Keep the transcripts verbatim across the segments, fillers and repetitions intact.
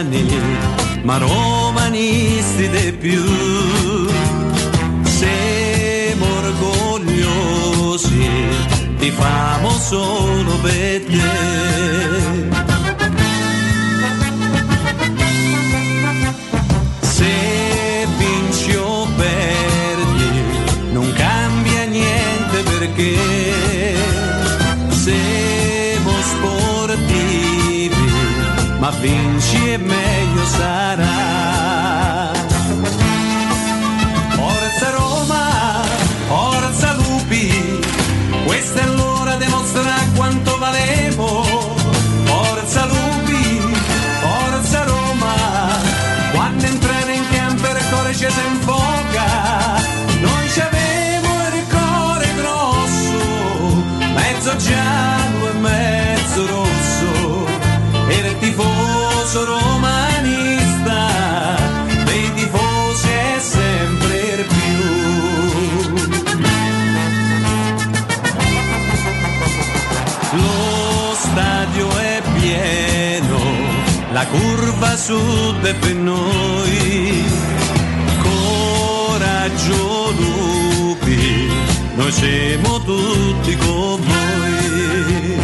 romani, ma romanisti di più. Siamo orgogliosi, ti famo solo per te. Se vinci o perdi, non cambia niente perché siamo sportivi, ma vinci e meglio sarà. Forza Roma, forza Lupi, questa è l'ora di mostrare quanto valemo. Forza Lupi, forza Roma, quando entrare in campo il cuore ci si infoca. Noi ci avevo il cuore grosso, mezzo giallo e mezzo rosso, era il tifoso romanista, dei tifosi è sempre più. Lo stadio è pieno, la curva sud è per noi. Coraggio Lupi, noi siamo tutti con voi.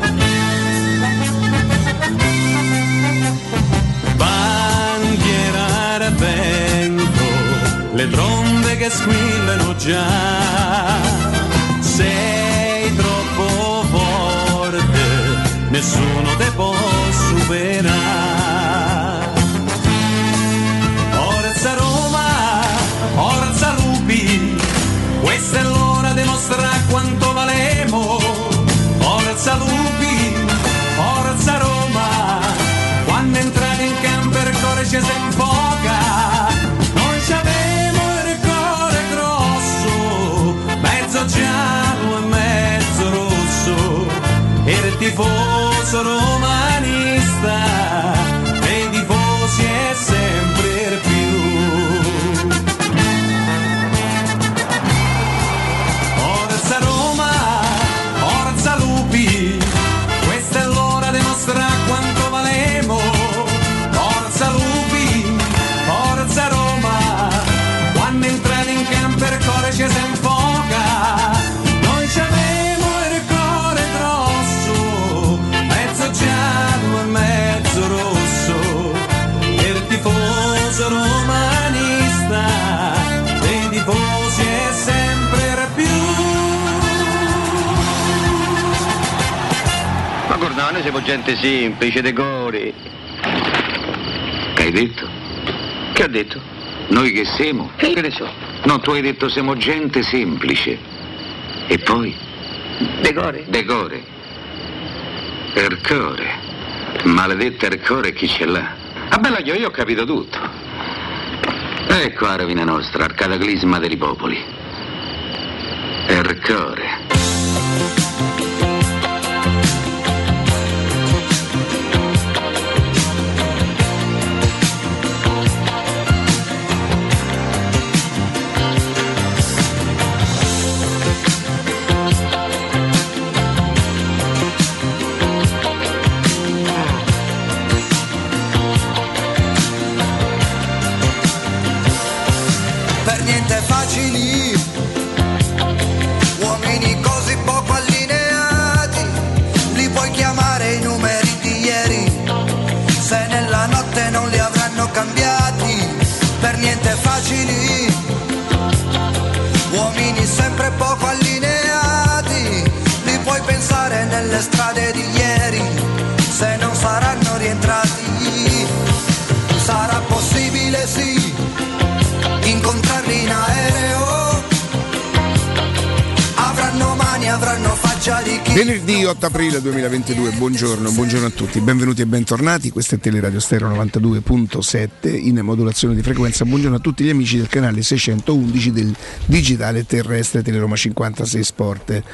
Bandiera al vento, le trombe che squillano già. Sei troppo forte, nessuno te può superare. Forza Roma, forza Lupi, questa è l'ora di mostrare quanto valemo. Forza Lupi, forza Roma, quando entrate in campo il cuore ci si infoca. Noi ci avevo il cuore grosso, mezzo giallo e mezzo rosso, era il tifoso romanista, dei tifosi è sempre più. Forza Roma, forza Lupi, questa è l'ora di mostrare quanto valemo. Forza Lupi, forza Roma, quando entrate in campo il cuore ci si infoca. Noi ci avevo il cuore grosso, mezzo giallo e mezzo rosso, per il tifoso romanista, dei tifosi è sempre più. Ma guarda, noi siamo gente semplice, decori. Che hai detto? Che ha detto? Noi che siamo? Che ne so? No, tu hai detto siamo gente semplice. E poi? Decore. Decore. Ercore. Maledetta Ercore, chi ce l'ha? Ah bella, io, io ho capito tutto. Ecco la rovina nostra, al cataclisma dei popoli. Ercore. Per niente facili, uomini così poco allineati, li puoi chiamare i numeri di ieri, se nella notte non li avranno cambiati. Per niente facili, uomini sempre poco allineati, li puoi pensare nelle strade di ieri, se non saranno rientrati. Sarà possibile sì incontrarli in aereo, avranno mani, avranno faccia di chi. Venerdì otto aprile duemilaventidue, buongiorno, buongiorno a tutti, benvenuti e bentornati. Questo è Teleradio Stereo novantadue virgola sette in modulazione di frequenza. Buongiorno a tutti gli amici del canale seicentoundici del digitale terrestre Teleroma cinquantasei Sport.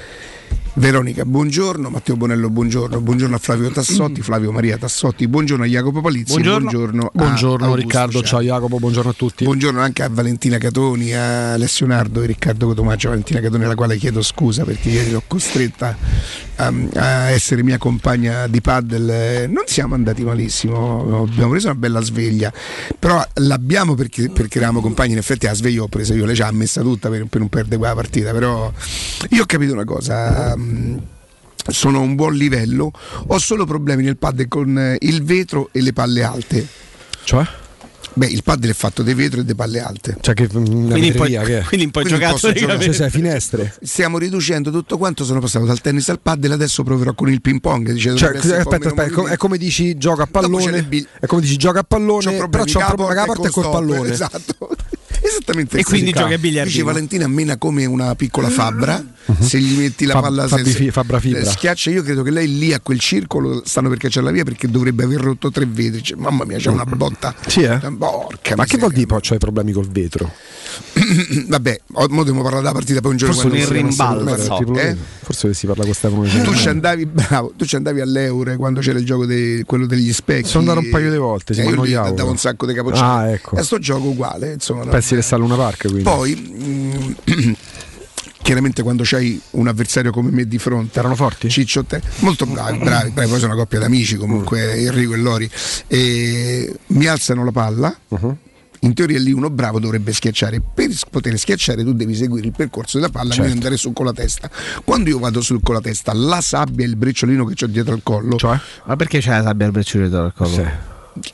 Veronica, buongiorno. Matteo Bonello, buongiorno. Buongiorno a Flavio Tassotti, Flavio Maria Tassotti, buongiorno a Jacopo Palizzi. Buongiorno, buongiorno, buongiorno Riccardo, ciao Jacopo, buongiorno a tutti. Buongiorno anche a Valentina Catoni, a Alessio Nardo e Riccardo Cotomaccio. Valentina Catoni, alla quale chiedo scusa perché ieri l'ho costretta a, a essere mia compagna di paddle. Non siamo andati malissimo, abbiamo preso una bella sveglia, però l'abbiamo perché, perché eravamo compagni. In effetti la sveglia ho presa io, lei ci ha messa tutta per, per non perdere quella partita, però io ho capito una cosa. Sono a un buon livello, ho solo problemi nel paddle con il vetro e le palle alte. Cioè? Beh, il paddle è fatto di vetro e di palle alte. Cioè che quindi poi, che quindi poi Quindi giocato cioè, sei finestre. Stiamo riducendo tutto quanto, sono passato dal tennis al paddle, adesso proverò con il ping pong. Dice, cioè, aspetta, aspetta, è, com- è come dici gioca a pallone, bil- è come dici gioca a pallone, però c'è un problema con la porta e col pallone. Esatto. Esattamente. E quindi gioca a biliardino. Dice Valentina mena come una piccola fabbra. Uh-huh. Se gli metti la Fab, palla fabbi, se, fabbra fibra. Schiaccia, io credo che lei lì a quel circolo stanno per cacciarla via perché dovrebbe aver rotto tre vetri. Cioè, mamma mia, c'è una botta. Sì, eh? Porca ma miseria. che vuol dire poi c'hai problemi col vetro? Vabbè, mo dobbiamo parlare della partita poi un giorno forse quando un rimbalzo, eh? Forse si parla con Stefano. Tu ci andavi, bravo, tu ci andavi all'Eure quando c'era il gioco de, quello degli specchi. Sono andato un paio di volte, si eh, io lì annoiavo. davo un sacco di capocciati. Ah, ecco. E sto gioco uguale, insomma. No? Pensi che sta a Luna Park, quindi. Poi mh, chiaramente quando c'hai un avversario come me di fronte, erano forti? Ciccio, te, molto bravi, bravi, bravi, poi sono una coppia d'amici comunque, Enrico e Lori, e mi alzano la palla. Uh-huh. In teoria lì uno bravo dovrebbe schiacciare. Per poter schiacciare tu devi seguire il percorso della palla, certo. Quindi andare su con la testa. Quando io vado su con la testa, la sabbia e il briciolino che c'ho dietro al collo. Cioè? Ma perché c'è la sabbia e il briciolino dietro al collo? Sì.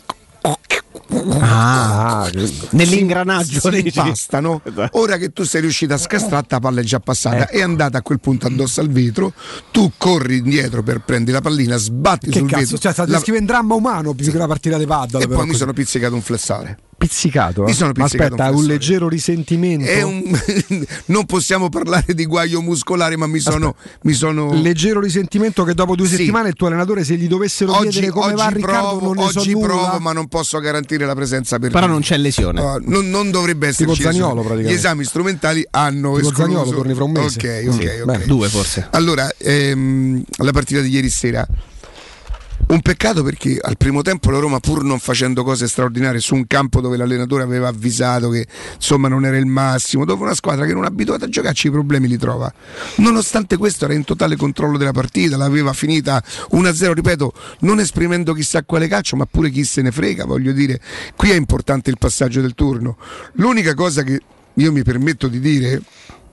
Ah, ah nell'ingranaggio si impastano. Ora che tu sei riuscito a scastrare, la palla è già passata, ecco. È andata a quel punto addosso al vetro. Tu corri indietro per prendere la pallina, sbatti che sul cazzo? vetro. Cioè, state la... scrivendo dramma umano più sì. che una partita di paddle. E poi così. Mi sono pizzicato un flessare. Pizzicato? Eh? Mi sono pizzicato. Ma aspetta, un, un leggero risentimento. È un... non possiamo parlare di guaio muscolare, ma mi sono, mi sono. Leggero risentimento che dopo due sì. settimane il tuo allenatore, se gli dovessero oggi, chiedere come va Riccardo, provo, non ne oggi so provo, nulla. Ma non posso garantire la presenza per però te. Non c'è lesione. Uh, non, non dovrebbe esserci. Tipo Zaniolo, praticamente. Gli esami strumentali hanno tipo escluso. Zaniolo torni fra un mese. Ok, ok, sì. ok. Beh, due forse. Allora, ehm, la partita di ieri sera. Un peccato perché al primo tempo la Roma, pur non facendo cose straordinarie su un campo dove l'allenatore aveva avvisato che insomma non era il massimo, dove una squadra che non è abituata a giocarci i problemi li trova. Nonostante questo era in totale controllo della partita, l'aveva finita uno a zero, ripeto, non esprimendo chissà quale calcio, ma pure chi se ne frega, voglio dire, qui è importante il passaggio del turno. L'unica cosa che io mi permetto di dire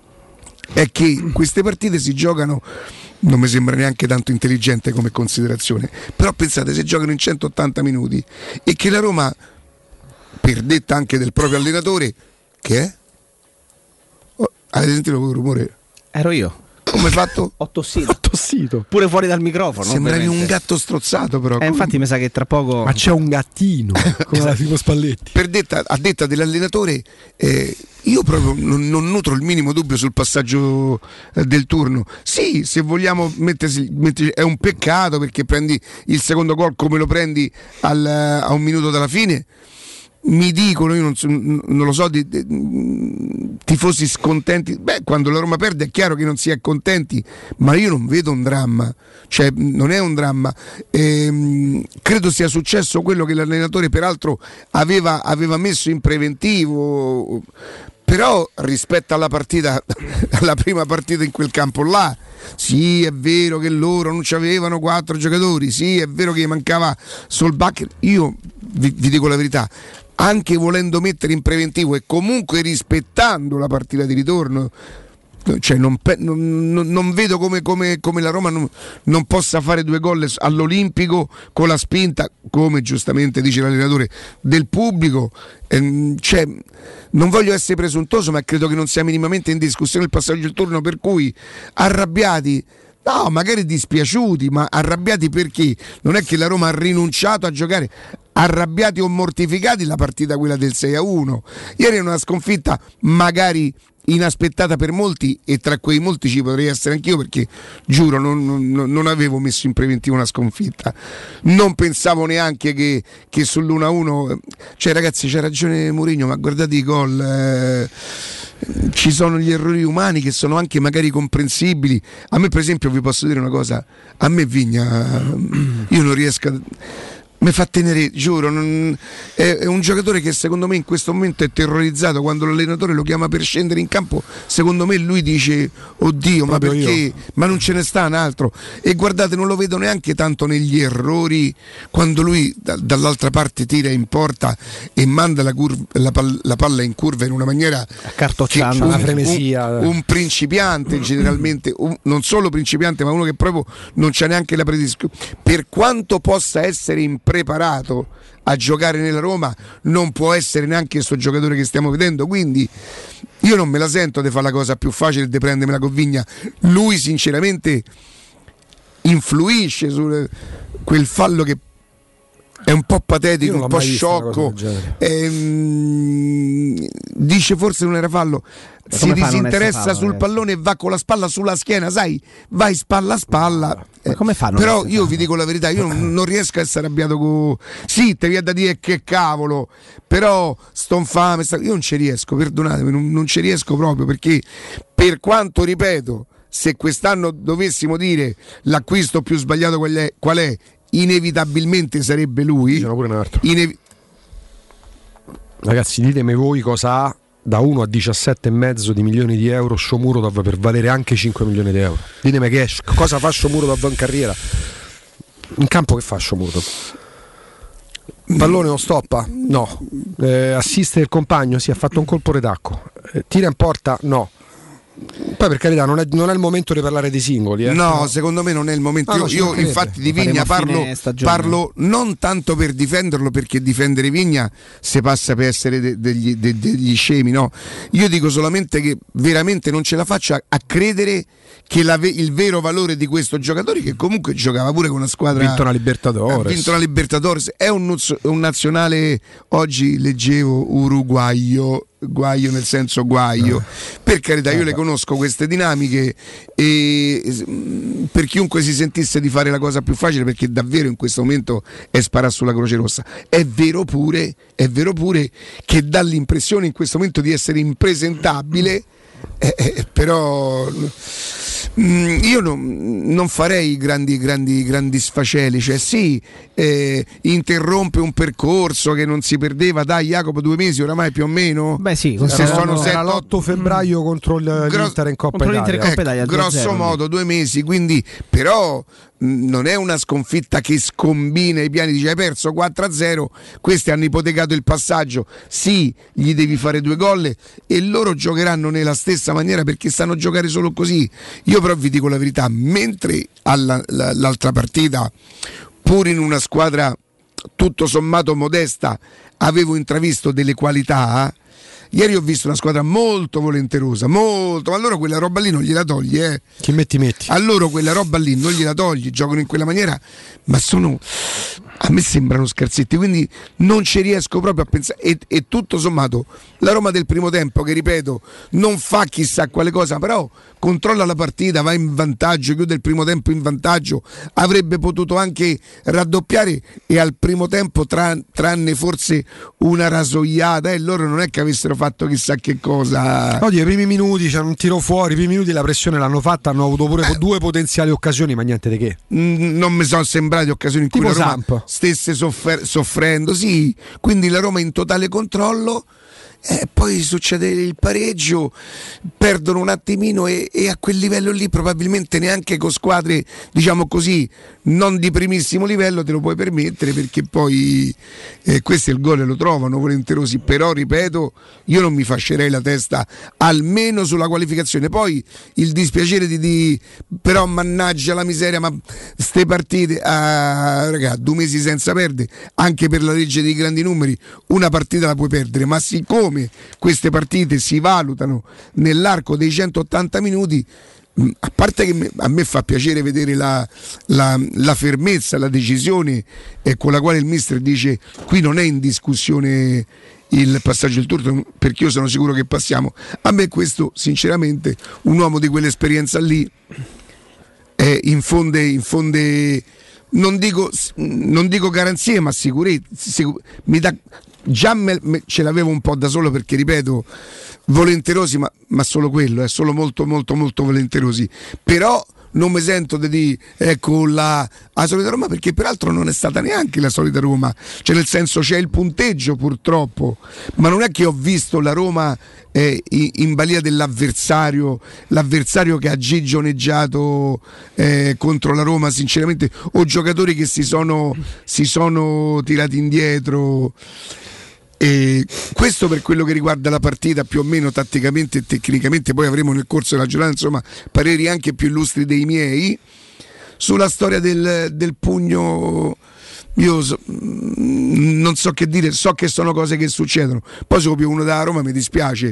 è che queste partite si giocano, non mi sembra neanche tanto intelligente come considerazione, però pensate, se giocano in centottanta minuti e che la Roma, per detta anche del proprio allenatore, che è? Oh, avete sentito quel rumore? Ero io. Come hai fatto? Ho tossito. Ho tossito. Pure fuori dal microfono. Sembravi un gatto strozzato, però. Eh, infatti mi sa che tra poco. Ma c'è un gattino come la Filippo Spalletti. Per detta, a detta dell'allenatore, eh, io proprio non, non nutro il minimo dubbio sul passaggio eh, del turno. Sì, se vogliamo mettersi, mettersi, è un peccato perché prendi il secondo gol come lo prendi al, a un minuto dalla fine. Mi dicono, io non, so, non lo so, di, di, tifosi scontenti. Beh, quando la Roma perde è chiaro che non si è contenti, ma io non vedo un dramma, cioè non è un dramma. Ehm, credo sia successo quello che l'allenatore peraltro aveva, aveva messo in preventivo, però rispetto alla partita, alla prima partita in quel campo là, sì, è vero che loro non c'avevano quattro giocatori, sì, è vero che mancava Solbakken. Io vi, vi dico la verità, anche volendo mettere in preventivo e comunque rispettando la partita di ritorno, cioè non, non, non vedo come, come, come la Roma non, non possa fare due gol all'Olimpico con la spinta, come giustamente dice l'allenatore, del pubblico. Ehm, cioè, non voglio essere presuntuoso, ma credo che non sia minimamente in discussione il passaggio del turno, per cui arrabbiati, no, magari dispiaciuti, ma arrabbiati perché non è che la Roma ha rinunciato a giocare, arrabbiati o mortificati la partita quella del sei a uno. Ieri è una sconfitta magari inaspettata per molti, e tra quei molti ci potrei essere anch'io, perché giuro non, non, non avevo messo in preventivo una sconfitta, non pensavo neanche che, che sull'uno a uno, cioè ragazzi c'ha ragione Mourinho, ma guardate i gol, eh, ci sono gli errori umani che sono anche magari comprensibili. A me per esempio vi posso dire una cosa, a me Vigna io non riesco a... mi fa tenere, giuro, non, è, è un giocatore che secondo me in questo momento è terrorizzato. Quando l'allenatore lo chiama per scendere in campo, secondo me lui dice oddio, ma proprio perché? io. Ma non ce ne sta un altro. E guardate, non lo vedo neanche tanto negli errori, quando lui da, dall'altra parte tira in porta e manda la, curva, la, pal, la palla in curva in una maniera accartocciando una un, frenesia, un, un principiante generalmente, un, non solo principiante, ma uno che proprio non c'ha neanche la predisposizione. Per quanto possa essere in preparato a giocare nella Roma, non può essere neanche questo giocatore che stiamo vedendo, quindi io non me la sento di fare la cosa più facile, di prendermela con Vigna. Lui sinceramente influisce su quel fallo che è un po' patetico, un po' sciocco, ehm, dice forse non era fallo, si disinteressa sul pallone e va con la spalla sulla schiena, sai, vai spalla a spalla. Ma come fanno? Però io vi dico la verità, io non, non riesco a essere arrabbiato con... Sì, te viene da dire che cavolo, però sto infame, sta... io non ci riesco, perdonatemi, non, non ci riesco proprio, perché per quanto, ripeto, se quest'anno dovessimo dire l'acquisto più sbagliato qual è, qual è inevitabilmente sarebbe lui. Pure un altro. Inev- Ragazzi, ditemi voi cosa ha da uno a diciassette e mezzo di milioni di euro Shomurodov per valere anche cinque milioni di euro. Ditemi che è, cosa fa Shomurodov in carriera. In campo che fa Shomurodov? Pallone non stoppa? No. Eh, assiste il compagno? Sì, ha fatto un colpo retacco. Eh, tira in porta? No. Poi per carità non è, non è il momento di parlare di singoli, eh? no, no, secondo me non è il momento. Ah, io, no, io infatti di Vigna parlo, parlo non tanto per difenderlo, perché difendere Vigna se passa per essere de, degli, de, degli scemi, no. Io dico solamente che veramente non ce la faccio a, a credere che la, il vero valore di questo giocatore, che comunque giocava pure con una squadra, ha vinto una Libertadores, ha vinto una Libertadores, è un, un nazionale, oggi leggevo, uruguayo, guaio nel senso guaio, per carità, io le conosco queste dinamiche, e per chiunque si sentisse di fare la cosa più facile, perché davvero in questo momento è sparare sulla Croce Rossa. È vero pure, è vero pure che dà l'impressione in questo momento di essere impresentabile, eh, eh, però mh, io non, non farei grandi grandi grandi sfaceli, cioè sì, eh, interrompe un percorso che non si perdeva, dai Jacopo, due mesi oramai più o meno. Beh sì, se era, sono era l'otto febbraio contro il, Gro- l'Inter in Coppa contro Italia, l'Inter in Coppa Italia, ecco, grosso zero, modo due mesi, quindi però mh, non è una sconfitta che scombina i piani, dice hai perso quattro a zero, questi hanno ipotecato il passaggio, sì, gli devi fare due gol e loro giocheranno nella stessa maniera, perché sanno giocare solo così. Io però vi dico la verità, mentre alla, la, l'altra partita, pur in una squadra tutto sommato modesta, avevo intravisto delle qualità, ieri ho visto una squadra molto volenterosa, molto, ma allora quella roba lì non gliela togli, eh. Chi metti metti. Allora quella roba lì non gliela togli, giocano in quella maniera, ma sono, a me sembrano scherzetti, quindi non ci riesco proprio a pensare. E, e tutto sommato la Roma del primo tempo, che ripeto non fa chissà quale cosa, però controlla la partita, va in vantaggio, chiude il primo tempo in vantaggio, avrebbe potuto anche raddoppiare, e al primo tempo tra, tranne forse una rasoiata, e eh, loro non è che avessero fatto chissà che cosa. Oddio, i primi minuti c'era un tiro fuori, i primi minuti la pressione l'hanno fatta, hanno avuto pure eh. due potenziali occasioni, ma niente di che. Mm, non mi sono sembrate occasioni in tipo cui la Roma Samp. stesse soffer- soffrendo, sì, quindi la Roma in totale controllo. Eh, poi succede il pareggio, perdono un attimino, e, e a quel livello lì probabilmente neanche con squadre, diciamo così, non di primissimo livello te lo puoi permettere, perché poi eh, questo il gol lo trovano volenterosi. Però ripeto, io non mi fascerei la testa almeno sulla qualificazione. Poi il dispiacere di, di però mannaggia la miseria, ma ste partite, ah, raga, due mesi senza perdere, anche per la legge dei grandi numeri una partita la puoi perdere, ma siccome queste partite si valutano nell'arco dei centottanta minuti, a parte che a me fa piacere vedere la, la, la fermezza, la decisione eh, con la quale il mister dice qui non è in discussione il passaggio del turno, perché io sono sicuro che passiamo. A me questo sinceramente, un uomo di quell'esperienza lì eh, infonde, infonde non dico, non dico garanzie, ma sicurezza, sicur- mi dà, già me, me, ce l'avevo un po' da solo, perché ripeto, volenterosi, ma, ma solo quello, è eh, solo molto molto molto volenterosi, però non mi sento di dire ecco la, la solita Roma, perché peraltro non è stata neanche la solita Roma, cioè nel senso c'è il punteggio purtroppo, ma non è che ho visto la Roma eh, in balia dell'avversario, l'avversario che ha gigioneggiato eh, contro la Roma, sinceramente, o giocatori che si sono, si sono tirati indietro. E questo per quello che riguarda la partita, più o meno tatticamente e tecnicamente. Poi avremo nel corso della giornata insomma pareri anche più illustri dei miei sulla storia del, del pugno. Io so, non so che dire, so che sono cose che succedono, poi se copio uno da Roma mi dispiace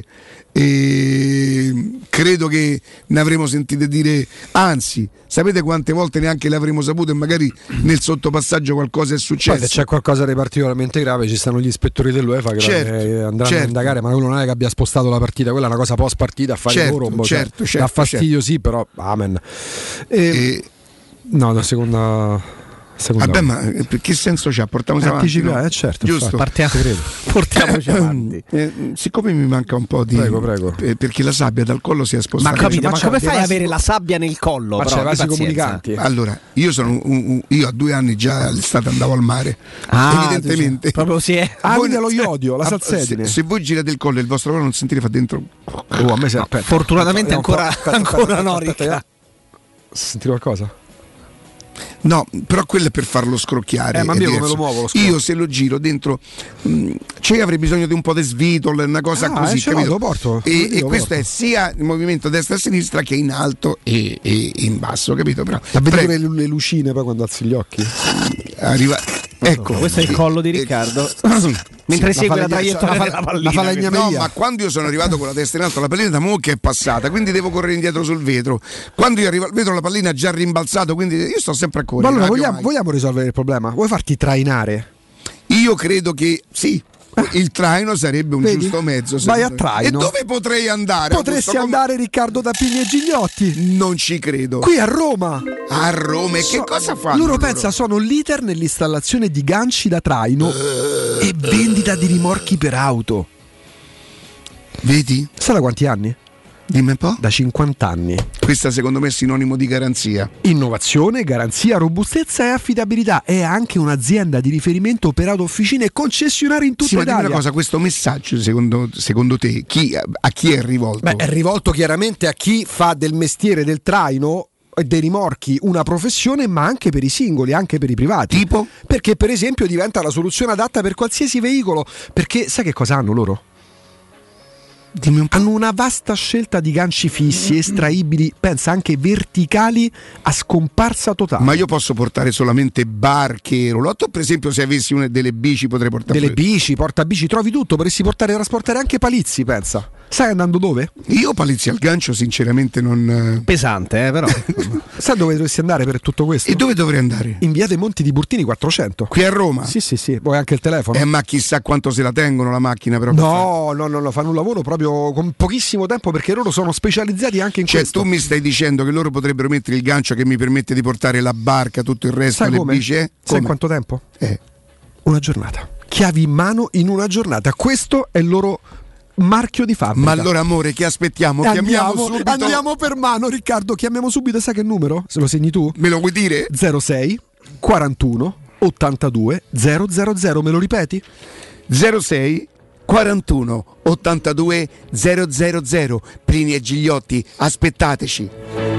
e credo che ne avremo sentite dire, anzi sapete quante volte neanche l'avremo saputo, e magari nel sottopassaggio qualcosa è successo. Poi se c'è qualcosa di particolarmente grave ci stanno gli ispettori dell'UEFA che certo, andranno certo. a indagare, ma quello non è che abbia spostato la partita, quella è una cosa post partita, a fare certo, loro, certo, cioè, certo, dà fastidio, certo. Sì, però amen. E, E... no, la seconda Seconda Vabbè, ma che senso c'ha? Portiamoci avanti, Anticipa, no? eh, certo, giusto? Partiamo, portiamoci avanti. Eh, siccome mi manca un po' di prego, prego. Eh, perché la sabbia dal collo si è spostata. Ma capito, ma ma c'è come dei fai ad vasi- avere la sabbia nel collo? Ma però, c'è i di vasi pazienza. comunicanti. Allora, io sono un, un, io a due anni già all'estate andavo al mare. Ah, evidentemente. proprio si è. Ah, Voi- quindi lo iodio, la Ah, salsedine. se, se voi girate il collo e il vostro collo non sentite, fa dentro. Oh, a me si aspetta. Fortunatamente Aspetta, ancora, aspetta, ancora aspetta, no, aspetta, Ricca. aspetta. Senti qualcosa? No, però quello è per farlo scrocchiare. Eh, ma è io come diverso. lo muovo lo scrocchio? Io se lo giro dentro, mh, cioè avrei bisogno di un po' di svitol, una cosa Ah, così, eh, ce l'ho, capito? lo porto. E, Io e lo questo porto. è sia il movimento destra e sinistra che in alto e, e in basso, capito? Però La vedi prego, pure le, le lucine poi quando alzi gli occhi? arriva. Ecco, Questo è il collo di Riccardo. Mentre Sì, segue la la falegna- traiettoria la della fa- pallina. la falegna- No, Mia. ma quando io sono arrivato con la testa in alto, la pallina da mo' che è passata, quindi devo correre indietro sul vetro. Quando io arrivo al vetro, la pallina ha già rimbalzato, quindi io sto sempre a Ma correre. allora non vogliamo, mai. vogliamo risolvere il problema? Vuoi farti trainare? Io credo che sì. Il traino sarebbe un Vedi? giusto mezzo. Vai secondo a me. traino. E dove potrei andare? Potresti Augusto? andare, Riccardo Tappini e Gigliotti, Non ci credo. qui a Roma. A Roma, e che So- cosa fanno? Loro pensa sono leader nell'installazione di ganci da traino e vendita di rimorchi per auto. Vedi? Sai da quanti anni? Dimmi un po'. Da cinquanta anni. Questa secondo me è sinonimo di garanzia. Innovazione, garanzia, robustezza e affidabilità. È anche un'azienda di riferimento per auto, officine e concessionari in tutta Sì, ma dimmi Italia. una cosa, questo messaggio secondo, secondo te chi, a chi è rivolto? Beh, è rivolto chiaramente a chi fa del mestiere del traino e dei rimorchi una professione, ma anche per i singoli, anche per i privati. Tipo? Perché per esempio diventa la soluzione adatta per qualsiasi veicolo. Perché sai che cosa hanno loro? Dimmi un po'. Hanno una vasta scelta di ganci fissi, estraibili, pensa anche verticali a scomparsa totale. Ma io posso portare solamente barche e roulotte? Per esempio, se avessi una delle bici potrei portare Delle bici, portabici, trovi tutto, potresti portare trasportare anche palizzi, pensa. Sai andando dove? Io palizzi al gancio sinceramente non. Pesante, eh, però. Sai dove dovresti andare per tutto questo? E dove dovrei andare? In via dei Monti di Burtini quattrocento. Qui a Roma? Sì, sì, sì, vuoi anche il telefono? Eh, ma chissà quanto se la tengono la macchina, però. No, no, no, no, fanno un lavoro proprio con pochissimo tempo perché loro sono specializzati anche in Cioè, questo. tu mi stai dicendo che loro potrebbero mettere il gancio che mi permette di portare la barca, tutto il resto, Sai le come? bici? Eh? Sai Come? in quanto tempo? Eh. Una giornata. Chiavi in mano in una giornata. Questo è il loro marchio di fabbrica. Ma allora, amore, che aspettiamo? Chiamiamo andiamo, subito. andiamo per mano, Riccardo. Chiamiamo subito. Sai che numero? Se lo segni tu? Me lo vuoi dire? zero sei quarantuno ottantadue zero zero zero. Me lo ripeti? zero sei quarantuno ottantadue zero zero zero. Plini e Gigliotti, aspettateci.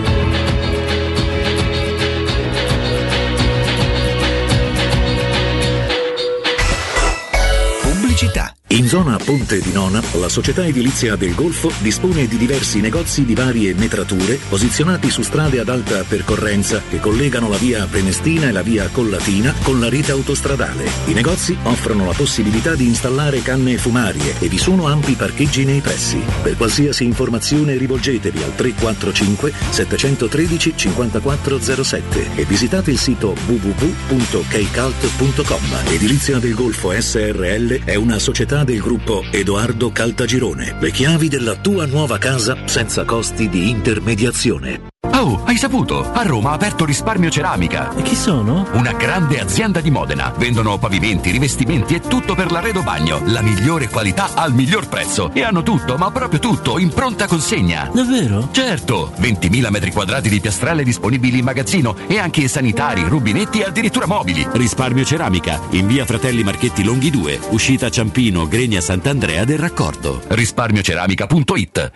Pubblicità. In zona Ponte di Nona, la società edilizia del Golfo dispone di diversi negozi di varie metrature posizionati su strade ad alta percorrenza che collegano la via Prenestina e la via Collatina con la rete autostradale. I negozi offrono la possibilità di installare canne fumarie e vi sono ampi parcheggi nei pressi. Per qualsiasi informazione rivolgetevi al tre quattro cinque sette uno tre cinque quattro zero sette e visitate il sito w w w punto keicalt punto com. Edilizia del Golfo S R L è una società proprietà del gruppo Edoardo Caltagirone. Le chiavi della tua nuova casa senza costi di intermediazione. Oh, hai saputo? A Roma ha aperto Risparmio Ceramica. E chi sono? Una grande azienda di Modena. Vendono pavimenti, rivestimenti e tutto per l'arredo bagno. La migliore qualità al miglior prezzo. E hanno tutto, ma proprio tutto, in pronta consegna. Davvero? Certo, ventimila metri quadrati di piastrelle disponibili in magazzino e anche sanitari, rubinetti e addirittura mobili. Risparmio Ceramica, in via Fratelli Marchetti Longhi due, uscita Ciampino, Gregna Sant'Andrea del Raccordo. risparmioceramica punto it.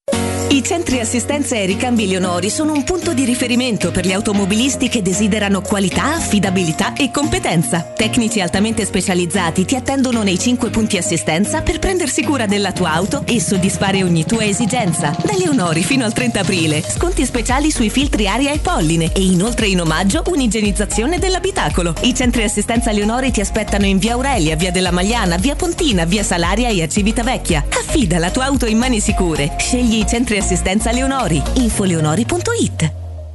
I centri assistenza e ricambi Leonori sono un punto di riferimento per gli automobilisti che desiderano qualità, affidabilità e competenza. Tecnici altamente specializzati ti attendono nei cinque punti assistenza per prendersi cura della tua auto e soddisfare ogni tua esigenza. Da Leonori fino al trenta aprile, sconti speciali sui filtri aria e polline e inoltre in omaggio un'igienizzazione dell'abitacolo. I centri assistenza Leonori ti aspettano in via Aurelia, via della Magliana, via Pontina, via Salaria e a Civitavecchia. Affida la tua auto in mani sicure. Scegli i centri assistenza Leonori. info leonori punto it.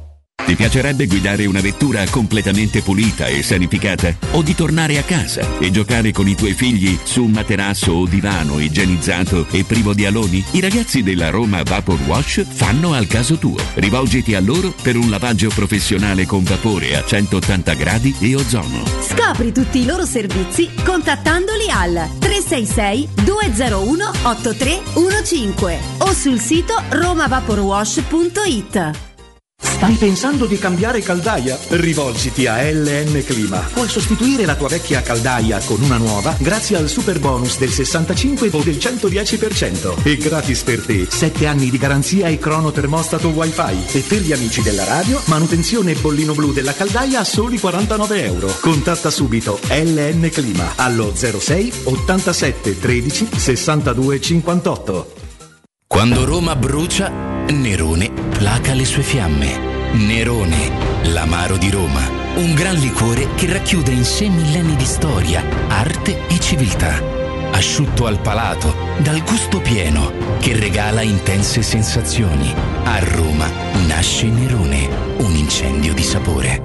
Ti piacerebbe guidare una vettura completamente pulita e sanificata? O di tornare a casa e giocare con i tuoi figli su un materasso o divano igienizzato e privo di aloni? I ragazzi della Roma Vapor Wash fanno al caso tuo. Rivolgiti a loro per un lavaggio professionale con vapore a centottanta gradi e ozono. Scopri tutti i loro servizi contattandoli al tre sei sei due zero uno otto tre uno cinque o sul sito roma vapor wash punto it. Stai pensando di cambiare caldaia? Rivolgiti a L N Clima. Puoi sostituire la tua vecchia caldaia con una nuova grazie al super bonus del sessantacinque o del centodieci per cento. E gratis per te sette anni di garanzia e crono termostato wifi. E per gli amici della radio, manutenzione e bollino blu della caldaia a soli quarantanove euro. Contatta subito L N Clima allo zero sei ottantasette tredici sessantadue cinquantotto. Quando Roma brucia, Nerone placa le sue fiamme. Nerone, l'amaro di Roma, un gran liquore che racchiude in sé millenni di storia, arte e civiltà. Asciutto al palato, dal gusto pieno, che regala intense sensazioni. A Roma nasce Nerone, un incendio di sapore.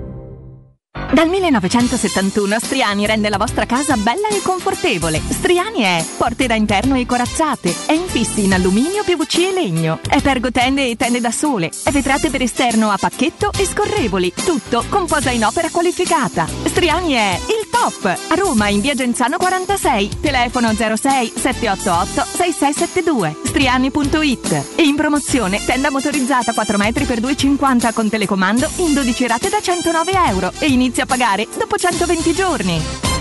Dal millenovecentosettantuno Striani rende la vostra casa bella e confortevole. Striani è porte da interno e corazzate, è infissi in alluminio, P V C e legno, è pergotende e tende da sole, è vetrate per esterno a pacchetto e scorrevoli, tutto con posa in opera qualificata. Striani è il top! A Roma in via Genzano quarantasei, telefono zero sei sette otto otto sei sei sette due, striani punto it. E in promozione tenda motorizzata quattro metri per due e cinquanta con telecomando in dodici rate da centonove euro e inizia a pagare dopo centoventi giorni.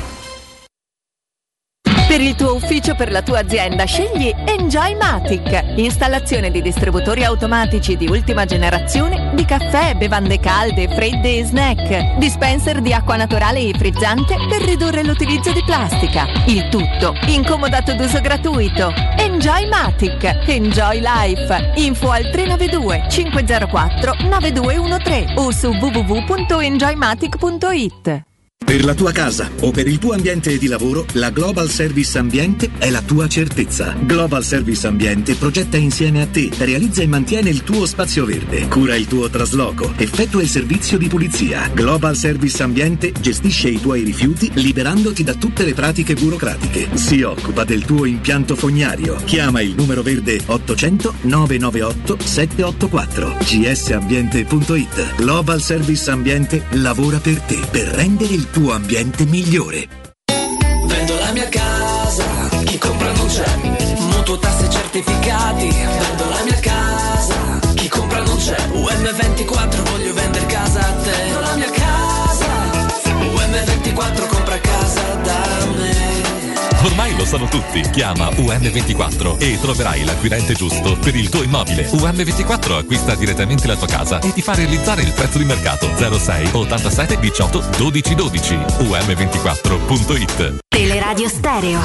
Per il tuo ufficio, per la tua azienda, scegli Enjoymatic. Installazione di distributori automatici di ultima generazione di caffè, bevande calde, fredde e snack. Dispenser di acqua naturale e frizzante per ridurre l'utilizzo di plastica. Il tutto in comodato d'uso gratuito. Enjoymatic. Enjoy life. Info al tre nove due cinque zero quattro nove due uno tre o su w w w punto enjoymatic punto it. Per la tua casa o per il tuo ambiente di lavoro, la Global Service Ambiente è la tua certezza. Global Service Ambiente progetta insieme a te, realizza e mantiene il tuo spazio verde, cura il tuo trasloco, effettua il servizio di pulizia. Global Service Ambiente gestisce i tuoi rifiuti liberandoti da tutte le pratiche burocratiche. Si occupa del tuo impianto fognario. Chiama il numero verde ottocento nove nove otto sette otto quattro g s ambiente punto it. Global Service Ambiente lavora per te, per rendere il tuo ambiente migliore. Vendo la mia casa, chi compra non c'è. Mutuo, tasse, certificati. Vendo la mia casa, chi compra non c'è. U M ventiquattro, voglio vendere casa a te. Vendo la mia casa, U M ventiquattro, compra casa da me. Ormai lo sanno tutti. Chiama U M ventiquattro e troverai l'acquirente giusto per il tuo immobile. U M ventiquattro acquista direttamente la tua casa e ti fa realizzare il prezzo di mercato. zero sei ottantasette diciotto dodici dodici. U M ventiquattro punto it. Teleradio Stereo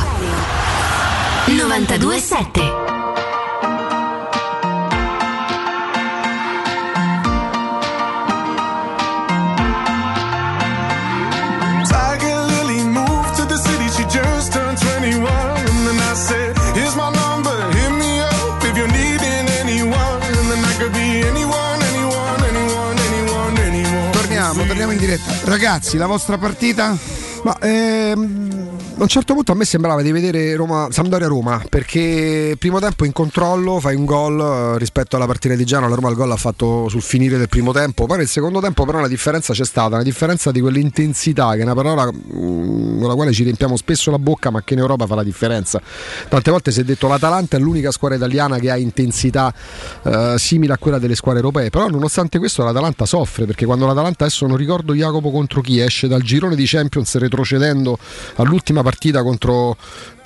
novantadue sette. Torniamo in diretta. Ragazzi, la vostra partita? Ma ehm, A un certo punto a me sembrava di vedere Roma, Sampdoria-Roma, perché primo tempo in controllo fai un gol eh, rispetto alla partita di Genoa. La Roma il gol l'ha fatto sul finire del primo tempo, poi nel secondo tempo però una differenza c'è stata, una differenza di quell'intensità, che è una parola mh, con la quale ci riempiamo spesso la bocca, ma che in Europa fa la differenza. Tante volte si è detto l'Atalanta è l'unica squadra italiana che ha intensità eh, simile a quella delle squadre europee, però nonostante questo l'Atalanta soffre, perché quando l'Atalanta, adesso non ricordo Jacopo contro chi, esce dal girone di Champions retrocedendo all'ultima partita contro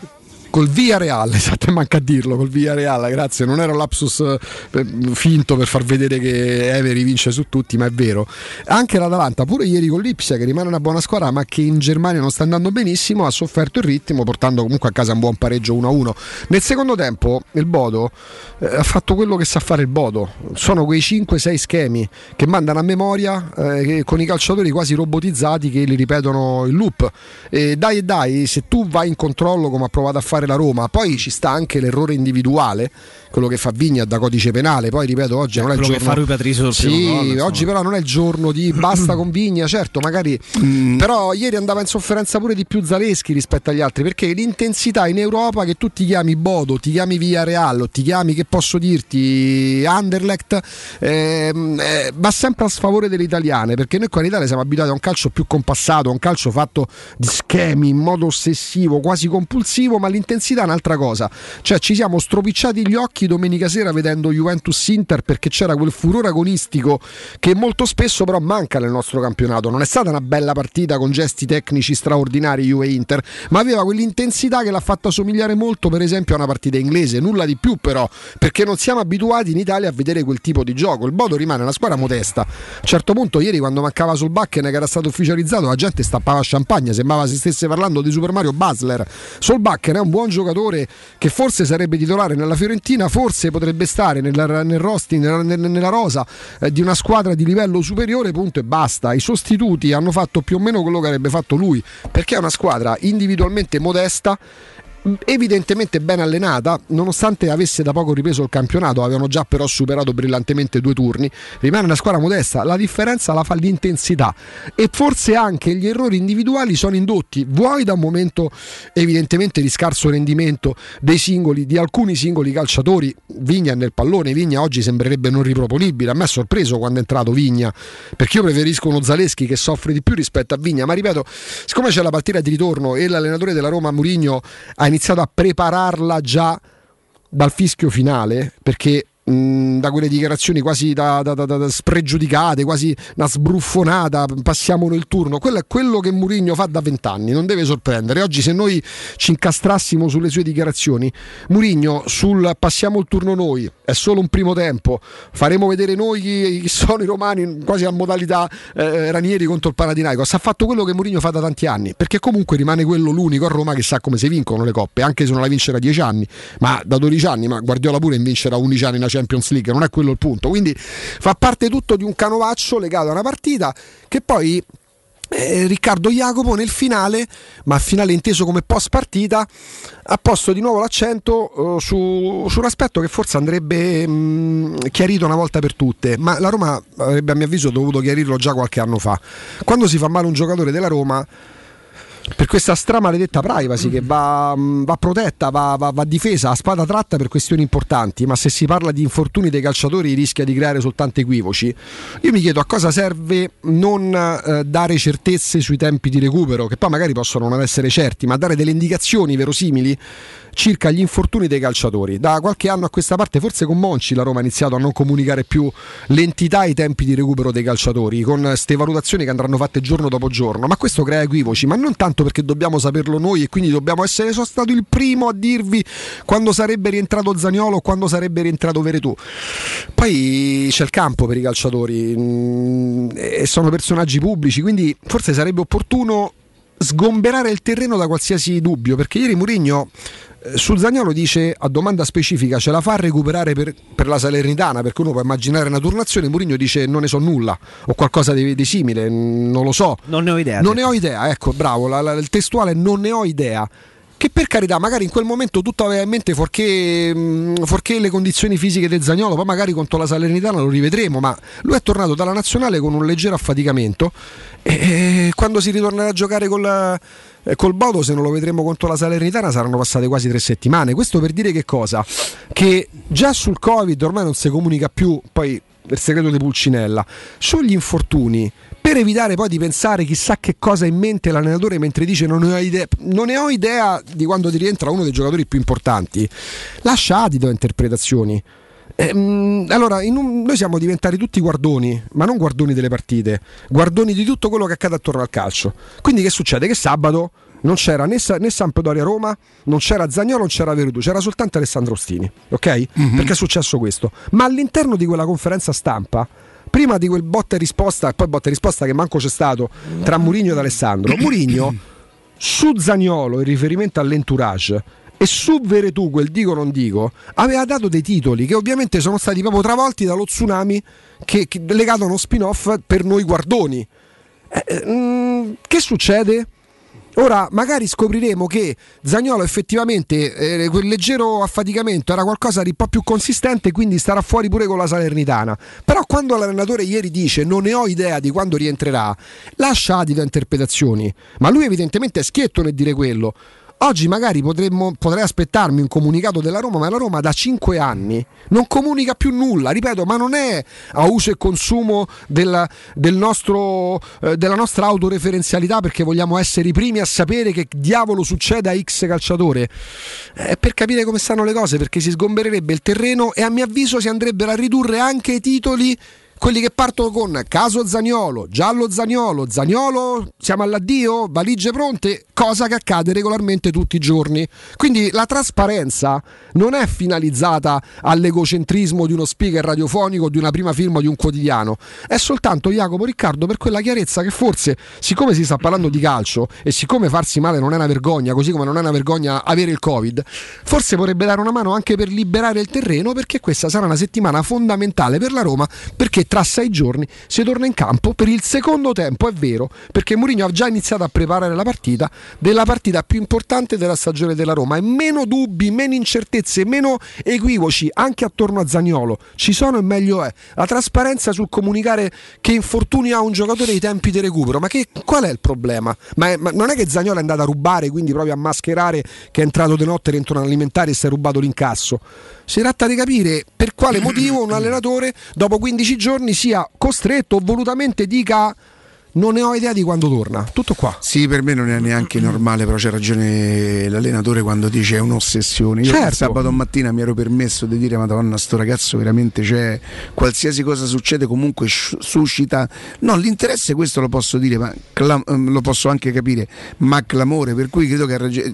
col Villarreal, esatto, manca a dirlo, col Villarreal, grazie, non era un lapsus eh, finto per far vedere che Emery vince su tutti, ma è vero. Anche l'Atalanta, pure ieri con l'Ipsia, che rimane una buona squadra ma che in Germania non sta andando benissimo, ha sofferto il ritmo, portando comunque a casa un buon pareggio uno a uno. Nel secondo tempo il Bodo eh, ha fatto quello che sa fare il Bodo, sono quei cinque sei schemi che mandano a memoria eh, che, con i calciatori quasi robotizzati che li ripetono in loop, e dai e dai, se tu vai in controllo come ha provato a fare la Roma, poi ci sta anche l'errore individuale, quello che fa Vigna da codice penale. Poi ripeto, oggi eh, non è il giorno che fa Rui Patricio sul sì, primo gol, oggi però non è il giorno di basta con Vigna, certo, magari mm. però ieri andava in sofferenza pure di più Zaleschi rispetto agli altri, perché l'intensità in Europa, che tu ti chiami Bodo, ti chiami Villarreal, o ti chiami, che posso dirti, Anderlecht, eh, eh, va sempre a sfavore delle italiane, perché noi qua in Italia siamo abituati a un calcio più compassato, a un calcio fatto di schemi in modo ossessivo, quasi compulsivo, ma l'intensità è un'altra cosa. Cioè ci siamo stropicciati gli occhi domenica sera vedendo Juventus-Inter, perché c'era quel furore agonistico che molto spesso però manca nel nostro campionato. Non è stata una bella partita con gesti tecnici straordinari Juve-Inter, ma aveva quell'intensità che l'ha fatta somigliare molto per esempio a una partita inglese, nulla di più però, perché non siamo abituati in Italia a vedere quel tipo di gioco. Il Bodo rimane una squadra modesta. A un certo punto ieri, quando mancava Solbakken, che era stato ufficializzato, la gente stappava champagne, sembrava si stesse parlando di Super Mario Basler. Solbakken è un buon giocatore che forse sarebbe titolare nella Fiorentina, forse potrebbe stare nella, nel roster, nella, nella rosa eh, di una squadra di livello superiore, punto e basta. I sostituti hanno fatto più o meno quello che avrebbe fatto lui, perché è una squadra individualmente modesta, evidentemente ben allenata, nonostante avesse da poco ripreso il campionato, avevano già però superato brillantemente due turni. Rimane una squadra modesta, la differenza la fa l'intensità, e forse anche gli errori individuali sono indotti vuoi da un momento evidentemente di scarso rendimento dei singoli, di alcuni singoli calciatori. Vigna nel pallone, Vigna oggi sembrerebbe non riproponibile. A me ha sorpreso quando è entrato Vigna, perché io preferisco uno Zaleschi che soffre di più rispetto a Vigna, ma ripeto, siccome c'è la partita di ritorno e l'allenatore della Roma Mourinho ha iniziato a prepararla già dal fischio finale, perché mh, da quelle dichiarazioni quasi da, da, da, da spregiudicate, quasi una sbruffonata, passiamo noi il turno, quello è quello che Mourinho fa da vent'anni, non deve sorprendere. Oggi se noi ci incastrassimo sulle sue dichiarazioni, Mourinho sul passiamo il turno noi, è solo un primo tempo, faremo vedere noi chi, chi sono i romani, quasi a modalità eh, Ranieri contro il Panathinaikos, ha fatto quello che Mourinho fa da tanti anni, perché comunque rimane quello l'unico a Roma che sa come si vincono le coppe, anche se non la vincerà dieci anni, ma da dodici anni, ma Guardiola pure in vincerà undici anni la Champions League, non è quello il punto. Quindi fa parte tutto di un canovaccio legato a una partita che poi Eh, Riccardo Jacopo nel finale, ma finale inteso come post partita, ha posto di nuovo l'accento uh, su, su un aspetto che forse andrebbe mh, chiarito una volta per tutte, ma la Roma avrebbe a mio avviso dovuto chiarirlo già qualche anno fa. Quando si fa male un giocatore della Roma, per questa stramaledetta privacy che va, va protetta, va, va, va difesa a spada tratta per questioni importanti, ma se si parla di infortuni dei calciatori rischia di creare soltanto equivoci. Io mi chiedo a cosa serve non eh, dare certezze sui tempi di recupero, che poi magari possono non essere certi, ma dare delle indicazioni verosimili circa gli infortuni dei calciatori. Da qualche anno a questa parte, forse con Monci, la Roma ha iniziato a non comunicare più l'entità e i tempi di recupero dei calciatori, con queste valutazioni che andranno fatte giorno dopo giorno, ma questo crea equivoci, ma non tanto perché dobbiamo saperlo noi e quindi dobbiamo essere, sono stato il primo a dirvi quando sarebbe rientrato Zaniolo o quando sarebbe rientrato Veretù. Poi c'è il campo per i calciatori mh, e sono personaggi pubblici, quindi forse sarebbe opportuno sgomberare il terreno da qualsiasi dubbio, perché ieri Mourinho su Zaniolo dice a domanda specifica ce la fa a recuperare per, per la Salernitana, perché uno può immaginare una turnazione. Mourinho dice non ne so nulla o qualcosa di, di simile, non lo so, non ne ho idea non ne ho idea, ecco, bravo, la, la, il testuale non ne ho idea, che per carità magari in quel momento tutto aveva in mente forché, mh, forché le condizioni fisiche del Zaniolo, poi magari contro la Salernitana lo rivedremo, ma lui è tornato dalla nazionale con un leggero affaticamento e, e quando si ritornerà a giocare con la eh, col Bodo, se non lo vedremo contro la Salernitana, saranno passate quasi tre settimane. Questo per dire che cosa? Che già sul Covid ormai non si comunica più, poi il segreto di Pulcinella, sugli infortuni, per evitare poi di pensare chissà che cosa ha in mente l'allenatore mentre dice non ne ho idea, non ne ho idea di quando ti rientra uno dei giocatori più importanti. Lascia adito a interpretazioni. Ehm, allora in un, noi siamo diventati tutti guardoni, ma non guardoni delle partite, guardoni di tutto quello che accade attorno al calcio. Quindi che succede? Che sabato non c'era né, né Sampdoria Roma, non c'era Zaniolo, non c'era Veretù, c'era soltanto Alessandro Ostini, ok? Mm-hmm. Perché è successo questo. Ma all'interno di quella conferenza stampa, prima di quel botta e risposta, e poi botta e risposta che manco c'è stato tra Mourinho ed Alessandro, Mourinho su Zaniolo in riferimento all'entourage e su Veretù, quel dico non dico, aveva dato dei titoli che ovviamente sono stati proprio travolti dallo tsunami che, che legato a uno spin-off per noi guardoni. Eh, mh, che succede? Ora magari scopriremo che Zaniolo effettivamente eh, quel leggero affaticamento era qualcosa di un po' più consistente, quindi starà fuori pure con la Salernitana. Però quando l'allenatore ieri dice non ne ho idea di quando rientrerà, lascia adito a interpretazioni, ma lui evidentemente è schietto nel dire quello. Oggi magari potremmo, potrei aspettarmi un comunicato della Roma, ma la Roma da cinque anni non comunica più nulla, ripeto, ma non è a uso e consumo del, del nostro, eh, della nostra autoreferenzialità perché vogliamo essere i primi a sapere che diavolo succede a X calciatore, è per capire come stanno le cose, perché si sgombererebbe il terreno e a mio avviso si andrebbero a ridurre anche i titoli, quelli che partono con caso Zaniolo, giallo Zaniolo, Zaniolo, siamo all'addio, valigie pronte, cosa che accade regolarmente tutti i giorni. Quindi la trasparenza non è finalizzata all'egocentrismo di uno speaker radiofonico, di una prima firma di un quotidiano, è soltanto Jacopo Riccardo per quella chiarezza che forse, siccome si sta parlando di calcio e siccome farsi male non è una vergogna, così come non è una vergogna avere il Covid, forse vorrebbe dare una mano anche per liberare il terreno, perché questa sarà una settimana fondamentale per la Roma, perché tra sei giorni si torna in campo per il secondo tempo, è vero, perché Mourinho ha già iniziato a preparare la partita della partita più importante della stagione della Roma, e meno dubbi, meno incertezze, meno equivoci anche attorno a Zaniolo ci sono e meglio è. La trasparenza sul comunicare che infortuni ha un giocatore e i tempi di recupero, ma che, qual è il problema? Ma, è, ma non è che Zaniolo è andato a rubare, quindi proprio a mascherare che è entrato di notte dentro un alimentare e si è rubato l'incasso. Si tratta di capire per quale motivo un allenatore dopo quindici giorni sia costretto o volutamente dica non ne ho idea di quando torna. Tutto qua. Sì, per me non è neanche normale, però c'è ragione l'allenatore quando dice è un'ossessione. Io certo. Sabato mattina mi ero permesso di dire madonna, sto ragazzo veramente, cioè, qualsiasi cosa succede comunque suscita, no, l'interesse, questo lo posso dire, ma clam- lo posso anche capire, ma clamore, per cui credo che ha ragione.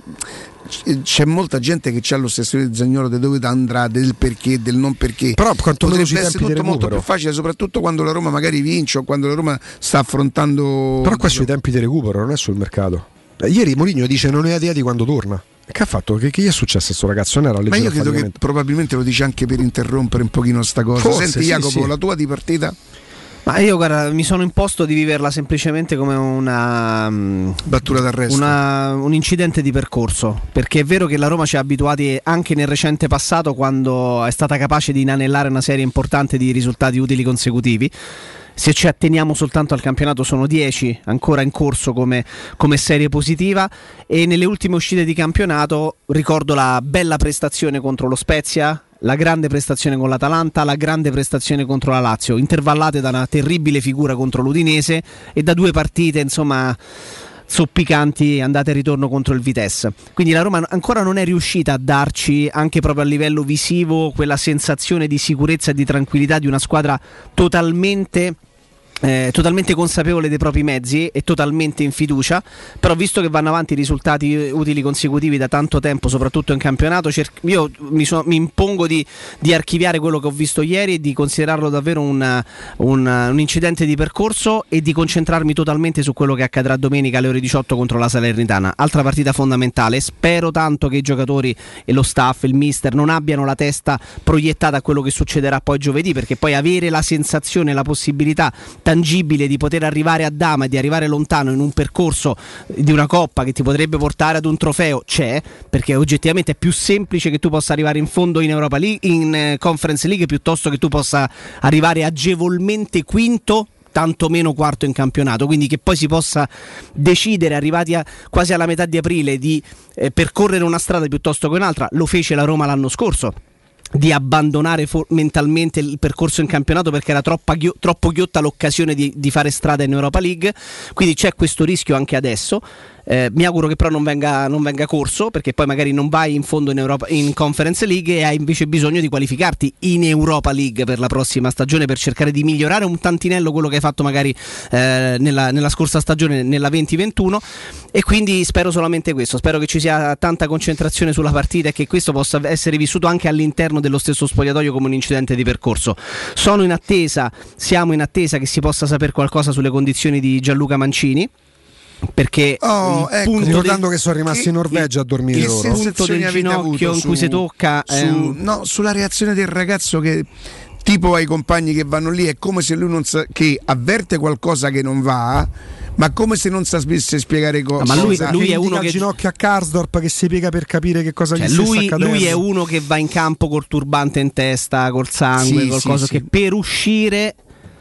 C'è molta gente che ha l'ossessione di Zaniolo, di dove andrà, del perché, del non perché. Però quanto potrebbe essere tutto molto più facile, soprattutto quando la Roma magari vince o quando la Roma sta affrontando. Però qua sui tempi di recupero, non è sul mercato. Ieri Mourinho dice non ho idea di quando torna. Che ha fatto? Che, che gli è successo a sto ragazzo? Non era Ma io credo che probabilmente lo dice anche per interrompere un pochino sta cosa. Forse, Senti sì, Jacopo, sì. la tua di partita? Ma io guarda, mi sono imposto di viverla semplicemente come una battuta d'arresto, una, un incidente di percorso, perché è vero che la Roma ci ha abituati anche nel recente passato, quando è stata capace di inanellare una serie importante di risultati utili consecutivi. Se ci atteniamo soltanto al campionato sono dieci ancora in corso come, come serie positiva, e nelle ultime uscite di campionato ricordo la bella prestazione contro lo Spezia, la grande prestazione con l'Atalanta, la grande prestazione contro la Lazio, intervallate da una terribile figura contro l'Udinese e da due partite insomma soppicanti andate e ritorno contro il Vitesse. Quindi la Roma ancora non è riuscita a darci, anche proprio a livello visivo, quella sensazione di sicurezza e di tranquillità di una squadra totalmente Eh, totalmente consapevole dei propri mezzi e totalmente in fiducia. Però visto che vanno avanti i risultati utili consecutivi da tanto tempo, soprattutto in campionato, cer- io mi, so- mi impongo di, di archiviare quello che ho visto ieri e di considerarlo davvero un, un, un incidente di percorso e di concentrarmi totalmente su quello che accadrà domenica alle ore diciotto contro la Salernitana, altra partita fondamentale. Spero tanto che i giocatori e lo staff, il mister, non abbiano la testa proiettata a quello che succederà poi giovedì, perché poi avere la sensazione, la possibilità tangibile di poter arrivare a Dama e di arrivare lontano in un percorso di una coppa che ti potrebbe portare ad un trofeo c'è, perché oggettivamente è più semplice che tu possa arrivare in fondo in Europa League, in Conference League, piuttosto che tu possa arrivare agevolmente quinto tantomeno quarto in campionato, quindi che poi si possa decidere arrivati a, quasi alla metà di aprile di eh, percorrere una strada piuttosto che un'altra. Lo fece la Roma l'anno scorso, di abbandonare for- mentalmente il percorso in campionato perché era troppa ghio- troppo ghiotta l'occasione di, di fare strada in Europa League, quindi c'è questo rischio anche adesso. Eh, mi auguro che però non venga, non venga corso, perché poi magari non vai in fondo in, Europa, in Conference League e hai invece bisogno di qualificarti in Europa League per la prossima stagione, per cercare di migliorare un tantinello quello che hai fatto magari eh, nella, nella scorsa stagione, nella venti ventuno, e quindi spero solamente questo, spero che ci sia tanta concentrazione sulla partita e che questo possa essere vissuto anche all'interno dello stesso spogliatoio come un incidente di percorso. Sono in attesa, siamo in attesa che si possa sapere qualcosa sulle condizioni di Gianluca Mancini, perché oh, ecco, punto ricordando del, che sono rimasti in Norvegia a dormire che loro. Il punto del ginocchio in su, cui si tocca su, ehm... no, sulla reazione del ragazzo che tipo ai compagni che vanno lì, è come se lui non sa, che avverte qualcosa che non va, ma come se non sapesse spiegare cosa. Ma lui, lui che è uno che che ginocchio a Karsdorp che si piega per capire che cosa cioè, gli lui, sta accadendo. lui è uno che va in campo col turbante in testa, col sangue, sì, qualcosa sì, che sì. per uscire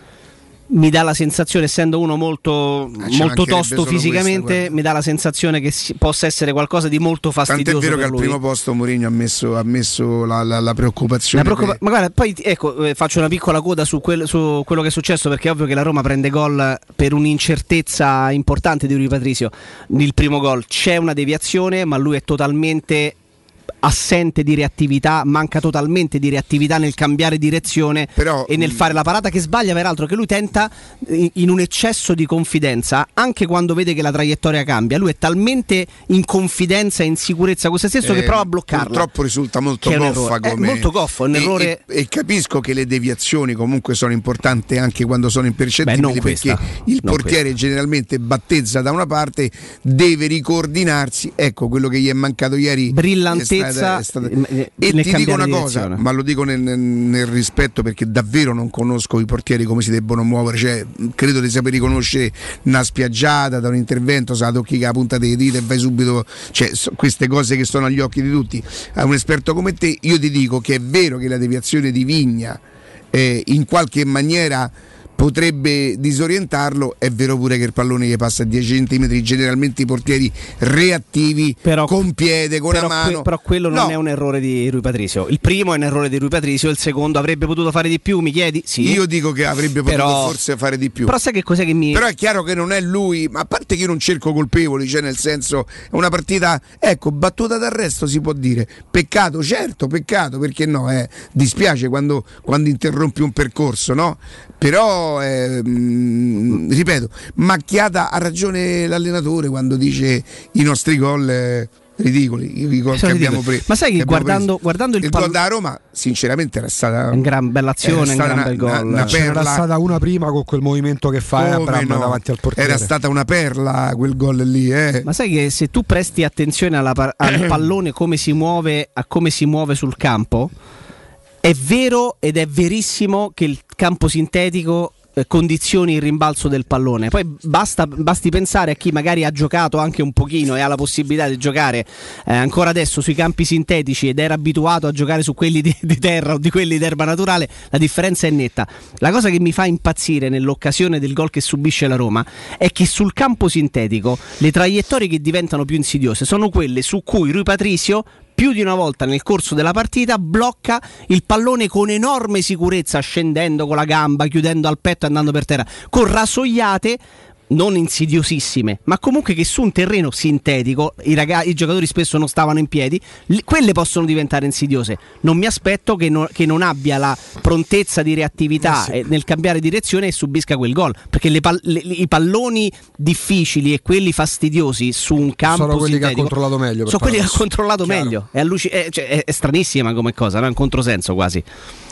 mi dà la sensazione, essendo uno molto, Ah, ci molto mancherebbe tosto solo fisicamente, questa, guarda. mi dà la sensazione che si, possa essere qualcosa di molto Tant'è fastidioso vero che per al lui. primo posto Mourinho ha messo, ha messo la, la, la preoccupazione. La preoccupa- per- Ma guarda, poi ecco, eh, faccio una piccola coda su, quel- su quello che è successo, perché è ovvio che la Roma prende gol per un'incertezza importante di Rui Patricio. Il primo gol c'è una deviazione, ma lui è totalmente assente di reattività, manca totalmente di reattività nel cambiare direzione Però, e nel mh, fare la parata che sbaglia, peraltro, che lui tenta in in un eccesso di confidenza anche quando vede che la traiettoria cambia. Lui è talmente in confidenza e in sicurezza con se stesso eh, che prova a bloccarla. Purtroppo risulta molto Che è un goffa errore. È come... molto goffo, è un e, errore- e, e capisco che le deviazioni comunque sono importanti anche quando sono impercettibili. Beh, non perché questa. il Non portiere generalmente battezza da una parte, deve ricoordinarsi. Ecco, quello che gli è mancato ieri Brillantezza è stata- è stata- eh, e nel ti dico cambiare una cosa, direzione. ma lo dico nel, nel- nel rispetto, perché davvero non conosco i portieri come si debbono muovere. Cioè, credo di saper riconoscere una spiaggiata da un intervento, se la tocchi con la punta delle dita e vai subito, cioè so- queste cose che sono agli occhi di tutti. A un esperto come te io ti dico che è vero che la deviazione di Vigna eh, in qualche maniera potrebbe disorientarlo, è vero pure che il pallone gli passa a dieci centimetri, generalmente i portieri reattivi, Però- con piede, con però, la mano. que- però quello non No. è un errore di Rui Patricio. Il primo è un errore di Rui Patricio, il secondo avrebbe potuto fare di più, mi chiedi? Sì. Io dico che avrebbe potuto Però- forse fare di più. Però sai che cos'è che mi... Però è chiaro che non è lui, ma a parte che io non cerco colpevoli, cioè nel senso è una partita, ecco, battuta d'arresto si può dire. Peccato, certo, peccato, perché no, eh, dispiace quando, quando interrompi un percorso, no? Però, eh, mh, ripeto, macchiata, ha ragione l'allenatore quando dice i nostri gol eh, ridicoli, i gol che Sono abbiamo ridicoli. preso. Ma sai che guardando, guardando il, il pal- gol da Roma, sinceramente era stata un gran bella azione, un stata gran una- bel gol. una- una C'era perla. stata una prima con quel movimento che fa Come Abraham no? davanti al portiere. Era stata una perla quel gol lì, eh. Ma sai che se tu presti attenzione alla par- al pallone, come si muove, a come si muove sul campo, è vero ed è verissimo che il campo sintetico eh, condizioni il rimbalzo del pallone. Poi basta, basti pensare a chi magari ha giocato anche un pochino e ha la possibilità di giocare eh, ancora adesso sui campi sintetici ed era abituato a giocare su quelli di, di terra o di quelli di erba naturale, la differenza è netta. La cosa che mi fa impazzire nell'occasione del gol che subisce la Roma è che sul campo sintetico le traiettorie che diventano più insidiose sono quelle su cui Rui Patricio più di una volta nel corso della partita blocca il pallone con enorme sicurezza, scendendo con la gamba, chiudendo al petto e andando per terra, con rasoiate non insidiosissime, ma comunque che su un terreno sintetico i, ragazzi, i giocatori spesso non stavano in piedi, l- quelle possono diventare insidiose. Non mi aspetto che, no, che non abbia la prontezza di reattività Eh sì. eh, nel cambiare direzione e subisca quel gol, perché le pal- le- i palloni difficili e quelli fastidiosi su un campo Sono quelli che ha sintetico controllato meglio, per sono quelli che ha paradosso. controllato Chiaro. meglio. È, alluci- è, cioè, è, è stranissima come cosa, no? È un controsenso quasi.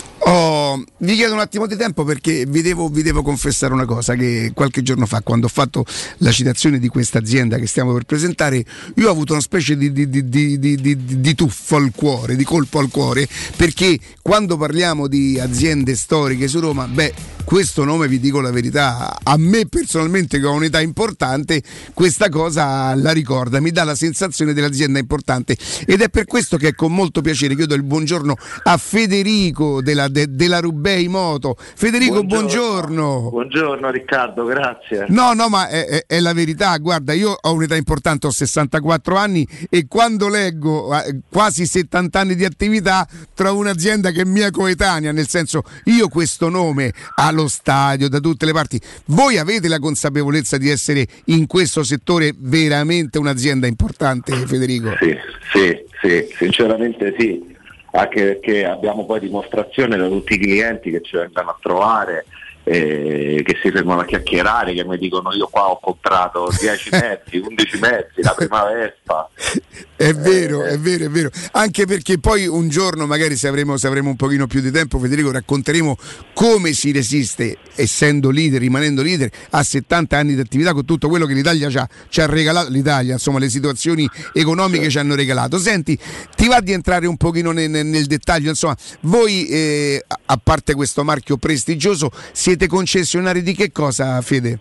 Oh, vi chiedo un attimo di tempo perché vi devo, vi devo confessare una cosa, che qualche giorno fa, quando ho fatto la citazione di questa azienda che stiamo per presentare, io ho avuto una specie di, di, di, di, di, di, di tuffo al cuore, di colpo al cuore, perché quando parliamo di aziende storiche su Roma, beh, questo nome, vi dico la verità, a me personalmente che ho un'età importante questa cosa la ricorda, mi dà la sensazione dell'azienda importante, ed è per questo che è con molto piacere che io do il buongiorno a Federico della, de, della Rubei Moto. Federico, buongiorno. buongiorno buongiorno Riccardo, grazie. No no ma è, è, è la verità, guarda, io ho un'età importante, ho sessantaquattro anni, e quando leggo eh, quasi settanta anni di attività trovo un'azienda che è mia coetanea, nel senso, io questo nome allo stadio, da tutte le parti. Voi avete la consapevolezza di essere in questo settore veramente un'azienda importante, Federico? Sì, sì, sì, sinceramente sì, anche perché abbiamo poi dimostrazione da tutti i clienti che ci vengono a trovare, eh, che si fermano a chiacchierare, che mi dicono io qua ho comprato dieci mezzi, undici mezzi, la prima Vespa. È vero, è vero, è vero. Anche perché poi un giorno, magari se avremo, se avremo un pochino più di tempo, Federico, racconteremo come si resiste, essendo leader, rimanendo leader, a settanta anni di attività, con tutto quello che l'Italia ci ha, ci ha regalato, l'Italia, insomma, le situazioni economiche ci hanno regalato. Senti, ti va di entrare un pochino nel, nel dettaglio? Insomma, voi, eh, a parte questo marchio prestigioso, siete concessionari di che cosa, Fede?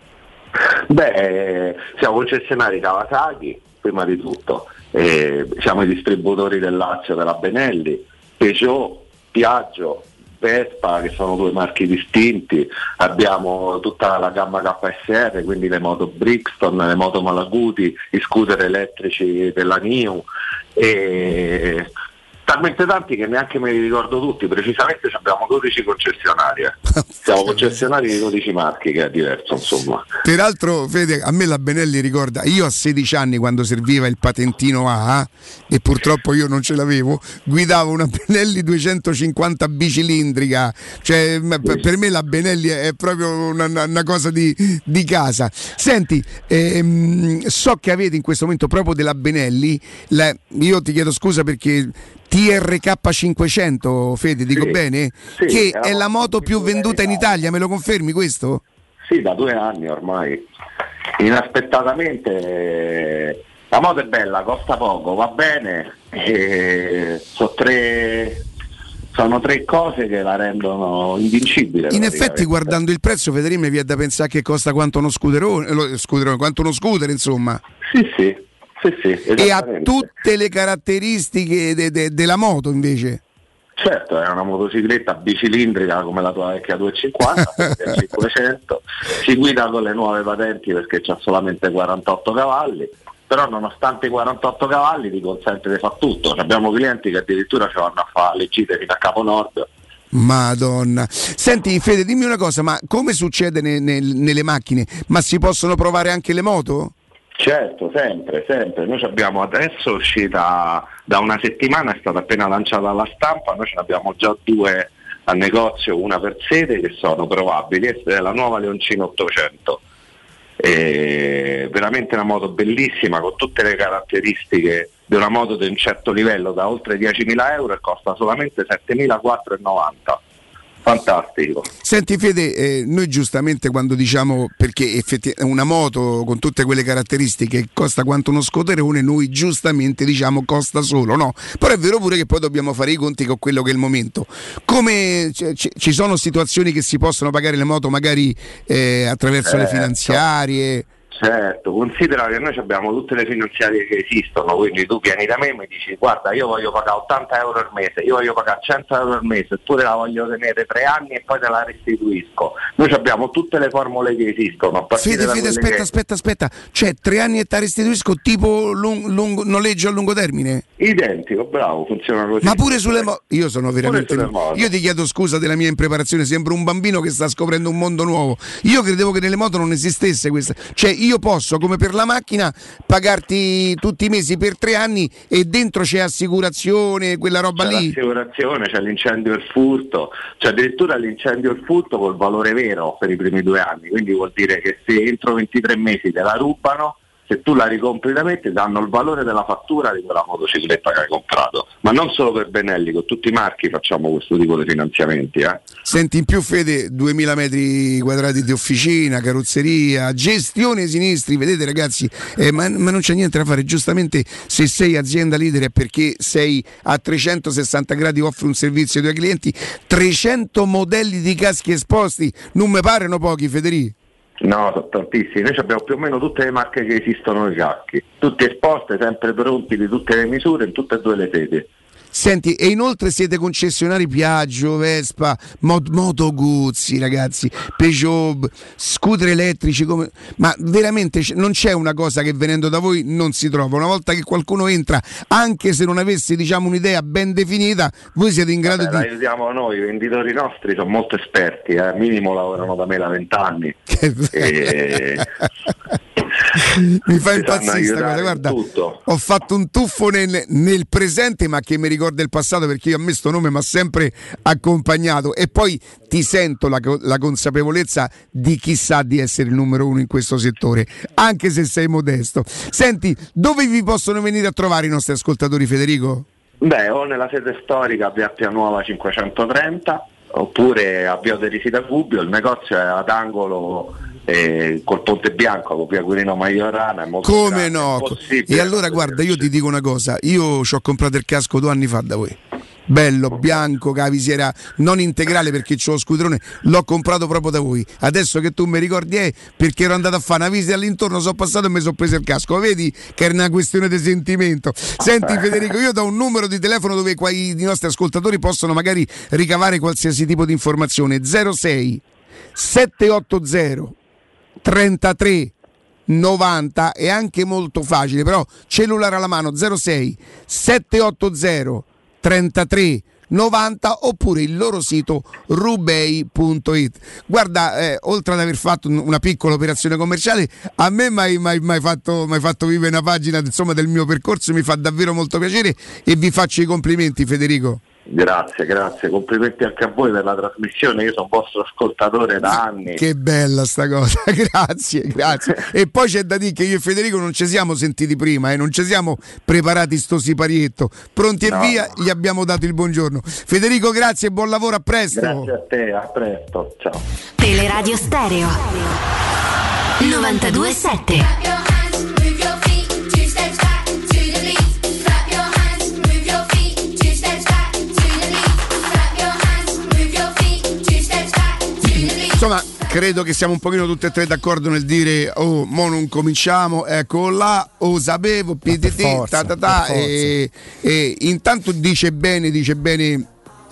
Beh, siamo concessionari Kawasaki, prima di tutto. Eh, siamo i distributori del Lazio della Benelli, Peugeot, Piaggio, Vespa, che sono due marchi distinti. Abbiamo tutta la gamma K S R, quindi le moto Brixton, le moto Malaguti, i scooter elettrici della N I U, e talmente tanti che neanche me li ricordo tutti. Precisamente abbiamo dodici concessionari, eh. Siamo concessionari di dodici marchi, che è diverso, insomma. Peraltro, Fede, a me la Benelli ricorda, io a sedici anni, quando serviva il patentino A, e purtroppo io non ce l'avevo, guidavo una Benelli duecentocinquanta bicilindrica, cioè sì. Per me la Benelli è proprio una, una cosa di, di casa. Senti, ehm, so che avete in questo momento proprio della Benelli, la, io ti chiedo scusa perché T R K cinquecento, Fede, dico sì, bene? sì, che è, è la moto più venduta in Italia, me lo confermi questo? Sì, da due anni ormai. Inaspettatamente la moto è bella, costa poco, va bene, e so tre, sono tre cose che la rendono invincibile. In effetti, guardando il prezzo, Federico, mi viene da pensare che costa quanto uno scooterone, scooterone quanto uno scooter, insomma. Sì, sì. Sì, sì, e ha tutte le caratteristiche de- de- della moto, invece. Certo, è una motocicletta bicilindrica come la tua vecchia duecentocinquanta, cinquecento, si guida con le nuove patenti perché c'ha solamente quarantotto cavalli, però nonostante i quarantotto cavalli ti consente di fare tutto. Abbiamo clienti che addirittura ci vanno a fare le gite fino a Capo Nord. Madonna. Senti, Fede, dimmi una cosa, ma come succede ne- ne- nelle macchine? Ma si possono provare anche le moto? Certo, sempre, sempre. Noi abbiamo adesso, uscita da una settimana, è stata appena lanciata alla stampa, noi ce ne abbiamo già due al negozio, una per sede, che sono provabili, è la nuova Leoncino ottocento. È veramente una moto bellissima, con tutte le caratteristiche di una moto di un certo livello, da oltre diecimila euro, e costa solamente settemilaquattrocentonovanta. Fantastico. Senti, Fede, eh, noi giustamente quando diciamo, perché effettivamente una moto con tutte quelle caratteristiche costa quanto uno scooterone, noi giustamente diciamo costa solo, no? Però è vero pure che poi dobbiamo fare i conti con quello che è il momento. Come c- c- ci sono situazioni che si possono pagare le moto magari eh, attraverso certo. le finanziarie? Certo, considera che noi abbiamo tutte le finanziarie che esistono, quindi tu vieni da me e mi dici guarda, io voglio pagare ottanta euro al mese, io voglio pagare cento euro al mese, tu te la voglio tenere tre anni e poi te la restituisco. Noi abbiamo tutte le formule che esistono. A Fede, Fede, aspetta, che... aspetta, aspetta, cioè tre anni e te la restituisco tipo lung- lung- noleggio a lungo termine? Identico, bravo, funziona così. Ma pure sulle moto, io sono veramente, io ti chiedo scusa della mia impreparazione, sembro un bambino che sta scoprendo un mondo nuovo. Io credevo che nelle moto non esistesse questa, cioè io posso, come per la macchina, pagarti tutti i mesi per tre anni e dentro c'è assicurazione, quella roba c'è lì. C'è l'assicurazione, c'è l'incendio e il furto, c'è addirittura l'incendio e il furto col valore vero per i primi due anni, quindi vuol dire che se entro ventitré mesi te la rubano, se tu la ricompri da me ti danno il valore della fattura di quella motocicletta che hai comprato, ma non solo per Benelli, con tutti i marchi facciamo questo tipo di finanziamenti. Eh. Senti, in più Fede, duemila metri quadrati di officina, carrozzeria, gestione sinistri, vedete ragazzi, eh, ma, ma non c'è niente da fare, giustamente se sei azienda leader è perché sei a trecentosessanta gradi, offri un servizio ai tuoi clienti, trecento modelli di caschi esposti, non mi parano pochi, Federico. No, sono tantissimi, noi abbiamo più o meno tutte le marche che esistono nei caschi, tutte esposte, sempre pronti di tutte le misure, in tutte e due le sedi. Senti, e inoltre siete concessionari Piaggio, Vespa, Mot- Moto Guzzi, ragazzi, Peugeot, scooter elettrici, come... ma veramente non c'è una cosa che venendo da voi non si trova. Una volta che qualcuno entra, anche se non avesse, diciamo, un'idea ben definita, voi siete in grado Vabbè, di... aiutiamo noi, i venditori nostri sono molto esperti, eh. Minimo lavorano da me da vent'anni. e... Mi fa impazzire sta cosa, guarda, ho fatto un tuffo nel, nel presente ma che mi ricorda il passato, perché io a me sto nome mi ha sempre accompagnato, e poi ti sento la, la consapevolezza di chi sa di essere il numero uno in questo settore, anche se sei modesto. Senti, dove vi possono venire a trovare i nostri ascoltatori, Federico? Beh, o nella sede storica a Via Appia Nuova cinquecentotrenta, oppure a Via Derisi da Gubbio, il negozio è ad angolo eh, col Ponte Bianco, con Via Quirino Maiorana. È molto Come grande, no? E allora guarda, io ti dico una cosa, io ci ho comprato il casco due anni fa da voi. Bello, bianco, con la visiera non integrale perché c'ho lo scudrone, l'ho comprato proprio da voi. Adesso che tu mi ricordi è perché ero andato a fare una visita all'intorno, sono passato e mi sono preso il casco. Vedi che era una questione di sentimento. Senti Federico, io do un numero di telefono dove i nostri ascoltatori possono magari ricavare qualsiasi tipo di informazione. zero sei sette otto zero trentatré novanta, è anche molto facile, però cellulare alla mano, zero sei sette otto zero trentatré novanta, oppure il loro sito rubei punto it. Guarda, eh, oltre ad aver fatto una piccola operazione commerciale, a me mai, mai, mai, fatto, mai fatto vivere una pagina, insomma, del mio percorso, mi fa davvero molto piacere e vi faccio i complimenti, Federico. Grazie, grazie, complimenti anche a voi per la trasmissione, io sono vostro ascoltatore da anni. Che bella sta cosa, grazie, grazie. E poi c'è da dire che io e Federico non ci siamo sentiti prima, eh, non ci siamo preparati sto siparietto, pronti No. e via, gli abbiamo dato il buongiorno. Federico, grazie e buon lavoro, a presto. Grazie a te, a presto, ciao. Teleradio Stereo novantadue sette. Insomma, credo che siamo un pochino tutti e tre d'accordo nel dire oh, mo non cominciamo, ecco là, oh sapevo, P T T, ta ta ta, e, e intanto dice bene, dice bene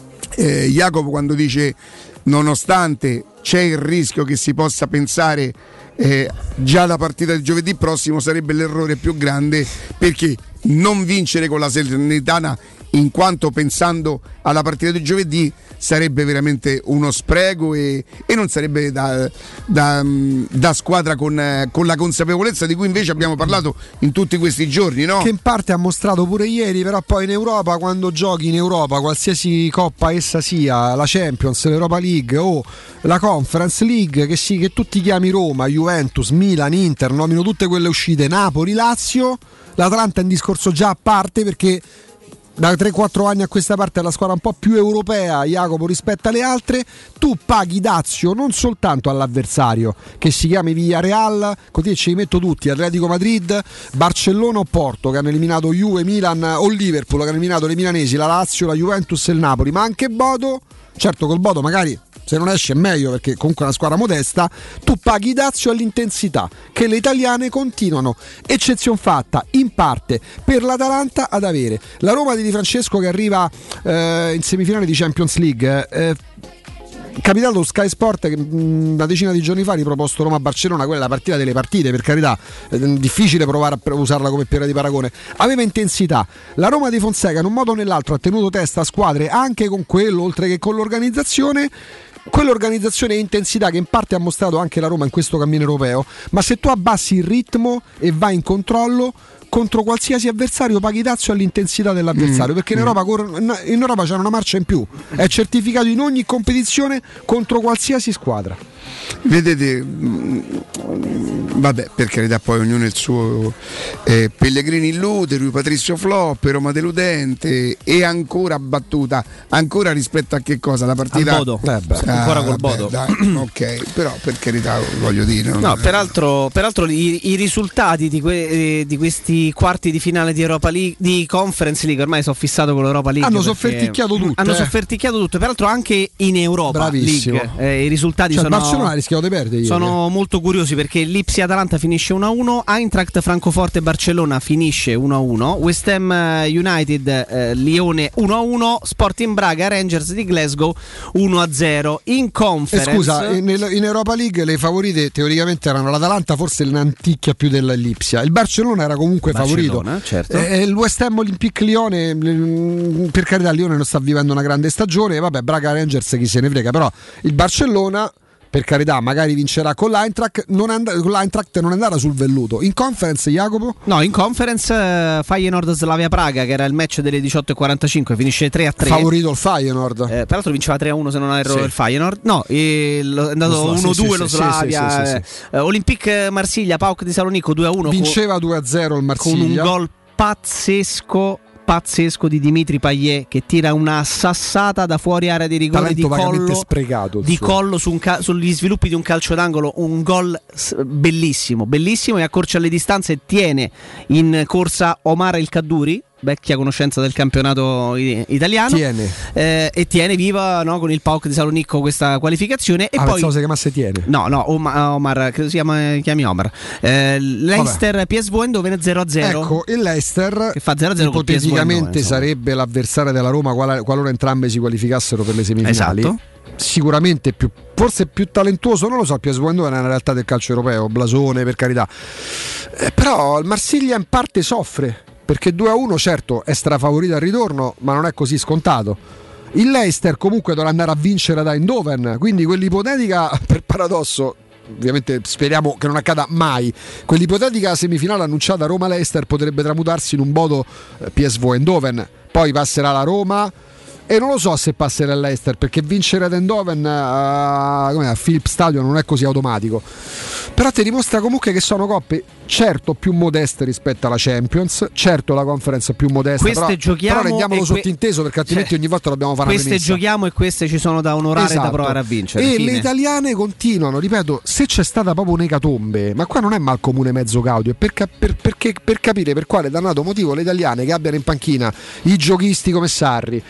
eh, Jacopo quando dice nonostante c'è il rischio che si possa pensare eh, già la partita di giovedì prossimo sarebbe l'errore più grande, perché non vincere con la Salernitana, in quanto pensando alla partita di giovedì sarebbe veramente uno spreco e, e non sarebbe da, da, da squadra con, con la consapevolezza di cui invece abbiamo parlato in tutti questi giorni, no? Che in parte ha mostrato pure ieri, però poi in Europa, quando giochi in Europa, qualsiasi coppa essa sia, la Champions, l'Europa League o la Conference League, che sì, che tu ti chiami Roma, Juventus, Milan, Inter, nomino tutte quelle uscite, Napoli, Lazio, l'Atalanta è un discorso già a parte, perché da tre quattro anni a questa parte è la squadra un po' più europea, Jacopo, rispetto alle altre. Tu paghi dazio non soltanto all'avversario, che si chiami Villarreal, così ce li metto tutti, Atletico Madrid, Barcellona o Porto, che hanno eliminato Juve, Milan o Liverpool, che hanno eliminato le milanesi, la Lazio, la Juventus e il Napoli, ma anche Bodo. Certo, col Bodo magari se non esce è meglio, perché comunque è una squadra modesta. Tu paghi dazio all'intensità che le italiane continuano, eccezion fatta in parte per l'Atalanta, ad avere. La Roma di Di Francesco che arriva eh, in semifinale di Champions League, eh, capitato Sky Sport che mh, una decina di giorni fa ha riproposto Roma-Barcellona, quella è la partita delle partite, per carità, è difficile provare a usarla come pera di paragone, aveva intensità. La Roma di Fonseca in un modo o nell'altro ha tenuto testa a squadre anche con quello, oltre che con l'organizzazione, quell'organizzazione e intensità che in parte ha mostrato anche la Roma in questo cammino europeo. Ma se tu abbassi il ritmo e vai in controllo contro qualsiasi avversario, paghi dazio all'intensità dell'avversario, mm, perché in Europa, mm. in Europa c'è una marcia in più, è certificato in ogni competizione contro qualsiasi squadra. Vedete, mh, vabbè, per carità, poi ognuno il suo. eh, Pellegrini illude, Rui Patrizio flop, Roma deludente e ancora battuta, ancora rispetto a che cosa? La partita al Bodo. Eh beh, ancora ah, col vabbè, Bodo. Dai, ok, però per carità voglio dire. No, peraltro, peraltro i, i risultati di, que, eh, di questi quarti di finale di Europa League, di Conference League, ormai sono fissato con l'Europa League. Hanno sofferticchiato tutto. Hanno eh. sofferticchiato tutto, peraltro anche in Europa Bravissimo. League. Eh, I risultati cioè, sono. Il Barcellona ha rischiato di perdere ieri. Sono molto curiosi perché l'Ipsia Atalanta finisce uno a uno, Eintracht Francoforte Barcellona finisce uno a uno, West Ham United eh, Lione uno a uno, Sporting Braga Rangers di Glasgow uno a zero. In Conference, eh, scusa, in, in Europa League le favorite teoricamente erano l'Atalanta, forse l'anticchia più dell'Ipsia. Il Barcellona era comunque Barcellona, favorito. Certo. Eh, il West Ham Olympique Lione, per carità, Lione non sta vivendo una grande stagione. Vabbè, Braga Rangers chi se ne frega, però il Barcellona, per carità, magari vincerà con l'Eintracht, non and- con l'Eintracht non andrà sul velluto. In Conference, Jacopo? No, in Conference uh, Feyenoord Slavia Praga, che era il match delle diciotto e quarantacinque, finisce tre a tre. Favorito il Feyenoord. Eh, peraltro vinceva tre a uno se non erro sì. il Feyenoord. No, il, è andato uno a due sì, sì, lo sì, Slavia. sì, sì, sì, eh, sì. Uh, Olympique Marsiglia, P A O K di Salonico due a uno. Vinceva due a zero il Marsiglia. Con un gol pazzesco pazzesco di Dimitri Payet, che tira una sassata da fuori area di rigore di collo, sprecato, di collo su un cal- sugli sviluppi di un calcio d'angolo, un gol bellissimo, bellissimo, e accorcia le distanze e tiene in corsa Omar El Kaddouri, vecchia conoscenza del campionato italiano, tiene. Eh, e tiene viva, no, con il P A O K di Salonicco questa qualificazione. E ah, poi pensavo si chiamasse Tiene. No, no, Omar, Omar credo si chiama, chiami Omar. Eh, Leicester P S V Eindhoven zero a zero. Ecco, il Leicester che fa zero a zero ipoteticamente sarebbe l'avversaria della Roma qualora entrambe si qualificassero per le semifinali. Esatto. Sicuramente più, forse più talentuoso, non lo so, P S V Eindhoven è una realtà del calcio europeo, blasone per carità. Eh, però il Marsiglia in parte soffre, perché due a uno certo è strafavorito al ritorno, ma non è così scontato. Il Leicester comunque dovrà andare a vincere da Eindhoven, quindi quell'ipotetica, per paradosso, ovviamente speriamo che non accada mai, quell'ipotetica semifinale annunciata Roma-Leicester potrebbe tramutarsi in un Bodo P S V Eindhoven, poi passerà la Roma e non lo so se passerà all'Leicester, perché vincere ad Eindhoven a, a Philips Stadium non è così automatico. Però ti dimostra comunque che sono coppe certo più modeste rispetto alla Champions, certo la Conference più modesta, queste però, giochiamo però rendiamolo que- sottinteso, perché altrimenti cioè, ogni volta dobbiamo fare una queste premessa. giochiamo e queste ci sono da onorare, esatto. e da provare a vincere. E fine. le italiane continuano, ripeto, se c'è stata proprio un'ecatombe, ma qua non è malcomune mezzo caudio, è per, cap- per, perché, per capire per quale dannato motivo le italiane che abbiano in panchina i giochisti come Sarri,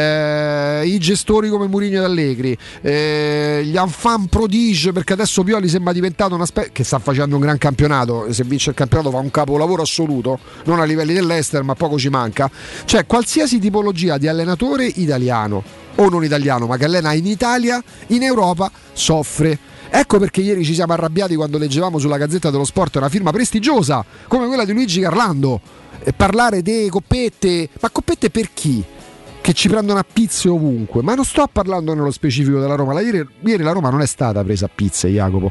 eh, i gestori come Mourinho ed Allegri, eh, gli enfant prodige, perché adesso Pioli sembra diventato una specie che sta facendo un gran campionato, se vince il campionato fa un capolavoro assoluto, non a livelli dell'Ester, ma poco ci manca. Cioè qualsiasi tipologia di allenatore italiano o non italiano, ma che allena in Italia, in Europa soffre. Ecco perché ieri ci siamo arrabbiati quando leggevamo sulla Gazzetta dello Sport una firma prestigiosa come quella di Luigi Garlando, e parlare di coppette, ma coppette per chi? Che ci prendono a pizze ovunque, ma non sto parlando nello specifico della Roma. La, ieri, ieri la Roma non è stata presa a pizze, Jacopo,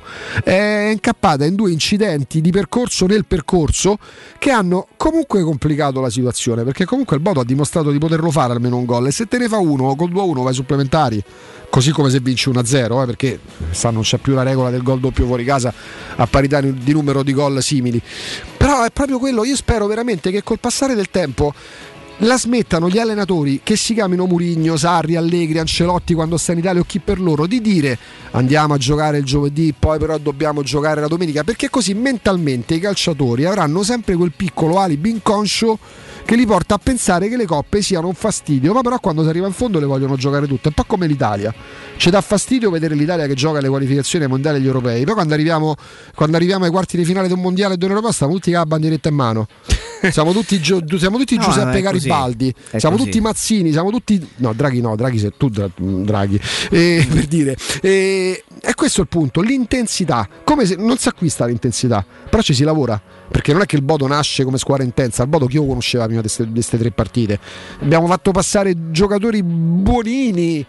è incappata in due incidenti di percorso nel percorso che hanno comunque complicato la situazione, perché comunque il Bodo ha dimostrato di poterlo fare almeno un gol, e se te ne fa uno col due a uno vai supplementari, così come se vinci uno a zero, eh, perché sa, non c'è più la regola del gol doppio fuori casa a parità di numero di gol simili. Però è proprio quello, io spero veramente che col passare del tempo la smettano gli allenatori, che si chiamino Mourinho, Sarri, Allegri, Ancelotti quando sta in Italia o chi per loro, di dire andiamo a giocare il giovedì, poi però dobbiamo giocare la domenica, perché così mentalmente i calciatori avranno sempre quel piccolo alibi inconscio che li porta a pensare che le coppe siano un fastidio, ma però quando si arriva in fondo le vogliono giocare tutte, un po' come l'Italia. Ci dà fastidio vedere l'Italia che gioca le qualificazioni ai mondiali e agli europei, poi quando arriviamo, quando arriviamo ai quarti di finale di un mondiale e di un europeo stiamo tutti con la bandieretta in mano. Siamo tutti, siamo tutti no, Giuseppe Garibaldi, siamo così. Tutti Mazzini, siamo tutti no, Draghi no, Draghi sei tu Draghi, e, per dire, e, e questo è il punto, l'intensità, come se non si acquista l'intensità, però ci si lavora, perché non è che il Bodo nasce come squadra intensa, il Bodo chi lo conosceva prima di queste tre partite, abbiamo fatto passare giocatori buonini,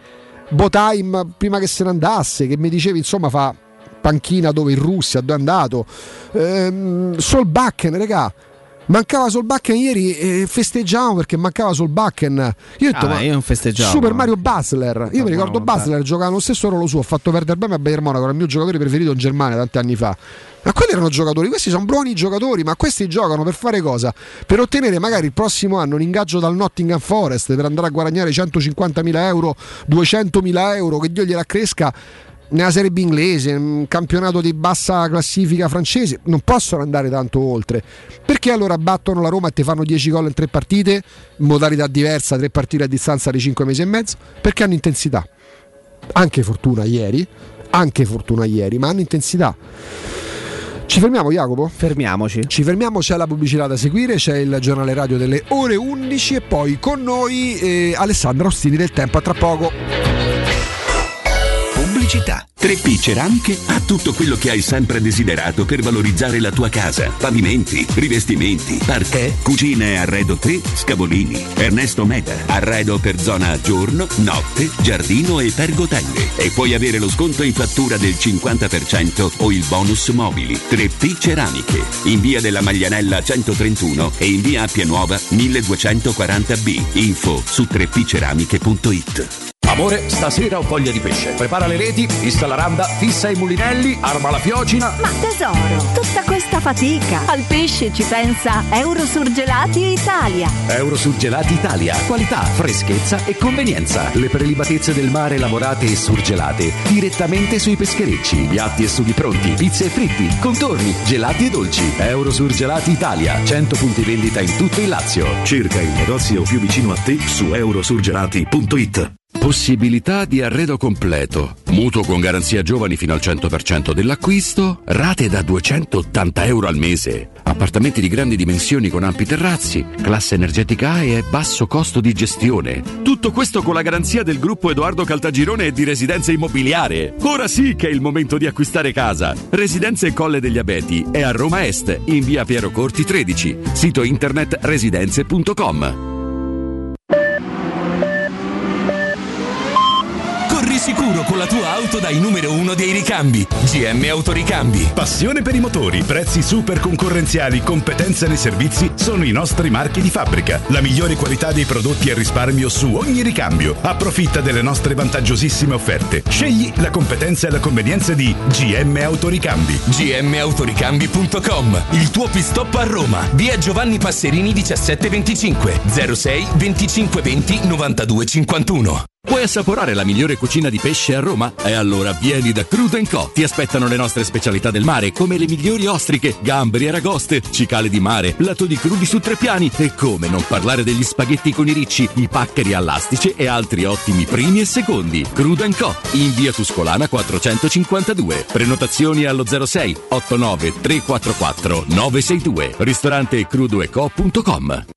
Botaim prima che se ne andasse, che mi dicevi insomma fa panchina dove in Russia, dove è andato, ehm, Solbakken, regà. Mancava Solbakken ieri e festeggiamo perché mancava Solbakken. Io ho detto, Ah, ma io non festeggiavo. Super Mario Basler. Io mi ricordo no, Basler giocava lo stesso ruolo suo, ha fatto perdere bene a Bayern Monaco, era il mio giocatore preferito in Germania tanti anni fa. Ma quelli erano giocatori, questi sono buoni giocatori, ma questi giocano per fare cosa? Per ottenere magari il prossimo anno un ingaggio dal Nottingham Forest per andare a guadagnare centocinquantamila euro, duecentomila euro, che Dio gliela cresca nella Serie B inglese, un campionato di bassa classifica francese. Non possono andare tanto oltre. Perché allora battono la Roma e ti fanno dieci gol in tre partite, in modalità diversa, tre partite a distanza di cinque mesi e mezzo? Perché hanno intensità. Anche fortuna ieri, anche fortuna ieri, ma hanno intensità. Ci fermiamo, Jacopo? Fermiamoci. Ci fermiamo, c'è la pubblicità da seguire, c'è il giornale radio delle ore undici e poi con noi eh, Alessandra Ostini del Tempo. A tra poco. Pubblicità. tre P Ceramiche ha tutto quello che hai sempre desiderato per valorizzare la tua casa. Pavimenti, rivestimenti, parquet, cucine e arredo tre, Scavolini. Ernesto Meda. Arredo per zona giorno, notte, giardino e pergotelle. E puoi avere lo sconto in fattura del cinquanta per cento o il bonus mobili. tre P Ceramiche. In via della Maglianella centotrentuno e in via Appia Nuova milleduecentoquaranta B. Info su tre p ceramiche punto it. Amore, stasera ho voglia di pesce. Prepara le reti, fissa la randa, fissa i mulinelli, arma la fiocina. Ma tesoro, tutta questa fatica. Al pesce ci pensa Eurosurgelati Italia. Eurosurgelati Italia. Qualità, freschezza e convenienza. Le prelibatezze del mare lavorate e surgelate direttamente sui pescherecci. Piatti e sughi pronti, pizze e fritti, contorni, gelati e dolci. Eurosurgelati Italia. cento punti vendita in tutto il Lazio. Cerca il negozio più vicino a te su eurosurgelati punto it. Possibilità di arredo completo, mutuo con garanzia giovani fino al cento per cento dell'acquisto, rate da duecentottanta euro al mese, appartamenti di grandi dimensioni con ampi terrazzi, classe energetica A e basso costo di gestione. Tutto questo con la garanzia del gruppo Edoardo Caltagirone e di Residenza Immobiliare. Ora sì che è il momento di acquistare casa. Residenze Colle degli Abeti è a Roma Est, in via Piero Corti tredici, sito internet residenze punto com. Sicuro con la tua auto dai numero uno dei ricambi. G M Autoricambi. Passione per i motori, prezzi super concorrenziali, competenza nei servizi sono i nostri marchi di fabbrica. La migliore qualità dei prodotti e risparmio su ogni ricambio. Approfitta delle nostre vantaggiosissime offerte. Scegli la competenza e la convenienza di G M Autoricambi. G M Autoricambi punto com. Il tuo pit-stop a Roma. Via Giovanni Passerini diciassette venticinque zero sei venticinque venti novantadue cinquantuno. Vuoi assaporare la migliore cucina di pesce a Roma? E allora vieni da Crudo and Co. Ti aspettano le nostre specialità del mare, come le migliori ostriche, gamberi, aragoste, cicale di mare, piatto di crudi su tre piani e come non parlare degli spaghetti con i ricci, i paccheri all'astice e altri ottimi primi e secondi. Crudo and Co. in via Tuscolana quattrocentocinquantadue. Prenotazioni allo zero sei otto nove tre quattro quattro nove sei due. Ristorante crudo e co punto com.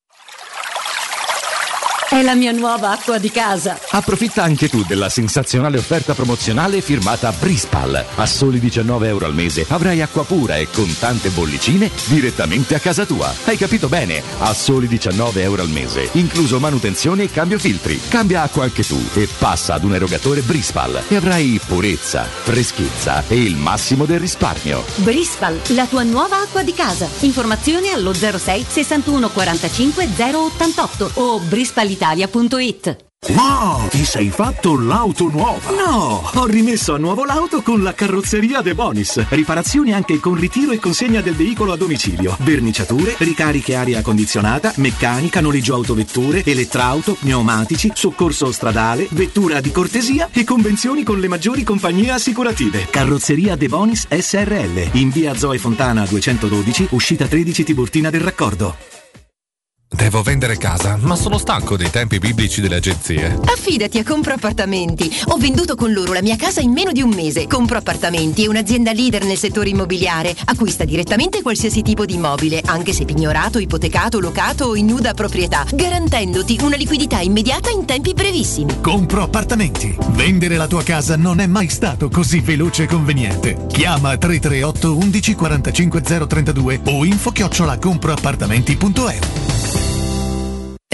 È la mia nuova acqua di casa. Approfitta anche tu della sensazionale offerta promozionale firmata Brispal. A soli diciannove euro al mese avrai acqua pura e con tante bollicine direttamente a casa tua. Hai capito bene? A soli diciannove euro al mese, incluso manutenzione e cambio filtri. Cambia acqua anche tu e passa ad un erogatore Brispal e avrai purezza, freschezza e il massimo del risparmio. Brispal, la tua nuova acqua di casa. Informazioni allo zero sei sessantuno quarantacinque zero ottantotto o brispal italia punto it. Wow, ti sei fatto l'auto nuova? No, ho rimesso a nuovo l'auto con la carrozzeria De Bonis. Riparazioni anche con ritiro e consegna del veicolo a domicilio. Verniciature, ricariche aria condizionata, meccanica, noleggio autovetture, elettrauto, pneumatici, soccorso stradale, vettura di cortesia e convenzioni con le maggiori compagnie assicurative. Carrozzeria De Bonis S R L in via Zoe Fontana duecentododici, uscita tredici Tiburtina del Raccordo. Devo vendere casa, ma sono stanco dei tempi biblici delle agenzie. Affidati a Compro Appartamenti. Ho venduto con loro la mia casa in meno di un mese. Compro Appartamenti è un'azienda leader nel settore immobiliare. Acquista direttamente qualsiasi tipo di immobile, anche se pignorato, ipotecato, locato o in nuda proprietà, garantendoti una liquidità immediata in tempi brevissimi. Compro Appartamenti. Vendere la tua casa non è mai stato così veloce e conveniente. Chiama tre tre otto undici quarantacinque zero trentadue o info chiocciola compro appartamenti punto e u.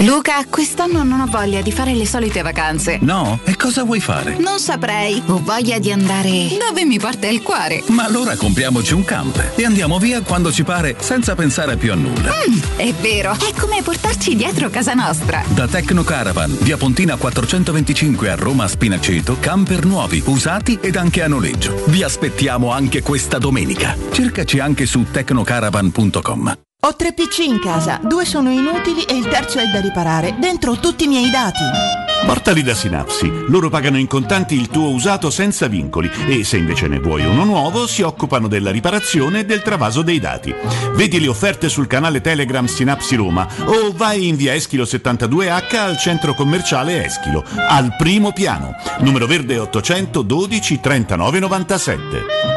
Luca, quest'anno non ho voglia di fare le solite vacanze. No? E cosa vuoi fare? Non saprei. Ho voglia di andare dove mi porta il cuore. Ma allora compriamoci un camper e andiamo via quando ci pare, senza pensare più a nulla. Mm, è vero, è come portarci dietro casa nostra. Da Tecno Caravan, via Pontina quattrocentoventicinque a Roma Spinaceto, camper nuovi, usati ed anche a noleggio. Vi aspettiamo anche questa domenica. Cercaci anche su tecnocaravan punto com. Ho tre P C in casa, due sono inutili e il terzo è da riparare. Dentro ho tutti i miei dati. Portali da Synapsi. Loro pagano in contanti il tuo usato senza vincoli e se invece ne vuoi uno nuovo si occupano della riparazione e del travaso dei dati. Vedi le offerte sul canale Telegram Synapsi Roma o vai in via Eschilo settantadue H al centro commerciale Eschilo, al primo piano. Numero verde ottocentododici trentanove novantasette.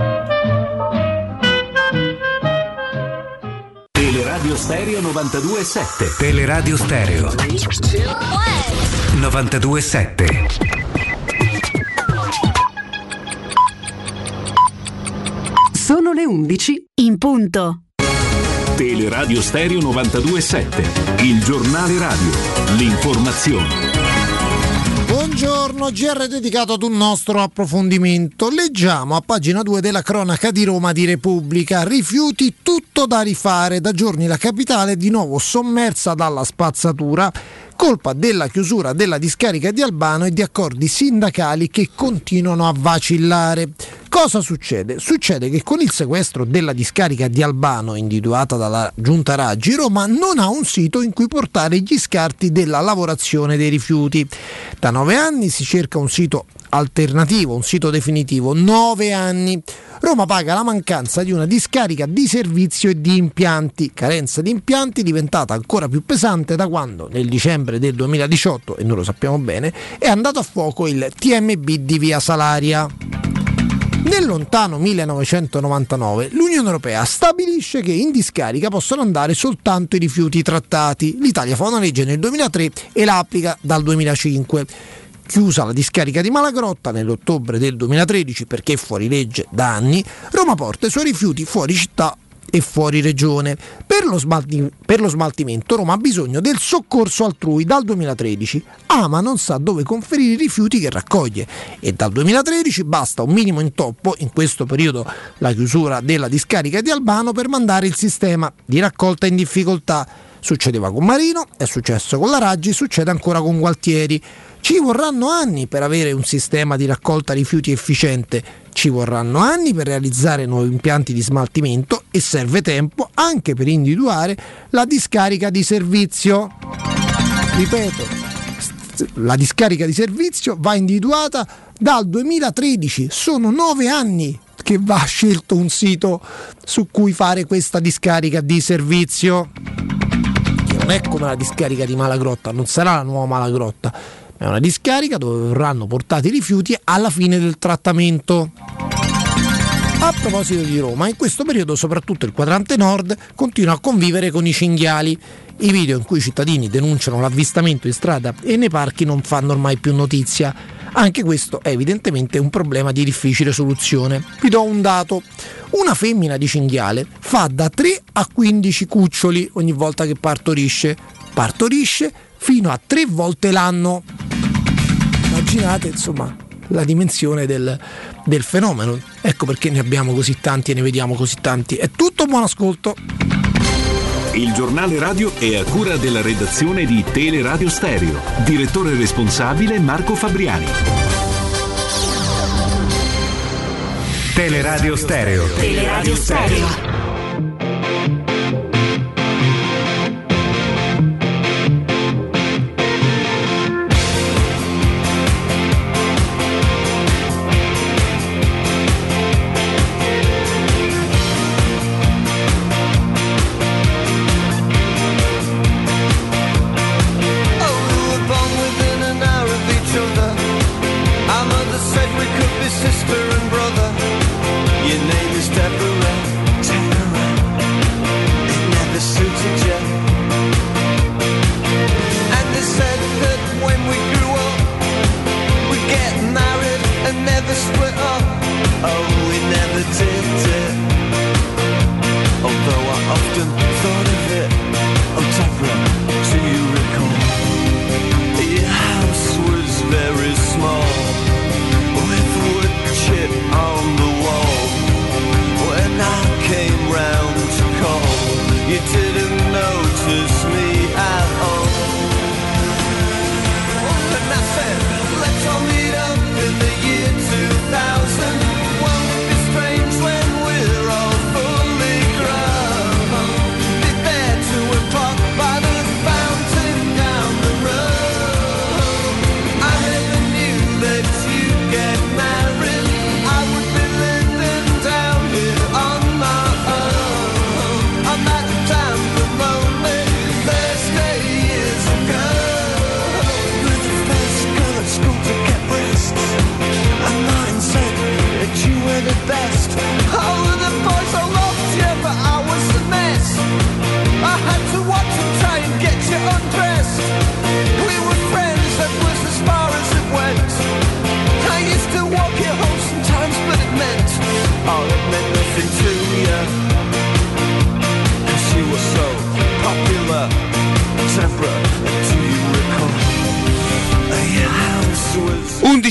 Teleradio Stereo novantadue virgola sette. Teleradio Stereo novantadue virgola sette. Sono le undici in punto. Teleradio Stereo novantadue virgola sette. Il giornale radio. L'informazione. Buongiorno, G R dedicato ad un nostro approfondimento. Leggiamo a pagina due della cronaca di Roma di Repubblica: rifiuti, tutto da rifare. Da giorni la capitale è di nuovo sommersa dalla spazzatura, colpa della chiusura della discarica di Albano e di accordi sindacali che continuano a vacillare. Cosa succede? Succede che con il sequestro della discarica di Albano, individuata dalla Giunta Raggi, Roma non ha un sito in cui portare gli scarti della lavorazione dei rifiuti. Da nove anni si cerca un sito alternativo, un sito definitivo. Nove anni. Roma paga la mancanza di una discarica di servizio e di impianti, carenza di impianti diventata ancora più pesante da quando nel dicembre del duemiladiciotto, e noi lo sappiamo bene, è andato a fuoco il T M B di Via Salaria. Nel lontano millenovecentonovantanove l'Unione Europea stabilisce che in discarica possono andare soltanto i rifiuti trattati. L'Italia fa una legge nel duemilatré e la applica dal duemilacinque. Chiusa la discarica di Malagrotta nell'ottobre del duemilatredici perché è fuori legge da anni, Roma porta i suoi rifiuti fuori città e fuori regione. Per lo, smalti- per lo smaltimento Roma ha bisogno del soccorso altrui dal duemilatredici. Ama non sa dove conferire i rifiuti che raccoglie e dal duemilatredici basta un minimo intoppo, in questo periodo la chiusura della discarica di Albano, per mandare il sistema di raccolta in difficoltà. Succedeva con Marino, è successo con la Raggi, succede ancora con Gualtieri. Ci vorranno anni per avere un sistema di raccolta rifiuti efficiente, ci vorranno anni per realizzare nuovi impianti di smaltimento e serve tempo anche per individuare la discarica di servizio. Ripeto, la discarica di servizio va individuata dal duemilatredici, sono nove anni che va scelto un sito su cui fare questa discarica di servizio. Che non è come la discarica di Malagrotta, non sarà la nuova Malagrotta, è una discarica dove verranno portati i rifiuti alla fine del trattamento. A proposito di Roma, in questo periodo soprattutto il quadrante nord continua a convivere con i cinghiali. I video in cui i cittadini denunciano l'avvistamento in strada e nei parchi non fanno ormai più notizia. Anche questo è evidentemente un problema di difficile soluzione. Vi do un dato: una femmina di cinghiale fa da tre a quindici cuccioli ogni volta che partorisce. Partorisce fino a tre volte l'anno. Immaginate insomma la dimensione del, del fenomeno. Ecco perché ne abbiamo così tanti e ne vediamo così tanti. È tutto, buon ascolto. Il giornale radio è a cura della redazione di Teleradio Stereo. Direttore responsabile Marco Fabriani. Teleradio Stereo. Teleradio Stereo. Sister and brother, your name is Deborah.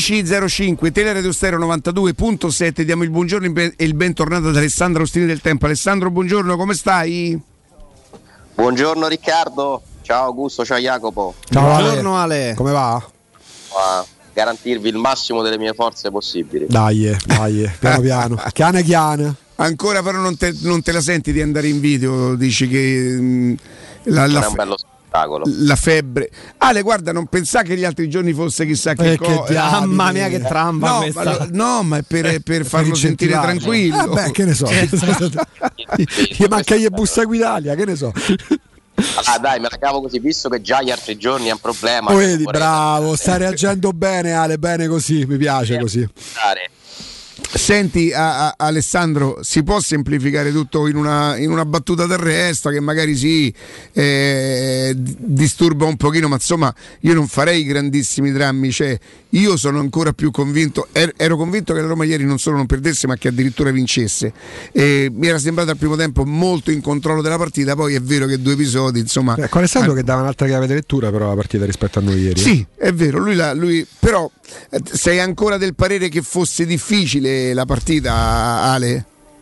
undici e zero cinque, Teleradio Stereo novantadue virgola sette. Diamo il buongiorno e il bentornato ad Alessandro Ostini del Tempo. Alessandro, buongiorno, come stai? Buongiorno Riccardo, ciao Augusto, ciao Jacopo. Ciao Buongiorno Ale. Ale. Come va? A garantirvi il massimo delle mie forze possibili. Dai, dai, piano piano. Chiane chiane. Ancora però non te, non te la senti di andare in video, dici che mh, la, la, è un bello spettacolo. La febbre. Ale, guarda, non pensà che gli altri giorni fosse chissà che eh, cosa. Che mamma mia, che tramba no, questa. Ma, no, ma è per, per farlo per sentire tranquillo. Eh beh, che ne so. Gli manca gli bussa Equitalia, che ne so. Ah dai, me la cavo così, visto che già gli altri giorni è un problema. Oh, vedi, bravo, stai reagendo bene Ale, bene così, mi piace così. Senti a, a, Alessandro, si può semplificare tutto in una, in una battuta d'arresto che magari si eh, disturba un pochino, ma insomma io non farei grandissimi drammi, cioè io sono ancora più convinto, er, ero convinto che la Roma ieri non solo non perdesse ma che addirittura vincesse, eh, mi era sembrato al primo tempo molto in controllo della partita, poi è vero che due episodi insomma. Ecco, Alessandro ah, che dava un'altra chiave di lettura però la partita rispetto a noi ieri. Sì, è vero, lui, la, lui però eh, sei ancora del parere che fosse difficile la partita, Ale?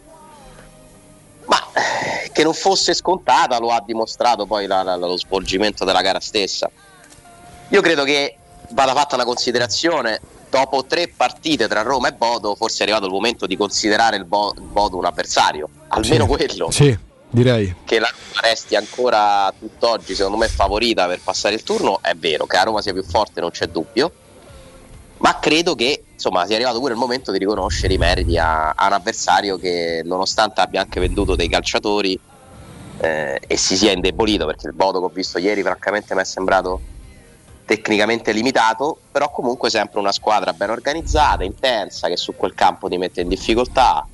Ma che non fosse scontata lo ha dimostrato poi la, la, lo svolgimento della gara stessa. Io credo che vada fatta una considerazione: dopo tre partite tra Roma e Bodo forse è arrivato il momento di considerare il, Bo- il Bodo un avversario, almeno sì, quello. Sì, direi che la Roma resti ancora tutt'oggi secondo me favorita per passare il turno, è vero che la Roma sia più forte, non c'è dubbio, ma credo che insomma sia arrivato pure il momento di riconoscere i meriti a, a un avversario che, nonostante abbia anche venduto dei calciatori eh, e si sia indebolito, perché il Bodo che ho visto ieri francamente mi è sembrato tecnicamente limitato, però comunque sempre una squadra ben organizzata, intensa, che su quel campo ti mette in difficoltà,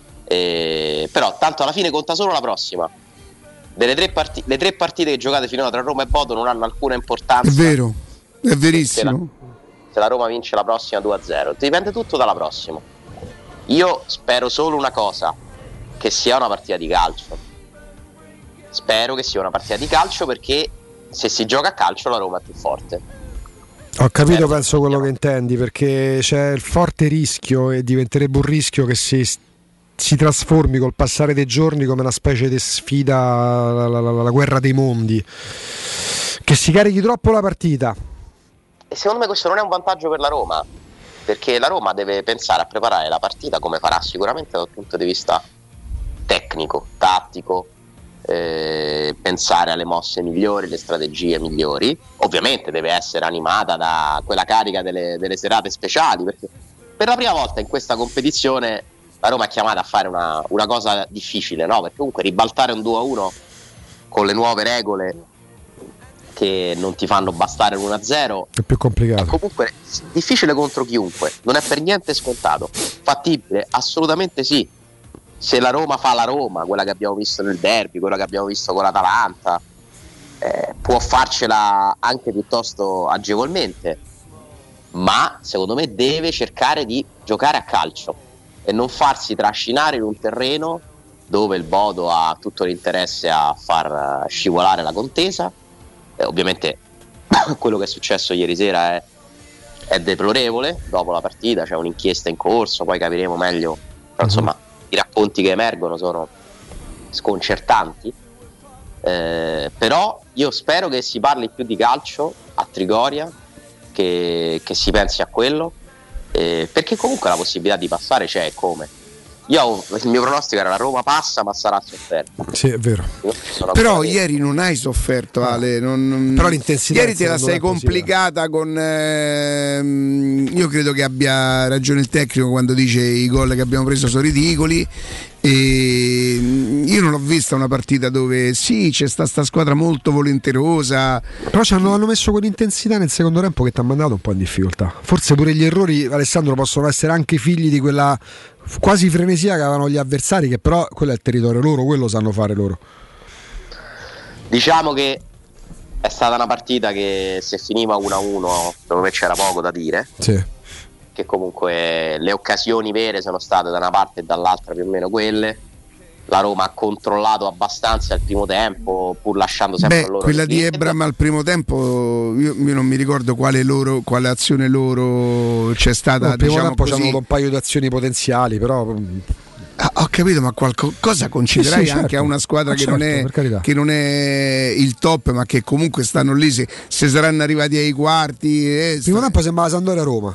eh, però tanto alla fine conta solo la prossima. Delle tre partite, le tre partite che giocate finora tra Roma e Bodo non hanno alcuna importanza. È vero, è verissimo. Se la Roma vince la prossima due a zero, dipende tutto dalla prossima. Io spero solo una cosa, che sia una partita di calcio. Spero che sia una partita di calcio, perché se si gioca a calcio la Roma è più forte. Ho capito, penso quello che intendi, perché c'è il forte rischio, e diventerebbe un rischio che si, si trasformi col passare dei giorni come una specie di sfida, la, la, la, la guerra dei mondi, che si carichi troppo la partita. E secondo me questo non è un vantaggio per la Roma, perché la Roma deve pensare a preparare la partita come farà sicuramente dal punto di vista tecnico, tattico, eh, pensare alle mosse migliori, le strategie migliori. Ovviamente deve essere animata da quella carica delle, delle serate speciali, perché per la prima volta in questa competizione la Roma è chiamata a fare una, una cosa difficile, no? Perché comunque ribaltare un due a uno con le nuove regole che non ti fanno bastare l'uno a zero è più complicato, è comunque difficile contro chiunque, non è per niente scontato. Fattibile? Assolutamente sì, se la Roma fa la Roma, quella che abbiamo visto nel derby, quella che abbiamo visto con l'Atalanta, eh, può farcela anche piuttosto agevolmente, ma secondo me deve cercare di giocare a calcio e non farsi trascinare in un terreno dove il Bodo ha tutto l'interesse a far scivolare la contesa. Eh, ovviamente quello che è successo ieri sera è, è deplorevole. Dopo la partita c'è un'inchiesta in corso, poi capiremo meglio, però insomma i racconti che emergono sono sconcertanti, eh, però io spero che si parli più di calcio a Trigoria, che, che si pensi a quello, eh, perché comunque la possibilità di passare c'è. Come io, il mio pronostico era la Roma passa ma sarà sofferta. Sì, è vero. Però ieri non hai sofferto, Ale. Non, non... Però l'intensità ieri te la sei complicata con. Ehm, io credo che abbia ragione il tecnico quando dice i gol che abbiamo preso sono ridicoli. E io non ho vista una partita dove sì, c'è sta, sta squadra molto volenterosa, però ci hanno, hanno messo quell'intensità nel secondo tempo che ti ha mandato un po' in difficoltà. Forse pure gli errori, Alessandro, possono essere anche figli di quella quasi frenesia che avevano gli avversari, che però quello è il territorio loro, quello sanno fare loro. Diciamo che è stata una partita che se finiva uno a uno secondo me c'era poco da dire. Sì. Che comunque le occasioni vere sono state da una parte e dall'altra più o meno quelle, la Roma ha controllato abbastanza il primo tempo, pur lasciando sempre Beh, loro. Quella di Ebram al primo tempo, io, io non mi ricordo quale, loro, quale azione loro c'è stata. No, al primo diciamo tempo così. c'hanno avuto un paio di azioni potenziali, però. Ah, ho capito, ma qualcosa concederai sì, sì, anche certo. a una squadra Ma che, certo, non è, per carità. che non è il top, ma che comunque stanno lì. Se, se saranno arrivati ai quarti, eh, Il primo tempo sembrava Sampdoria Roma.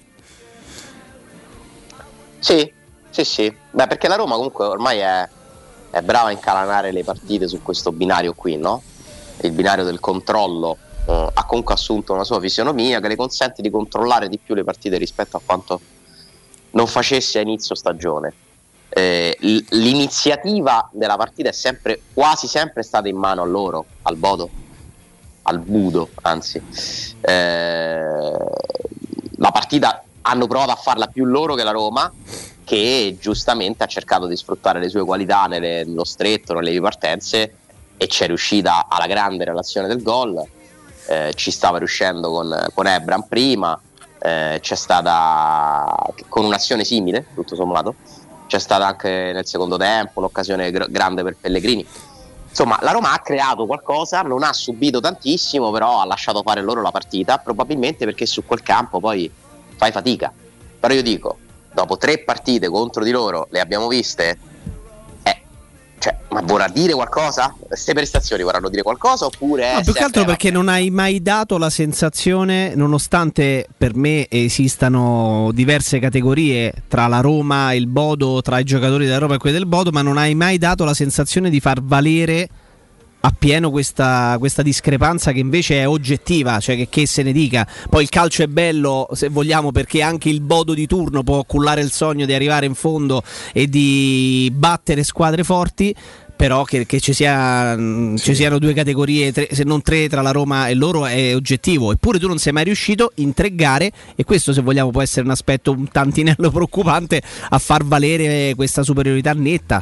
Sì, sì, sì. Beh, perché la Roma comunque ormai è, è brava a incalanare le partite su questo binario qui, no? Il binario del controllo eh, ha comunque assunto una sua fisionomia che le consente di controllare di più le partite rispetto a quanto non facesse a inizio stagione. Eh, l- l'iniziativa della partita è sempre, quasi sempre stata in mano a loro, al Bodo, al Budo, anzi. Eh, la partita hanno provato a farla più loro che la Roma, che giustamente ha cercato di sfruttare le sue qualità nelle, nello stretto, nelle ripartenze, e c'è riuscita alla grande relazione del gol. Eh, ci stava riuscendo con, con Ebram prima, eh, c'è stata con un'azione simile, tutto sommato, c'è stata anche nel secondo tempo un'occasione gr- grande per Pellegrini. Insomma, la Roma ha creato qualcosa, non ha subito tantissimo, però ha lasciato fare loro la partita, probabilmente perché su quel campo poi fai fatica. Però io dico, dopo tre partite contro di loro, le abbiamo viste, eh, cioè, ma vorrà dire qualcosa? Queste prestazioni vorranno dire qualcosa oppure... No, più che altro perché non hai mai dato la sensazione, nonostante per me esistano diverse categorie tra la Roma e il Bodo, tra i giocatori della Roma e quelli del Bodo, ma non hai mai dato la sensazione di far valere appieno questa, questa discrepanza che invece è oggettiva, cioè che, che se ne dica. Poi il calcio è bello, se vogliamo, perché anche il Bodo di turno può cullare il sogno di arrivare in fondo e di battere squadre forti, però che, che ci, sia, sì. ci siano due categorie, tre, se non tre, tra la Roma e loro è oggettivo. Eppure tu non sei mai riuscito in tre gare, e questo, se vogliamo, può essere un aspetto un tantinello preoccupante, a far valere questa superiorità netta.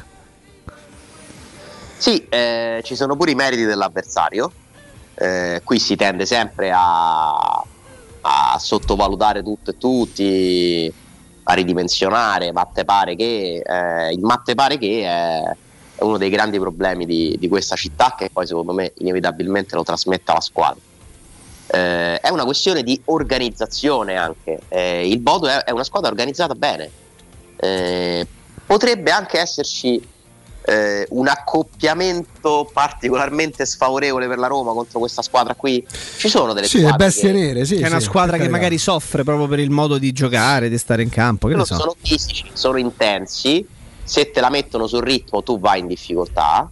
Sì, eh, ci sono pure i meriti dell'avversario. Eh, qui si tende sempre a, a sottovalutare tutto e tutti, a ridimensionare, ma te pare che eh, il ma te pare che è, è uno dei grandi problemi di, di questa città, che poi secondo me inevitabilmente lo trasmette alla squadra. Eh, è una questione di organizzazione anche. Eh, il Bodo è, è una squadra organizzata bene. Eh, potrebbe anche esserci Eh, un accoppiamento particolarmente sfavorevole per la Roma contro questa squadra qui. Ci sono delle sì, squadre le bestie che, nere, sì, che è una sì, squadra che magari soffre proprio per il modo di giocare, di stare in campo, che ne so. Sono fisici, sono intensi, se te la mettono sul ritmo tu vai in difficoltà.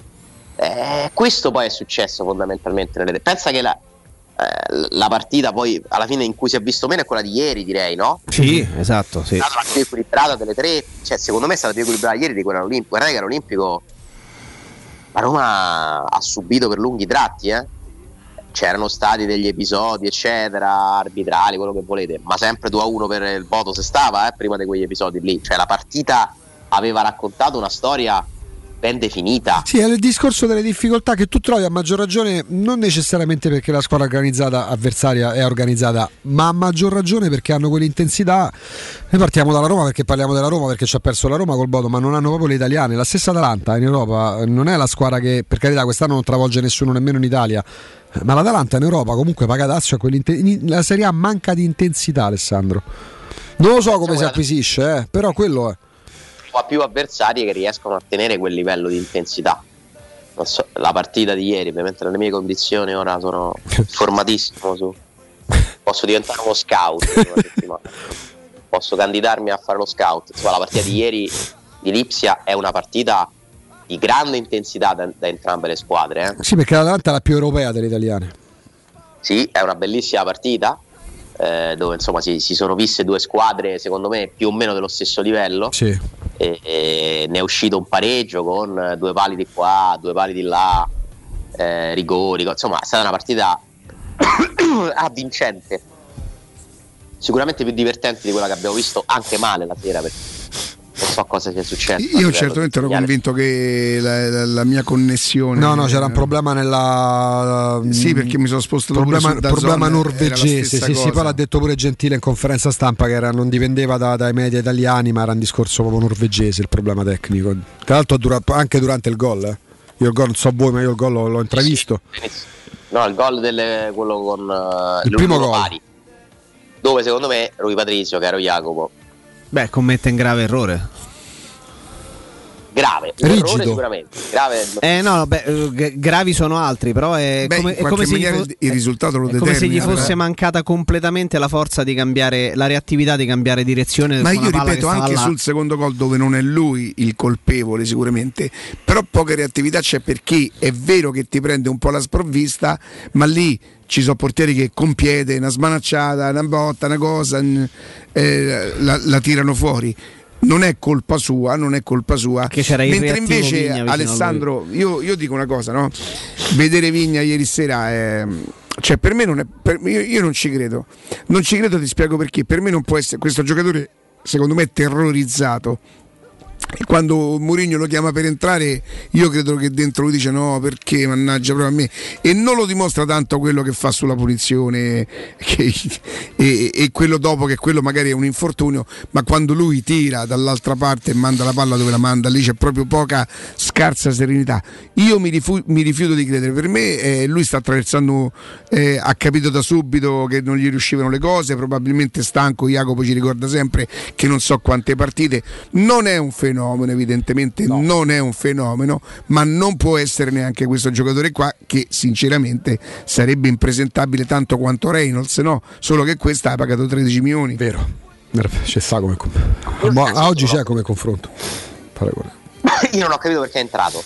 Eh, questo poi è successo fondamentalmente nelle... Pensa che la, eh, la partita poi alla fine in cui si è visto meno è quella di ieri, direi, no? Sì, esatto, sì. È stata la più equilibrata delle tre, cioè secondo me è stata più equilibrata ieri di quella all'Olimpico. Guardate che all'Olimpico la Roma ha subito per lunghi tratti, eh? C'erano stati degli episodi eccetera, arbitrali, quello che volete, ma sempre due a uno per il Bodo se stava, eh, prima di quegli episodi lì. Cioè la partita aveva raccontato una storia ben definita. Sì, è il discorso delle difficoltà che tu trovi, a maggior ragione non necessariamente perché la squadra organizzata avversaria è organizzata, ma a maggior ragione perché hanno quell'intensità. Noi partiamo dalla Roma perché parliamo della Roma, perché ci ha perso la Roma col Bodo, ma non hanno proprio le italiane. La stessa Atalanta in Europa non è la squadra che, per carità, quest'anno non travolge nessuno nemmeno in Italia, ma l'Atalanta in Europa comunque paga dazio a quell'intensità. La Serie A manca di intensità, Alessandro. Non lo so come si acquisisce, eh, però quello è. Ha più avversari che riescono a tenere quel livello di intensità. Non so, la partita di ieri, ovviamente nelle mie condizioni ora sono formatissimo su. Posso diventare uno scout in una settimana. Posso candidarmi a fare lo scout. Insomma, la partita di ieri di Lipsia è una partita di grande intensità da, da entrambe le squadre, eh. Sì, perché l'Atalanta è la più europea delle italiane. Sì, è una bellissima partita, eh, dove insomma si, si sono viste due squadre secondo me più o meno dello stesso livello. Sì. E, e ne è uscito un pareggio con due pali di qua, due pali di là, eh, rigori, insomma è stata una partita avvincente, sicuramente più divertente di quella che abbiamo visto anche male la sera, perché non so cosa sia successo. Io certamente ero convinto che la, la, la mia connessione. No, no, c'era un problema nella. Sì, perché mi sono spostato problema, pure su problema norvegese. Sì, cosa. sì, poi l'ha detto pure Gentile in conferenza stampa che era, non dipendeva da, dai media italiani, ma era un discorso proprio norvegese il problema tecnico. Tra l'altro dura, anche durante il gol. Eh. Io il gol, non so voi, ma io il gol l'ho, l'ho intravisto. No, il gol del quello con uh, il primo gol. Pari, dove secondo me Rui Patrizio, caro Jacopo, beh, commette un grave errore. Grave, un rigido. Errore sicuramente. Grave. Eh no, beh, g- gravi sono altri, però è beh, come, in è come se maniera fo- il risultato lo è determina. come se gli fosse eh. mancata completamente la forza di cambiare, la reattività di cambiare direzione. Ma con io una palla ripeto, che stava anche là. sul secondo gol, dove non è lui il colpevole sicuramente, però poca reattività c'è, perché è vero che ti prende un po' la sprovvista, ma lì ci sono portieri che con piede, una smanacciata, una botta, una cosa, eh, la, la tirano fuori. Non è colpa sua, non è colpa sua. Che c'era il Mentre invece Vigna Alessandro, io, io dico una cosa, no? Vedere Vigna ieri sera è, cioè per me non è per, io, io non ci credo. Non ci credo, ti spiego perché. Per me non può essere questo giocatore, secondo me, terrorizzato. E quando Mourinho lo chiama per entrare, io credo che dentro lui dice no, perché mannaggia proprio a me, e non lo dimostra tanto quello che fa sulla punizione che, e, e quello dopo, che quello magari è un infortunio, ma quando lui tira dall'altra parte e manda la palla dove la manda, lì c'è proprio poca, scarsa serenità. Io mi, rifu- mi rifiuto di credere. Per me eh, lui sta attraversando, eh, ha capito da subito che non gli riuscivano le cose, probabilmente stanco. Jacopo ci ricorda sempre che non so quante partite, non è un fenomeno, evidentemente no. Non è un fenomeno, ma non può essere neanche questo giocatore qua, che sinceramente sarebbe impresentabile tanto quanto Reynolds, no? Solo che questa ha pagato tredici milioni. Vero, c'è sta come confronto. Ah, oggi c'è come confronto. Io non ho capito perché è entrato.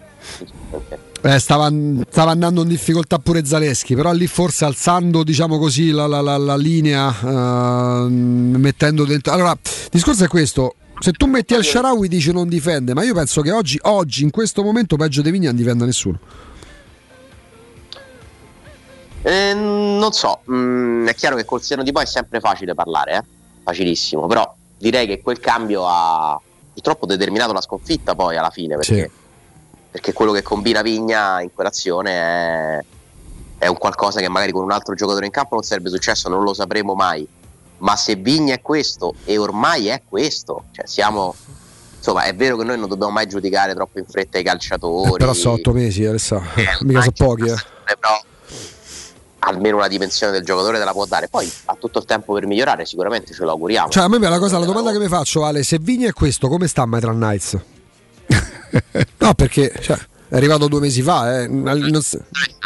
Eh, stava, stava andando in difficoltà pure Zaleschi, però lì forse alzando, diciamo così, la, la, la, la linea, uh, mettendo dentro. Allora, il discorso è questo. Se tu metti El Shaarawy dici non difende, ma io penso che oggi, oggi in questo momento peggio di Vigna non difenda nessuno. Eh, non so, mm, è chiaro che col seno di poi è sempre facile parlare, eh? Facilissimo, però direi che quel cambio ha purtroppo determinato la sconfitta poi alla fine, perché, sì. perché quello che combina Vigna in quell'azione è, è un qualcosa che magari con un altro giocatore in campo non sarebbe successo, non lo sapremo mai. Ma se Vigna è questo, e ormai è questo, cioè siamo, insomma, è vero che noi non dobbiamo mai giudicare troppo in fretta i calciatori, eh, però sono otto mesi, Alessandro, eh, mica sono pochi, eh. Però almeno una dimensione del giocatore te la può dare, poi ha tutto il tempo per migliorare, sicuramente ce lo auguriamo. Cioè a me la cosa, la domanda che mi faccio, Ale, se Vigna è questo, come sta Maitland Nights? No, perché cioè, è arrivato due mesi fa, eh. Non so.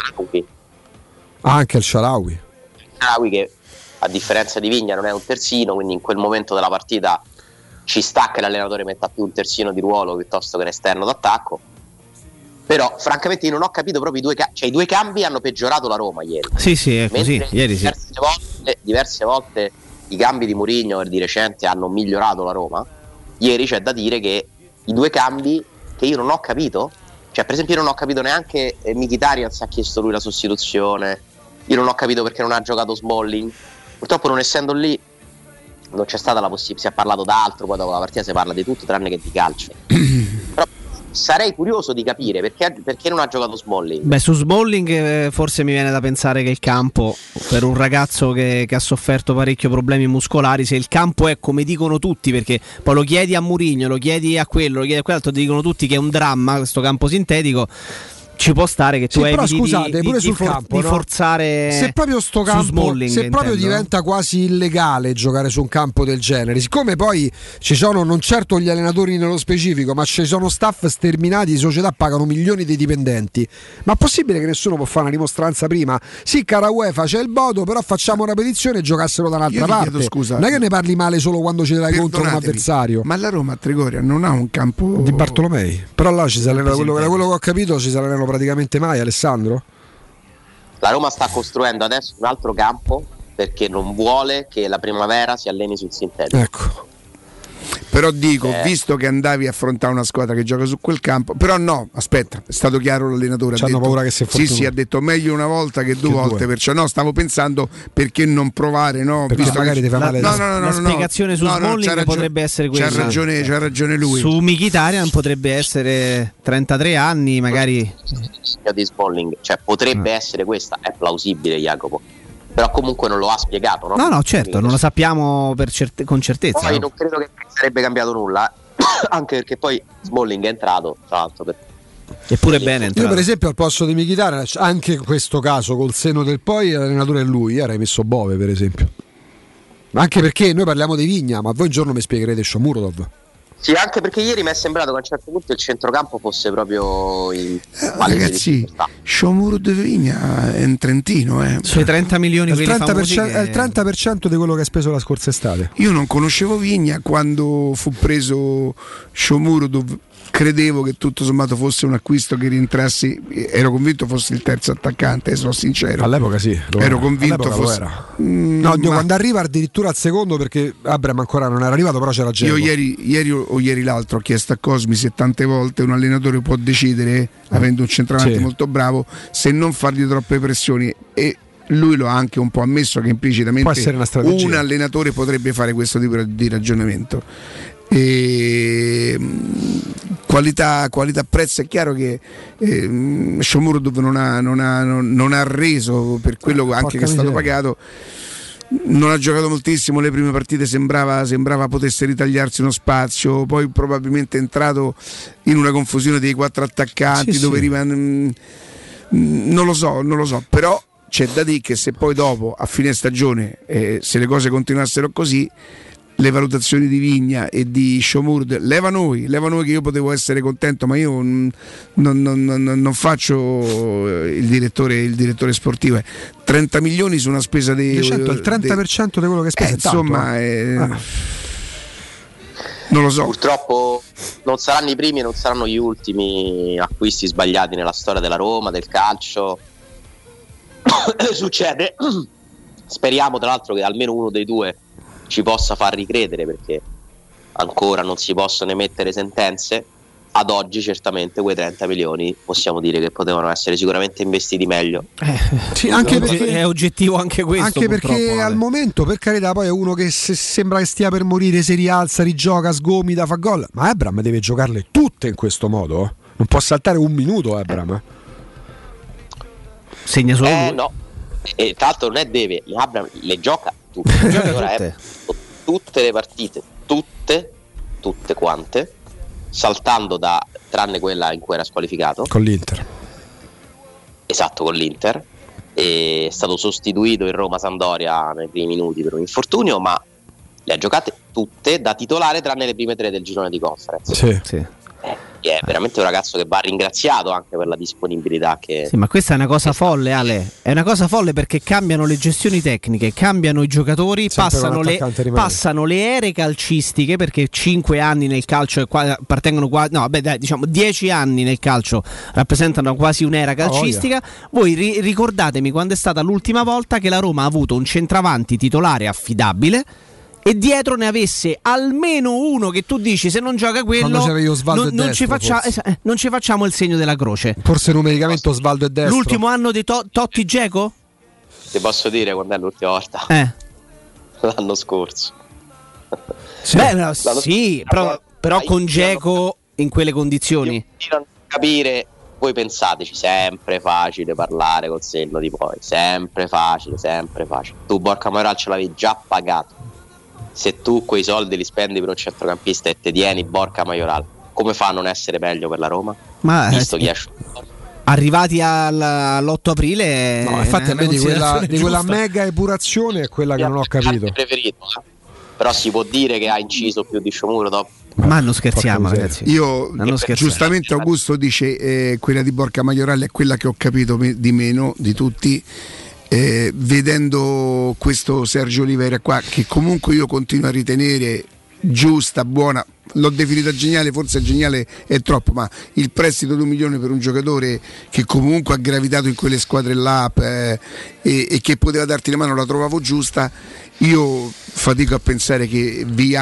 Ah, anche il Shaarawy. Shaarawy che a differenza di Vigna non è un terzino, quindi in quel momento della partita ci sta che l'allenatore metta più un terzino di ruolo piuttosto che un esterno d'attacco. Però francamente io non ho capito proprio i due cambi, cioè i due cambi hanno peggiorato la Roma ieri. Sì, sì, è così. Ieri sì. Diverse volte, diverse volte i cambi di Mourinho di recente hanno migliorato la Roma. Ieri c'è da dire che i due cambi che io non ho capito, cioè per esempio io non ho capito neanche eh, Mkhitaryan se ha chiesto lui la sostituzione, io non ho capito perché non ha giocato Smalling. Purtroppo non essendo lì non c'è stata la possibilità, si è parlato d'altro, poi dopo la partita si parla di tutto tranne che di calcio. Però sarei curioso di capire perché, perché non ha giocato Smalling. Beh, su Smalling eh, forse mi viene da pensare che il campo, per un ragazzo che, che ha sofferto parecchio problemi muscolari, se il campo è come dicono tutti, perché poi lo chiedi a Mourinho, lo chiedi a quello, lo chiedi a quell'altro, ti dicono tutti che è un dramma questo campo sintetico. Ci può stare che tu sì, però eviti scusate, di, pure di, sul for- campo, di no? forzare se proprio sto campo, Smalling, se proprio intendo. diventa quasi illegale giocare su un campo del genere, siccome poi ci sono non certo gli allenatori nello specifico, ma ci sono staff sterminati, società pagano milioni di dipendenti, ma è possibile che nessuno può fare una dimostranza prima? Sì, cara UEFA c'è il Bodo, però facciamo una petizione e giocassero da un'altra parte. Chiedo, scusa, non è che ne parli male solo quando ci dai contro un avversario. Ma la Roma a Trigoria non ha un campo di Bartolomei, però là ci si allena, quello, quello che ho capito ci si allenano praticamente mai. Alessandro? La Roma sta costruendo adesso un altro campo perché non vuole che la primavera si alleni sul sintetico. Ecco. però dico, Eh. visto che andavi a affrontare una squadra che gioca su quel campo, però no, aspetta, è stato chiaro l'allenatore, ha C'hanno detto, paura che si sì infortuni. sì, ha detto meglio una volta che due Che volte, due. perciò no, stavo pensando perché non provare, no, Perché visto magari che- ti fa male no, la- no, no, no, la no, no. spiegazione su No, no, Smalling c'ha ragione- potrebbe essere quella. C'ha ragione, c'ha ragione lui. Su Mkhitaryan potrebbe essere trentatré anni, magari. Di Smalling, cioè potrebbe Mm. essere questa, è plausibile Jacopo, però comunque non lo ha spiegato, no? No, no, certo, non lo sappiamo per certe- con certezza. Poi no? non credo che sarebbe cambiato nulla, anche perché poi Smalling è entrato, tra l'altro, per... Eppure bene. Io per esempio al posto di Mkhitaryan, anche in questo caso col seno del poi l'allenatore è lui, io avrei messo Bove per esempio. Ma anche perché noi parliamo di Vigna, ma voi un giorno mi spiegherete Shomurodov. Sì, anche perché ieri mi è sembrato che a un certo punto il centrocampo fosse proprio in Ragazzi, Shomuro de Vigna è un trentino, eh. Sui trenta milioni È il quelli trenta per famosi cento, che- è il trenta per cento di quello che ha speso la scorsa estate. Io non conoscevo Vigna quando fu preso Shomurodov. Credevo che tutto sommato fosse un acquisto che rientrassi, ero convinto fosse il terzo attaccante, sono sincero. All'epoca sì, lo ero era. convinto All'epoca lo fosse. era. Mm, No, Dio, ma quando arriva addirittura al secondo perché Abram ancora non era arrivato, però c'era Dzeko. io ieri, ieri o o ieri l'altro ho chiesto a Cosmi se tante volte un allenatore può decidere, avendo un centravanti Sì. molto bravo, se non fargli troppe pressioni, e lui lo ha anche un po' ammesso che implicitamente Può essere una strategia. un allenatore potrebbe fare questo tipo di ragionamento. E, mh, qualità, qualità prezzo, è chiaro che eh, Shomurodov non ha, non, ha, non, non ha reso per quello Ah, anche porca che è stato miseria. pagato. Non ha giocato moltissimo le prime partite, sembrava, sembrava potesse ritagliarsi uno spazio, poi probabilmente è entrato in una confusione dei quattro attaccanti Sì, dove sì. rimane, mm, non lo so, non lo so, però c'è da dire che se poi dopo a fine stagione eh, se le cose continuassero così, le valutazioni di Vigna e di Shomurd leva noi, leva noi che io potevo essere contento, ma io mm, non, non- non- non faccio eh, il direttore, il direttore sportivo. eh. trenta milioni su una spesa di Di certo, il trenta per cento di quello che spesa eh, è tanto, insomma eh. eh, Ah. non lo so. Purtroppo non saranno i primi e non saranno gli ultimi acquisti sbagliati nella storia della Roma, del calcio. Succede. Speriamo tra l'altro che almeno uno dei due ci possa far ricredere, perché ancora non si possono emettere sentenze. Ad oggi certamente quei trenta milioni possiamo dire che potevano essere sicuramente investiti meglio. Sì, anche È perché è oggettivo anche questo. Anche perché purtroppo, al Ale. momento, per carità, poi è uno che se sembra che stia per morire, si rialza, rigioca, sgomita, fa gol. Ma Abram deve giocarle tutte in questo modo. eh. Non può saltare un minuto Abram. Segna solo Eh lui. no, e tra l'altro non è deve, Abraham le gioca tutte. Gioca Allora, tutte. eh, tutte le partite, tutte, tutte quante, saltando da, tranne quella in cui era squalificato, Con l'Inter. esatto, con l'Inter, è stato sostituito in Roma-Sampdoria nei primi minuti per un infortunio, ma le ha giocate tutte da titolare tranne le prime tre del girone di conference. Sì. Sì. È veramente un ragazzo che va ringraziato anche per la disponibilità che... Sì, ma questa è una cosa folle, Ale. È una cosa folle perché cambiano le gestioni tecniche, cambiano i giocatori, Sempre passano un le, attaccante rimane. passano le ere calcistiche, perché cinque anni nel calcio e qua- appartengono quasi, no, beh, dai, diciamo dieci anni nel calcio rappresentano quasi un'era calcistica. Voi ri- ricordatemi quando è stata l'ultima volta che la Roma ha avuto un centravanti titolare affidabile e dietro ne avesse almeno uno che tu dici se non gioca quello Quando c'avevi Osvaldo non, e non ci destro, faccia- forse. eh, non ci facciamo il segno della croce. Forse numericamente Osvaldo è destro. L'ultimo anno di To- Totti Dzeko? Ti posso dire quando è l'ultima volta? Eh. L'anno scorso. Beh, no, L'anno sì, scorso- però, però Io- con io Dzeko in quelle condizioni. non capire, voi pensateci, sempre facile parlare col senno di poi, sempre facile, sempre facile. Tu Borca Majoral ce l'avevi già pagato. Se tu quei soldi li spendi per un centrocampista e te tieni Borca Majoral, come fa a non essere meglio per la Roma? Ma eh, Visto chi esce. arrivati al- all'otto aprile, No, eh, infatti a è me una di quella, considerazione di quella giusta. mega epurazione è quella che non ho capito. Preferito, eh. Però si può dire che ha inciso più di Sciomuro dopo. Ma non scherziamo, Porca ragazzi. Io Ma non scherzare. giustamente Augusto dice eh, quella di Borca Majoral è quella che ho capito me- di meno di tutti. Eh, vedendo questo Sergio Oliveira qua, che comunque io continuo a ritenere giusta, buona, l'ho definita geniale, forse geniale è troppo, ma il prestito di un milione per un giocatore che comunque ha gravitato in quelle squadre là eh, e, e che poteva darti la mano, la trovavo giusta. Io fatico a pensare che V R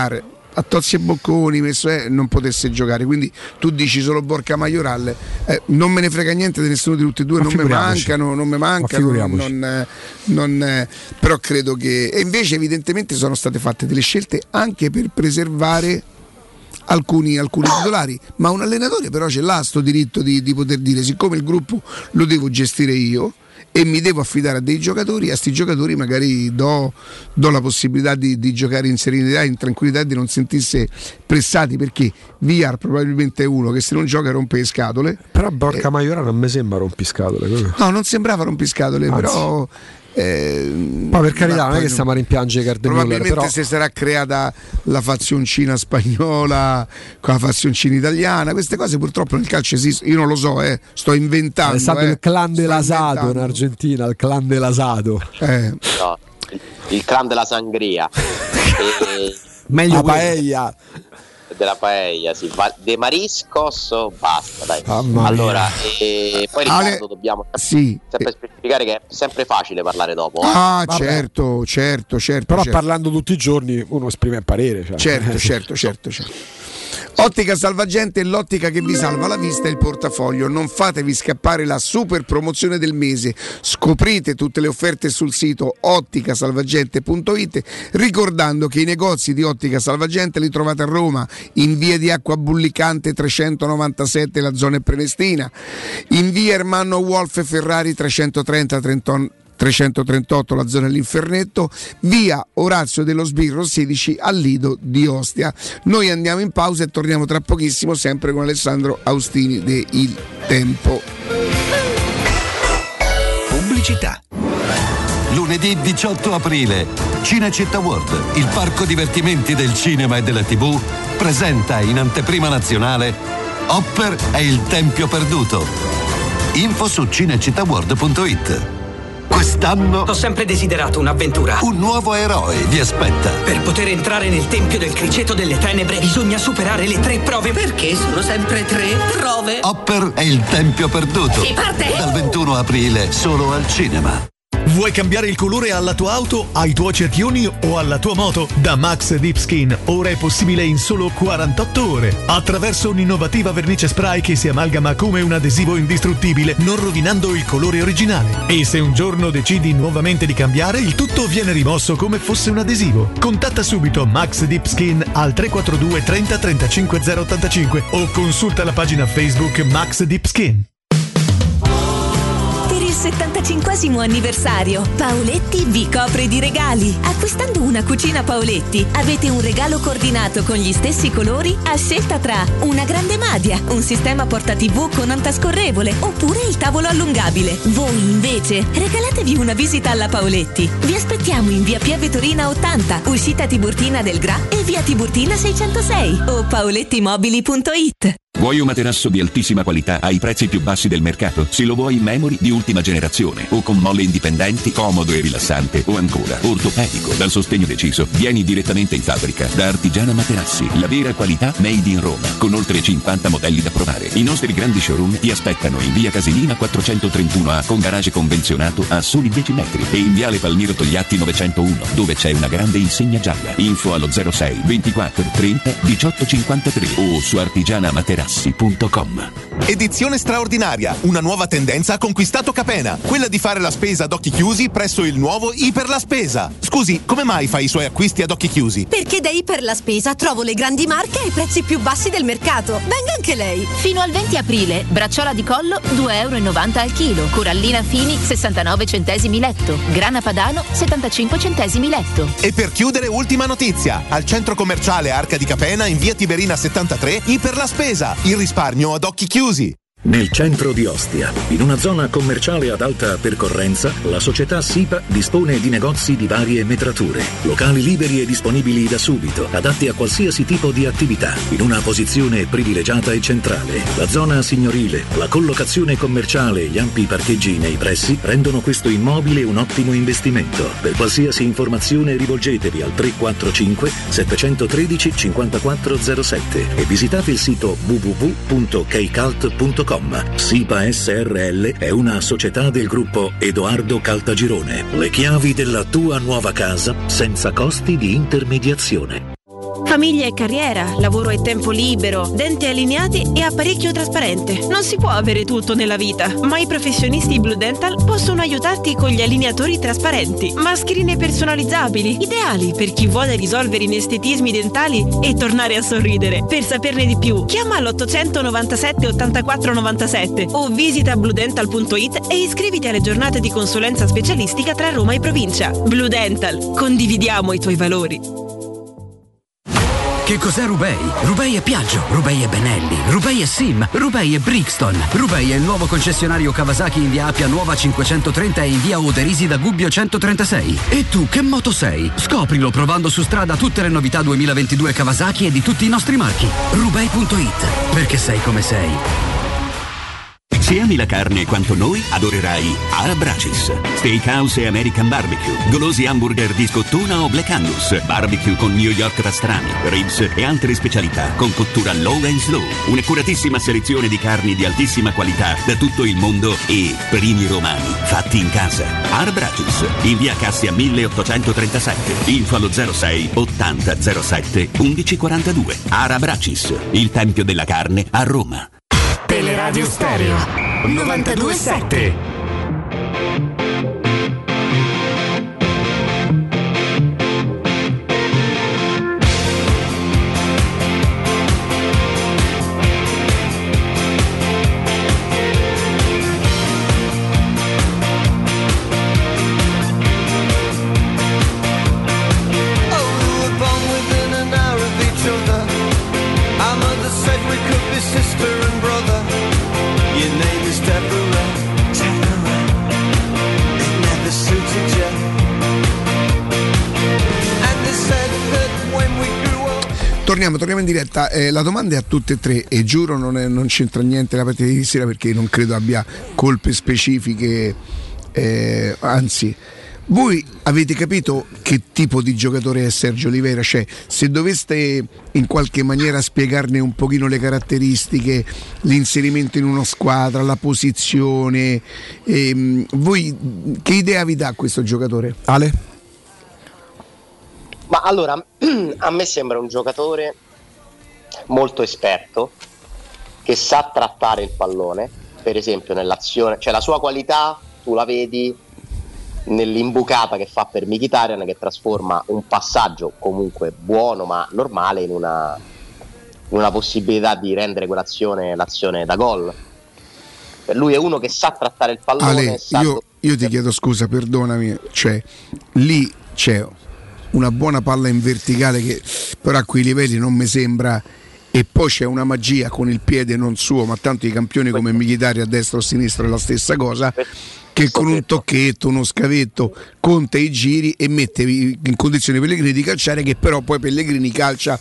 a Tozzi e Bocconi messo, eh, non potesse giocare, quindi tu dici solo Borca Majoral, eh, non me ne frega niente di nessuno di tutti e due, Ma non mi mancano, non mi mancano, non, eh, non, eh, però credo che, e invece evidentemente sono state fatte delle scelte anche per preservare alcuni, alcuni titolari, ma un allenatore però ce l'ha sto diritto di, di poter dire, siccome il gruppo lo devo gestire io e mi devo affidare a dei giocatori, a sti giocatori magari do, do la possibilità di, di giocare in serenità, in tranquillità, di non sentirsi pressati, perché Villar probabilmente è uno che se non gioca rompe le scatole. Però Borca eh, Majoral non mi sembra rompiscatole. No, non sembrava rompiscatole, Anzi. però Eh, ma per carità, non è che stiamo a rimpiangere Cardemüller, probabilmente però si sarà creata la fazioncina spagnola con la fazioncina italiana, queste cose purtroppo nel calcio esistono, io non lo so, eh, sto inventando. È stato eh, il clan dell'Asado in Argentina, il clan dell'Asado. Eh. No, il, il clan della sangria. e... Meglio la paella. Della paella, sì. De Mariscos, basta, dai. Ah, allora, e poi Riccardo, Ale... dobbiamo sì. sempre specificare che è sempre facile parlare dopo. Eh? Ah, Vabbè. certo, certo, certo. Però certo. parlando tutti i giorni uno esprime il parere. Cioè. Certo, certo, certo, certo. Ottica Salvagente è l'ottica che vi salva la vista e il portafoglio. Non fatevi scappare la super promozione del mese. Scoprite tutte le offerte sul sito ottica salvagente punto it, ricordando che i negozi di Ottica Salvagente li trovate a Roma in via di Acqua Bullicante trecentonovantasette, la zona è Prenestina, in via Ermanno Wolf Ferrari trecentotrenta trecentotrentotto, la zona dell'Infernetto, via Orazio dello Sbirro sedici al Lido di Ostia. Noi andiamo in pausa e torniamo tra pochissimo sempre con Alessandro Austini de Il Tempo. Pubblicità. Lunedì diciotto aprile, Cinecittà World, il parco divertimenti del cinema e della tivù, presenta in anteprima nazionale Hopper e il Tempio Perduto. Info su cinecittà world punto it. Quest'anno ho sempre desiderato un'avventura. Un nuovo eroe vi aspetta. Per poter entrare nel Tempio del Criceto delle Tenebre bisogna superare le tre prove. Perché sono sempre tre prove? Hopper e il Tempio Perduto. Si parte! Dal ventuno aprile solo al cinema. Vuoi cambiare il colore alla tua auto, ai tuoi cerchioni o alla tua moto? Da Max Deep Skin ora è possibile in solo quarantotto ore, attraverso un'innovativa vernice spray che si amalgama come un adesivo indistruttibile, non rovinando il colore originale. E se un giorno decidi nuovamente di cambiare, il tutto viene rimosso come fosse un adesivo. Contatta subito Max Deep Skin al tre quattro due trenta trentacinque zero ottantacinque o consulta la pagina Facebook Max Deep Skin. settantacinquesimo anniversario, Paoletti vi copre di regali. Acquistando una cucina Paoletti avete un regalo coordinato con gli stessi colori a scelta tra una grande madia, un sistema porta tivù con antascorrevole oppure il tavolo allungabile. Voi invece regalatevi una visita alla Paoletti. Vi aspettiamo in via Pieve Torina ottanta, uscita Tiburtina del Gra e via Tiburtina seicentosei o paolettimobili punto it. Vuoi un materasso di altissima qualità ai prezzi più bassi del mercato? Se lo vuoi in memory di ultima generazione o con molle indipendenti, comodo e rilassante, o ancora ortopedico dal sostegno deciso, vieni direttamente in fabbrica da Artigiana Materassi, la vera qualità made in Roma, con oltre cinquanta modelli da provare. I nostri grandi showroom ti aspettano in via Casilina quattrocentotrentuno A con garage convenzionato a soli dieci metri e in viale Palmiro Togliatti novecentouno dove c'è una grande insegna gialla. Info allo zero sei ventiquattro trenta diciotto cinquantatré o su artigiana materassi punto com. Edizione straordinaria, una nuova tendenza ha conquistato Capena, quella di fare la spesa ad occhi chiusi presso il nuovo Iper la Spesa. Scusi, come mai fa i suoi acquisti ad occhi chiusi? Perché da Iper la Spesa trovo le grandi marche ai prezzi più bassi del mercato. Venga anche lei. Fino al venti aprile, bracciola di collo due euro e novanta al chilo, corallina Fini sessantanove centesimi letto, grana padano settantacinque centesimi letto. E per chiudere, ultima notizia, al centro commerciale Arca di Capena in via Tiberina settantatré, Iper la Spesa, il risparmio ad occhi chiusi. Nel centro di Ostia, in una zona commerciale ad alta percorrenza, la società SIPA dispone di negozi di varie metrature, locali liberi e disponibili da subito, adatti a qualsiasi tipo di attività, in una posizione privilegiata e centrale. La zona signorile, la collocazione commerciale e gli ampi parcheggi nei pressi rendono questo immobile un ottimo investimento. Per qualsiasi informazione rivolgetevi al tre quattro cinque sette uno tre cinque zero sette e visitate il sito w w w punto keicalt punto com. SIPA S R L è una società del gruppo Edoardo Caltagirone. Le chiavi della tua nuova casa senza costi di intermediazione. Famiglia e carriera, lavoro e tempo libero, denti allineati e apparecchio trasparente. Non si può avere tutto nella vita, ma i professionisti Blue Dental possono aiutarti con gli allineatori trasparenti, mascherine personalizzabili, ideali per chi vuole risolvere inestetismi dentali e tornare a sorridere. Per saperne di più, chiama all'ottocento novantasette ottantaquattro novantasette o visita blue dental punto it e iscriviti alle giornate di consulenza specialistica tra Roma e provincia. Blue Dental, condividiamo i tuoi valori. Che cos'è Rubei? Rubei è Piaggio, Rubei è Benelli, Rubei è Sim, Rubei è Brixton. Rubei è il nuovo concessionario Kawasaki in via Appia Nuova cinquecentotrenta e in via Oderisi da Gubbio centotrentasei. E tu che moto sei? Scoprilo provando su strada tutte le novità duemilaventidue Kawasaki e di tutti i nostri marchi. Rubei punto it, perché sei come sei. Se ami la carne quanto noi, adorerai Arabracis. Steakhouse e American Barbecue. Golosi hamburger di scottuna o Black Angus. Barbecue con New York pastrami, ribs e altre specialità con cottura low and slow. Un'accuratissima selezione di carni di altissima qualità da tutto il mondo e primi romani fatti in casa. Arabracis. In via Cassia milleottocentotrentasette. Info allo zero sei ottanta zero sette undici quarantadue. Arabracis. Il tempio della carne a Roma. Teleradio Stereo novantadue sette. Torniamo, torniamo in diretta. Eh, la domanda è a tutte e tre e giuro non, è, non c'entra niente la partita di sera perché non credo abbia colpe specifiche, eh, anzi voi avete capito che tipo di giocatore è Sergio Oliveira? Cioè, se doveste in qualche maniera spiegarne un pochino le caratteristiche, l'inserimento in una squadra, la posizione, ehm, voi che idea vi dà questo giocatore? Ale? Ma allora, a me sembra un giocatore molto esperto, che sa trattare il pallone, per esempio nell'azione, cioè la sua qualità tu la vedi nell'imbucata che fa per Mkhitaryan, che trasforma un passaggio comunque buono ma normale in una, in una possibilità di rendere quell'azione l'azione da gol. Per lui è uno che sa trattare il pallone. Ale, sa io, io ti chiedo scusa, perdonami, cioè lì c'è una buona palla in verticale che però a quei livelli non mi sembra, e poi c'è una magia con il piede non suo, ma tanto i campioni come Mkhitaryan a destra o a sinistra è la stessa cosa, che con un tocchetto, uno scavetto conta i giri e mette in condizione Pellegrini di calciare, che però poi Pellegrini calcia.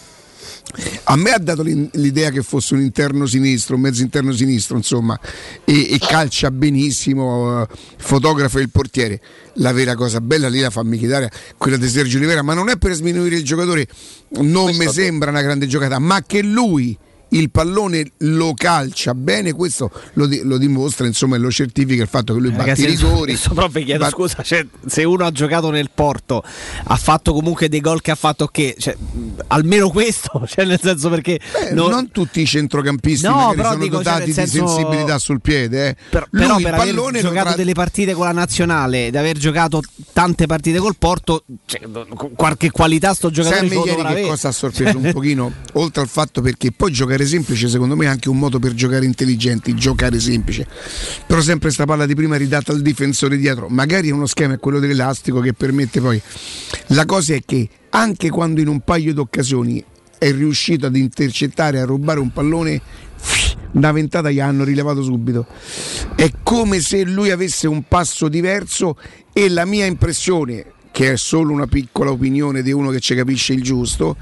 A me ha dato l'idea che fosse un interno sinistro, un mezzo interno sinistro, insomma, e, e calcia benissimo, uh, fotografa il portiere. La vera cosa bella lì la fa Mkhitaryan, quella di Sergio Oliveira, ma non è per sminuire il giocatore, non mi sembra una grande giocata, ma che lui il pallone lo calcia bene, questo lo, di, lo dimostra, insomma, e lo certifica il fatto che lui batte i rigori. Proprio chiedo bat- scusa, cioè, se uno ha giocato nel Porto, ha fatto comunque dei gol che ha fatto che, cioè, almeno questo, cioè nel senso, perché Beh, non... non tutti i centrocampisti no, magari però sono dico, dotati cioè, di senso... sensibilità sul piede, eh. per, lui però il per pallone aver giocato tra... delle partite con la nazionale, di aver giocato tante partite col Porto, cioè, qualche qualità sto giocatore Sai a me ieri che avere. cosa ha sorpreso un pochino, oltre al fatto perché poi giocare semplice secondo me è anche un modo per giocare intelligenti, giocare semplice, però sempre sta palla di prima ridata al difensore dietro, magari uno schema è quello dell'elastico che permette poi, la cosa è che anche quando in un paio d'occasioni è riuscito ad intercettare, a rubare un pallone, una ventata gli hanno rilevato subito, è come se lui avesse un passo diverso, e la mia impressione, che è solo una piccola opinione di uno che ci capisce il giusto,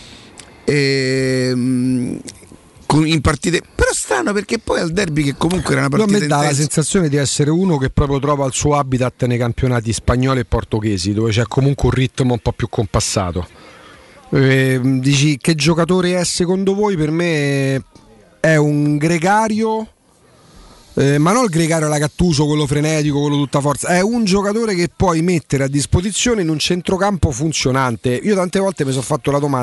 ehm, in partite, però strano perché poi al derby, che comunque era una partita, a me dà intensa, la sensazione di essere uno che proprio trova il suo habitat nei campionati spagnoli e portoghesi, dove c'è comunque un ritmo un po' più compassato. Eh, dici che giocatore è secondo voi? Per me è un gregario, eh, ma non il gregario alla Gattuso, quello frenetico, quello tutta forza, è un giocatore che puoi mettere a disposizione in un centrocampo funzionante. Io tante volte mi sono fatto la domanda,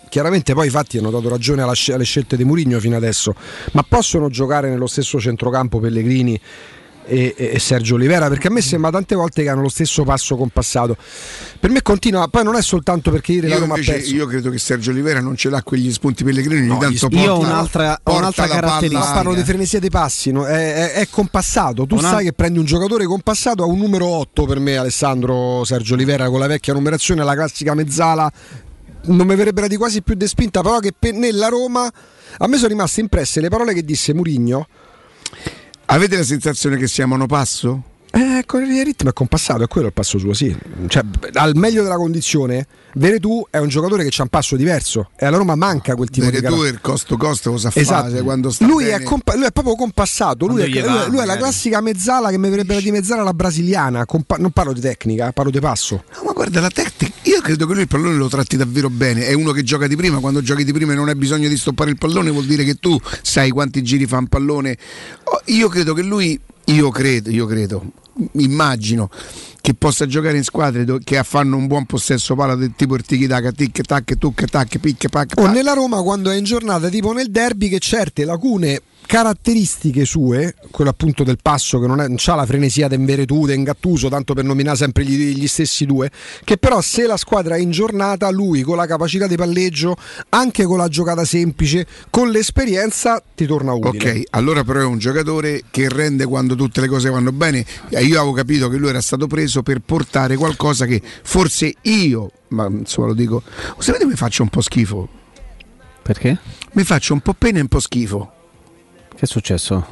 chiaramente poi i fatti hanno dato ragione alla, alle scelte di Mourinho fino adesso, ma possono giocare nello stesso centrocampo Pellegrini e, e, e Sergio Olivera? Perché a me sembra tante volte che hanno lo stesso passo compassato. Per me continua, poi non è soltanto perché ieri la Roma ha perso. Io credo che Sergio Olivera non ce l'ha quegli spunti Pellegrini, no, tanto io ho un'altra, ho un'altra caratteristica. Parlo di frenesia dei passi, no? è, è, è compassato. Tu Una... sai che prendi un giocatore compassato a un numero otto per me, Alessandro Sergio Olivera, con la vecchia numerazione, la classica mezzala. Non mi verrebbero di quasi più de spinta, però che per, nella Roma a me sono rimaste impresse le parole che disse Mourinho. Avete la sensazione che siamo a un passo? Eh, con il ritmo è compassato, è quello il passo suo, sì. Cioè, al meglio della condizione, Veretù è un giocatore che c'ha un passo diverso e alla Roma manca quel tipo Veretù di carattere. Veretù il costo costo cosa esatto. fa quando sta lui, bene. È compa- lui è proprio compassato, lui è, va, lui è la classica mezzala che mi verrebbe di mezzala alla brasiliana. Compa- non parlo di tecnica, parlo di passo. No, ma guarda la tecnica, io credo che lui il pallone lo tratti davvero bene. È uno che gioca di prima, quando giochi di prima e non hai bisogno di stoppare il pallone, vuol dire che tu sai quanti giri fa un pallone. Oh, io credo che lui Io credo, io credo, immagino che possa giocare in squadre do- che fanno un buon possesso palla del tipo il tiki-taka, tic-tac, tuc-tac, pic-pac. O nella Roma quando è in giornata tipo nel derby che certe lacune caratteristiche sue, quello appunto del passo che non, è, non c'ha la frenesia di Veretù, di Gattuso, tanto per nominare sempre gli, gli stessi due, che però se la squadra è in giornata, lui con la capacità di palleggio, anche con la giocata semplice, con l'esperienza ti torna utile. Ok, allora però è un giocatore che rende quando tutte le cose vanno bene. Io avevo capito che lui era stato preso per portare qualcosa che forse io, ma insomma lo dico, sapete mi faccio un po' schifo. Perché? Mi faccio un po' pena e un po' schifo. Che è successo?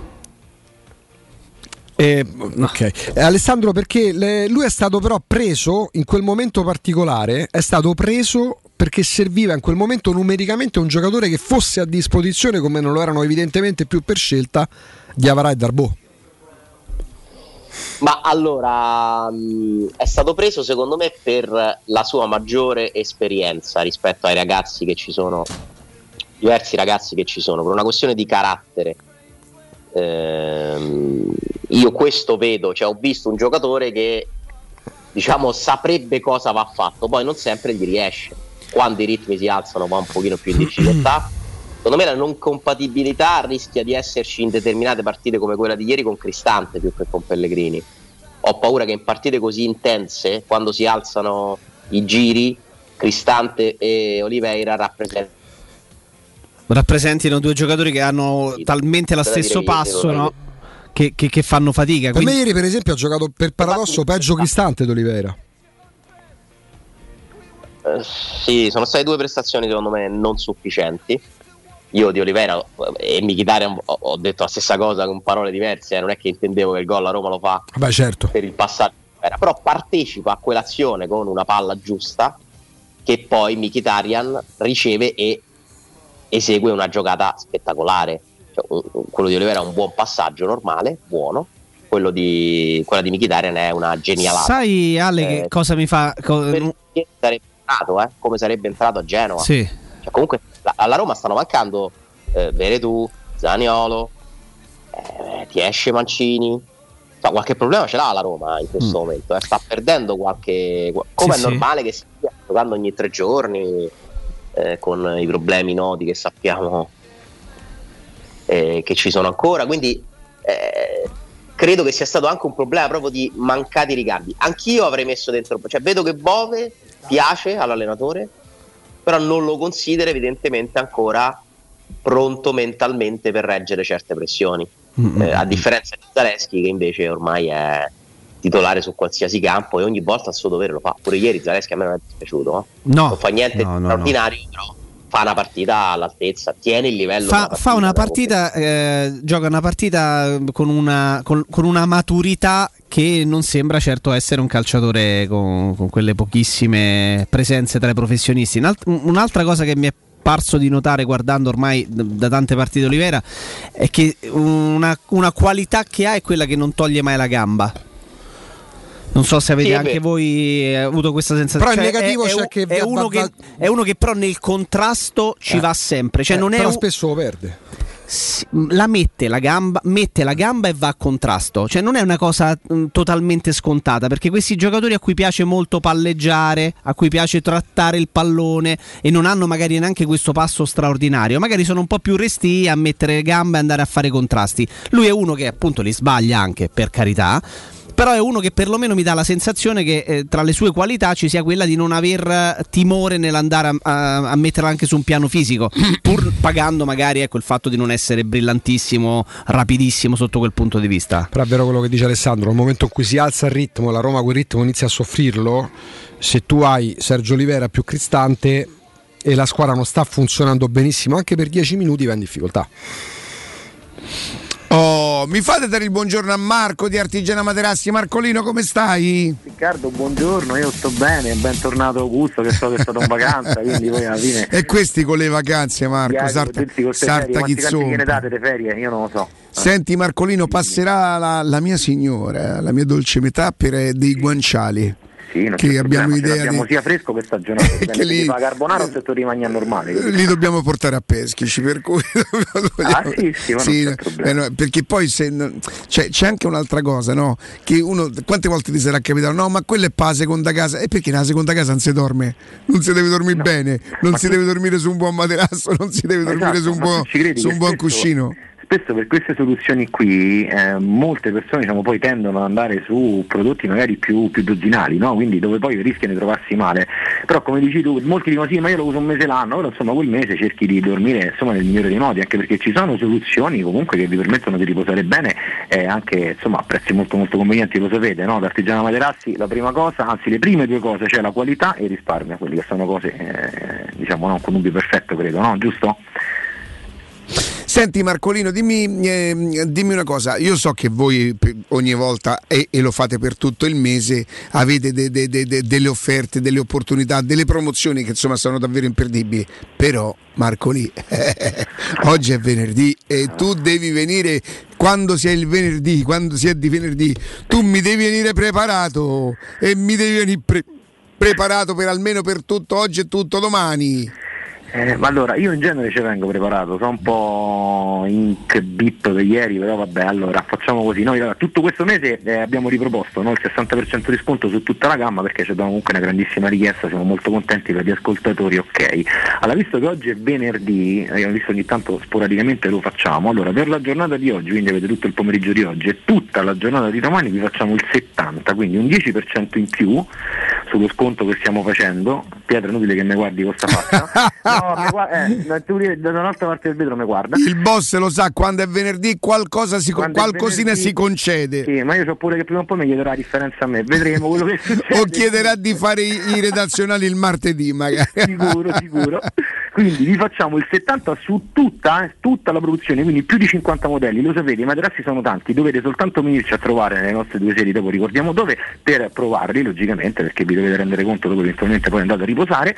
Eh, ok, eh, Alessandro, perché le, lui è stato però preso in quel momento particolare, è stato preso perché serviva in quel momento numericamente un giocatore che fosse a disposizione, come non lo erano evidentemente più per scelta, di Avarà e Darboe. Ma allora mh, è stato preso secondo me per la sua maggiore esperienza rispetto ai ragazzi che ci sono, diversi ragazzi che ci sono, per una questione di carattere. Ehm, io questo vedo, cioè ho visto un giocatore che diciamo saprebbe cosa va fatto, poi non sempre gli riesce, quando i ritmi si alzano va un pochino più in difficoltà. Secondo me la non compatibilità rischia di esserci in determinate partite come quella di ieri con Cristante più che con Pellegrini. Ho paura che in partite così intense, quando si alzano i giri, Cristante e Oliveira rappresentano rappresentino due giocatori che hanno talmente lo stesso passo, no? che, che, che fanno fatica. Per quindi... me ieri per esempio ha giocato per paradosso peggio Cristante d'Oliveira. Eh, sì, sono state due prestazioni secondo me non sufficienti. Io di Oliveira e Mkhitaryan ho, ho detto la stessa cosa con parole diverse, eh. Non è che intendevo che il gol a Roma lo fa Beh, certo. per il passaggio, però partecipa a quell'azione con una palla giusta che poi Mkhitaryan riceve e esegue una giocata spettacolare. Cioè, un, un, quello di Oliveira è un buon passaggio normale, buono. Quello di quella di Mkhitaryan è una genialata. Sai Ale eh, che cosa mi fa co- perché sarebbe entrato, eh, come sarebbe entrato a Genova. Sì. Cioè, comunque la, alla Roma stanno mancando eh, Veretù, Zaniolo, eh, ti esce Mancini. Cioè, qualche problema ce l'ha la Roma in questo mm. momento, eh. Sta perdendo qualche, come sì, è normale sì. che stia giocando ogni tre giorni. Eh, con i problemi noti che sappiamo eh, che ci sono ancora, quindi eh, credo che sia stato anche un problema proprio di mancati ricambi. Anch'io avrei messo dentro, cioè vedo che Bove piace all'allenatore, però non lo considera evidentemente ancora pronto mentalmente per reggere certe pressioni, mm-hmm. eh, a differenza di Zalewski che invece ormai è titolare su qualsiasi campo e ogni volta al suo dovere lo fa. Pure ieri Zalewski a me non è dispiaciuto, eh? no, non fa niente no, di no, straordinario, no. però fa una partita all'altezza, tiene il livello. Fa, partita, fa una partita, eh, gioca una partita con una, con, con una maturità che non sembra certo essere un calciatore con, con quelle pochissime presenze tra i professionisti. Un'alt- un'altra cosa che mi è parso di notare guardando ormai da tante partite Oliveira è che una, una qualità che ha è quella che non toglie mai la gamba. Non so se avete sì, anche voi avuto questa sensazione. Però il cioè, negativo è, c'è è, che, è, uno che è uno che però nel contrasto ci eh, va sempre. Cioè eh, non è però un... spesso lo perde. la mette la gamba, mette la gamba e va a contrasto, cioè non è una cosa mh, totalmente scontata, perché questi giocatori a cui piace molto palleggiare, a cui piace trattare il pallone e non hanno magari neanche questo passo straordinario, magari sono un po' più restii a mettere le gambe e andare a fare contrasti. Lui è uno che appunto li sbaglia anche, per carità, però è uno che perlomeno mi dà la sensazione che eh, tra le sue qualità ci sia quella di non aver timore nell'andare a, a, a metterla anche su un piano fisico, pur pagando magari ecco il fatto di non essere brillantissimo, rapidissimo sotto quel punto di vista. Però è vero quello che dice Alessandro, nel momento in cui si alza il ritmo, la Roma quel ritmo inizia a soffrirlo, se tu hai Sergio Olivera più Cristante e la squadra non sta funzionando benissimo anche per dieci minuti, va in difficoltà. Oh, mi fate dare il buongiorno a Marco di Artigiana Materassi. Marcolino, come stai? Riccardo, buongiorno, io sto bene, bentornato Augusto che so che è stato in vacanza, quindi poi alla fine... E questi con le vacanze, Marco, sarta, sarta quanti chizzone. Quanti ne date le ferie? Io non lo so. Senti Marcolino, passerà la, la mia signora, la mia dolce metà, per dei guanciali. Sì, non che abbiamo idea abbiamo di... sia fresco che stagionato, che li fa carbonara o se tu rimani a normale, li dobbiamo portare a Peschici, per cui ah sì sì, ma sì, non c'è problema. Eh, no, perché poi se cioè, c'è anche un'altra cosa, no? Che uno quante volte ti sarà capitato, no, ma quella è per la seconda casa, e perché nella seconda casa non si dorme, non si deve dormire no. bene, non ma si tu... deve dormire su un buon materasso, non si deve ma dormire esatto, su un buon, su un buon cuscino. Spesso per queste soluzioni qui eh, molte persone diciamo, poi tendono ad andare su prodotti magari più, più dozzinali, no? Quindi dove poi rischiano di trovarsi male. Però come dici tu, molti dicono sì ma io lo uso un mese l'anno, però insomma quel mese cerchi di dormire insomma, nel migliore dei modi, anche perché ci sono soluzioni comunque che vi permettono di riposare bene e anche insomma, a prezzi molto molto convenienti, lo sapete, no? Da Artigiana Materassi la prima cosa, anzi le prime due cose, cioè la qualità e il risparmio, quelli che sono cose eh, diciamo no, un connubio perfetto credo, no? Giusto? Senti Marcolino, dimmi, eh, dimmi una cosa, io so che voi ogni volta, e, e lo fate per tutto il mese, avete de, de, de, de, delle offerte, delle opportunità, delle promozioni che insomma sono davvero imperdibili, però Marcolì, eh, oggi è venerdì e tu devi venire quando sia il venerdì, quando sia di venerdì, tu mi devi venire preparato e mi devi venire pre- preparato per almeno per tutto oggi e tutto domani. Eh, ma allora io in genere ci vengo preparato, sono un po' in bip per ieri, però vabbè, allora facciamo così. Noi allora, tutto questo mese eh, abbiamo riproposto no, il sessanta per cento di sconto su tutta la gamma perché c'è comunque una grandissima richiesta, siamo molto contenti per gli ascoltatori, ok. Allora, visto che oggi è venerdì, abbiamo visto ogni tanto sporadicamente lo facciamo, allora per la giornata di oggi, quindi avete tutto il pomeriggio di oggi e tutta la giornata di domani vi facciamo il settanta, quindi un dieci per cento in più sullo sconto che stiamo facendo. Pietro, inutile che mi guardi con sta faccia. No, mi guarda, eh, tu da un'altra parte del vetro mi guarda. Il boss lo sa, quando è venerdì qualcosa si, qualcosina venerdì, si concede. Sì, ma io so pure che prima o poi mi chiederà la differenza a me, vedremo quello che succede. O chiederà di fare i, i redazionali il martedì magari. Sicuro, sicuro. Quindi vi facciamo il settanta su tutta, eh, tutta la produzione, quindi più di cinquanta modelli, lo sapete, i materassi sono tanti, dovete soltanto venirci a trovare nelle nostre due sedi, dopo ricordiamo dove, per provarli logicamente, perché vi dovete rendere conto dove eventualmente poi andate a riposare,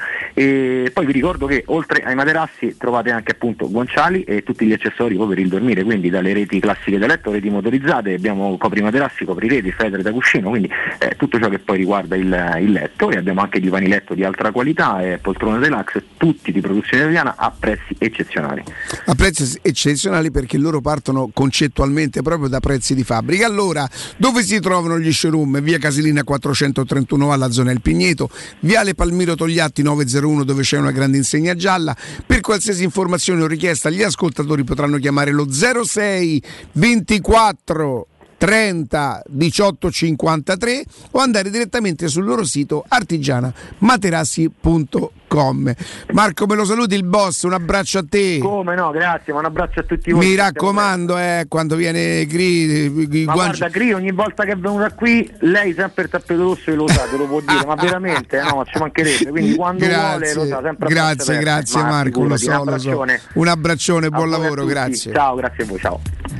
e poi vi ricordo che oltre ai materassi trovate anche appunto guanciali e tutti gli accessori poi per il dormire, quindi dalle reti classiche da letto, reti motorizzate, abbiamo coprimaterassi, coprireti, federe da cuscino, quindi eh, tutto ciò che poi riguarda il, il letto, e abbiamo anche divani letto di alta qualità e poltrone relax, tutti di produzione italiana a prezzi eccezionali. A prezzi eccezionali perché loro partono concettualmente proprio da prezzi di fabbrica. Allora, dove si trovano gli showroom? Via Casilina quattrocentotrentuno alla zona El Pigneto, Viale Palmiro Togliatti novecentouno dove c'è una grande insegna gialla. Per qualsiasi informazione o richiesta gli ascoltatori potranno chiamare lo zero sei ventiquattro trenta diciotto cinquantatré o andare direttamente sul loro sito artigiana materassi punto com. Marco, me lo saluti il boss, un abbraccio a te. Come no, grazie, ma un abbraccio a tutti voi. Mi raccomando, eh, quando viene Gri, ma guanci... guarda Gri, ogni volta che è venuta qui lei sempre il tappeto rosso e lo sa, te lo può dire, ma veramente, no, ci mancherebbe, quindi quando grazie, vuole lo sa, sempre. Grazie, grazie ma Marco, lo so, un lo so. Un abbraccione, buon lavoro, grazie. Ciao, grazie a voi, ciao.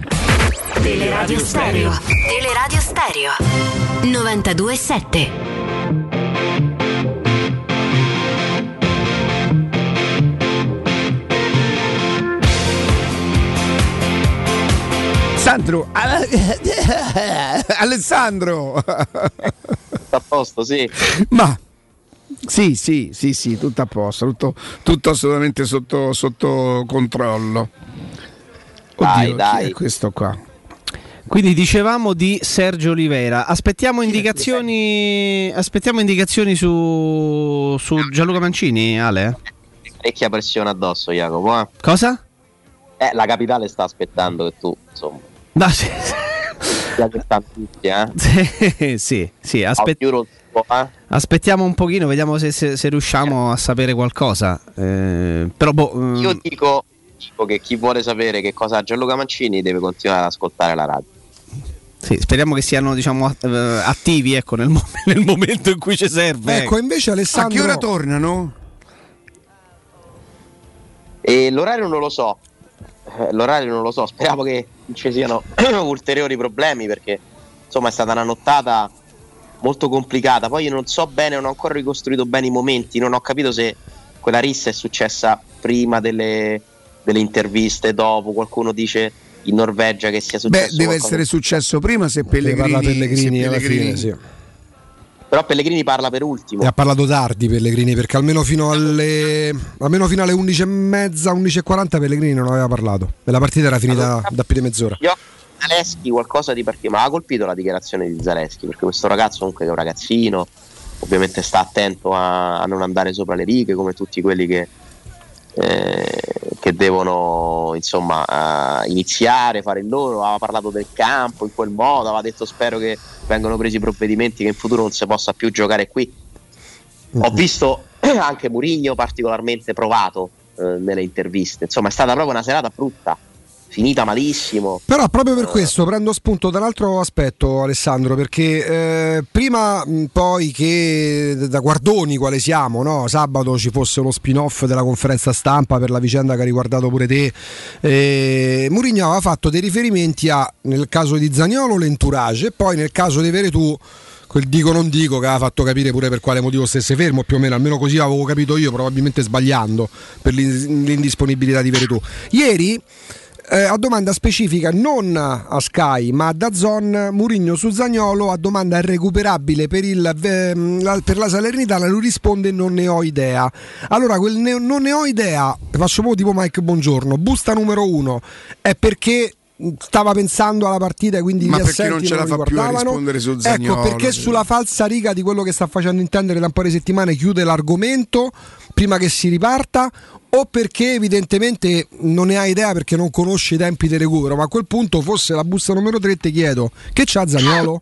Teleradio Stereo. Teleradio Stereo novantadue sette. Alessandro Alessandro a posto, sì. Ma sì, sì, sì, sì, tutto a posto, tutto, tutto assolutamente sotto, sotto controllo. Dai, Oddio, dai. chi è questo qua? Quindi dicevamo di Sergio Oliveira. Aspettiamo indicazioni. Aspettiamo indicazioni su, su Gianluca Mancini, Ale? Parecchia pressione addosso, Jacopo. Eh? Cosa? Eh, la capitale sta aspettando che tu, insomma. No, sì. Ya che stanno tutti, eh? sì, sì, sì. Aspet- eh? Aspettiamo un pochino, vediamo se, se, se riusciamo a sapere qualcosa. Eh, però boh, Io dico, dico che chi vuole sapere che cosa ha Gianluca Mancini deve continuare ad ascoltare la radio. Sì, speriamo che siano, diciamo, attivi, ecco, nel, mo- nel momento in cui ci serve. Ecco, invece Alessandro, a che ora tornano? E l'orario non lo so. Eh, l'orario non lo so, speriamo che non ci siano ulteriori problemi, perché insomma è stata una nottata molto complicata. Poi io non so bene, non ho ancora ricostruito bene i momenti, non ho capito se quella rissa è successa prima delle, delle interviste, dopo. Qualcuno dice in Norvegia che sia successo. Beh, deve qualcosa. essere successo prima se Pellegrini, parla Pellegrini, se alla Pellegrini. fine, sì. Però Pellegrini parla per ultimo. E ha parlato tardi Pellegrini, perché almeno fino alle almeno fino alle undici e mezza, undici e quaranta Pellegrini non aveva parlato. E la partita era finita allora, da più di mezz'ora. Io Zaleschi qualcosa di perché ma ha colpito la dichiarazione di Zaleschi, perché questo ragazzo comunque è un ragazzino, ovviamente sta attento a, a non andare sopra le righe come tutti quelli che eh, che devono insomma uh, iniziare, fare il loro. Aveva parlato del campo in quel modo, aveva detto spero che vengano presi provvedimenti che in futuro non si possa più giocare qui. Ho visto anche Mourinho particolarmente provato eh, nelle interviste, insomma è stata proprio una serata brutta, finita malissimo. Però proprio per questo prendo spunto dall'altro aspetto, Alessandro, perché eh, prima mh, poi che da guardoni quale siamo, no? Sabato ci fosse uno spin-off della conferenza stampa per la vicenda che ha riguardato pure te, eh, Mourinho aveva fatto dei riferimenti a, nel caso di Zaniolo, l'entourage, e poi nel caso di Veretù quel dico non dico, che aveva fatto capire pure per quale motivo stesse fermo, più o meno, almeno così avevo capito io, probabilmente sbagliando per l'indisponibilità di Veretù. Ieri Eh, a domanda specifica non a Sky ma a DAZN, Mourinho su Zaniolo, a domanda irrecuperabile per, il, eh, la, per la Salernitana, lui risponde non ne ho idea. Allora quel ne, non ne ho idea, faccio un po' tipo Mike Buongiorno, busta numero uno, è perché stava pensando alla partita e quindi ma gli perché non assenti ce la non fa più a riguardavano. rispondere su Zaniolo, ecco perché sulla falsa riga di quello che sta facendo intendere da un paio di settimane chiude l'argomento prima che si riparta, o perché evidentemente non ne ha idea perché non conosce i tempi di recupero. Ma a quel punto, fosse la busta numero tre, ti chiedo che c'ha Zaniolo?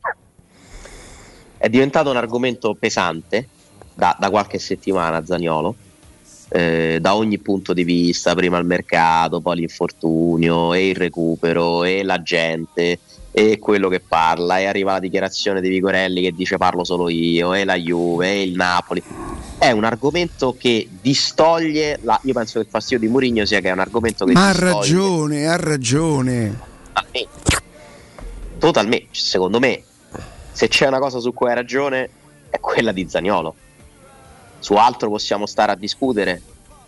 È diventato un argomento pesante da, da qualche settimana Zaniolo, eh, da ogni punto di vista, prima il mercato, poi l'infortunio e il recupero e la gente e quello che parla, e arriva la dichiarazione di Vigorelli che dice parlo solo io, e la Juve e il Napoli. È un argomento che distoglie la, io penso che il fastidio di Mourinho sia che è un argomento che ma ha distoglie. ragione, ha ragione Totalmente. Totalmente, secondo me se c'è una cosa su cui hai ragione è quella di Zaniolo. Su altro possiamo stare a discutere,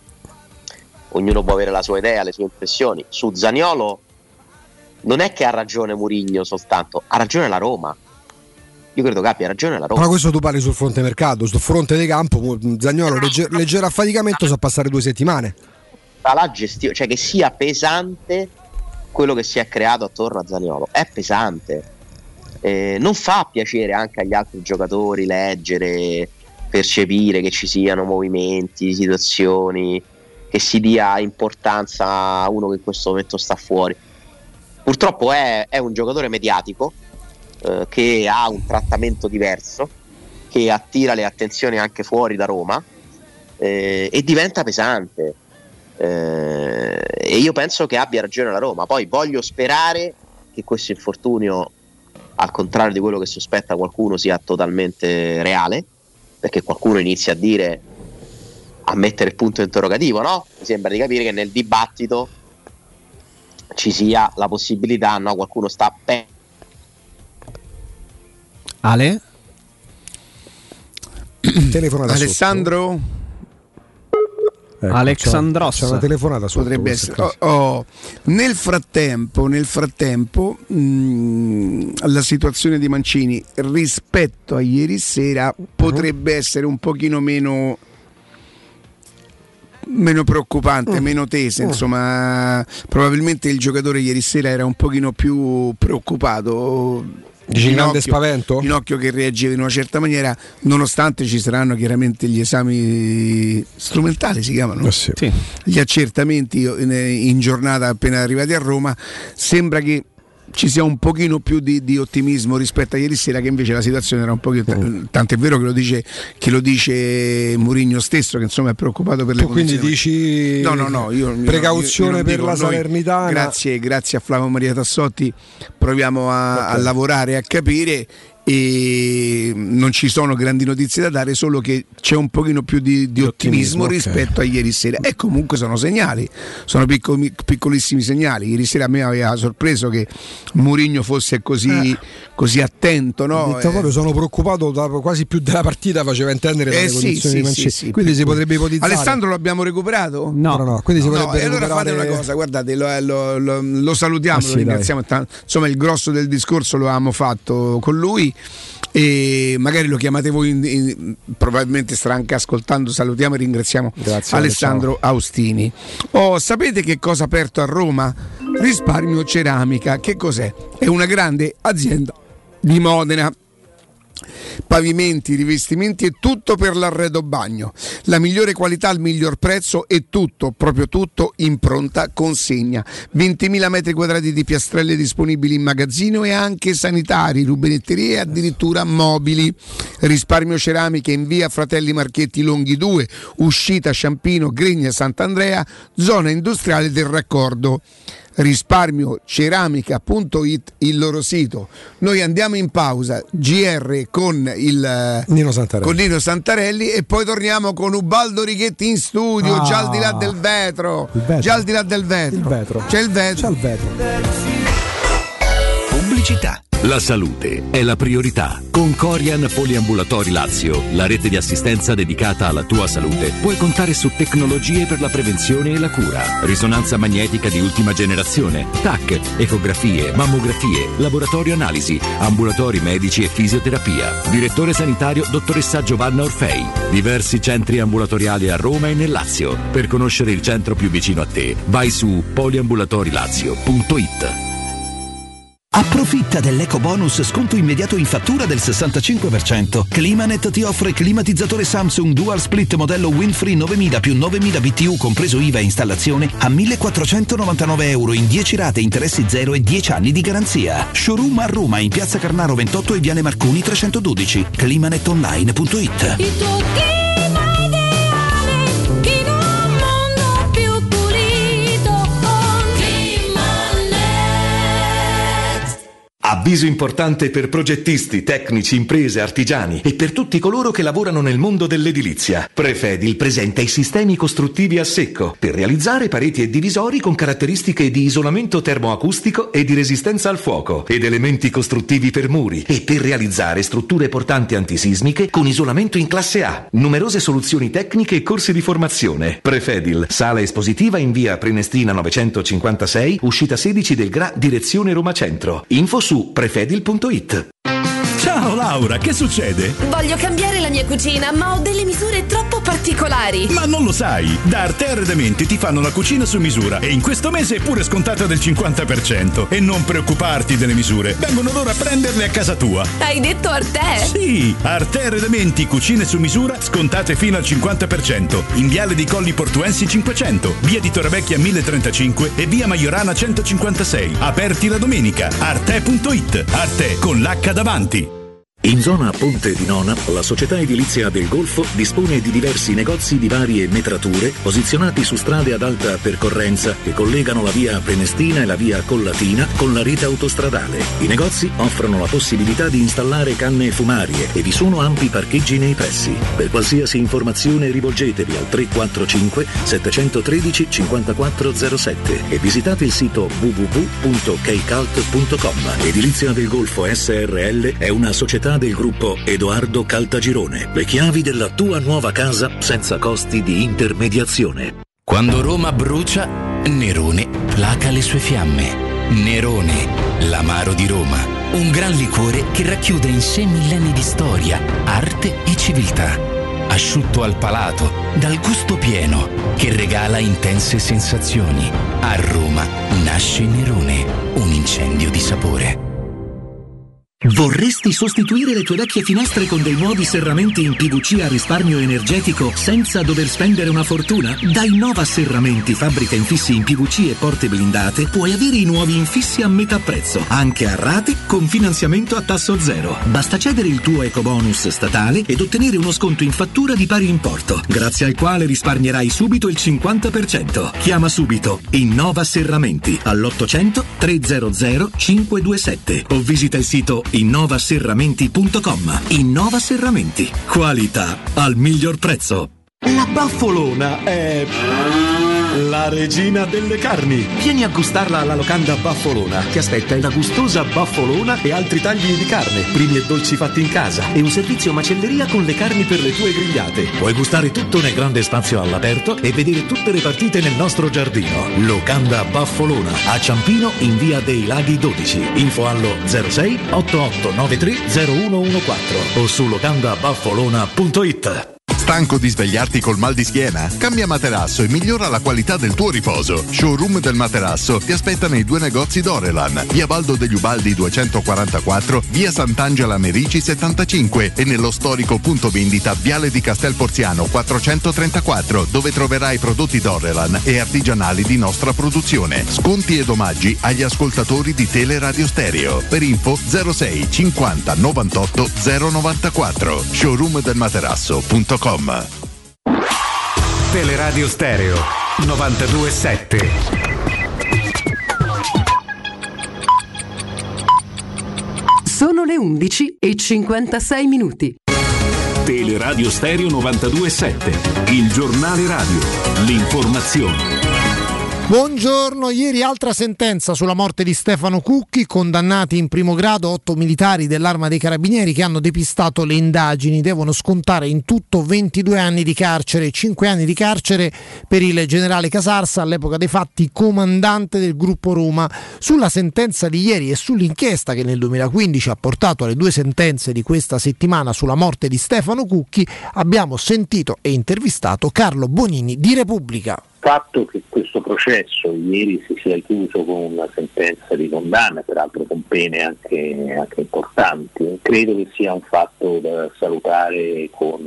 ognuno può avere la sua idea, le sue impressioni. Su Zaniolo non è che ha ragione Mourinho soltanto, ha ragione la Roma. Io credo che abbia ragione la Roma. Ma questo tu parli sul fronte mercato, sul fronte di campo Zaniolo legger- leggero affaticamento sa passare due settimane. La gestione, cioè che sia pesante quello che si è creato attorno a Zaniolo, è pesante, eh, non fa piacere anche agli altri giocatori leggere, percepire che ci siano movimenti, situazioni, che si dia importanza a uno che in questo momento sta fuori. Purtroppo è, è un giocatore mediatico, eh, che ha un trattamento diverso, che attira le attenzioni anche fuori da Roma, eh, e diventa pesante, eh, e io penso che abbia ragione la Roma. Poi voglio sperare che questo infortunio, al contrario di quello che sospetta qualcuno, sia totalmente reale, perché qualcuno inizia a dire, a mettere il punto interrogativo, no? Mi sembra di capire che nel dibattito ci sia la possibilità, no? Qualcuno sta pe- Ale? Telefonata Alessandro? Ecco, Alexandros. c'è una telefonata sotto, potrebbe essere. Oh, oh. Nel frattempo, nel frattempo mh, la situazione di Mancini rispetto a ieri sera potrebbe uh-huh. essere un pochino meno meno preoccupante, Mm. meno tesa, Mm. insomma, probabilmente il giocatore ieri sera era un pochino più preoccupato. Dici grande spavento? Ginocchio che reagiva in una certa maniera, nonostante ci saranno chiaramente gli esami strumentali, si chiamano? Eh sì. Sì. Gli accertamenti in, in giornata appena arrivati a Roma. Sembra che ci sia un pochino più di, di ottimismo rispetto a ieri sera, che invece la situazione era un pochino Mm. tant'è vero che lo dice che lo dice Mourinho stesso, che insomma è preoccupato per le Tu quindi condizioni. dici No, no, no, io, precauzione io- io non per dico, la noi, Salernitana. Grazie, grazie a Flavio Maria Tassotti proviamo a, a lavorare, a capire, e non ci sono grandi notizie da dare, solo che c'è un pochino più di, di ottimismo, ottimismo, ok. rispetto a ieri sera, e comunque sono segnali, sono piccoli, piccolissimi segnali. Ieri sera a me aveva sorpreso che Mourinho fosse così, Eh. così attento, no? Detto Eh, proprio, sono preoccupato da quasi più della partita, faceva intendere dalle eh, sì, condizioni sì, di Mancini. sì, sì, quindi si piccoli. potrebbe ipotizzare. Alessandro l'abbiamo recuperato? No, no, no, quindi si No, potrebbe e allora fate recuperare- una cosa, guardate, lo, lo- lo- lo salutiamo, Ah, sì, lo ringraziamo. tan- Insomma, il grosso del discorso lo avevamo fatto con lui, e magari lo chiamate voi, in- in- probabilmente starà anche ascoltando. Salutiamo e ringraziamo Grazie, Alessandro Austini. Oh, sapete che cosa ha aperto a Roma? Risparmio Ceramica. Che cos'è? È una grande azienda di Modena. Pavimenti, rivestimenti e tutto per l'arredo bagno. La migliore qualità al miglior prezzo e tutto, proprio tutto, in pronta consegna. ventimila metri quadrati di piastrelle disponibili in magazzino e anche sanitari, rubinetterie e addirittura mobili. Risparmio Ceramiche in via Fratelli Marchetti Longhi due, uscita Ciampino, Gregna Sant'Andrea, zona industriale del raccordo. risparmio ceramica punto it il loro sito. Noi andiamo in pausa, G R con il Nino Santarelli, con Nino Santarelli, e poi torniamo con Ubaldo Righetti in studio, Ah. già al di là del vetro, Il vetro. già al di là del vetro, Il vetro. c'è il vetro, C'è il vetro. Pubblicità. La salute è la priorità. Con Corian Poliambulatori Lazio, la rete di assistenza dedicata alla tua salute, puoi contare su tecnologie per la prevenzione e la cura. Risonanza magnetica di ultima generazione, T A C, ecografie, mammografie, laboratorio analisi, ambulatori medici e fisioterapia. Direttore sanitario dottoressa Giovanna Orfei. Diversi centri ambulatoriali a Roma e nel Lazio. Per conoscere il centro più vicino a te, vai su poliambulatorilazio punto it. Approfitta dell'eco bonus sconto immediato in fattura del sessantacinque per cento. Climanet ti offre climatizzatore Samsung Dual Split modello Windfree novemila più novemila B T U compreso I V A e installazione a millequattrocentonovantanove euro in dieci rate, interessi zero e dieci anni di garanzia. Showroom a Roma in piazza Carnaro ventotto e viale Marconi trecentododici. climanetonline punto it. Il tuo clima ideale in un mondo più pulito con Climanet. Avviso importante per progettisti, tecnici, imprese, artigiani e per tutti coloro che lavorano nel mondo dell'edilizia. Prefedil presenta i sistemi costruttivi a secco per realizzare pareti e divisori con caratteristiche di isolamento termoacustico e di resistenza al fuoco, ed elementi costruttivi per muri, e per realizzare strutture portanti antisismiche con isolamento in classe A. Numerose soluzioni tecniche e corsi di formazione. Prefedil, sala espositiva in via Prenestina novecentocinquantasei, uscita sedici del Gra, direzione Roma Centro. Info su prefedil punto it. Ciao Laura, che succede? Voglio cambiare la mia cucina, ma ho delle misure troppo particolari. Ma non lo sai, da Arte Arredamenti ti fanno la cucina su misura e in questo mese è pure scontata del cinquanta per cento. E non preoccuparti delle misure, vengono loro a prenderle a casa tua. Hai detto Arte? Sì, Arte Arredamenti, cucine su misura, scontate fino al cinquanta per cento. In viale dei Colli Portuensi cinquecento, via di Torrevecchia mille trentacinque e via Maiorana centocinquantasei. Aperti la domenica. Arte punto it. Arte con l'H davanti. In zona Ponte di Nona, la società edilizia del Golfo dispone di diversi negozi di varie metrature posizionati su strade ad alta percorrenza che collegano la via Prenestina e la via Collatina con la rete autostradale. I negozi offrono la possibilità di installare canne fumarie e vi sono ampi parcheggi nei pressi. Per qualsiasi informazione rivolgetevi al tre quattro cinque sette uno tre cinque zero sette e visitate il sito w w w punto keicalt punto com. Edilizia del Golfo S R L è una società del gruppo Edoardo Caltagirone. Le chiavi della tua nuova casa senza costi di intermediazione. Quando Roma brucia, Nerone placa le sue fiamme. Nerone, l'amaro di Roma. Un gran liquore che racchiude in sé millenni di storia, arte e civiltà. Asciutto al palato, dal gusto pieno, che regala regala intense sensazioni. A Roma nasce Nerone, un incendio di sapore. Vorresti sostituire le tue vecchie finestre con dei nuovi serramenti in P V C a risparmio energetico senza dover spendere una fortuna? Da Innova Serramenti, fabbrica infissi in P V C e porte blindate, puoi avere i nuovi infissi a metà prezzo, anche a rate con finanziamento a tasso zero. Basta cedere il tuo ecobonus statale ed ottenere uno sconto in fattura di pari importo, grazie al quale risparmierai subito il cinquanta per cento. Chiama subito Innova Serramenti all'ottocento trecento cinque due sette o visita il sito innova serramenti punto com. Innova Serramenti, qualità al miglior prezzo. La Baffolona è la regina delle carni. Vieni a gustarla alla locanda Baffolona. Ti aspetta una gustosa baffolona e altri tagli di carne, primi e dolci fatti in casa e un servizio macelleria con le carni per le tue grigliate. Puoi gustare tutto nel grande spazio all'aperto e vedere tutte le partite nel nostro giardino. Locanda Baffolona a Ciampino in via dei Laghi dodici. Info allo zero sei otto otto nove tre zero uno uno quattro o su locanda baffolona punto it. Stanco di svegliarti col mal di schiena? Cambia materasso e migliora la qualità del tuo riposo. Showroom del materasso ti aspetta nei due negozi Dorelan, via Baldo degli Ubaldi duecentoquarantaquattro, via Sant'Angela Merici settantacinque e nello storico punto vendita Viale di Castel Porziano quattrocentotrentaquattro, dove troverai prodotti Dorelan e artigianali di nostra produzione. Sconti ed omaggi agli ascoltatori di Teleradio Stereo. Per info zero sei cinquanta novantotto zero novantaquattro. showroom del materasso punto com. Teleradio Stereo novantadue sette. Sono le undici e cinquantasei minuti. Teleradio Stereo novantadue sette, il giornale radio, l'informazione. Buongiorno, ieri altra sentenza sulla morte di Stefano Cucchi, condannati in primo grado otto militari dell'Arma dei Carabinieri che hanno depistato le indagini, devono scontare in tutto ventidue anni di carcere, cinque anni di carcere per il generale Casarsa, all'epoca dei fatti comandante del gruppo Roma. Sulla sentenza di ieri e sull'inchiesta che nel duemilaquindici ha portato alle due sentenze di questa settimana sulla morte di Stefano Cucchi, abbiamo sentito e intervistato Carlo Bonini di Repubblica. Il fatto che questo processo ieri si sia chiuso con una sentenza di condanna, peraltro con pene anche, anche importanti, credo che sia un fatto da salutare con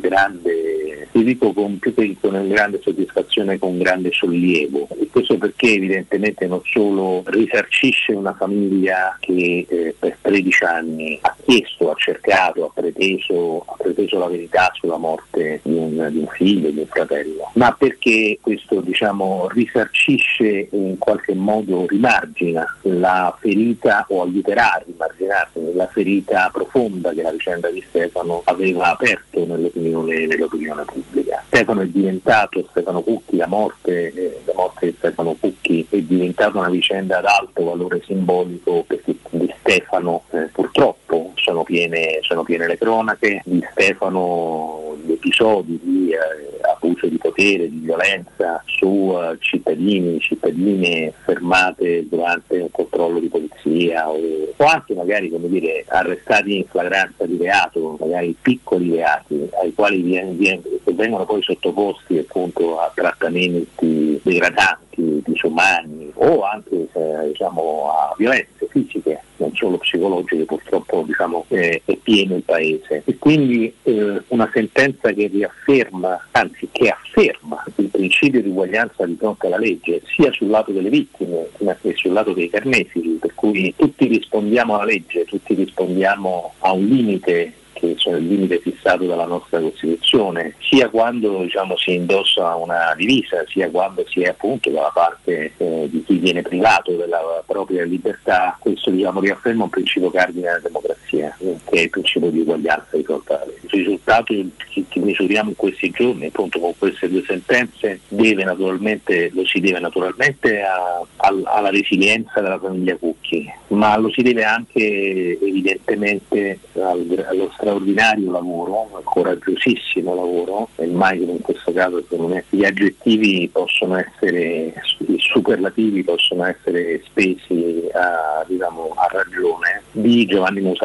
grande, ti dico con più che con grande soddisfazione, con grande sollievo. E questo perché evidentemente non solo risarcisce una famiglia che eh, per tredici anni ha chiesto, ha cercato, ha preteso, ha preteso la verità sulla morte di un, di un figlio, di un fratello, ma perché questo diciamo risarcisce e in qualche modo rimargina la ferita o aiuterà a rimarginarsi la ferita profonda che la vicenda di Stefano aveva aperto nell'opinione, nell'opinione pubblica. Stefano è diventato, Stefano Cucchi, la morte, eh, la morte di Stefano Cucchi è diventata una vicenda ad alto valore simbolico, perché di Stefano eh, purtroppo sono piene, sono piene le cronache, di Stefano gli episodi di eh, abuso di potere, di violenza su uh, cittadini, cittadine fermate durante un controllo di polizia o, o anche magari, come dire, arrestati in flagranza di reato, magari piccoli reati ai quali viene, viene, vengono poi sottoposti appunto a trattamenti degradanti, disumani o anche eh, diciamo a violenze fisiche, non solo psicologiche, purtroppo diciamo eh, è pieno il paese. E quindi eh, una sentenza che riafferma, anzi che afferma il principio di uguaglianza di fronte alla legge, sia sul lato delle vittime che sul lato dei carnefici, per cui tutti rispondiamo alla legge, tutti rispondiamo a un limite che sono il limite fissato dalla nostra Costituzione, sia quando diciamo si indossa una divisa, sia quando si è appunto dalla parte eh, di chi viene privato della propria libertà. Questo diciamo riafferma un principio cardine della democrazia, eh, che è il principio di uguaglianza di fronte alla legge. Il risultato che, che misuriamo in questi giorni, appunto con queste due sentenze, deve naturalmente, lo si deve naturalmente a, a, alla resilienza della famiglia Cucchi, ma lo si deve anche evidentemente al, allo straordinario lavoro, un coraggiosissimo lavoro, e mai come in questo caso secondo me gli aggettivi possono essere, i superlativi possono essere spesi a, diciamo, a ragione, di Giovanni Musarondo,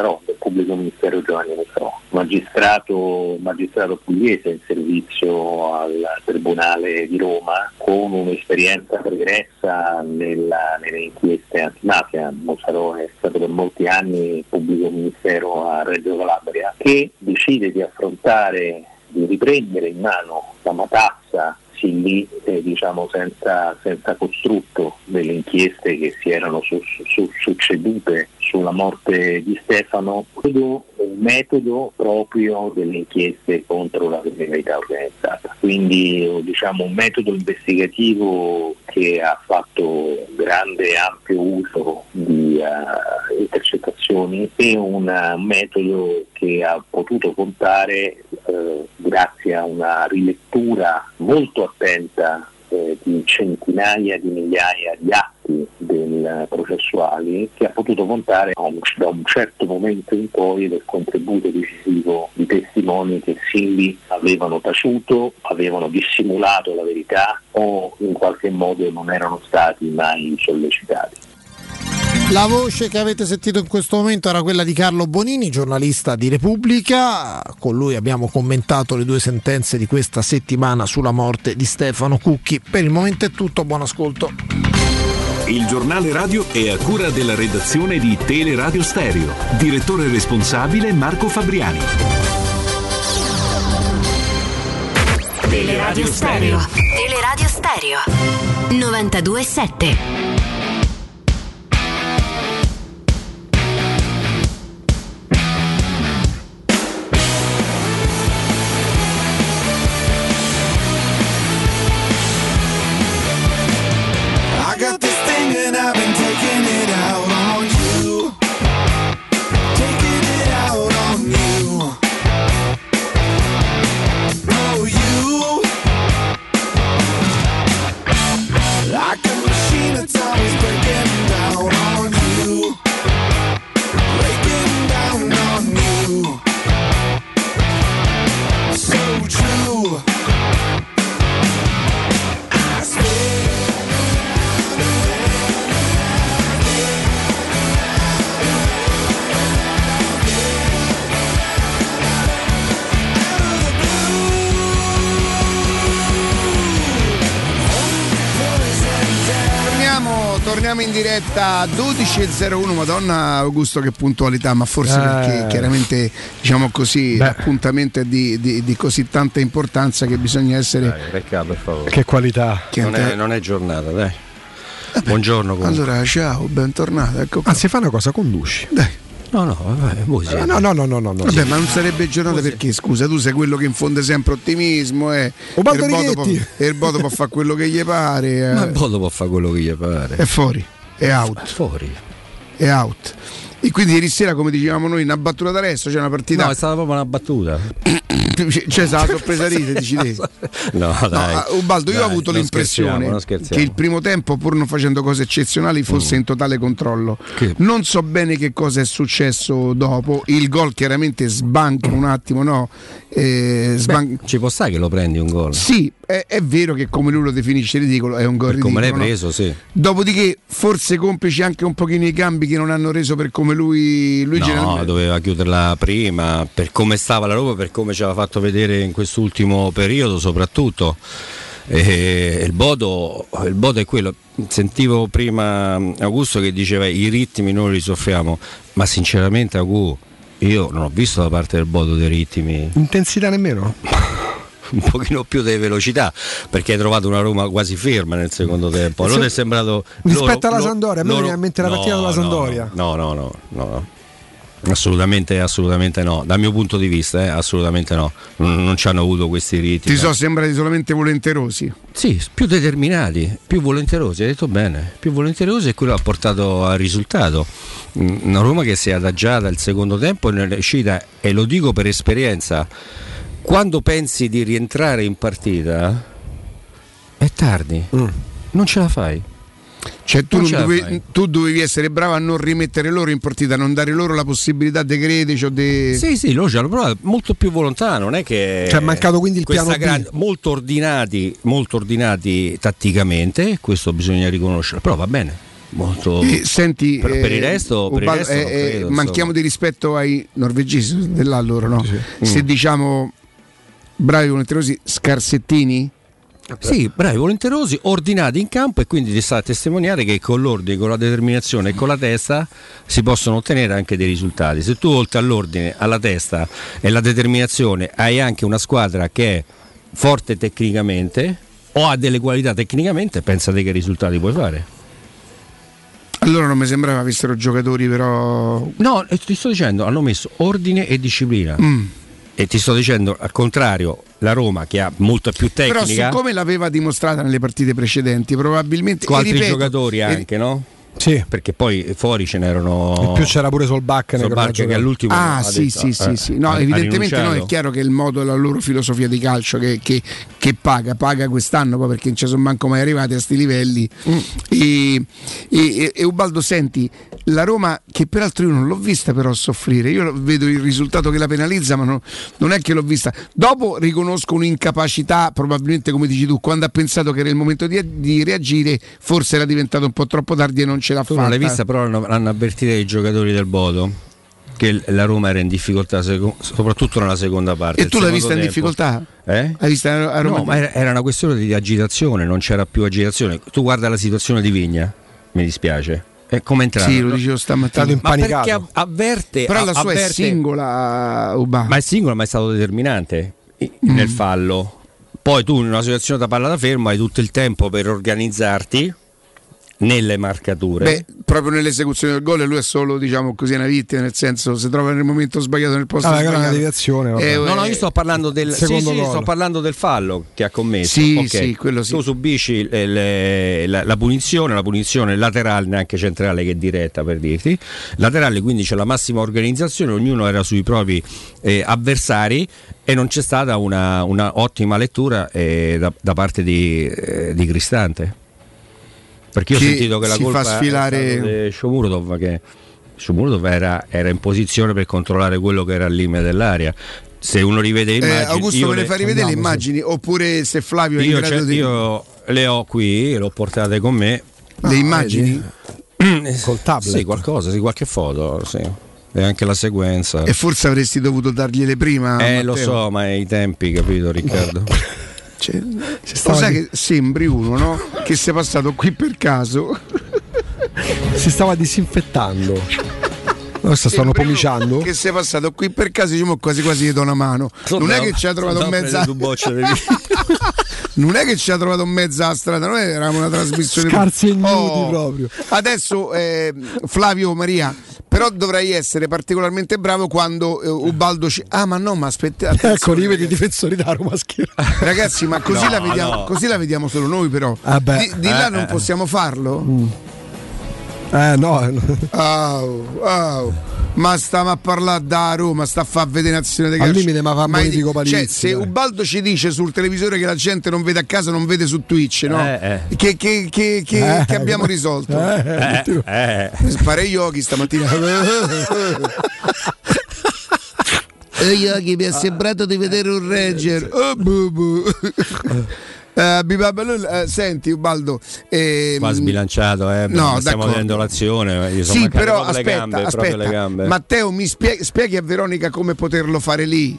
pubblico ministero Giovanni Musò, magistrato, magistrato pugliese in servizio al Tribunale di Roma, con un'esperienza pregressa nella, nelle inchieste antimafia. Musarò è stato per molti anni pubblico ministero a Reggio Calabria, che decide di affrontare, di riprendere in mano la matassa sì lì eh, diciamo senza, senza costrutto delle inchieste che si erano su, su, succedute sulla morte di Stefano, un metodo proprio delle inchieste contro la criminalità organizzata, quindi diciamo un metodo investigativo che ha fatto grande e ampio uso di uh, intercettazioni e un uh, metodo che ha potuto contare uh, grazie a una rilettura molto attenta eh, di centinaia di migliaia di atti del, processuali, che ha potuto contare a un, da un certo momento in poi del contributo decisivo di testimoni che sin lì avevano taciuto, avevano dissimulato la verità o in qualche modo non erano stati mai sollecitati. La voce che avete sentito in questo momento era quella di Carlo Bonini, giornalista di Repubblica. Con lui abbiamo commentato le due sentenze di questa settimana sulla morte di Stefano Cucchi. Per il momento è tutto, buon ascolto. Il giornale radio è a cura della redazione di Teleradio Stereo. Direttore responsabile Marco Fabriani. Teleradio Stereo. Teleradio Stereo novantadue sette. Torniamo in diretta dodici e zero uno. Madonna Augusto, che puntualità, ma forse eh. perché chiaramente diciamo così Beh. l'appuntamento è di, di, di così tanta importanza che bisogna essere dai, Recca, per favore. Che qualità, che non, è, non è giornata, dai. Vabbè. Buongiorno comunque. Allora ciao, bentornato, ecco qua. Anzi, fa una cosa, conduci. Dai. No, no, vabbè, voi eh, no, no, no, no, no, no. Vabbè, ma non sarebbe giornata perché, scusa, tu sei quello che infonde sempre ottimismo, eh. O e il Bodo può fare quello che gli pare. Eh. Ma il Bodo può fare quello che gli pare. È fuori, è out. È fuori. È out. E quindi ieri sera, come dicevamo noi, una battuta d'arresto, c'è una partita. No, è stata proprio una battuta. Cioè, sarà sorpresa ride, dici te. No, dai. No, Ubaldo, io dai, ho avuto l'impressione che il primo tempo, pur non facendo cose eccezionali, fosse mm. in totale controllo. Che? Non so bene che cosa è successo dopo. Il gol chiaramente sbanca un attimo, no? Eh, sban... Beh, ci può stare che lo prendi un gol? Sì, è, è vero che come lui lo definisce ridicolo, è un gol ridicolo. Come l'hai preso, no? Sì. Dopodiché, forse complici anche un pochino i cambi che non hanno reso per come lui, lui no, generalmente... doveva chiuderla prima, per come stava la Roma, per come ci aveva fatto vedere in quest'ultimo periodo soprattutto. E il Bodo, il Bodo è quello. Sentivo prima Augusto che diceva i ritmi noi li soffriamo, ma sinceramente Augusto, io non ho visto da parte del Bodo dei ritmi. Intensità nemmeno? Un pochino più di velocità, perché hai trovato una Roma quasi ferma nel secondo tempo. Non è sembrato rispetto loro, alla Sampdoria, a me viene in mente la partita no, della Sampdoria. No, no, no, no, no. Assolutamente, assolutamente no. Dal mio punto di vista, eh, assolutamente no. Non, non ci hanno avuto questi ritmi. Ti sono sembrati solamente volenterosi? Sì, più determinati, più volenterosi, hai detto bene, più volenterosi, e quello ha portato al risultato. Una Roma che si è adagiata il secondo tempo e è uscita, e lo dico per esperienza, quando pensi di rientrare in partita è tardi, mm. non ce la fai. Cioè tu, non dovevi, tu dovevi essere bravo a non rimettere loro in partita, a non dare loro la possibilità di credere o di... Sì, sì, loro ci hanno provato molto più volontà, non è che... Cioè è mancato quindi il piano B. Grande, molto ordinati, molto ordinati tatticamente, questo bisogna riconoscere, però va bene. molto Eh, senti, per, per il eh, resto, per il Ubaldo, resto eh, non credo, eh, insomma. manchiamo di rispetto ai norvegesi dell'A loro, no? Sì. Se Mm. diciamo bravi volenterosi scarsettini. Sì, bravi, volenterosi, ordinati in campo, e quindi ti sta a testimoniare che con l'ordine, con la determinazione e con la testa si possono ottenere anche dei risultati. Se tu oltre all'ordine, alla testa e alla determinazione hai anche una squadra che è forte tecnicamente o ha delle qualità tecnicamente, pensate che risultati puoi fare. Allora non mi sembrava avessero giocatori però... No, ti sto dicendo, hanno messo ordine e disciplina. Mm. E ti sto dicendo, al contrario, la Roma che ha molta più tecnica, Però siccome l'aveva dimostrata nelle partite precedenti, probabilmente... con e altri ripeto, giocatori e- anche, no? Sì. Perché poi fuori ce n'erano. In più c'era pure Solbakken, Solbakken che, che all'ultimo Ah ha sì detto, sì sì, eh, sì. No, ha- evidentemente ha no, è rinunciato. chiaro che il modo, la loro filosofia di calcio che, che, che paga, paga quest'anno poi perché non ci sono manco mai arrivati a sti livelli. Mm. E, e, e Ubaldo, senti, la Roma, che peraltro io non l'ho vista però soffrire, io vedo il risultato che la penalizza, ma non, non è che l'ho vista. Dopo riconosco un'incapacità, probabilmente come dici tu, quando ha pensato che era il momento di, di reagire, forse era diventato un po' troppo tardi e non ce l'ha Tu fatta. non l'hai vista, però hanno, hanno avvertito i giocatori del Bodo che la Roma era in difficoltà, seco- soprattutto nella seconda parte. E tu Il l'hai vista in secondo tempo. difficoltà? Eh? Hai visto a Roma? No, ma era, era una questione di agitazione, non c'era più agitazione. Tu guarda la situazione di Vigna, mi dispiace. È come entrato. Sì, lo dicevo stamattina. Ma perché av- avverte. Però la sua avverte, è singola, Uba. Ma è singola, ma è stato determinante i- Mm. nel fallo. Poi tu in una situazione da palla da fermo hai tutto il tempo per organizzarti nelle marcature. Beh, proprio nell'esecuzione del gol lui è solo, diciamo così, una vittima, nel senso si trova nel momento sbagliato, nel posto Ah, sbagliato. è una deviazione, vabbè. Eh, No, no, io sto parlando del, sì, secondo sì, gol. sto parlando del fallo che ha commesso. Sì, Ok. sì, quello sì. Tu subisci le- le- la, la punizione, la punizione laterale, neanche centrale che diretta, per dirti. Laterale, quindi c'è la massima organizzazione, ognuno era sui propri eh, avversari e non c'è stata una, una ottima lettura eh, da, da parte di, eh, di Cristante. Perché io ho Che sentito che la si colpa fa sfilare- è stata di Shomurodov, che Shomurodov era, era in posizione per controllare quello che era al limite dell'area. Se uno rivede le Eh, immagini, Augusto io me le le- fa rivedere le andiamo, sì. immagini, oppure se Flavio è in Io, grado cioè, di... io le ho qui, le ho portate con me. Le immagini? Col tablet? Sì, qualcosa, sì, qualche foto, sì. E anche la sequenza. E forse avresti dovuto dargliele prima. eh, lo Matteo. so, ma è i tempi, capito, Riccardo? Cioè, stava lo sai di- che sembri uno, no? Che sei passato qui per caso. Si stava disinfettando. Questa stanno Sembri pomiciando. uno Che sei passato qui per caso, diciamo quasi quasi gli do una mano. Non è che ci ha trovato in mezza. Non è che ci ha trovato in mezzo alla strada, noi eravamo una trasmissione. Scarsi e nudi Oh, proprio. Adesso eh, Flavio Maria, però dovrai essere particolarmente bravo quando eh, Ubaldo ci. Ah, ma no, ma aspetta. Ecco, rivedi i difensori da Roma schiera. Ragazzi, ma così, No, la vediamo, no. così la vediamo solo noi, però. Vabbè. Di, di là Eh, non eh. possiamo farlo? Eh no. Au, au. Ma stiamo a parlare da Roma, sta a far vedere nazione di Al calcio. limite, ma fa Ma Bonifico cioè, Palizzi, se dai. Ubaldo ci dice sul televisore che la gente non vede a casa, non vede su Twitch, no? Eh, eh. Che, che, che, che, Eh, che abbiamo come- risolto? Eh, eh. Spara Yogi stamattina. E Yogi mi è sembrato di vedere un Ranger. Oh, bu, bu. Eh, Bibabelul, eh, senti Ubaldo, ehm, Qua sbilanciato, eh? no, stiamo d'accordo. vedendo l'azione. Gli sono sì, mancate però proprio le aspetta, gambe, proprio le aspetta. gambe. Matteo, mi spie- spieghi a Veronica come poterlo fare lì?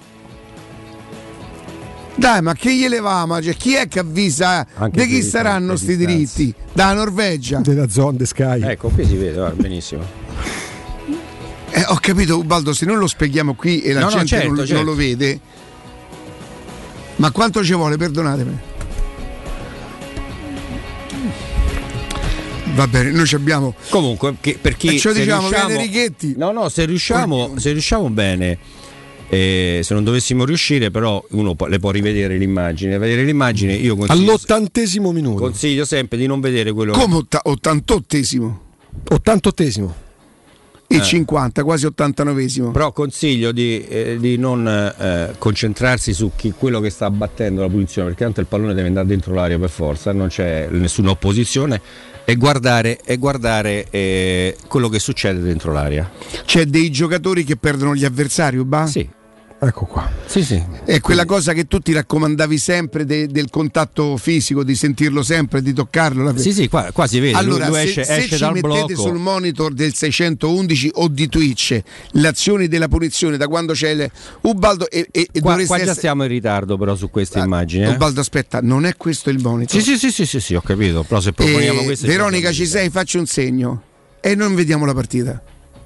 Dai, ma che gli levamo? Cioè, chi è che avvisa? Anche Di chi diritti, saranno le sti distanze. diritti? Da Norvegia? Della Zone Sky. Ecco, qui si vede, guarda, benissimo. Eh, ho capito, Ubaldo, se non lo spieghiamo qui e la No, no, gente certo, non, certo. non lo vede, ma quanto ci vuole? Perdonatemi. Va bene, noi ci abbiamo. Comunque, che- per chi Perciò se diciamo, riusciamo- viene Righetti. No, no, se riusciamo, se riusciamo bene. eh, se non dovessimo riuscire, però uno po- le può rivedere l'immagine. Vedere l'immagine, io consiglio, All'ottantesimo minuto. consiglio sempre di non vedere quello. Come otta- ottantottesimo ottantottesimo. e Eh. cinquanta, quasi ottantanovesimo. Però consiglio di, eh, di non eh, concentrarsi su chi, quello che sta battendo la punizione, perché tanto il pallone deve andare dentro l'aria per forza, non c'è nessuna opposizione, e guardare, e guardare eh, quello che succede dentro l'aria. C'è dei giocatori che perdono gli avversari, Uba? Sì. Ecco qua. Sì, sì. È quella cosa che tu ti raccomandavi sempre de, del contatto fisico, di sentirlo sempre, di toccarlo. La... Sì, sì, qua, qua si vede. Allora, lui, lui se, esce, se esce ci dal mettete blocco. sul monitor del seicentoundici o di Twitch l'azione della punizione da quando c'è il Ubaldo e, e, e Qua, qua già essere... stiamo in ritardo però su queste ah, immagini. Eh? Ubaldo, aspetta, non è questo il monitor? Sì, sì, sì, sì, sì, sì ho capito. Però se proponiamo e... questo. Veronica, ci sei? Faccio un segno e non vediamo la partita.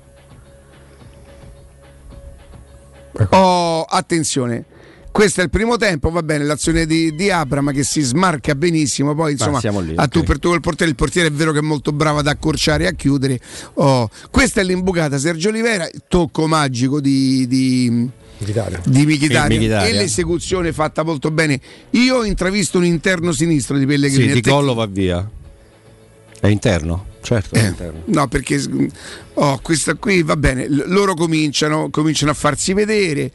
Ecco. Oh, attenzione. Questo è il primo tempo, va bene, l'azione di, di Abram che si smarca benissimo, poi insomma lì, a tu okay. per tu il portiere, il portiere è vero che è molto bravo ad accorciare e a chiudere. Oh, questa è l'imbucata Sergio Olivera, tocco magico di, di Mkhitaryan. di Mkhitaryan, Mkhitaryan. e l'esecuzione fatta molto bene. Io ho intravisto un interno sinistro di Pellegrini. Sì, di Collo va via. È interno, certo. È eh, interno. No, perché oh, questa qui va bene, L- loro cominciano, cominciano a farsi vedere.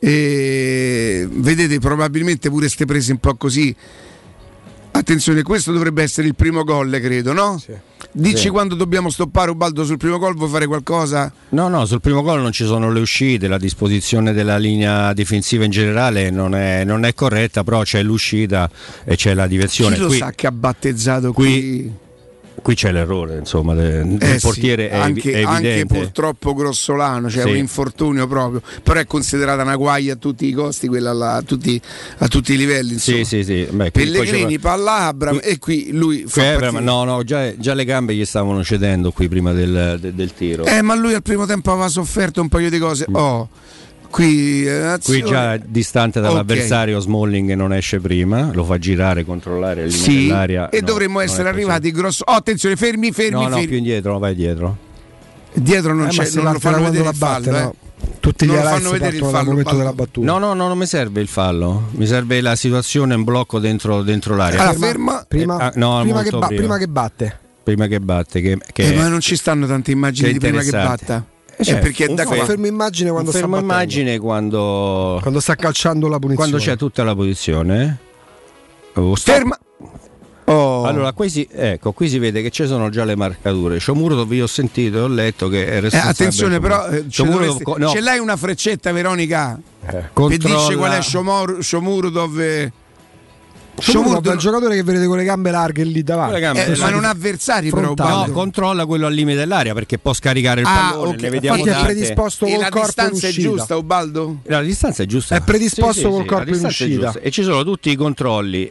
E vedete probabilmente pure ste prese un po' così. Attenzione, questo dovrebbe essere il primo gol, credo, no? Sì. Dici sì. Quando dobbiamo stoppare Ubaldo sul primo gol, vuoi fare qualcosa? No, no, sul primo gol non ci sono le uscite, la disposizione della linea difensiva in generale non è, non è corretta, però c'è l'uscita e c'è la direzione. Chi lo qui, sa che ha battezzato qui? qui Qui c'è l'errore, insomma, del, del eh portiere sì, è, anche, è evidente. Anche purtroppo grossolano, cioè sì. un infortunio proprio, però è considerata una guaglia a tutti i costi, quella là, a, tutti, a tutti i livelli. Insomma. Sì, sì, sì. Beh, Pellegrini, palla Abram e qui lui fa Abram, no, no, già, già le gambe gli stavano cedendo qui prima del, del, del tiro. Eh, ma lui al primo tempo aveva sofferto un paio di cose. Oh. Qui, eh, qui già distante dall'avversario, okay. Smalling non esce prima, lo fa girare, controllare il limite sì, dell'aria. E no, dovremmo essere arrivati grosso. Oh, attenzione, fermi, fermi, no, fermi. No, più indietro, vai dietro. Dietro non eh, c'è, non lo fanno vedere il fallo, no. eh. Tutti gli non highlights fanno vedere il fallo al momento fallo. della battuta. No, no, no, non mi serve il fallo. Mi serve la situazione in blocco dentro, dentro l'area. Allora, ferma. Prima, eh, ah, no, prima, che ba- prima. prima che batte. Prima che batte. Che, che eh, ma non ci stanno tante immagini di prima che batta. Cioè, eh, perché da qua fermo immagine quando fermo sta immagine quando quando sta calciando la punizione, quando c'è tutta la posizione. Oh, ferma. Oh. Allora qui si, ecco, qui si vede che ci sono già le marcature. Shomurodov, vi ho sentito e ho letto che è responsabile. Eh, attenzione però, eh, ce, Shomurodov, dovresti, no. ce l'hai una freccetta, Veronica? Eh, che dice qual è Shomur, Shomurodov? Eh... Shomurodov è il giocatore che vedete con le gambe larghe lì davanti, eh, ma non ha avversari però no, controlla quello al limite dell'area perché può scaricare il ah, pallone. Okay. Ne vediamo è predisposto e col la corpo distanza in è giusta, Ubaldo? La distanza è giusta. È predisposto sì, sì, col sì, corpo in uscita. E ci sono tutti i controlli.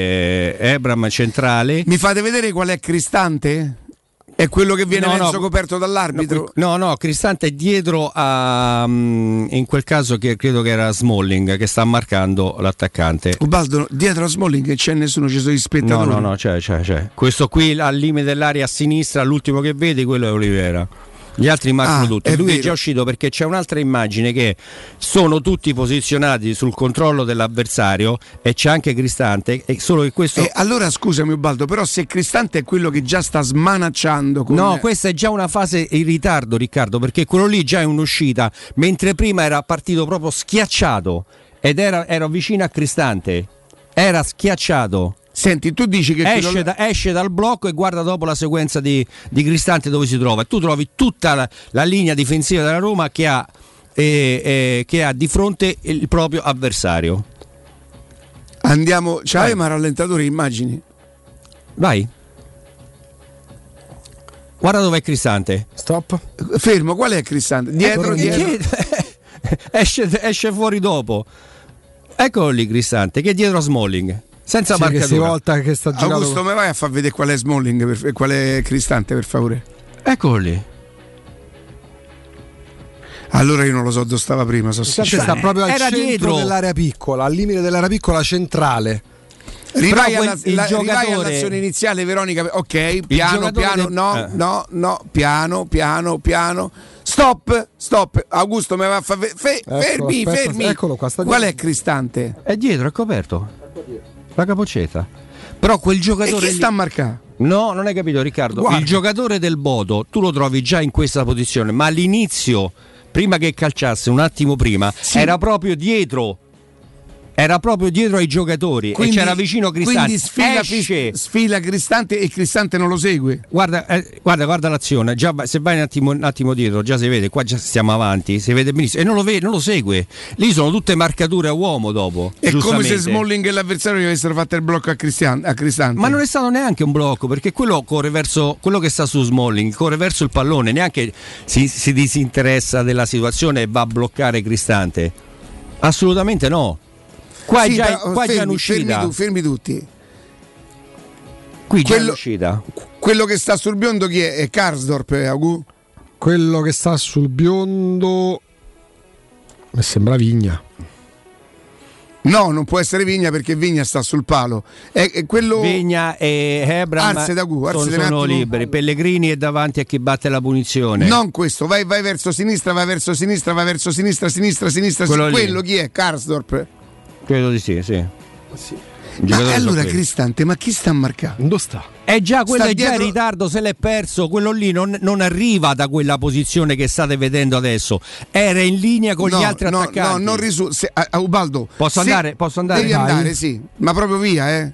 E Abram centrale. Mi fate vedere qual è Cristante? È quello che viene no, mezzo no, coperto dall'arbitro? No, no, Cristante è dietro a um, in quel caso che credo che era Smalling che sta marcando l'attaccante. Ubaldo, dietro a Smalling non c'è nessuno, ci sono gli spettatori. No, no, no, c'è, c'è, c'è. Questo qui al limite dell'area a sinistra, l'ultimo che vedi, quello è Olivera. Gli altri marcano ah, tutti. È Lui vero. è già uscito perché c'è un'altra immagine che sono tutti posizionati sul controllo dell'avversario e c'è anche Cristante. E solo che questo. Eh, allora scusami Ubaldo, però se Cristante è quello che già sta smanacciando. Con... No, questa è già una fase in ritardo, Riccardo, perché quello lì già è un'uscita, mentre prima era partito proprio schiacciato ed era, era vicino a Cristante. Era schiacciato. Senti, tu dici che esce, quello... da, esce dal blocco e guarda dopo la sequenza di, di Cristante dove si trova e tu trovi tutta la, la linea difensiva della Roma che ha, eh, eh, che ha di fronte il proprio avversario. Andiamo, c'hai ma rallentatore immagini. Vai. Guarda dov'è Cristante. Stop. Fermo, qual è Cristante? Dietro, eh, dietro. esce, esce fuori dopo. Eccolo lì Cristante che è dietro a Smalling. Senza sì, marcatura. Che volta che sta giocando. Augusto, mi vai a far vedere qual è Smalling e qual è Cristante, per favore? Eccolo lì. Allora io non lo so dove stava prima. So cioè, sta proprio al era centro dietro dell'area piccola, al limite dell'area piccola centrale. Rivai, quel, alla, la, giocatore... rivai all'azione iniziale, Veronica. Ok, piano, piano, del... no, eh. no, no, piano, piano, piano. Stop, stop. Augusto, mi va a far fe- ecco, fermi, aspetta, fermi. Eccolo qua, sta qual dietro. è Cristante? È dietro, è coperto. La capocetta. Però quel giocatore e chi lì... sta a marcare? No, non hai capito Riccardo. Guarda. Il giocatore del Bodo tu lo trovi già in questa posizione, ma all'inizio, prima che calciasse, un attimo prima, sì. era proprio dietro. era proprio dietro ai giocatori quindi, e c'era vicino Cristante. Quindi sfila, Esce. sfila Cristante e Cristante non lo segue. Guarda, eh, guarda, guarda l'azione. Già, se vai un attimo, un attimo dietro, già si vede. Qua già stiamo avanti, si vede benissimo. E non lo, vede, non lo segue. Lì sono tutte marcature a uomo dopo. È come se Smalling e l'avversario gli avessero fatto il blocco a, Cristian, a Cristante. Ma non è stato neanche un blocco, perché quello corre verso quello che sta su Smalling, corre verso il pallone, neanche si, si disinteressa della situazione e va a bloccare Cristante. Assolutamente no. Qua è sì, già, però, qua fermi, è già in uscita. Fermi, tu, fermi tutti. Qui già quello, in uscita. Quello che sta sul biondo chi è? È Karsdorp, eh, Agu? Quello che sta sul biondo mi sembra Vigna. No, non può essere Vigna perché Vigna sta sul palo. È, è quello... Vigna e Hebram Arse da Gu, Arse sono, sono liberi. Pellegrini è davanti a chi batte la punizione. Non questo, vai, vai verso sinistra, vai verso sinistra, vai verso sinistra, sinistra, sinistra. Quello, quello chi è? Karsdorp? Credo di sì, sì. sì. Ma allora Cristante, ma chi sta a marcare? Dove sta? È già quello sta è dietro... già in ritardo, se l'è perso, quello lì non, non arriva da quella posizione che state vedendo adesso. Era in linea con no, gli altri no, attaccanti. No, non risulta. Uh, Ubaldo, posso andare? Posso andare? Devi Vai. andare, sì, ma proprio via, eh.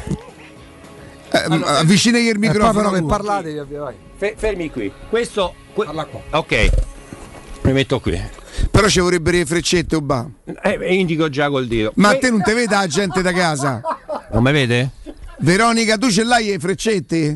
eh allora, avvicinagli il microfono. Eh, per parlare, vai. F- fermi qui. Questo. Que- qua. Ok. Mi metto qui. Però ci vorrebbero le freccette, Uba. Eh, indico già col dito. Ma a te non te vede la gente da casa? Non mi vede? Veronica, tu ce l'hai le freccette?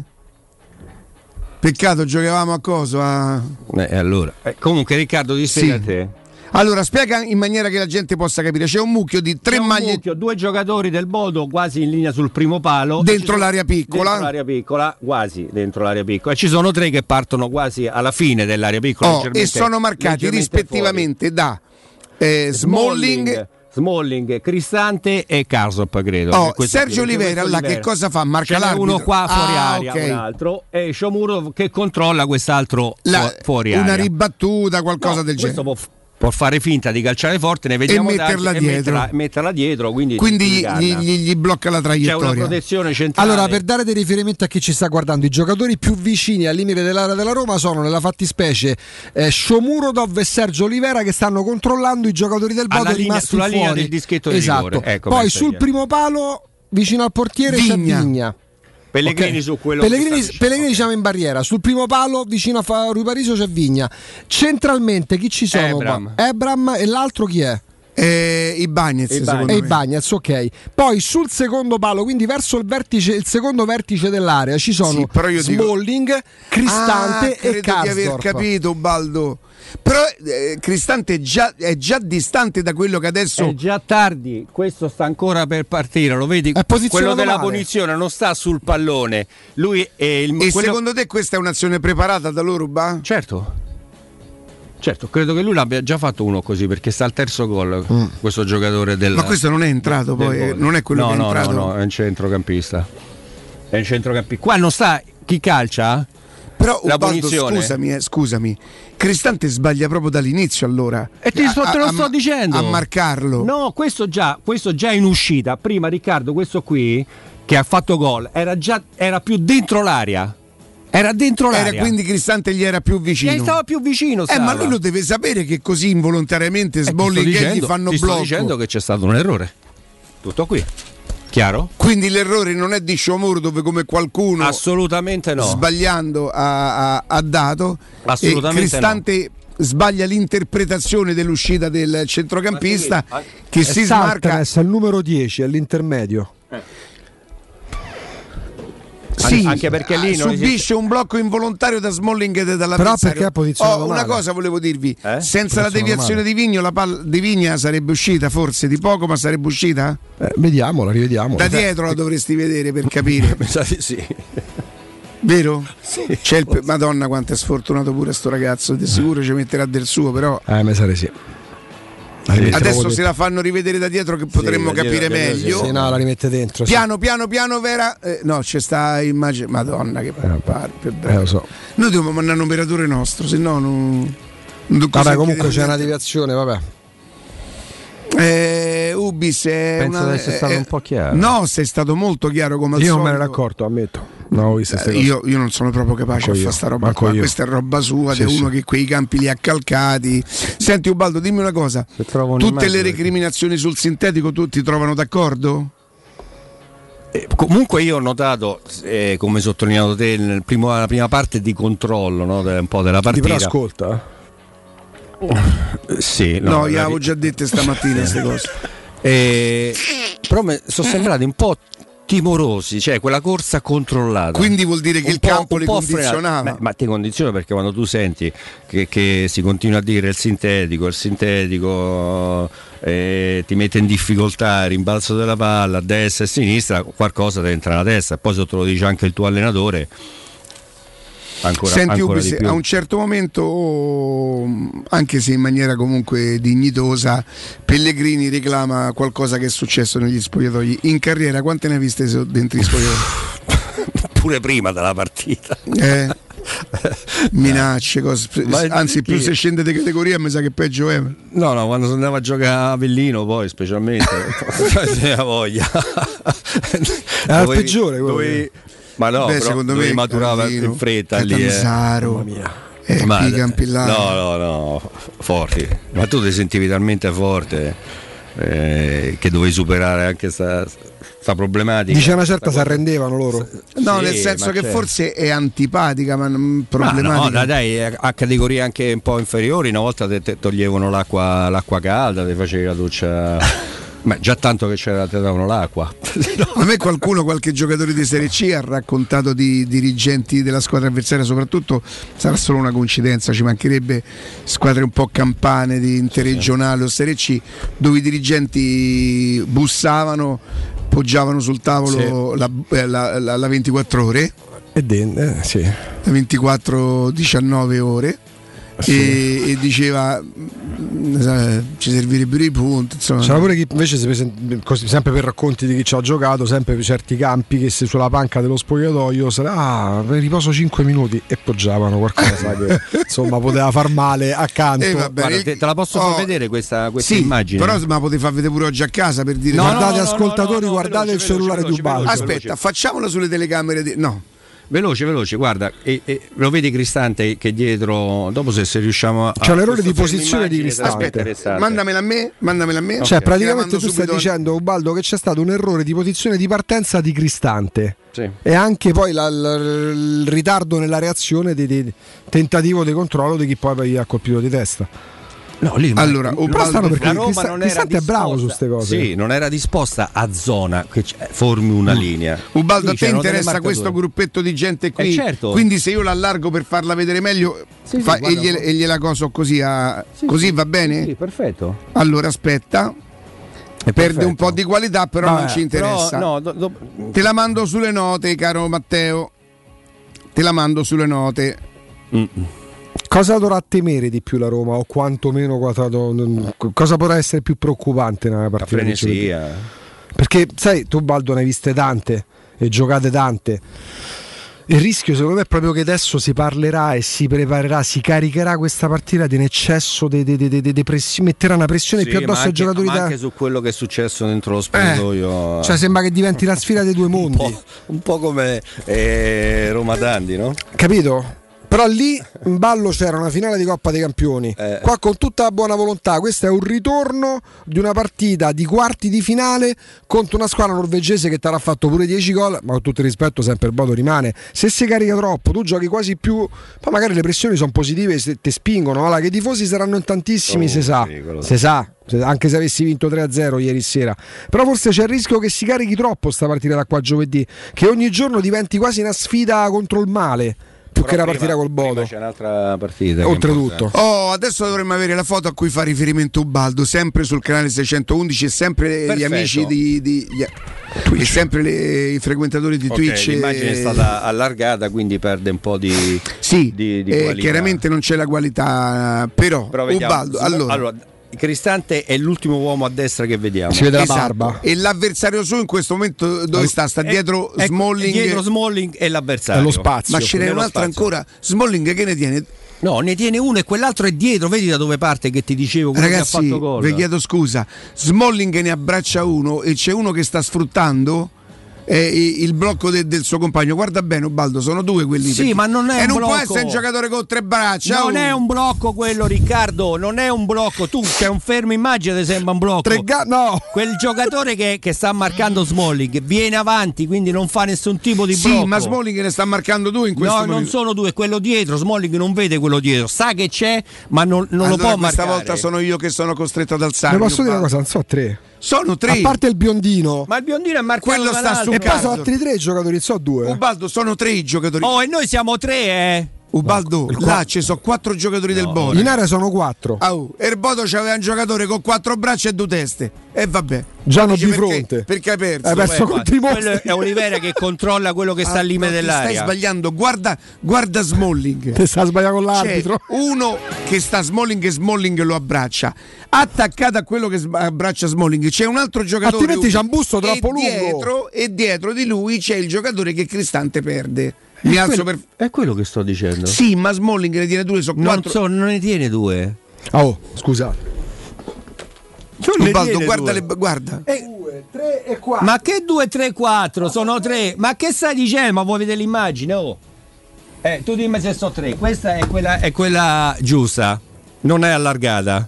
Peccato, giocavamo a coso. A... Eh, allora. Eh, comunque, Riccardo, ti spiega sì. a te. Allora, spiega in maniera che la gente possa capire. C'è un mucchio di tre maglie. Due giocatori del Bodo quasi in linea sul primo palo. Dentro sono... l'area piccola. Dentro l'area piccola, quasi dentro l'area piccola. E ci sono tre che partono quasi alla fine dell'area piccola. Oh, e sono marcati rispettivamente fuori. da eh, Smalling. Smalling. Smalling, Cristante e Karsdorp, credo. Oh, Sergio Olivera là che cosa fa? Marca l'arbitro. Uno qua fuori ah, aria, okay. un altro e Sciomuro che controlla quest'altro La, fuori una aria. Una ribattuta, qualcosa no, del genere. Può, può fare finta di calciare forte, ne vediamo e metterla tanti, dietro. E metterla, metterla dietro, quindi, quindi gli, gli, gli blocca la traiettoria. C'è una protezione centrale. Allora, per dare dei riferimenti a chi ci sta guardando, i giocatori più vicini al limite dell'area della Roma sono nella fattispecie eh, Shomurodov e Sergio Olivera che stanno controllando i giocatori del Bodo rimasti sulla fuori. linea del dischetto di esatto. rigore. Ecco, poi sul via. primo palo vicino al portiere Vigna. c'è Vigna. Pellegrini okay. su quello Pellegrini, che Pellegrini diciamo in barriera. Sul primo palo vicino a Rui Pariso c'è Vigna. Centralmente chi ci sono? Ebram, Ebram e l'altro chi è? Eh, i Bagnez, e i Bagnez, ok. Poi sul secondo palo, quindi verso il vertice, il secondo vertice dell'area, ci sono sì, però io Smalling, dico... Cristante ah, e Karsdorp. Credo di aver capito, Baldo. Però eh, Cristante è già, è già distante da quello che adesso è già tardi, questo sta ancora per partire, lo vedi? Quello della male. punizione non sta sul pallone. Lui è il E quello... secondo te questa è un'azione preparata da loro, Ba? Certo. Certo, credo che lui l'abbia già fatto uno così perché sta al terzo gol mm. questo giocatore del Ma questo non è entrato poi, eh, non è quello no, che è no, entrato. No, no, è un centrocampista. È un centrocampista. Qua non sta chi calcia? Però la Ubaldo, scusami, eh, scusami. Cristante sbaglia proprio dall'inizio allora. E ti sto, a, te lo a, sto dicendo. A marcarlo. No, questo già, questo già in uscita. Prima Riccardo, questo qui che ha fatto gol, era già era più dentro l'area. Era dentro l'area. Era quindi Cristante gli era più vicino. Gli stava più vicino. Stava. Eh, ma lui lo deve sapere che così involontariamente Smalling eh, gli fanno ti blocco. Sto dicendo che c'è stato un errore. Tutto qui. Chiaro? Quindi l'errore non è di Sciomuro dove come qualcuno assolutamente no. Sbagliando ha, ha, ha dato. Assolutamente e Cristante no. Sbaglia l'interpretazione dell'uscita del centrocampista che, che si smarca. È il numero dieci all'intermedio. Eh. Sì, anche perché lì non subisce esiste... un blocco involontario da Smalling e dall'avversario. Però perché ha posizionato oh, una male. cosa volevo dirvi, eh? senza la deviazione di Vigno la palla di Vigna sarebbe uscita forse di poco, ma sarebbe uscita? Eh, vediamola, rivediamo. Da dietro la dovresti vedere per capire. Sì. Vero? Sì. C'è il... Madonna quanto è sfortunato pure sto ragazzo, di sicuro ci metterà del suo, però Eh, me sa sì. adesso se la fanno rivedere da dietro che potremmo sì, capire dietro, meglio. Sì, no, la rimette dentro. Piano sì. piano piano Vera eh, no, c'è sta immagine. Madonna che eh, parpe, eh, lo so. Noi dobbiamo mandare un operatore nostro, se no non, non vabbè, comunque c'è una deviazione, vabbè. Eh, Ubis è penso una, di essere stato eh, un po' chiaro. No, sei stato molto chiaro come al Io solito. non me ne ero accorto, ammetto. No, eh, io, io non sono proprio capace a fare sta roba qua. Io. Questa è roba sua, sì, di uno sì. che quei campi li ha calcati. Senti Ubaldo, dimmi una cosa, tutte le recriminazioni sul sintetico tutti trovano d'accordo? Eh, comunque io ho notato, eh, come hai sottolineato te, nel primo, la prima parte di controllo, no, de, un po' della partita. Però ascolta. Eh, sì, no, no io avevo già dette stamattina queste cose. Eh, però mi sono sembrati un po' timorosi, cioè quella corsa controllata. Quindi vuol dire che il campo li condizionava. Ma, ma ti condiziona perché quando tu senti che, che si continua a dire il sintetico, il sintetico eh, ti mette in difficoltà, il rimbalzo della palla a destra e a sinistra, qualcosa ti entra nella testa e poi se te lo dice anche il tuo allenatore. Ancora, Senti ancora Ubis, di più. A un certo momento, anche se in maniera comunque dignitosa, Pellegrini reclama qualcosa che è successo negli spogliatoi. In carriera quante ne hai viste dentro gli spogliatoi? Pure prima della partita. Eh, minacce, cose. Ma anzi più si scende di categoria mi sa che peggio è. No, no, quando si andava a giocare a Avellino poi specialmente la voglia. Era il peggiore quello. Dovevi, ma no, beh, secondo me maturava in fretta Catanzaro, lì, eh. eh, ma, no, no, no, forti. Ma tu ti sentivi talmente forte eh, che dovevi superare anche sta, sta problematica. Dice una certa si arrendevano loro. No, sì, nel senso che certo. forse è antipatica, ma non problematica. Ma no, dai, dai, a categorie anche un po' inferiori, una volta te, te toglievano l'acqua, l'acqua calda, ti facevi la doccia. Ma già tanto che c'era, te davano l'acqua. A me qualcuno, qualche giocatore di Serie C ha raccontato di dirigenti della squadra avversaria, soprattutto sarà solo una coincidenza, ci mancherebbe, squadre un po' campane di interregionale o Serie C, dove i dirigenti bussavano, poggiavano sul tavolo sì. la, la, la, la ventiquattro ore e den- eh, sì. la ventiquattro diciannove ore. Sì. E, e diceva ci servirebbero i punti, insomma. C'era pure chi invece si present- così, sempre per racconti di chi ci ha giocato, sempre per certi campi che se sulla panca dello spogliatoio sarà ah, riposo cinque minuti e poggiavano qualcosa che insomma poteva far male accanto. Eh, vabbè, Guarda, te, te la posso oh, far vedere questa, questa sì, immagine? Però ma potete far vedere pure oggi a casa per dire no, guardate no, no, ascoltatori, no, no, guardate veloce, il cellulare veloce, di Ubaldo. Aspetta, veloce. facciamola sulle telecamere di... no. Veloce, veloce, guarda, e, e, lo vedi Cristante che dietro, dopo se, se riusciamo a... C'è un errore di posizione di Cristante. Aspetta, mandamela a me, mandamela a me. Cioè, okay. praticamente tu stai dicendo, Ubaldo, che c'è stato un errore di posizione di partenza di Cristante. Sì. E anche poi la, la, il ritardo nella reazione di, di tentativo di controllo di chi poi ha colpito di testa. No, lì, allora, ma, però stanno perché la Roma Crista- non era Cristante è bravo su queste cose. Sì, non era disposta a zona che formi una mm. linea. Ubaldo, a te interessa questo gruppetto di gente qui? Eh, certo. Quindi se io l'allargo per farla vedere meglio sì, fa, sì, guarda, e, gliela, e gliela coso così, a, sì, così sì, va bene? Sì, perfetto. Allora aspetta. È perde perfetto. un po' di qualità, però Vabbè, non ci interessa. Però, no, do, do... Te la mando sulle note, caro Matteo. Te la mando sulle note. Mm. Cosa dovrà temere di più la Roma o quantomeno cosa potrà essere più preoccupante nella partita? La frenesia. Perché sai, tu Baldo ne hai viste tante e giocate tante. Il rischio secondo me è proprio che adesso si parlerà e si preparerà, si caricherà questa partita di un eccesso di de, de, de, de, de pressione, metterà una pressione sì, più addosso ai giocatori. Ma da... anche su quello che è successo dentro lo spogliatoio. Eh, cioè sembra che diventi la sfida dei due mondi. Un po', un po' come eh, Roma Dandi, no? Capito? Però lì in ballo c'era una finale di Coppa dei Campioni. Eh. Qua con tutta la buona volontà, questo è un ritorno di una partita di quarti di finale contro una squadra norvegese che ti avrà fatto pure dieci gol, ma con tutto il rispetto sempre il Bodo rimane. Se si carica troppo, tu giochi quasi più, poi magari le pressioni sono positive, se ti spingono, allora, che i tifosi saranno in tantissimi, oh, se sa, se sa. Anche se avessi vinto tre a zero ieri sera, però forse c'è il rischio che si carichi troppo sta partita da qua a giovedì, che ogni giorno diventi quasi una sfida contro il male più però che la partita col Bodo. C'è un'altra partita oltretutto. Oh, adesso dovremmo avere la foto a cui fa riferimento Ubaldo, sempre sul canale seicentoundici e sempre Perfetto. Gli amici di, di gli, e sempre le, i frequentatori di okay, Twitch. L'immagine è stata allargata, quindi perde un po' di sì, di, di eh, chiaramente non c'è la qualità, però, però Ubaldo, allora, allora Cristante è l'ultimo uomo a destra che vediamo. Si vede la esatto. barba. E l'avversario suo in questo momento dove sta? Sta dietro è, Smalling. Dietro Smalling e l'avversario. È lo spazio. Ma ce n'è un altro ancora. Smalling che ne tiene? No, ne tiene uno e quell'altro è dietro. Vedi da dove parte che ti dicevo quello Ragazzi, che ha fatto gol. vi chiedo scusa. Smalling ne abbraccia uno e c'è uno che sta sfruttando eh, il blocco de, del suo compagno. Guarda bene Ubaldo, sono due quelli. Sì, ma non è e un non blocco. può essere un giocatore con tre braccia. Non oh. è un blocco quello, Riccardo, non è un blocco. Tu c'è un fermo immagine, ti sembra un blocco. Tre ga- no. Quel giocatore che, che sta marcando Smalling viene avanti, quindi non fa nessun tipo di sì, blocco. ma Smalling ne sta marcando due in questo No, momento. non sono due, quello dietro. Smalling non vede quello dietro, sa che c'è, ma non, non allora, lo può questa marcare. volta sono io che sono costretto ad alzare. Ne posso dire una cosa, non so tre. Sono tre. A parte il biondino. Ma il biondino è marcato quello sta sul E poi sono cazzo. altri tre giocatori, so due. Ubaldo, sono tre i giocatori. Oh, e noi siamo tre, eh. Ubaldo, No, là ci sono quattro giocatori no, del Bodo. In area sono quattro. Oh, e il Bodo c'aveva un giocatore con quattro braccia e due teste. E vabbè. Già non Dice di perché, fronte. Perché hai perso. Hai perso Beh, contro i quello mostri. è Olivera che controlla quello che sta Ah, al limite no, ti dell'area. stai sbagliando. Guarda, guarda Smalling. Ti sta sbagliando con l'arbitro. C'è uno che sta Smalling e Smalling lo abbraccia. Attaccato a quello che sb- abbraccia Smalling c'è un altro giocatore. Altrimenti c'è un busto troppo e lungo. Dietro, e dietro di lui c'è il giocatore che Cristante perde. Mi È alzo quello, per. è quello che sto dicendo. Sì, ma Smalling ne tiene due, sono Non, quattro. so, non ne tiene due. Oh, scusate. ne Ubaldo, tiene guarda, due. le, guarda. due, tre e quattro. Ma che due, tre, quattro? Sono tre. Ma che stai dicendo? Ma vuoi vedere l'immagine? Oh. Eh, tu dimmi se sono tre. Questa è quella, è quella giusta. Non è allargata.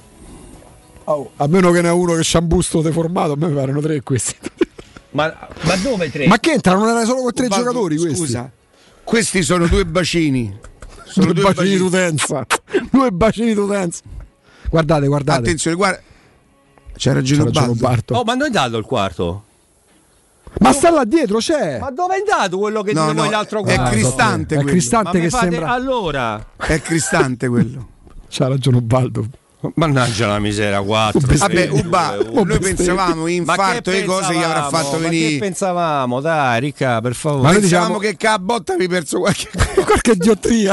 Oh, a meno che ne ha uno che c'ha un busto deformato, a me mi parano tre questi. Ma, ma dove tre? Ma che entrano? Non era solo con tre Ubaldo, giocatori questi? Scusa, questi sono due bacini. Sono due, due bacini d'utenza. Due bacini d'utenza. Guardate, guardate. Attenzione, guarda. C'è ragione, C'ha ragione Ubaldo. Barto. Oh, ma non è dato il quarto? Ma sta là dietro, c'è. Ma dove è andato quello che No, dite no, voi l'altro è quarto? Cristante È quello. Cristante Ma mi che fate- sembra. Allora. È Cristante quello. C'ha ragione Ubaldo. Mannaggia la misera, quattro. Vabbè, tre, Uba, due, uno. noi pensavamo Ma infarto che e cose gli avrà pensavamo? fatto Ma venire. che pensavamo? Dai, Ricca, per favore. Ma noi Pensavamo diciamo- che a botta avevi perso qualche. Qualche diottria.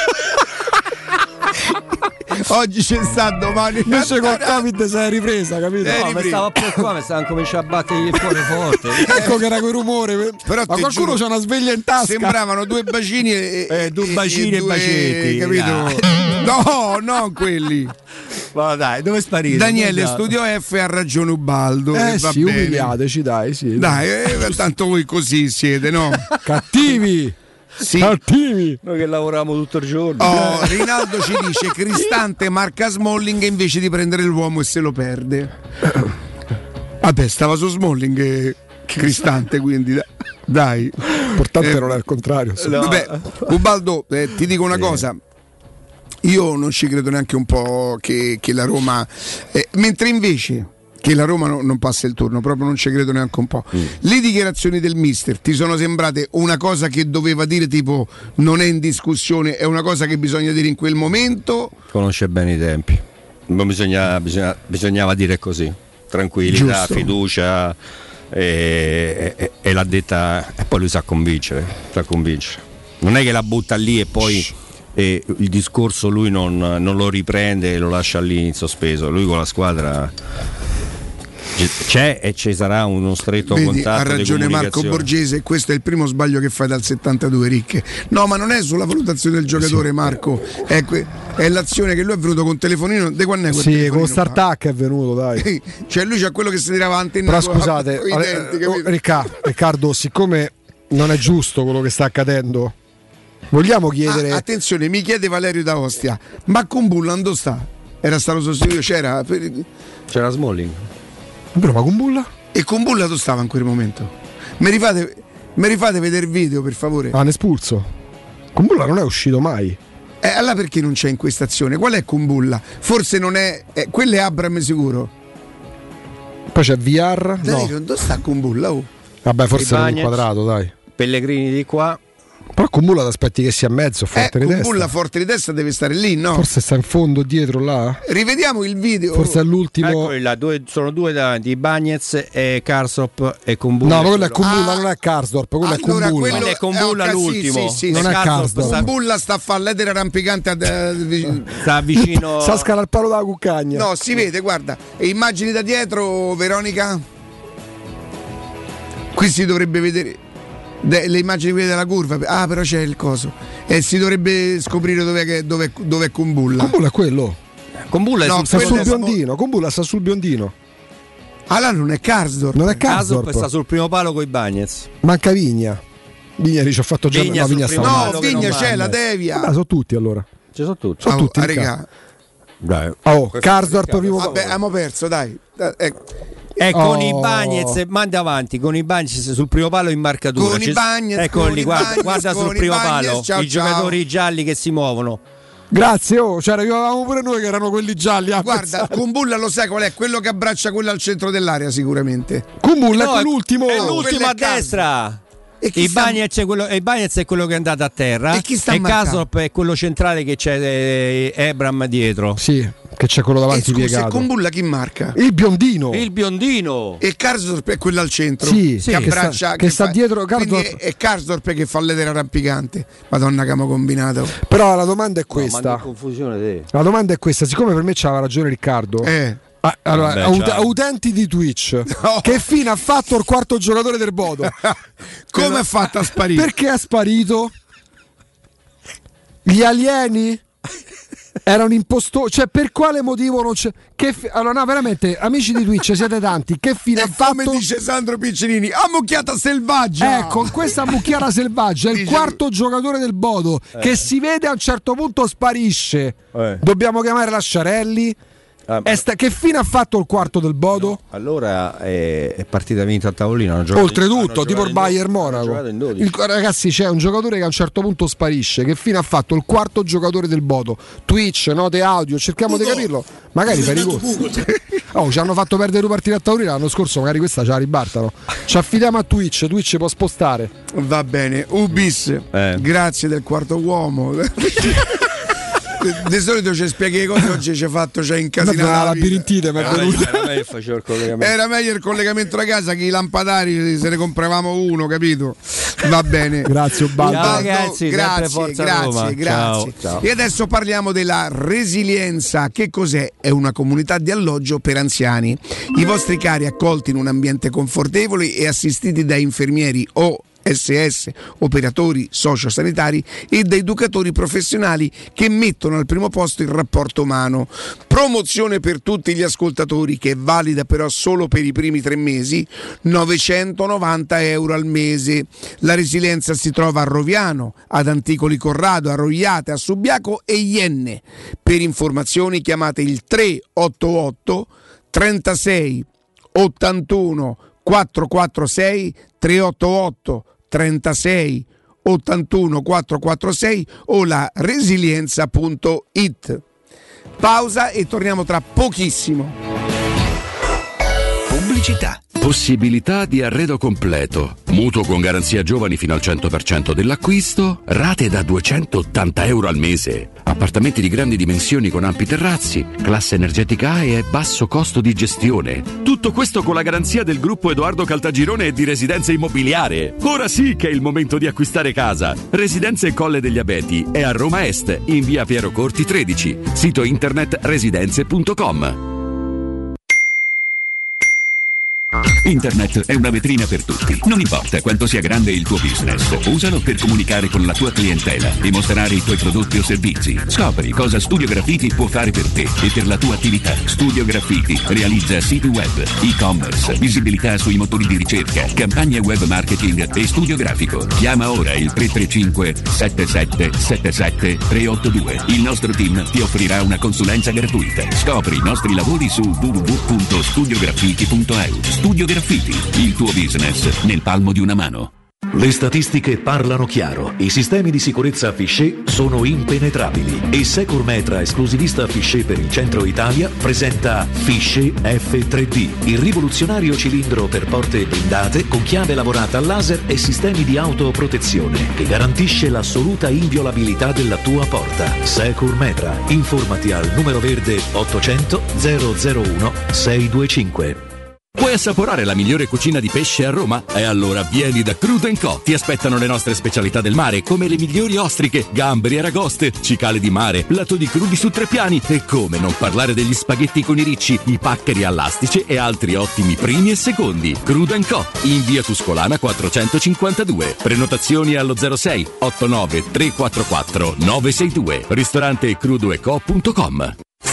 Oggi c'è sta, domani. Invece col Covid si è ripresa, capito? Eh, No, mi ripresa. stavo a preoccupare, mi stavano cominciando a battere il cuore forte. Ecco che era quel rumore. Però Ma ti qualcuno giuro, c'ha una sveglia in tasca. Sembravano due bacini e, Eh, due bacini e due- bacetti, capito? dai. No, non quelli. Ma dai, dove sparite? Daniele, Dove Studio F ha ragione Ubaldo. Eh e va sì, bene. umiliateci, dai, sì. Dai, eh, tanto voi così siete, no? Cattivi. Sì. Cattivi. Noi che lavoriamo tutto il giorno. Oh, Rinaldo ci dice Cristante marca Smalling invece di prendere l'uomo e se lo perde. Vabbè, stava su Smalling e Cristante, quindi dai. L'importante Eh, non è il contrario. sì. No. Vabbè, Ubaldo, eh, ti dico una cosa. Io non ci credo neanche un po' che, che la Roma. Eh, mentre invece che la Roma no, non passa il turno, proprio non ci credo neanche un po'. Mm. Le dichiarazioni del mister ti sono sembrate una cosa che doveva dire tipo non è in discussione, è una cosa che bisogna dire in quel momento? Conosce bene i tempi. Non bisogna, bisogna, bisognava dire così. Tranquillità, Giusto. fiducia e, e, e l'ha detta e poi lui sa convincere, sa convincere. Non è che la butta lì e poi e il discorso lui non, non lo riprende e lo lascia lì in sospeso. Lui con la squadra c'è e ci sarà uno stretto Vedi, contatto. ha ragione di Marco Borgese, questo è il primo sbaglio che fai dal settantadue, Ricche. No, ma non è sulla valutazione del giocatore, Marco, è, que- è l'azione che lui è venuto con telefonino. De quando è quel Sì, telefonino con Startup è venuto, dai. qua? Cioè lui c'ha quello che si tirava antenna. Però scusate, coi denti, eh, capito? Riccardo, Riccardo, siccome non è giusto quello che sta accadendo, vogliamo chiedere. Ah, attenzione, mi chiede Valerio da Ostia, ma con Bulla dove sta? Era stato sostituito, c'era C'era Smalling. Però ma con Bulla? E con Bulla dove stava in quel momento? Mi rifate, mi rifate vedere il video, per favore? Ah, ne espulso. Con Bulla non è uscito mai. Eh, allora perché non c'è in questa azione? Qual è con Bulla? Forse non è. Eh, quello è Abram sicuro. Poi c'è V R. Danilo, No. dove sta con Bulla? Oh. Vabbè, forse non Ibañez. inquadrato, dai. Pellegrini di qua. Però con Bulla ti aspetti che sia a mezzo, Eh, forte di con testa. Bulla forte di testa deve stare lì, no? Forse sta in fondo dietro là. Rivediamo il video. Forse è l'ultimo. Eccoli là, due, sono due davanti, Bagnez e Karsop e con Bulla. No, ma quello è con Ah. Bulla, non è Karsdorp, quello Allora, è con Bulla. quello è con eh, Bulla ok, sì, l'ultimo. sì, sì, Non sì. è Karsdorp Karsdorp. sta- Con Bulla sta a fare l'edera arrampicante a, eh, sta vicino. Sa scalare il palo dalla cuccagna. No, si vede, guarda. E immagini da dietro, Veronica? Qui si dovrebbe vedere de- le immagini quelle della curva. Ah, però c'è il coso. E si dovrebbe scoprire dov'è, che, dov'è, dov'è con Bulla. Con Bulla è quello. Con Bulla è No, sul Sta quello sul è- biondino. Con Bulla sta sul biondino. Allora non è Karsdorp. Non è Karsdorp Karsdorp. sta sul primo palo con i Bagnets. Manca Vigna. Vigna dice ho fatto già Vigna no, sul Vigna primo sta palo No, che Vigna non c'è, manda. la Devia. Vabbè, sono tutti allora. Ci sono tutti. Sono Oh, tutti in regà. campo. Dai. Oh, Karsdorp primo Vabbè, abbiamo perso, dai. Eh, E con Oh. i Bagnets, manda avanti, con i Bagnets sul primo palo in marcatura. Con i Ci- Bagnets, Eccoli, con i guarda, Bagnets, guarda con sul i primo Bagnets, palo, ciao, i ciao. giocatori gialli che si muovono. Grazie, oh, c'era, avevamo pure noi che erano quelli gialli. a Guarda, pensare. Kumbulla lo sai qual è? Quello che abbraccia quello al centro dell'area sicuramente. Kumbulla No, è l'ultimo. È quello l'ultimo è a Karsdorp. destra. E chi I sta- Bagnets è quello, i Bagnets è quello che è andato a terra. E chi sta a e marcare? Karsdorp è quello centrale che c'è eh, Ebram dietro. Sì, che c'è quello E davanti scusa, e piegato. Kumbulla chi marca? Il biondino. Il biondino. E Karsdorp è quello al centro. Sì, che sì, che abbraccia sta- che sta fa- dietro quindi Karsdorp. è, è Karsdorp che fa l'edera arrampicante. Madonna che abbiamo combinato. Però la domanda è No, ma questa. che confusione te. La domanda è questa, siccome per me c'aveva ragione Riccardo. Eh. Ah, allora, Vabbè, ut- ciao. utenti di Twitch, No. che fine ha fatto il quarto giocatore del Bodo? Come è fatta a sparire? Perché è sparito? Gli alieni erano impostori, cioè per quale motivo non c'è? Che fi- allora, no, veramente, amici di Twitch, siete tanti. Che fine E ha come fatto? dice Sandro Piccinini, ammucchiata selvaggia. Ecco, questa mucchiara selvaggia è il Dice- quarto giocatore del Bodo che si vede a un certo punto sparisce. Eh. Dobbiamo chiamare Lasciarelli. Ah, È sta- che fine ha fatto il quarto del Bodo? Allora è, è partita vinta a tavolino. hanno giocato- Oltretutto, hanno tipo giocato il in Bayern dodici, hanno Monaco. giocato in dodici. Il- ragazzi, c'è un giocatore che a un certo punto sparisce. Che fine ha fatto il quarto giocatore del Bodo? Twitch, note audio, cerchiamo di capirlo. Magari per i conti. Oh, ci hanno fatto perdere due partite a tavolino l'anno scorso, magari questa ce la ribaltano. Ci affidiamo a Twitch, Twitch può spostare. Va bene, Ubis, Eh. grazie del quarto uomo. Di solito ci spieghi le cose, oggi ci hai fatto, ci hai incasinato. La la vita. labirintite mi è Era venuta. meglio- era meglio facevo il collegamento. Era meglio il collegamento da casa che i lampadari se ne compravamo uno, capito? Va bene. Grazie Ubaldo. Ciao, ragazzi, sempre grazie, forza grazie, Roma. grazie. Ciao, ciao. E adesso parliamo della resilienza. Che cos'è? È una comunità di alloggio per anziani. I vostri cari accolti in un ambiente confortevole e assistiti da infermieri o S S, operatori sociosanitari e da educatori professionali che mettono al primo posto il rapporto umano. Promozione per tutti gli ascoltatori che è valida però solo per i primi tre mesi, novecentonovanta euro al mese. La resilienza si trova a Roviano, ad Anticoli Corrado, a Rogliate, a Subiaco e Ienne. Per informazioni chiamate il tre otto otto trentasei ottantuno quattrocentoquarantasei tre otto otto trentasei ottantuno quattrocentoquarantasei o la resilienza punto it. Pausa e torniamo tra pochissimo. Pubblicità. Possibilità di arredo completo. Mutuo con garanzia giovani fino al cento per cento dell'acquisto. Rate da duecentottanta euro al mese. Appartamenti di grandi dimensioni con ampi terrazzi. Classe energetica A e basso costo di gestione. Tutto questo con la garanzia del gruppo Edoardo Caltagirone e di Residenza Immobiliare. Ora sì che è il momento di acquistare casa. Residenze Colle degli Abeti è a Roma Est, in via Piero Corti tredici. Sito internet residenze punto com. Internet è una vetrina per tutti. Non importa quanto sia grande il tuo business, usalo per comunicare con la tua clientela e mostrare i tuoi prodotti o servizi. Scopri cosa Studio Graffiti può fare per te e per la tua attività. Studio Graffiti realizza siti web, e-commerce, visibilità sui motori di ricerca, campagne web marketing e studio grafico. Chiama ora il tre tre cinque sette sette sette sette tre otto due. Il nostro team ti offrirà una consulenza gratuita. Scopri i nostri lavori su w w w punto studio graffiti punto e u. Studio Graffiti, il tuo business nel palmo di una mano. Le statistiche parlano chiaro, i sistemi di sicurezza Fichet sono impenetrabili e Securmetra, esclusivista Fichet per il centro Italia, presenta Fichet F tre D, il rivoluzionario cilindro per porte blindate con chiave lavorata a laser e sistemi di autoprotezione che garantisce l'assoluta inviolabilità della tua porta. Securmetra, informati al numero verde ottocento zero zero uno sei due cinque. Vuoi assaporare la migliore cucina di pesce a Roma? E allora vieni da Crudo and Co. Ti aspettano le nostre specialità del mare, come le migliori ostriche, gamberi e aragoste, cicale di mare, lato di crudi su tre piani e come non parlare degli spaghetti con i ricci, i paccheri all'astice e altri ottimi primi e secondi. Crudo and Co. in via Tuscolana quattrocentocinquantadue. Prenotazioni allo zero sei otto nove tre quattro quattro nove sei due. Ristorante crudo e co punto com.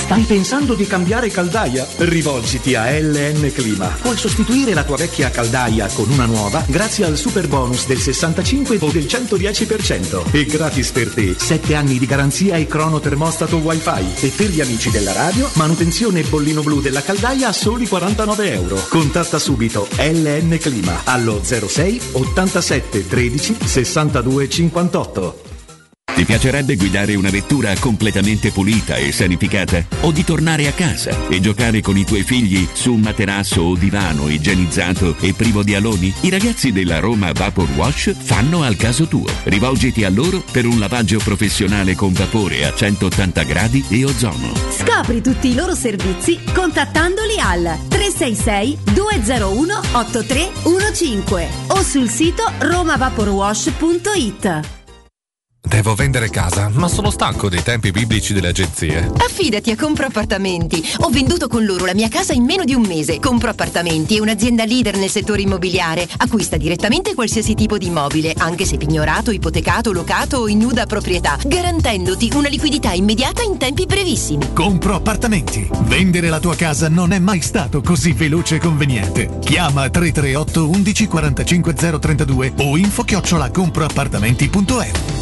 Stai pensando di cambiare caldaia? Rivolgiti a L N Clima. Puoi sostituire la tua vecchia caldaia con una nuova grazie al super bonus del sessantacinque o del centodieci per cento. E gratis per te sette anni di garanzia e crono termostato wifi. E per gli amici della radio, manutenzione bollino blu della caldaia a soli quarantanove euro. Contatta subito L N Clima allo zero sei ottantasette tredici sessantadue cinquantotto. Ti piacerebbe guidare una vettura completamente pulita e sanificata? O di tornare a casa e giocare con i tuoi figli su un materasso o divano igienizzato e privo di aloni? I ragazzi della Roma Vapor Wash fanno al caso tuo. Rivolgiti a loro per un lavaggio professionale con vapore a centottanta gradi e ozono. Scopri tutti i loro servizi contattandoli al tre sei sei due zero uno otto tre uno cinque o sul sito roma vapor wash punto it. Devo vendere casa, ma sono stanco dei tempi biblici delle agenzie. Affidati a Compro Appartamenti. Ho venduto con loro la mia casa in meno di un mese. Compro Appartamenti è un'azienda leader nel settore immobiliare. Acquista direttamente qualsiasi tipo di immobile, anche se pignorato, ipotecato, locato o in nuda proprietà, garantendoti una liquidità immediata in tempi brevissimi. Compro Appartamenti. Vendere la tua casa non è mai stato così veloce e conveniente. Chiama tre tre otto undici quarantacinque zero trentadue o info chiocciola comproappartamenti punto e u.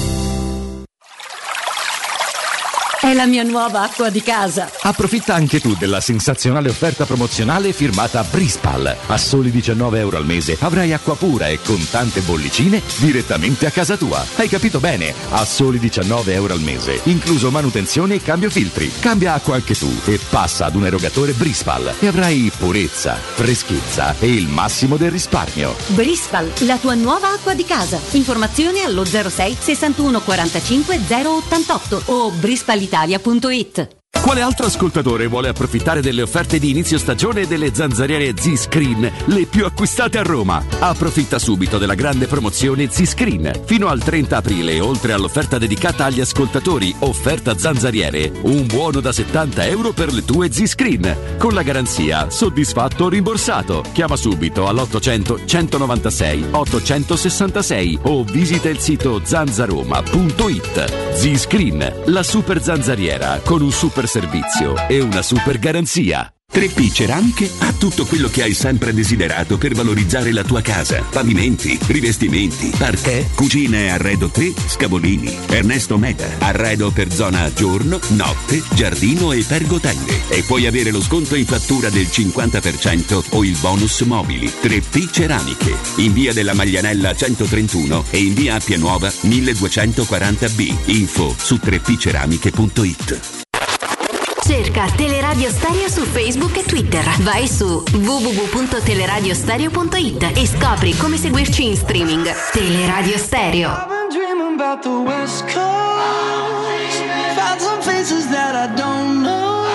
È la mia nuova acqua di casa. Approfitta anche tu della sensazionale offerta promozionale firmata Brispal. A soli diciannove euro al mese avrai acqua pura e con tante bollicine direttamente a casa tua. Hai capito bene? A soli diciannove euro al mese, incluso manutenzione e cambio filtri. Cambia acqua anche tu e passa ad un erogatore Brispal e avrai purezza, freschezza e il massimo del risparmio. Brispal, la tua nuova acqua di casa. Informazioni allo zero sei sessantuno quarantacinque zero ottantotto o brispal italia punto it. Quale altro ascoltatore vuole approfittare delle offerte di inizio stagione delle zanzariere Z-Screen, le più acquistate a Roma? Approfitta subito della grande promozione Z-Screen. Fino al trenta aprile, oltre all'offerta dedicata agli ascoltatori, offerta zanzariere, un buono da settanta euro per le tue Z-Screen, con la garanzia soddisfatto o rimborsato. Chiama subito all'ottocento centonovantasei ottocentosessantasei o visita il sito zanzaroma punto it. Z-Screen, la super zanzariera con un super servizio e una super garanzia. tre P Ceramiche ha tutto quello che hai sempre desiderato per valorizzare la tua casa. Pavimenti, rivestimenti, parquet, cucina e arredo tre, Scavolini. Ernesto Meda, arredo per zona giorno, notte, giardino e pergotende. E puoi avere lo sconto in fattura del cinquanta per cento o il bonus mobili. tre P Ceramiche, in via della Maglianella centotrentuno e in via Appia Nuova milleduecentoquaranta B. Info su tre p ceramiche punto it. Cerca Teleradio Stereo su Facebook e Twitter. Vai su w w w punto teleradiostereo punto it e scopri come seguirci in streaming. Teleradio Stereo. I've been dreaming about the West Coast. Found some faces that I don't know.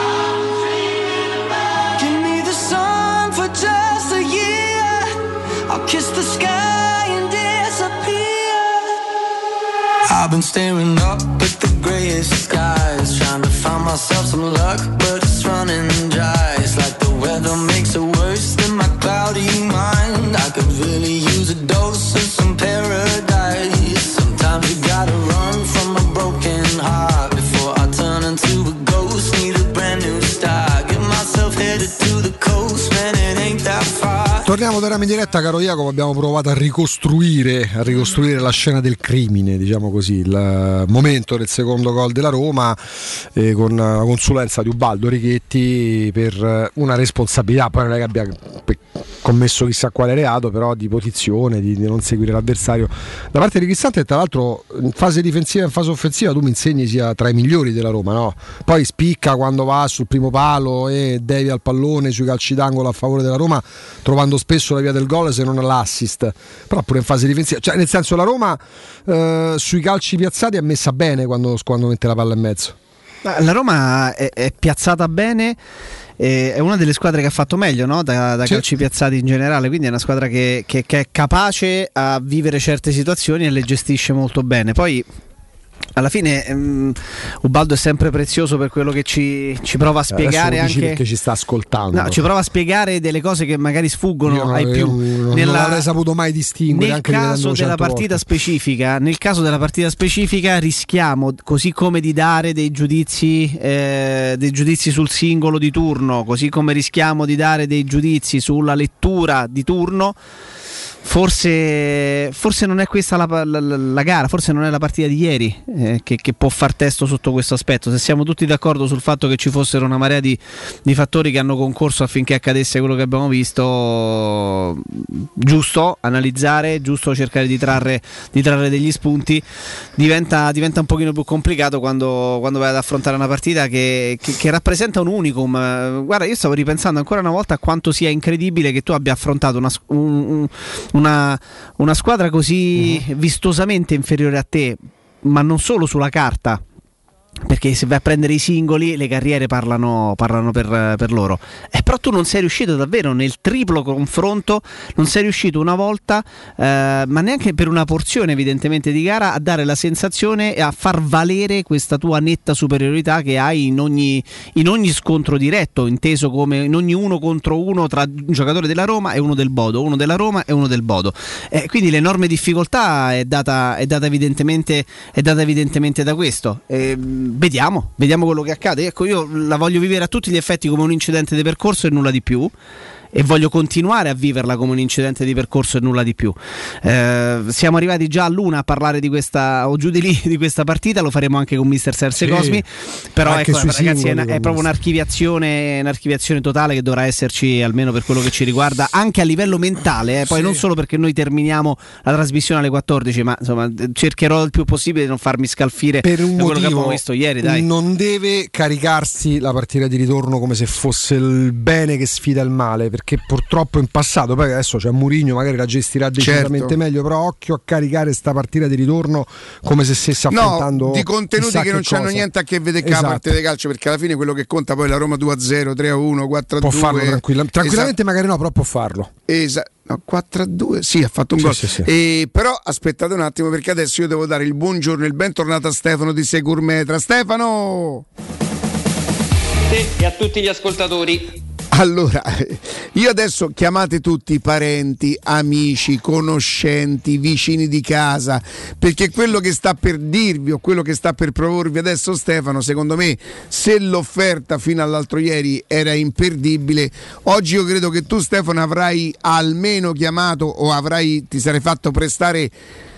Give me the sun for just a year. I'll kiss the sky and disappear. I've been staring up at the grayest skies, trying to find myself some luck, but it's running dry. It's like the weather makes it worse than my cloudy mind. I could really use a dose of some paradise. Sometimes you gotta run from a broken heart before I turn into a ghost. Need a brand new start. Get myself headed to the coast, man, it ain't that far. Torniamo da Rami diretta, caro Jacopo. Abbiamo provato a ricostruire, a ricostruire la scena del crimine, diciamo così, il momento del secondo gol della Roma, eh, con la consulenza di Ubaldo Righetti per una responsabilità, poi non è che abbia commesso chissà quale reato, però di posizione, di, di non seguire l'avversario da parte di Cristante. Tra l'altro in fase difensiva e in fase offensiva tu mi insegni sia tra i migliori della Roma, no? Poi spicca quando va sul primo palo e devia il pallone sui calci d'angolo a favore della Roma, trovando spesso la via del gol se non l'assist, però pure in fase difensiva, cioè nel senso la Roma eh, sui calci piazzati è messa bene quando, quando mette la palla in mezzo. La Roma è, è piazzata bene, è una delle squadre che ha fatto meglio, no? da, da sì. calci piazzati in generale, quindi è una squadra che, che, che è capace a vivere certe situazioni e le gestisce molto bene. Poi alla fine um, Ubaldo è sempre prezioso per quello che ci, ci prova a spiegare, eh, anche perché ci sta ascoltando. No, ci prova a spiegare delle cose che magari sfuggono Io no, ai più. non, nella, non l'avrei saputo mai distinguere. Nel anche caso della partita volte. specifica, nel caso della partita specifica rischiamo, così come di dare dei giudizi, eh, dei giudizi sul singolo di turno, così come rischiamo di dare dei giudizi sulla lettura di turno. Forse, forse non è questa la, la, la gara, forse non è la partita di ieri eh, che, che può far testo sotto questo aspetto. Se siamo tutti d'accordo sul fatto che ci fossero una marea di, di fattori che hanno concorso affinché accadesse quello che abbiamo visto, giusto analizzare, giusto cercare di trarre, di trarre degli spunti. Diventa, diventa un pochino più complicato quando, quando vai ad affrontare una partita che, che, che rappresenta un unicum. Guarda, io stavo ripensando ancora una volta a quanto sia incredibile che tu abbia affrontato una, un, una, una squadra così uh-huh. vistosamente inferiore a te, ma non solo sulla carta, perché se vai a prendere i singoli le carriere parlano, parlano per, per loro, eh, però tu non sei riuscito davvero nel triplo confronto, non sei riuscito una volta eh, ma neanche per una porzione evidentemente di gara a dare la sensazione e a far valere questa tua netta superiorità che hai in ogni, in ogni scontro diretto, inteso come in ogni uno contro uno tra un giocatore della Roma e uno del Bodo, uno della Roma e uno del Bodo, eh, quindi l'enorme difficoltà è data, è data evidentemente è data evidentemente da questo. eh, Vediamo, vediamo quello che accade. Ecco, io la voglio vivere a tutti gli effetti come un incidente di percorso e nulla di più, e voglio continuare a viverla come un incidente di percorso e nulla di più. Eh, siamo arrivati già all'una a parlare di questa o giù di lì di questa partita, lo faremo anche con mister Serse sì, Cosmi, però ecco, ragazzi, è, è proprio un'archiviazione, un'archiviazione totale che dovrà esserci, almeno per quello che ci riguarda, anche a livello mentale, eh. Poi sì. Non solo perché noi terminiamo la trasmissione alle quattordici, ma insomma cercherò il più possibile di non farmi scalfire per un da quello motivo, che abbiamo visto ieri, dai. Non deve caricarsi la partita di ritorno come se fosse il bene che sfida il male, perché purtroppo in passato, poi adesso c'è Mourinho, magari la gestirà decisamente certo. meglio, però occhio a caricare sta partita di ritorno come se stesse affrontando no, di contenuti che, che non c'hanno niente a che vedere con esatto. la partita di calcio, perché alla fine quello che conta poi è la Roma due a zero, tre a uno, quattro a due. Può farlo tranquilla, tranquillamente, esatto. magari no, però può farlo. Esatto. No, quattro a due, sì, ha fatto un sì, gol. Sì, sì. E, però aspettate un attimo, perché adesso io devo dare il buongiorno e il bentornato a Stefano di Securmetra. Stefano! Sì, e a tutti gli ascoltatori. Allora, io adesso chiamate tutti parenti, amici, conoscenti, vicini di casa, perché quello che sta per dirvi o quello che sta per proporvi adesso Stefano, secondo me, se l'offerta fino all'altro ieri era imperdibile, oggi io credo che tu Stefano avrai almeno chiamato o avrai ti sarei fatto prestare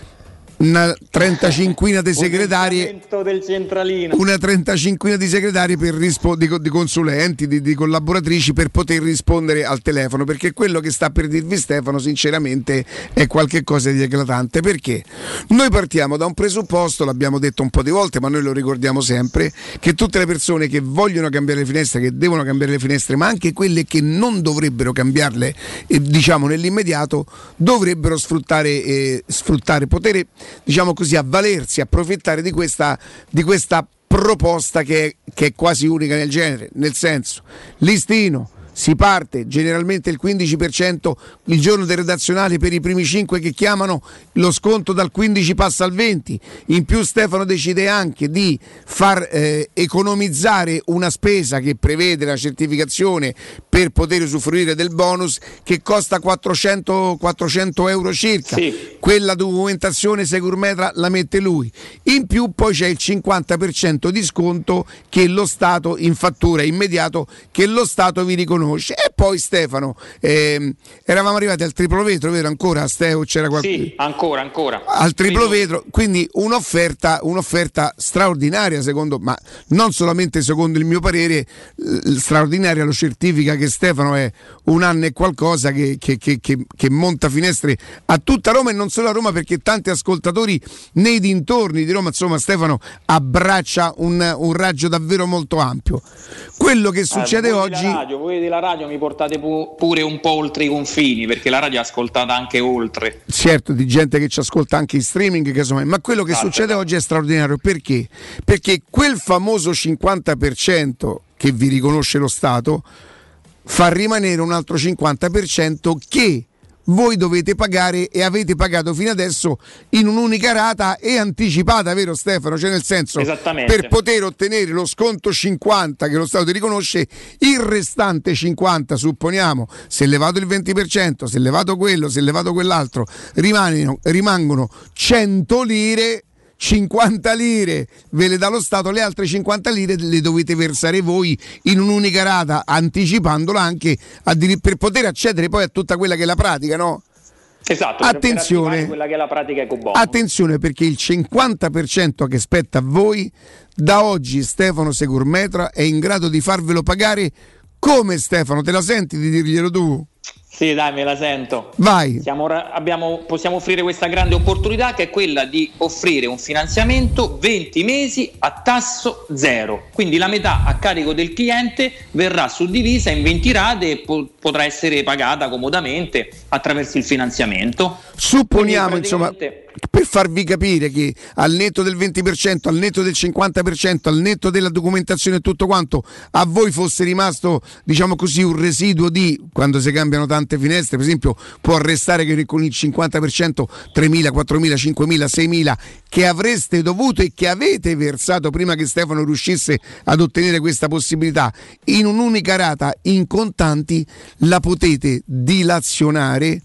una trentacinquina di segretarie del centralino. una trentacinquina di segretarie per rispo- di, di consulenti, di, di collaboratrici per poter rispondere al telefono, perché quello che sta per dirvi Stefano sinceramente è qualcosa di eclatante, perché noi partiamo da un presupposto, l'abbiamo detto un po' di volte ma noi lo ricordiamo sempre, che tutte le persone che vogliono cambiare le finestre, che devono cambiare le finestre, ma anche quelle che non dovrebbero cambiarle eh, diciamo nell'immediato, dovrebbero sfruttare eh, sfruttare potere, diciamo così, avvalersi, approfittare di questa, di questa proposta che è, che è quasi unica nel genere, nel senso, listino, si parte generalmente il quindici per cento il giorno del redazionale per i primi cinque che chiamano, lo sconto dal quindici passa al venti, in più Stefano decide anche di far eh, economizzare una spesa che prevede la certificazione per poter usufruire del bonus che costa quattrocento euro circa, sì. Quella documentazione Securmetra la mette lui, in più poi c'è il cinquanta per cento di sconto che lo Stato in fattura immediato che lo Stato vi riconosce. E poi Stefano, ehm, eravamo arrivati al triplo vetro, vero ancora Stefano? C'era qualche... Sì, ancora, ancora. Al triplo vetro, quindi un'offerta, un'offerta straordinaria secondo, ma non solamente secondo il mio parere, eh, straordinaria lo certifica che Stefano è un anno e qualcosa che, che, che, che, che monta finestre a tutta Roma e non solo a Roma, perché tanti ascoltatori nei dintorni di Roma, insomma Stefano abbraccia un, un raggio davvero molto ampio. Quello che succede eh, voi oggi... Della radio, voi della radio mi portate pu- pure un po' oltre i confini, perché la radio è ascoltata anche oltre. Certo, di gente che ci ascolta anche in streaming, casomai. Ma quello che ah, succede certo. oggi è straordinario, perché? Perché quel famoso cinquanta per cento che vi riconosce lo Stato fa rimanere un altro cinquanta per cento che voi dovete pagare e avete pagato fino adesso in un'unica rata e anticipata, vero Stefano? Cioè nel senso, Esattamente. per poter ottenere lo sconto cinquanta che lo Stato ti riconosce, il restante cinquanta, supponiamo, se levato il venti per cento, se levato quello, se levato quell'altro, rimangono, rimangono cento lire, cinquanta lire ve le dà lo Stato, le altre cinquanta lire le dovete versare voi in un'unica rata, anticipandola anche addir- per poter accedere poi a tutta quella che è la pratica, no? Esatto, attenzione, per quella che è la pratica ecobonus. Attenzione, perché il cinquanta per cento che spetta a voi, da oggi Stefano Segurmetra è in grado di farvelo pagare. Come, Stefano? Te la senti di dirglielo tu? Sì, dai, me la sento. Vai. Siamo, abbiamo, possiamo offrire questa grande opportunità, che è quella di offrire un finanziamento venti mesi a tasso zero. Quindi la metà a carico del cliente verrà suddivisa in venti rate e po- potrà essere pagata comodamente attraverso il finanziamento. Supponiamo, insomma, per farvi capire che al netto del venti per cento, al netto del cinquanta per cento, al netto della documentazione e tutto quanto, a voi fosse rimasto, diciamo così, un residuo di, quando si cambiano tante finestre, per esempio, può restare che con il cinquanta per cento tremila, quattromila, cinquemila, seimila che avreste dovuto e che avete versato prima che Stefano riuscisse ad ottenere questa possibilità in un'unica rata in contanti, la potete dilazionare,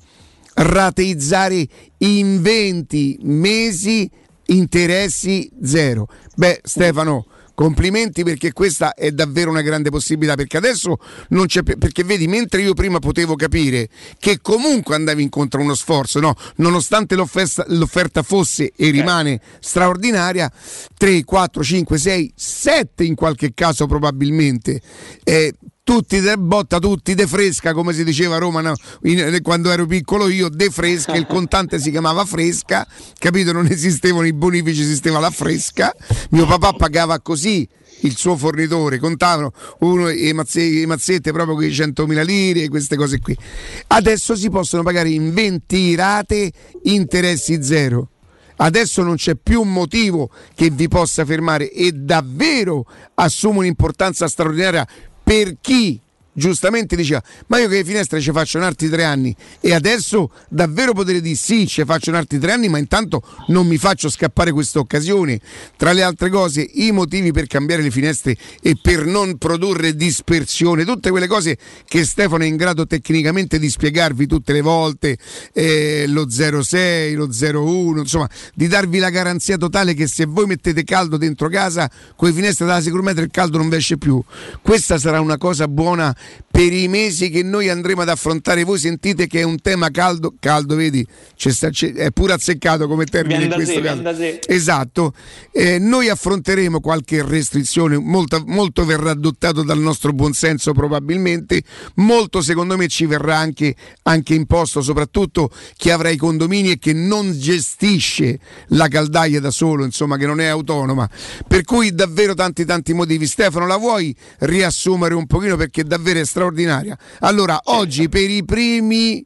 rateizzare in venti mesi, interessi zero. Beh, Stefano, complimenti, perché questa è davvero una grande possibilità, perché adesso non c'è più, perché vedi, mentre io prima potevo capire che comunque andavi incontro a uno sforzo, no? Nonostante l'offerta, l'offerta fosse e rimane straordinaria, tre, quattro, cinque, sei, sette in qualche caso probabilmente, eh, tutti de botta, tutti de fresca, come si diceva a Roma, no? In, quando ero piccolo io, de fresca, il contante si chiamava fresca, capito? Non esistevano i bonifici, esisteva la fresca. Mio papà pagava così il suo fornitore, contavano uno e mazze, mazzette proprio con i centomila lire, queste cose qui. Adesso si possono pagare in venti rate, interessi zero. Adesso non c'è più un motivo che vi possa fermare, e davvero assume un'importanza straordinaria per chi giustamente diceva: ma io che le finestre ci faccio in altri tre anni, e adesso davvero potrei dire sì, ci faccio in altri tre anni, ma intanto non mi faccio scappare questa occasione. Tra le altre cose, i motivi per cambiare le finestre e per non produrre dispersione, tutte quelle cose che Stefano è in grado tecnicamente di spiegarvi tutte le volte, eh, lo zero sei, lo zero uno, insomma, di darvi la garanzia totale che se voi mettete caldo dentro casa, con le finestre dalla Securmetra il caldo non vi esce più. Questa sarà una cosa buona per i mesi che noi andremo ad affrontare. Voi sentite che è un tema caldo, caldo, vedi, c'è sta, c'è, è pure azzeccato come termine in questo caso. Esatto, eh, noi affronteremo qualche restrizione, molto, molto verrà adottato dal nostro buonsenso probabilmente, molto secondo me ci verrà anche, anche imposto, soprattutto chi avrà i condomini e che non gestisce la caldaia da solo, insomma, che non è autonoma, per cui davvero tanti tanti motivi. Stefano, la vuoi riassumere un pochino, perché davvero è straordinaria? Allora, oggi per i primi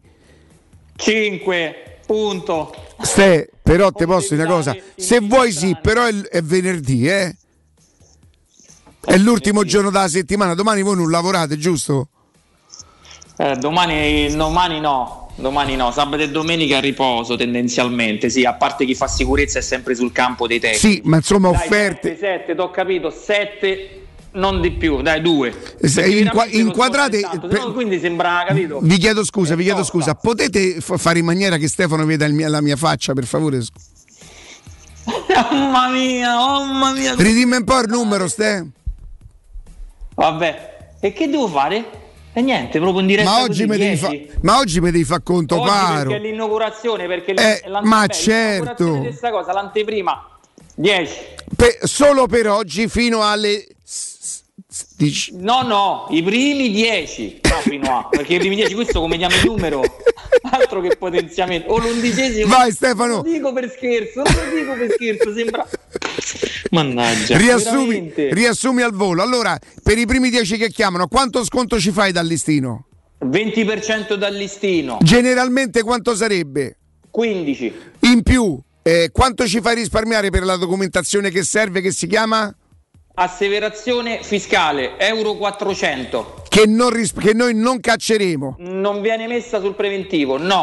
cinque punto. Ste, però te posso dire una cosa, se vuoi sì, però è, è venerdì, eh? È l'ultimo giorno della settimana, domani voi non lavorate, giusto? Eh, domani, domani no, domani no, sabato e domenica a riposo tendenzialmente, sì, a parte chi fa sicurezza è sempre sul campo dei tecnici. Sì, ma insomma Dai, offerte sette, t'ho capito, sette, non di più, dai, due. Inqua- inquadrate, per... no, quindi sembra, capito? Vi chiedo scusa, vi chiedo scusa, potete f- fare in maniera che Stefano veda il mia, la mia faccia, per favore? Mamma mia, mamma mia. Ridimmi un po' il numero, Ste. Vabbè, e che devo fare? E niente, proprio in diretta. Ma oggi mi devi, fa- ma oggi mi devi far conto oggi caro. Perché è l'inaugurazione, perché eh, ma certo. Di questa cosa, l'anteprima dieci. Per, solo per oggi fino alle dici. No, no, i primi dieci. No, fino a, perché i primi dieci, questo come chiama il numero? Altro che potenziamento. O l'undicesimo. Vai Stefano. Non lo dico per scherzo, non lo dico per scherzo, sembra. Mannaggia. Riassumi, riassumi al volo. Allora, per i primi dieci che chiamano, quanto sconto ci fai dal listino? venti per cento dal listino. Generalmente quanto sarebbe? quindici. In più, eh, quanto ci fai risparmiare per la documentazione che serve, che si chiama? Asseverazione fiscale, euro quattrocento. Che, non ris- che noi non cacceremo. Non viene messa sul preventivo, no.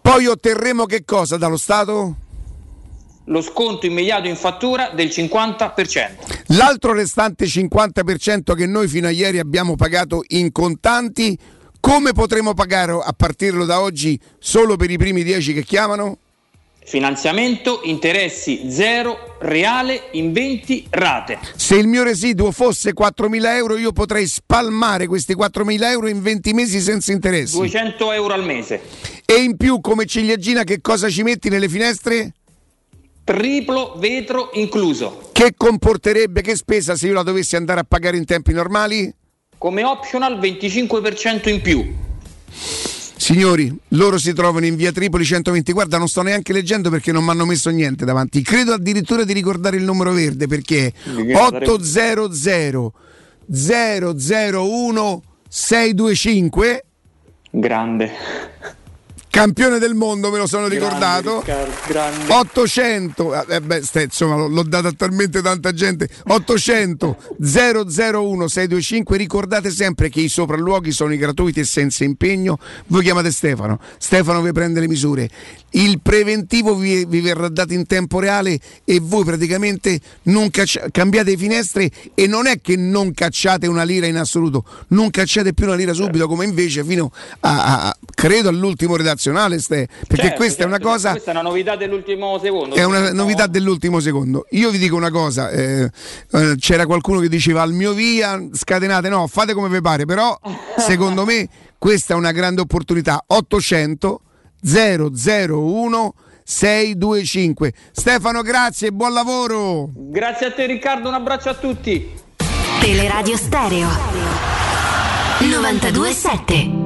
Poi otterremo che cosa dallo Stato? Lo sconto immediato in fattura del cinquanta per cento. L'altro restante cinquanta per cento che noi fino a ieri abbiamo pagato in contanti, come potremo pagare a partire da oggi solo per i primi dieci che chiamano? Finanziamento, interessi zero, reale in venti rate. Se il mio residuo fosse quattromila euro, io potrei spalmare questi quattromila euro in venti mesi senza interessi. duecento euro al mese. E in più, come ciliegina, che cosa ci metti nelle finestre? Triplo vetro incluso. Che comporterebbe, che spesa se io la dovessi andare a pagare in tempi normali? Come optional venticinque per cento in più. Signori, loro si trovano in via Tripoli centoventi. Guarda, non sto neanche leggendo perché non mi hanno messo niente davanti. Credo addirittura di ricordare il numero verde, perché otto zero zero zero zero uno sei due cinque. Grande. Campione del mondo, me lo sono Grande, ricordato. Riccardo, grande. ottocento, eh beh, stai, insomma, l'ho, l'ho dato a talmente tanta gente. ottocento zero zero uno sei due cinque. Ricordate sempre che i sopralluoghi sono gratuiti e senza impegno. Voi chiamate Stefano, Stefano vi prende le misure. Il preventivo vi, vi verrà dato in tempo reale e voi praticamente non caccia, cambiate le finestre, e non è che non cacciate una lira in assoluto, non cacciate più una lira subito, come invece fino a, a credo all'ultimo redazionale, Ste, perché certo, questa certo, è una cosa, questa è una novità dell'ultimo secondo. è una novità dell'ultimo secondo. Io vi dico una cosa, eh, eh, c'era qualcuno che diceva al mio via scatenate, no, fate come vi pare, però secondo me questa è una grande opportunità. Ottocento zero zero uno sei due cinque. Stefano, grazie e buon lavoro. Grazie a te Riccardo, un abbraccio a tutti. Teleradio Stereo novantadue sette.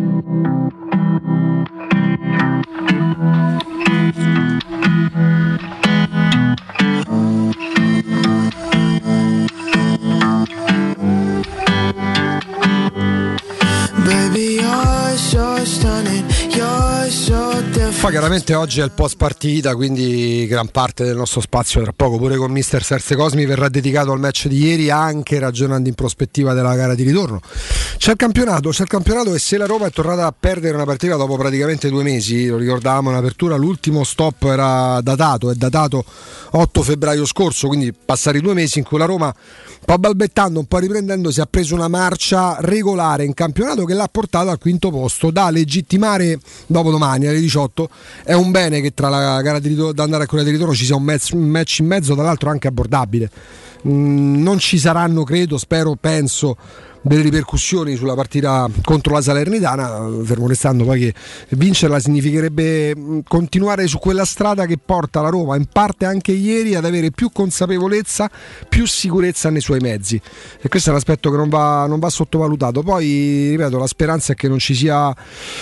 Baby, you're so stunning, you're so different. Poi chiaramente oggi è il post partita, quindi gran parte del nostro spazio tra poco pure con mister Serse Cosmi verrà dedicato al match di ieri, anche ragionando in prospettiva della gara di ritorno. C'è il campionato, c'è il campionato e se la Roma è tornata a perdere una partita dopo praticamente due mesi, lo ricordavamo in apertura, l'ultimo stop era datato, è datato otto febbraio scorso, quindi passati due mesi in cui la Roma, un po' balbettando, un po' riprendendosi, ha preso una marcia regolare in campionato che l'ha portato al quinto posto, da legittimare dopo domani alle diciotto. È un bene che tra la gara di ritorno, da andare a quella di ritorno ci sia un match, un match in mezzo, tra l'altro anche abbordabile. Mm, non ci saranno, credo, spero, penso, delle ripercussioni sulla partita contro la Salernitana, fermo restando poi che vincerla significherebbe continuare su quella strada che porta la Roma, in parte anche ieri, ad avere più consapevolezza, più sicurezza nei suoi mezzi, e questo è un aspetto che non va, non va sottovalutato. Poi ripeto, la speranza è che non ci sia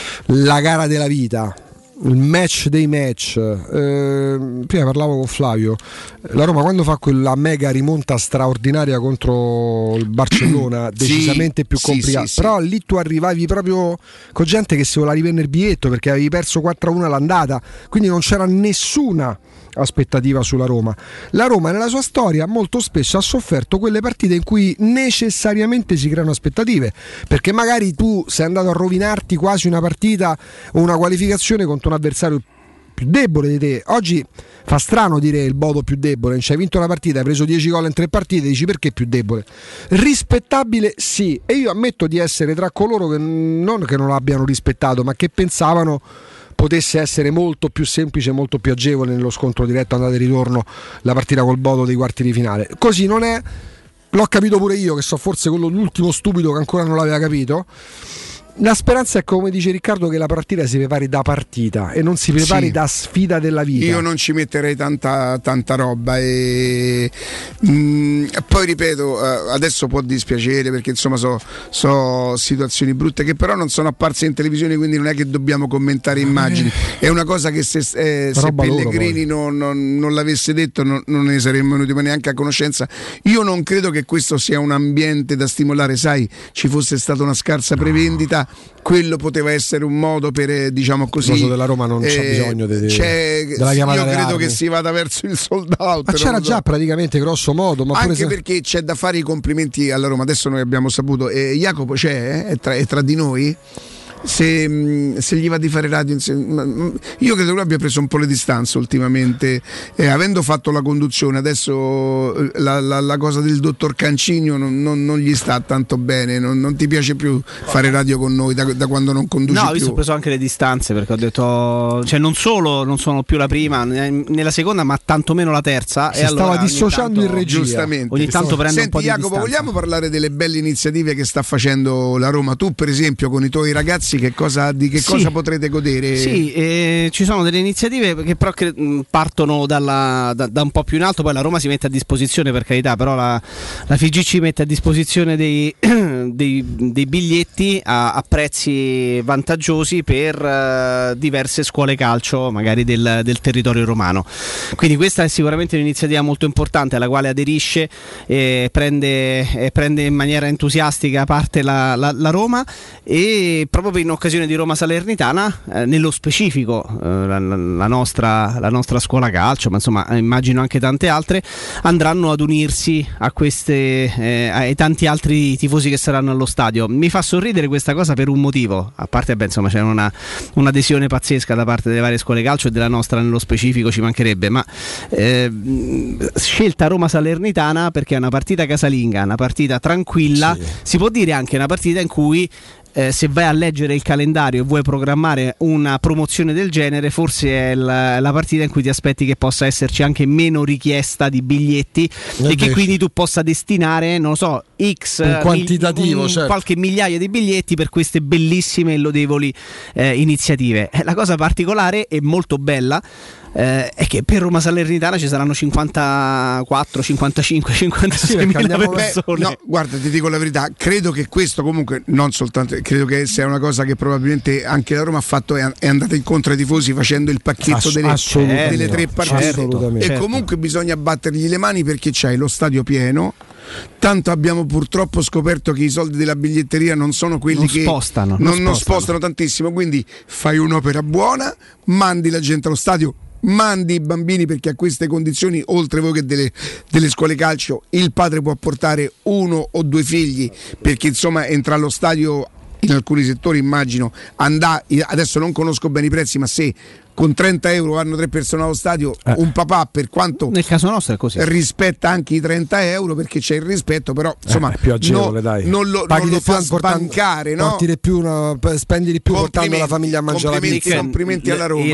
la gara della vita, il match dei match. Eh, prima parlavo con Flavio, la Roma quando fa quella mega rimonta straordinaria contro il Barcellona, decisamente sì, più complicata, sì, sì, però sì. lì tu arrivavi proprio con gente che si voleva riprendere il biglietto perché avevi perso quattro a uno all'andata, quindi non c'era nessuna aspettativa sulla Roma. La Roma nella sua storia molto spesso ha sofferto quelle partite in cui necessariamente si creano aspettative, perché magari tu sei andato a rovinarti quasi una partita o una qualificazione contro un avversario più debole di te. Oggi fa strano dire il Bodo più debole, non ci hai vinto una partita, hai preso dieci gol in tre partite, dici perché più debole? Rispettabile sì, e io ammetto di essere tra coloro che non che non l'abbiano rispettato, ma che pensavano potesse essere molto più semplice, molto più agevole nello scontro diretto andata e ritorno la partita col Bodo dei quarti di finale. Così non è, l'ho capito pure io, che so forse quello l'ultimo stupido che ancora non l'aveva capito. La speranza è, come dice Riccardo, che la partita si prepari da partita e non si prepari sì. da sfida della vita. Io non ci metterei tanta, tanta roba e mh, poi ripeto, eh, adesso può dispiacere perché insomma so, so situazioni brutte che però non sono apparse in televisione, quindi non è che dobbiamo commentare immagini. È una cosa che se, eh, se Pellegrini non, non, non l'avesse detto non, non ne saremmo venuti neanche a conoscenza. Io non credo che questo sia un ambiente da stimolare, sai, ci fosse stata una scarsa prevendita, quello poteva essere un modo per, diciamo così, il della Roma non eh, c'ha bisogno de, de, c'è, della chiamata. Io credo armi. che si vada verso il sold out, ma c'era già so. praticamente grosso modo, ma anche pure se... perché c'è da fare i complimenti alla Roma. Adesso noi abbiamo saputo, eh, Jacopo c'è, eh? è, tra, è tra di noi. se, se gli va di fare radio insieme. Io credo che lui abbia preso un po' le distanze ultimamente, eh, avendo fatto la conduzione adesso la, la, la cosa del dottor Cancinio non, non, non gli sta tanto bene, non, non ti piace più fare radio con noi da, da quando non conduci no, più. No, io ho preso anche le distanze perché ho detto, cioè non solo non sono più la prima nella seconda ma tantomeno la terza. Si e stava allora dissociando tanto, in regia. Giustamente. Ogni tanto prendo Senti, un po' di Jacopo, distanza. vogliamo parlare delle belle iniziative che sta facendo la Roma? Tu per esempio con i tuoi ragazzi che cosa, di che Sì. cosa potrete godere? Sì, eh, ci sono delle iniziative che però che, mh, partono dalla, da, da un po' più in alto, poi la Roma si mette a disposizione, per carità, però la, la F G C mette a disposizione dei, dei, dei biglietti a, a prezzi vantaggiosi per uh, diverse scuole calcio magari del, del territorio romano. Quindi questa è sicuramente un'iniziativa molto importante alla quale aderisce e prende, e prende in maniera entusiastica parte la, la, la Roma, e proprio in occasione di Roma Salernitana, eh, nello specifico eh, la, la, nostra, la nostra scuola calcio, ma insomma immagino anche tante altre, andranno ad unirsi a queste, eh, ai tanti altri tifosi che saranno allo stadio. Mi fa sorridere questa cosa per un motivo, a parte beh, insomma c'è una, un'adesione pazzesca da parte delle varie scuole calcio e della nostra nello specifico, ci mancherebbe, ma eh, scelta Roma Salernitana perché è una partita casalinga, una partita tranquilla, sì. Si può dire anche una partita in cui Eh, se vai a leggere il calendario e vuoi programmare una promozione del genere, forse è la, la partita in cui ti aspetti che possa esserci anche meno richiesta di biglietti e, e che quindi tu possa destinare, non lo so, X un quantitativo, mil, un, certo. qualche migliaia di biglietti per queste bellissime e lodevoli eh, iniziative. La cosa particolare e molto bella Eh, è che per Roma Salernitana ci saranno cinquantaquattro, cinquantacinque, cinquantasei mila persone. No, guarda, ti dico la verità, credo che questo comunque non soltanto, credo che sia una cosa che probabilmente anche la Roma ha fatto, è, è andata incontro ai tifosi facendo il pacchetto Ass- delle, delle tre partite, certo, e certo. comunque bisogna battergli le mani perché c'hai lo stadio pieno. Tanto abbiamo purtroppo scoperto che i soldi della biglietteria non sono quelli non che spostano, non, non non spostano. spostano tantissimo, quindi fai un'opera buona, mandi la gente allo stadio, mandi i bambini, perché a queste condizioni, oltre voi che delle, delle scuole calcio, il padre può portare uno o due figli, perché insomma entra allo stadio in alcuni settori, immagino, andà, adesso non conosco bene i prezzi, ma se con trenta euro vanno tre persone allo stadio, eh. un papà, per quanto nel caso nostro è così, rispetta anche i trenta euro perché c'è il rispetto, però insomma eh, è più agevole, no, dai. non lo, non lo fa sbancare, no? Porti di più una, spendi di più portando la famiglia a mangiare la pizza. Complimenti alla Roma.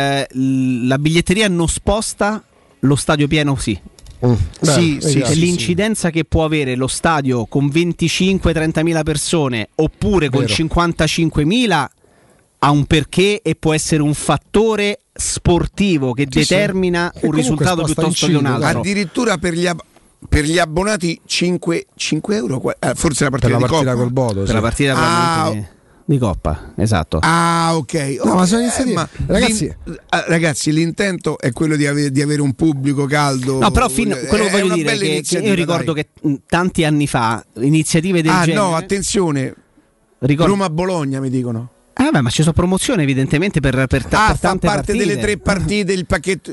Il, la biglietteria non sposta, lo stadio pieno sì. Mm. Beh, sì, sì, sì, l'incidenza sì. che può avere lo stadio con venticinque trentamila persone oppure con Vero. cinquantacinquemila ha un perché e può essere un fattore sportivo che sì, determina sì. un risultato piuttosto che un altro. Addirittura per gli ab- per gli abbonati cinque, cinque euro, eh, forse la partita per la di partita Coppa. col Bodo, per sì. la partita ah, di, di Coppa, esatto. Ah, ok. No, oh, ma sono eh, iniziative. ma Ragazzi, l'in- eh, ragazzi, l'intento è quello di, ave- di avere un pubblico caldo. No, però fin- quello che è voglio dire è che, che io ricordo dai. che mh, tanti anni fa iniziative del ah, genere. no, attenzione. Ricordo... Roma-Bologna mi dicono. Ah, beh, ma ci sono promozioni evidentemente per, per, ta- ah, per tante fa parte partite. delle tre partite il pacchetto.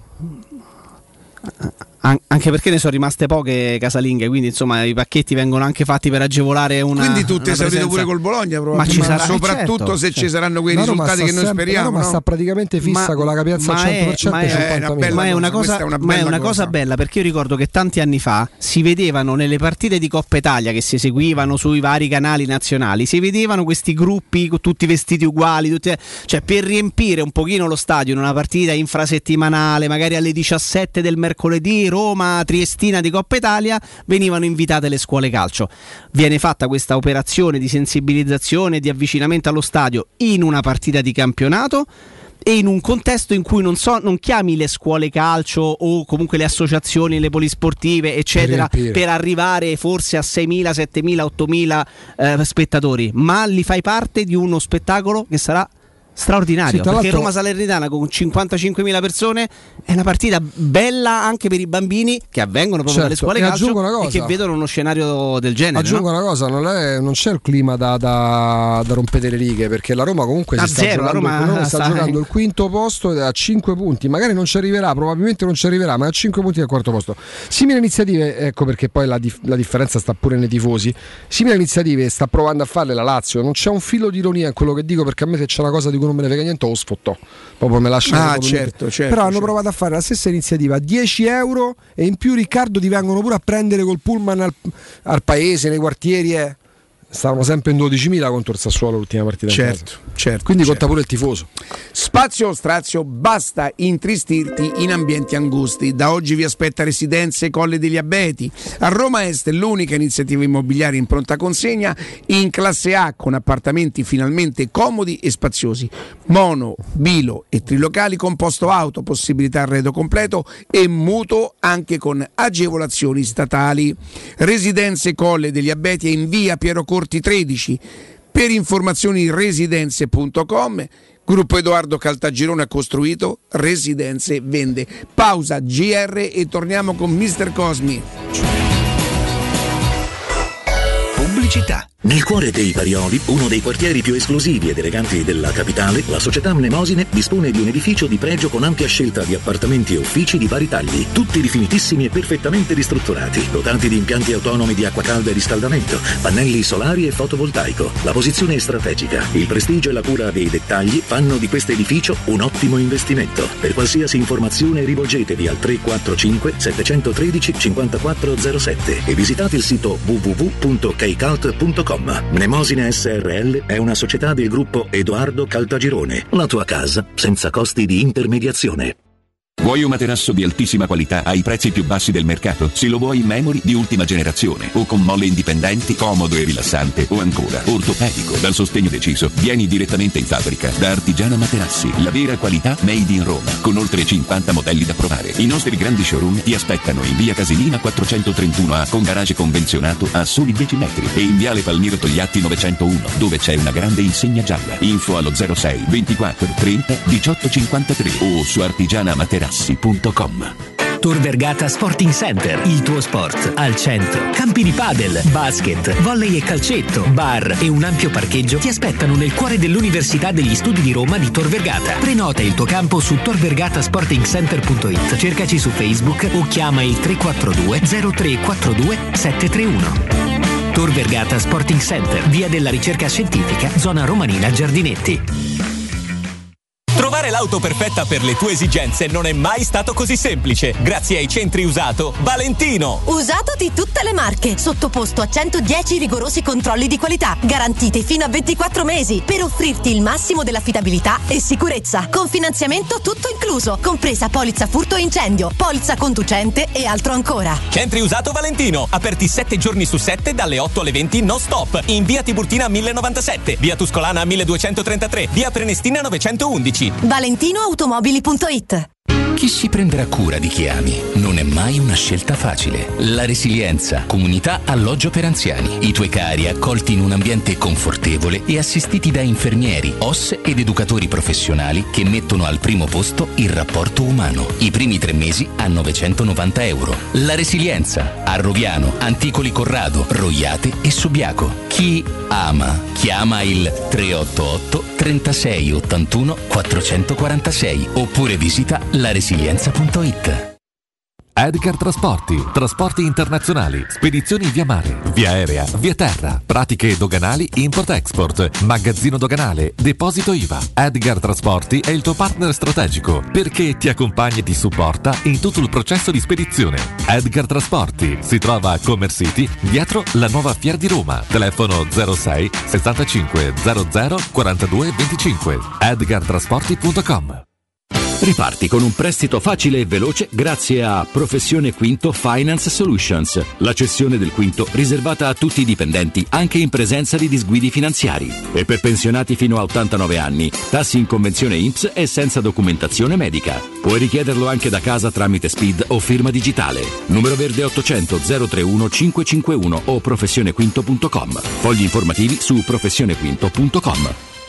An- anche perché ne sono rimaste poche casalinghe, quindi insomma i pacchetti vengono anche fatti per agevolare una. Quindi tu ti una sei presenza. pure col Bologna, ma ci sarà, soprattutto certo, se certo. ci saranno quei la risultati che noi sempre, speriamo. Ma no? sta praticamente fissa ma, con la capienza al cento per cento. Ma è, ma è, una bella ma è una cosa, cosa, è una ma è bella una cosa. cosa bella, perché io ricordo che tanti anni fa si vedevano nelle partite di Coppa Italia che si eseguivano sui vari canali nazionali, si vedevano questi gruppi tutti vestiti uguali, tutti, cioè per riempire un pochino lo stadio in una partita infrasettimanale, magari alle diciassette del mercoledì, Roma Triestina di Coppa Italia, venivano invitate le scuole calcio. Viene fatta questa operazione di sensibilizzazione, di avvicinamento allo stadio in una partita di campionato e in un contesto in cui non so, non chiami le scuole calcio o comunque le associazioni, le polisportive eccetera per, per arrivare forse a seimila, settemila, ottomila eh, spettatori, ma li fai parte di uno spettacolo che sarà straordinario, Sì, perché Roma Salernitana con cinquantacinquemila persone è una partita bella anche per i bambini che avvengono proprio Certo, dalle scuole e calcio aggiungo una cosa. e che vedono uno scenario del genere. Aggiungo no? una cosa, non, è, non c'è il clima da, da, da rompere le righe, perché la Roma comunque A si sta, zero, la giocando, Roma la Roma sta sta- giocando il quinto posto ed è a cinque punti, magari non ci arriverà, probabilmente non ci arriverà, ma è a cinque punti dal quarto posto. Simili iniziative, ecco perché poi la, dif- la differenza sta pure nei tifosi, simili iniziative sta provando a farle la Lazio, non c'è un filo di ironia in quello che dico, perché a me se c'è una cosa di cui non me ne frega niente, lo sfottò. Proprio me lascia. Ah, certo, certo, Però hanno certo. provato a fare la stessa iniziativa, dieci euro, e in più Riccardo ti vengono pure a prendere col pullman al, al paese, nei quartieri. Eh. Stavano sempre in dodicimila contro il Sassuolo l'ultima partita. Certo, in casa. certo. Quindi certo. conta pure il tifoso. Spazio Strazio, basta intristirti in ambienti angusti. Da oggi vi aspetta Residenze Colle degli Abeti. A Roma Est, l'unica iniziativa immobiliare in pronta consegna in classe A, con appartamenti finalmente comodi e spaziosi. Mono, bilo e trilocali con posto auto, possibilità arredo completo e mutuo anche con agevolazioni statali. Residenze Colle degli Abeti è in via Piero Corti tredici. Per informazioni residenze punto com. Gruppo Edoardo Caltagirone ha costruito, Residenze vende. Pausa G R e torniamo con mister Cosmi. Pubblicità. Nel cuore dei Parioli, uno dei quartieri più esclusivi ed eleganti della capitale, la società Mnemosine dispone di un edificio di pregio con ampia scelta di appartamenti e uffici di vari tagli, tutti rifinitissimi e perfettamente ristrutturati, dotati di impianti autonomi di acqua calda e riscaldamento, pannelli solari e fotovoltaico. La posizione è strategica, il prestigio e la cura dei dettagli fanno di questo edificio un ottimo investimento. Per qualsiasi informazione rivolgetevi al tre quattro cinque sette uno tre cinque zero sette e visitate il sito w w w punto keycult punto com. Mnemosine S R L è una società del gruppo Edoardo Caltagirone. La tua casa senza costi di intermediazione. Vuoi un materasso di altissima qualità ai prezzi più bassi del mercato? Se lo vuoi in memory di ultima generazione o con molle indipendenti, comodo e rilassante, o ancora ortopedico dal sostegno deciso, vieni direttamente in fabbrica da Artigiana Materassi, la vera qualità made in Roma, con oltre cinquanta modelli da provare. I nostri grandi showroom ti aspettano in via Casilina quattrocentotrentuno A con garage convenzionato a soli dieci metri e in viale Palmiro Togliatti novecentouno, dove c'è una grande insegna gialla. Info allo zero sei ventiquattro trenta diciotto cinquantatré o su artigiana materassi punto com. Tor Vergata Sporting Center, il tuo sport al centro. Campi di padel, basket, volley e calcetto, bar e un ampio parcheggio ti aspettano nel cuore dell'Università degli Studi di Roma di Tor Vergata. Prenota il tuo campo su tor vergata sporting center punto it, cercaci su Facebook o chiama il tre quattro due zero tre quattro due sette tre uno. Tor Vergata Sporting Center, via della ricerca scientifica, zona romanina Giardinetti. Trovare l'auto perfetta per le tue esigenze non è mai stato così semplice. Grazie ai centri usato Valentino. Usato di tutte le marche, sottoposto a centodieci rigorosi controlli di qualità, garantiti fino a ventiquattro mesi, per offrirti il massimo dell'affidabilità e sicurezza. Con finanziamento tutto incluso, compresa polizza furto e incendio, polizza conducente e altro ancora. Centri usato Valentino, aperti sette giorni su sette dalle otto alle venti non stop. In via Tiburtina mille novantasette, via Tuscolana milleduecentotrentatré, via Prenestina novecentoundici. valentino automobili punto it. Chi si prenderà cura di chi ami non è mai una scelta facile. La Resilienza, comunità alloggio per anziani. I tuoi cari accolti in un ambiente confortevole e assistiti da infermieri, O S ed educatori professionali che mettono al primo posto il rapporto umano. I primi tre mesi a novecentonovanta euro. La Resilienza, a Roviano, Anticoli Corrado, Roiate e Subiaco. Chi ama chiama il tre otto otto trentasei ottantuno quattrocentoquarantasei oppure visita la resilienza punto it. Edgar Trasporti, trasporti internazionali, spedizioni via mare, via aerea, via terra, pratiche doganali, import-export, magazzino doganale, deposito I V A. Edgar Trasporti è il tuo partner strategico perché ti accompagna e ti supporta in tutto il processo di spedizione. Edgar Trasporti si trova a Commerce City, dietro la nuova Fiera di Roma. Telefono zero sei sessantacinque zero zero quarantadue venticinque. edgar trasporti punto com. Riparti con un prestito facile e veloce grazie a Professione Quinto Finance Solutions, la cessione del quinto riservata a tutti i dipendenti anche in presenza di disguidi finanziari. E per pensionati fino a ottantanove anni, tassi in convenzione I N P S e senza documentazione medica. Puoi richiederlo anche da casa tramite S P I D o firma digitale. Numero verde ottocento zero trentuno cinquecentocinquantuno o professionequinto punto com. Fogli informativi su professionequinto punto com.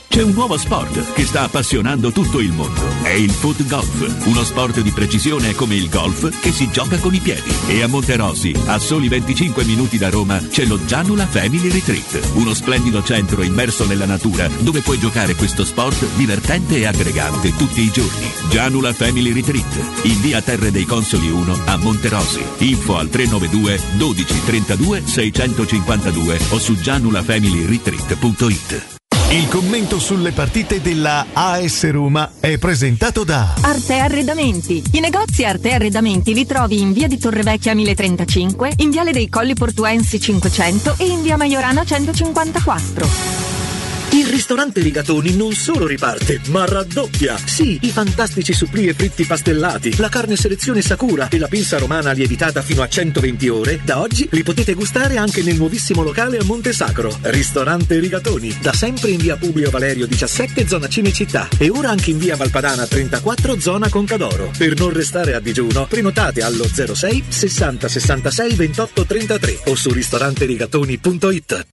C'è un nuovo sport che sta appassionando tutto il mondo. È il foot golf, uno sport di precisione come il golf che si gioca con i piedi. E a Monterosi, a soli venticinque minuti da Roma, c'è lo Gianula Family Retreat, uno splendido centro immerso nella natura dove puoi giocare questo sport divertente e aggregante tutti i giorni. Gianula Family Retreat, in via Terre dei Consoli uno a Monterosi. Info al tre nove due dodici trentadue seicentocinquantadue o su gianulafamily retreat punto it. Il commento sulle partite della A S Roma è presentato da Arte Arredamenti. I negozi Arte Arredamenti li trovi in via di Torrevecchia mille trentacinque, in viale dei Colli Portuensi cinquecento e in via Maiorana centocinquantaquattro. Il ristorante Rigatoni non solo riparte, ma raddoppia. Sì, i fantastici supplì e fritti pastellati, la carne selezione Sakura e la pinza romana lievitata fino a centoventi ore, da oggi li potete gustare anche nel nuovissimo locale a Monte Sacro. Ristorante Rigatoni, da sempre in via Publio Valerio diciassette, zona Cinecittà, e ora anche in via Valpadana trentaquattro, zona Concadoro. Per non restare a digiuno, prenotate allo zero sei sessanta sessantasei ventotto trentatré o su ristoranterigatoni punto it.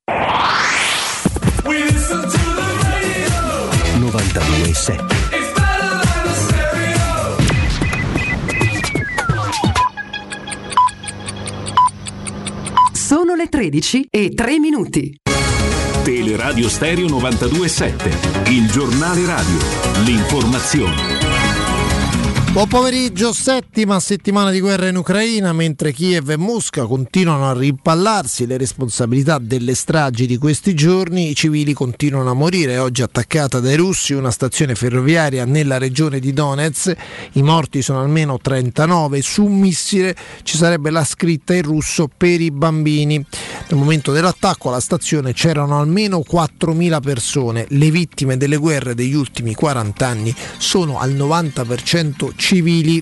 novantadue sette. Sono le tredici e tre minuti. Teleradio Stereo novantadue sette, il giornale radio, l'informazione. Buon pomeriggio, settima settimana di guerra in Ucraina, mentre Kiev e Mosca continuano a rimpallarsi le responsabilità delle stragi di questi giorni, i civili continuano a morire. Oggi attaccata dai russi una stazione ferroviaria nella regione di Donetsk, i morti sono almeno trentanove, su un missile ci sarebbe la scritta in russo per i bambini. Nel momento dell'attacco alla stazione c'erano almeno quattromila persone, le vittime delle guerre degli ultimi quaranta anni sono al novanta per cento civili.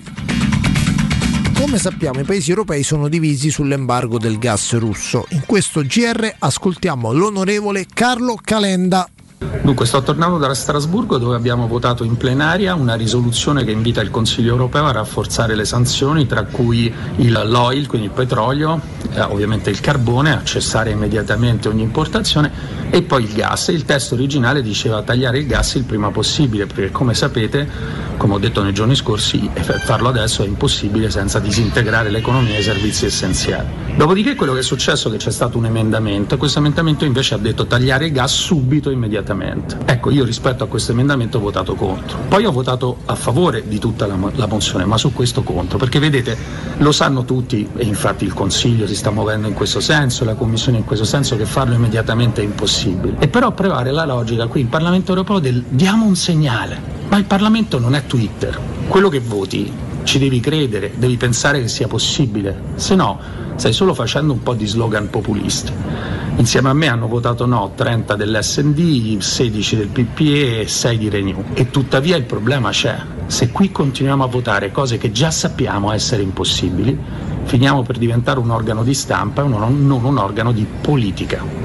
Come sappiamo, i paesi europei sono divisi sull'embargo del gas russo. In questo G R ascoltiamo l'onorevole Carlo Calenda. Dunque, sto tornando da Strasburgo, dove abbiamo votato in plenaria una risoluzione che invita il Consiglio europeo a rafforzare le sanzioni, tra cui il, l'oil, quindi il petrolio, eh, ovviamente il carbone, a cessare immediatamente ogni importazione, e poi il gas. Il testo originale diceva tagliare il gas il prima possibile, perché come sapete, come ho detto nei giorni scorsi, farlo adesso è impossibile senza disintegrare l'economia e i servizi essenziali. Dopodiché quello che è successo è che c'è stato un emendamento, e questo emendamento invece ha detto tagliare il gas subito, immediatamente. Ecco, io rispetto a questo emendamento ho votato contro. Poi ho votato a favore di tutta la, la mozione, ma su questo contro, perché vedete, lo sanno tutti, e infatti il Consiglio si sta muovendo in questo senso, la Commissione in questo senso, che farlo immediatamente è impossibile. E però prevale la logica qui in Parlamento europeo del diamo un segnale, ma il Parlamento non è Twitter. Quello che voti ci devi credere, devi pensare che sia possibile, se no stai solo facendo un po' di slogan populisti. Insieme a me hanno votato no trenta dell'S and D, sedici del P P E e sei di Renew. E tuttavia il problema c'è. Se qui continuiamo a votare cose che già sappiamo essere impossibili, finiamo per diventare un organo di stampa e non un organo di politica.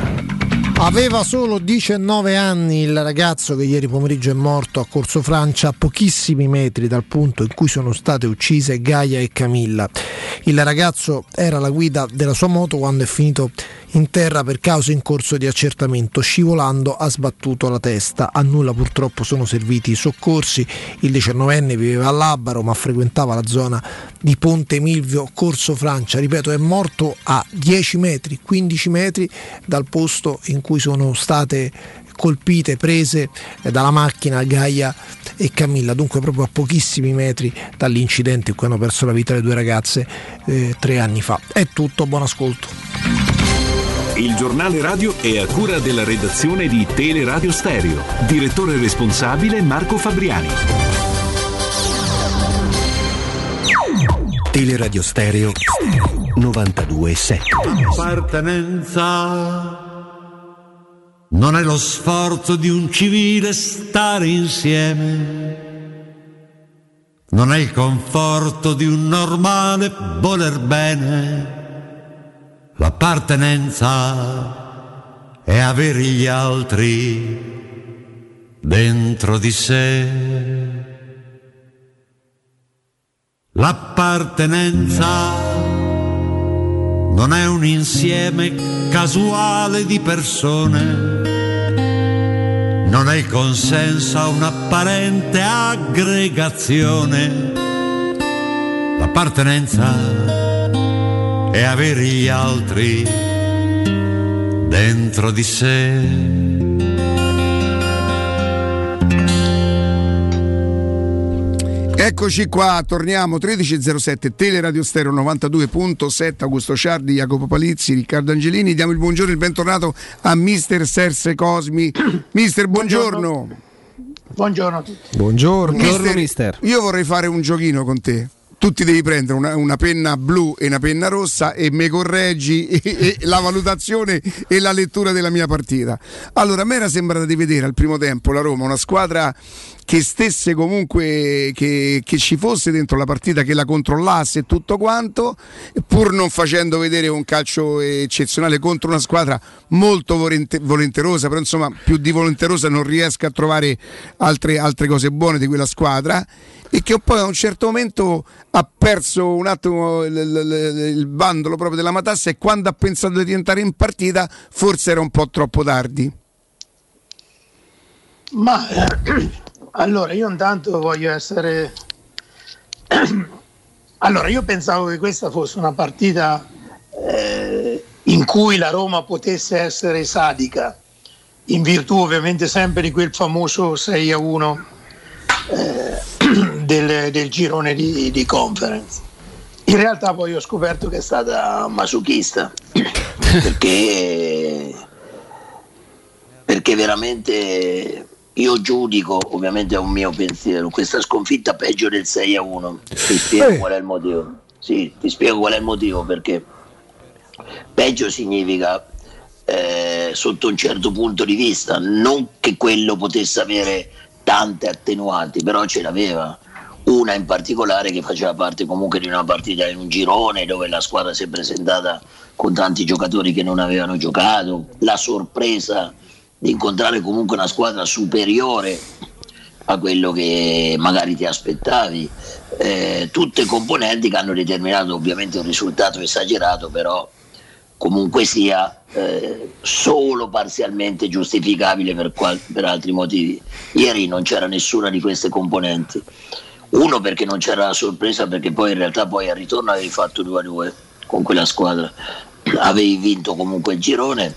Aveva solo diciannove anni il ragazzo che ieri pomeriggio è morto a Corso Francia, a pochissimi metri dal punto in cui sono state uccise Gaia e Camilla. Il ragazzo era alla guida della sua moto quando è finito in terra per cause in corso di accertamento. Scivolando ha sbattuto la testa. A nulla purtroppo sono serviti i soccorsi. Il diciannovenne viveva a Labaro ma frequentava la zona di Ponte Milvio, Corso Francia. Ripeto, è morto a dieci metri, quindici metri dal posto in cui sono state colpite, prese dalla macchina Gaia e Camilla, dunque proprio a pochissimi metri dall'incidente in cui hanno perso la vita le due ragazze eh, tre anni fa. È tutto, buon ascolto. Il giornale radio è a cura della redazione di Teleradio Stereo. Direttore responsabile Marco Fabriani. Teleradio Stereo novantadue sette. Appartenenza non è lo sforzo di un civile stare insieme, non è il conforto di un normale voler bene. L'appartenenza è avere gli altri dentro di sé. L'appartenenza non è un insieme casuale di persone, non non è il consenso a un'apparente aggregazione. L'appartenenza è avere gli altri dentro di sé. Eccoci qua, torniamo tredici e zero sette, Teleradio Stereo novantadue virgola sette, Augusto Ciardi, Jacopo Palizzi, Riccardo Angelini. Diamo il buongiorno e il bentornato a mister Serse Cosmi. Mister, buongiorno. Buongiorno, buongiorno a tutti. Buongiorno. Mister, mister. Io vorrei fare un giochino con te. Tu ti devi prendere una, una penna blu e una penna rossa e mi correggi e, e la valutazione e la lettura della mia partita. Allora, a me era sembrata di vedere al primo tempo la Roma una squadra che stesse comunque, che, che ci fosse dentro la partita, che la controllasse e tutto quanto, pur non facendo vedere un calcio eccezionale contro una squadra molto volente, volenterosa, però insomma più di volenterosa non riesco a trovare altre, altre cose buone di quella squadra, e che poi a un certo momento ha perso un attimo il, il, il bandolo proprio della matassa, e quando ha pensato di entrare in partita forse era un po' troppo tardi. Ma eh, allora io intanto voglio essere allora io pensavo che questa fosse una partita eh, in cui la Roma potesse essere sadica, in virtù ovviamente sempre di quel famoso sei a uno eh, del, del girone di, di Conference. In realtà poi ho scoperto che è stata masochista perché perché veramente io giudico, ovviamente è un mio pensiero, questa sconfitta peggio del sei a uno. Ti spiego eh. qual è il motivo. Sì, ti spiego qual è il motivo, perché peggio significa eh, sotto un certo punto di vista, non che quello potesse avere tante attenuanti, però ce l'aveva. Una in particolare che faceva parte comunque di una partita in un girone dove la squadra si è presentata con tanti giocatori che non avevano giocato, la sorpresa di incontrare comunque una squadra superiore a quello che magari ti aspettavi, eh, tutte componenti che hanno determinato ovviamente un risultato esagerato, però comunque sia eh, solo parzialmente giustificabile per, qual- per altri motivi. Ieri non c'era nessuna di queste componenti. Uno, perché non c'era la sorpresa, perché poi in realtà poi al ritorno avevi fatto due a due con quella squadra, avevi vinto comunque il girone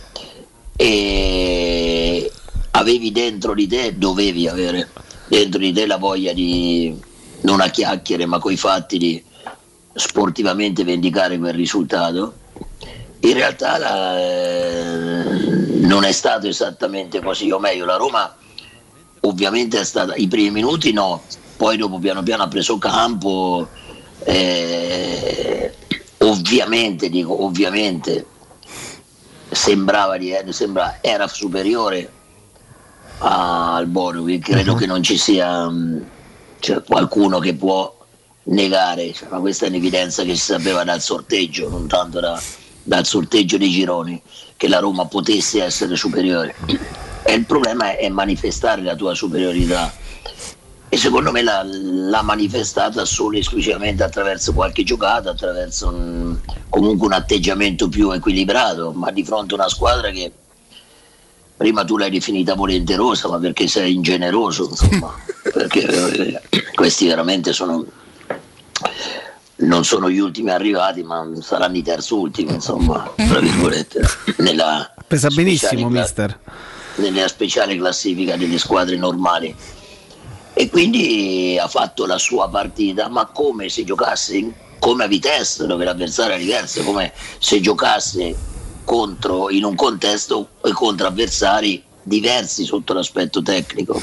e avevi dentro di te, dovevi avere dentro di te la voglia di, non a chiacchiere ma coi fatti, di sportivamente vendicare quel risultato. In realtà la, eh, non è stato esattamente così, o meglio la Roma ovviamente è stata, i primi minuti no, poi dopo piano piano ha preso campo, eh, ovviamente dico ovviamente sembrava di eh, sembra, era superiore a, al Bonucci, credo uh-huh. che non ci sia mh, cioè, qualcuno che può negare, cioè, ma questa è un'evidenza che si sapeva dal sorteggio, non tanto da, dal sorteggio dei gironi, che la Roma potesse essere superiore, e il problema è, è manifestare la tua superiorità, e secondo me l'ha, l'ha manifestata solo e esclusivamente attraverso qualche giocata, attraverso un, comunque un atteggiamento più equilibrato, ma di fronte a una squadra che prima tu l'hai definita volenterosa, ma perché sei ingeneroso, insomma, perché eh, questi veramente sono, non sono gli ultimi arrivati, ma saranno i terzultimi, insomma, tra virgolette, nella pesa benissimo, mister, nella speciale classifica delle squadre normali. E quindi ha fatto la sua partita, ma come se giocasse come a Vitesse, dove l'avversario è diverso, come se giocasse contro, in un contesto e contro avversari diversi sotto l'aspetto tecnico.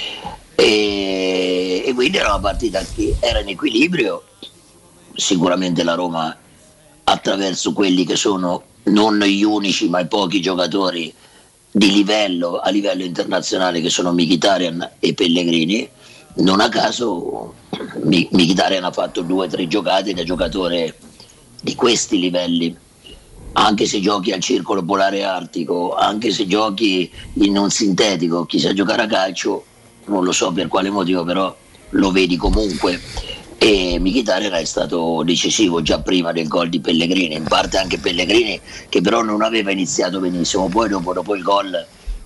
E, e quindi era una partita che era in equilibrio. Sicuramente la Roma, attraverso quelli che sono non gli unici ma i pochi giocatori di livello a livello internazionale, che sono Mkhitaryan e Pellegrini, non a caso Mkhitaryan ha fatto due o tre giocate da giocatore di questi livelli, anche se giochi al circolo polare artico, anche se giochi in un sintetico, chi sa giocare a calcio non lo so per quale motivo, però lo vedi comunque. E Mkhitaryan è stato decisivo già prima del gol di Pellegrini, in parte anche Pellegrini che però non aveva iniziato benissimo, poi dopo, dopo il gol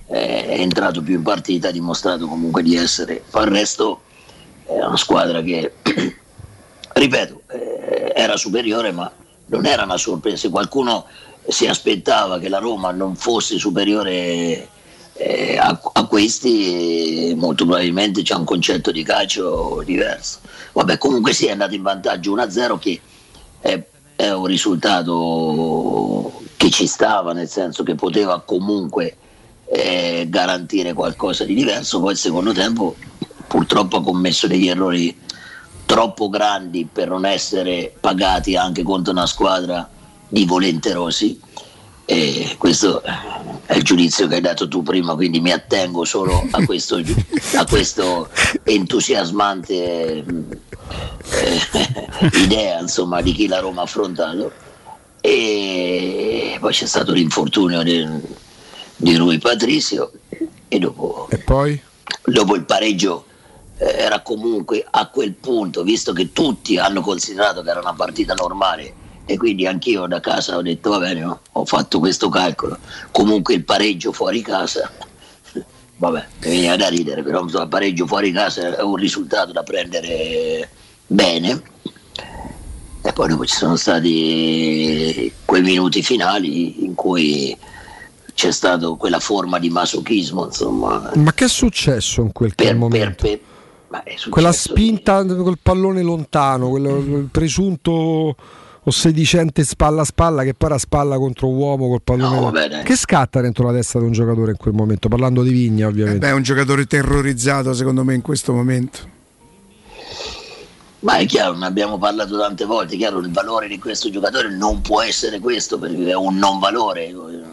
è entrato più in partita, ha dimostrato comunque di essere. Poi il resto è una squadra che, ripeto, eh, era superiore, ma non era una sorpresa. Se qualcuno si aspettava che la Roma non fosse superiore eh, a, a questi, eh, molto probabilmente c'è un concetto di calcio diverso. Vabbè, comunque sì, è andato in vantaggio uno a zero, che è, è un risultato che ci stava, nel senso che poteva comunque eh, garantire qualcosa di diverso. Poi il secondo tempo purtroppo ha commesso degli errori troppo grandi per non essere pagati anche contro una squadra di volenterosi, e questo è il giudizio che hai dato tu prima, quindi mi attengo solo a questo, a questo entusiasmante eh, idea, insomma, di chi la Roma ha affrontato. E poi c'è stato l'infortunio di, di Rui Patricio, e dopo, e poi? dopo il pareggio eh, era comunque a quel punto, visto che tutti hanno considerato che era una partita normale, e quindi anch'io da casa ho detto va bene, no? Ho fatto questo calcolo, comunque il pareggio fuori casa vabbè, mi veniva da ridere, però insomma, il pareggio fuori casa è un risultato da prendere bene. E poi dopo ci sono stati quei minuti finali in cui c'è stata quella forma di masochismo, insomma. Ma che è successo in quel per, momento? Per, per, ma è quella spinta col pallone lontano, quello, il presunto o sedicente spalla a spalla, che poi era spalla contro uomo col pallone, no, vabbè, che scatta dentro la testa di un giocatore in quel momento, parlando di Vigna ovviamente. Eh beh, è un giocatore terrorizzato secondo me in questo momento. Ma è chiaro, ne abbiamo parlato tante volte, è chiaro, il valore di questo giocatore non può essere questo, perché è un non valore,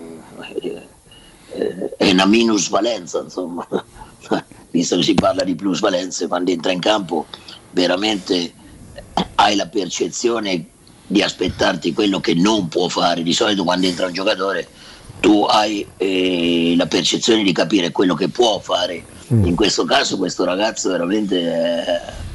è una minusvalenza, insomma, visto che si parla di plusvalenze, quando entra in campo veramente hai la percezione di aspettarti quello che non può fare. Di solito quando entra un giocatore tu hai eh, la percezione di capire quello che può fare. Mm. In questo caso questo ragazzo veramente eh,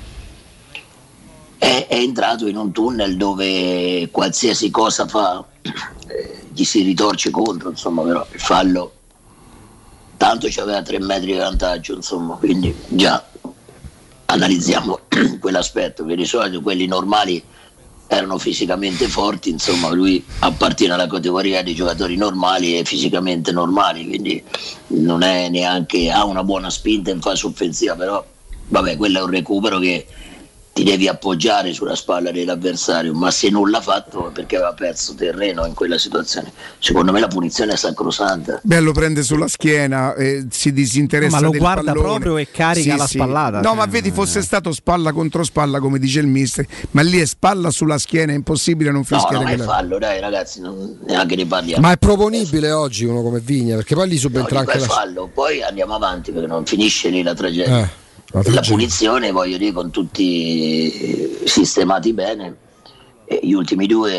è, è entrato in un tunnel dove qualsiasi cosa fa eh, gli si ritorce contro, insomma, però il fallo tanto c'aveva tre metri di vantaggio, insomma, quindi già analizziamo quell'aspetto, che di solito quelli normali erano fisicamente forti, insomma lui appartiene alla categoria dei giocatori normali e fisicamente normali, quindi non è neanche, ha una buona spinta in fase offensiva, però vabbè, quello è un recupero che ti devi appoggiare sulla spalla dell'avversario, ma se non l'ha fatto è perché aveva perso terreno in quella situazione. Secondo me la punizione è sacrosanta. Beh, lo prende sulla schiena, eh, si disinteressa, ma lo del guarda pallone. proprio e carica sì, la sì. spallata. No, ma vedi, fosse stato spalla contro spalla come dice il mister, ma lì è spalla sulla schiena, è impossibile non fischiare. No, no, ma è quella... fallo, dai ragazzi, non, neanche ne parliamo. Ma è proponibile oggi uno come Vigna, perché poi lì subentra no, anche è la... fallo, poi andiamo avanti perché non finisce lì la tragedia. Eh. La, la punizione, voglio dire, con tutti sistemati bene, e gli ultimi due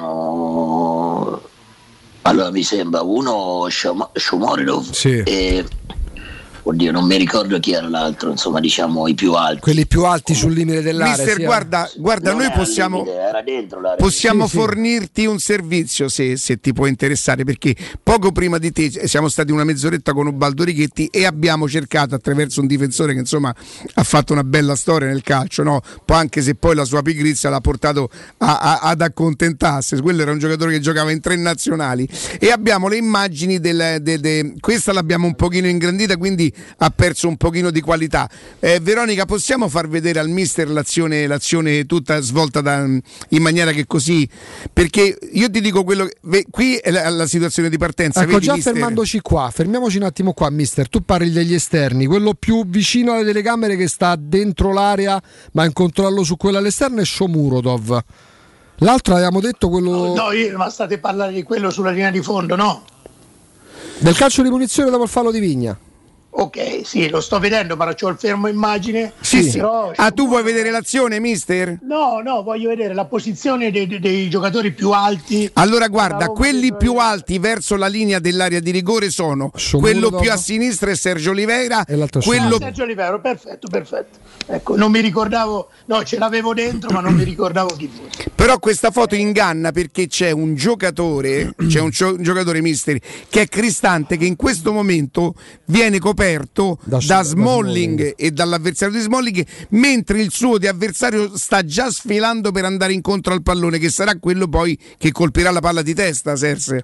erano, allora mi sembra uno Shomorodov, sì. E oddio, non mi ricordo chi era l'altro, insomma, diciamo i più alti. Quelli più alti sul limite dell'area. Mister, sì, guarda, guarda noi possiamo, limite, era dentro l'area. possiamo sì, fornirti sì. un servizio se, se ti può interessare, perché poco prima di te siamo stati una mezz'oretta con Ubaldo Righetti e abbiamo cercato, attraverso un difensore che insomma ha fatto una bella storia nel calcio, no? Poi, anche se poi la sua pigrizia l'ha portato a, a, ad accontentarsi, quello era un giocatore che giocava in tre nazionali, e abbiamo le immagini del, de, de, questa l'abbiamo un pochino ingrandita, quindi ha perso un pochino di qualità. eh, Veronica, possiamo far vedere al mister l'azione, l'azione tutta svolta da, in maniera che così, perché io ti dico quello che, qui è la, la situazione di partenza. Ecco, vedi, già mister? fermandoci qua, fermiamoci un attimo qua, mister. Tu parli degli esterni, quello più vicino alle telecamere che sta dentro l'area ma in controllo su quella all'esterno è Shomurodov. L'altro avevamo detto quello. No, io, ma state parlando di quello sulla linea di fondo, no? Del calcio di punizione dopo il fallo di Vigna. ok, sì, lo sto vedendo, ma c'ho il fermo immagine. Sì, sì. Però, ah, tu vuoi vedere l'azione, mister? No, no, voglio vedere la posizione dei, dei, dei giocatori più alti. Allora guarda, quelli più alti verso la linea dell'area di rigore sono Sciomuro quello dopo. più a sinistra è Sergio Oliveira, quello Ah, Sergio Oliveira, perfetto, perfetto. Ecco, non mi ricordavo, no, ce l'avevo dentro, ma non mi ricordavo chi fosse. Però questa foto inganna perché c'è un giocatore, c'è un, gio- un giocatore mister che è Cristante, che in questo momento viene coperto da, da, Smalling, da Smalling e dall'avversario di Smalling, mentre il suo di avversario sta già sfilando per andare incontro al pallone, che sarà quello poi che colpirà la palla di testa, Serse.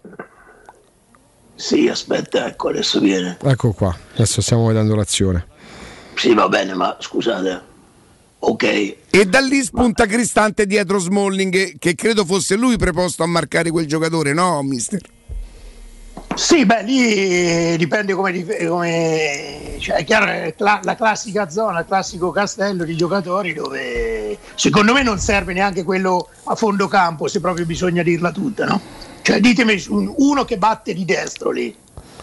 Sì, aspetta, ecco, adesso viene. Ecco qua, adesso stiamo vedendo l'azione. Sì, va bene, ma scusate. Ok. E da lì spunta Cristante dietro Smalling, che credo fosse lui preposto a marcare quel giocatore, no, mister? Sì, beh, lì dipende come, come cioè è chiaro, è la, la classica zona, il classico castello di giocatori dove secondo me non serve neanche quello a fondo campo, se proprio bisogna dirla tutta, no? Cioè ditemi uno che batte di destro lì.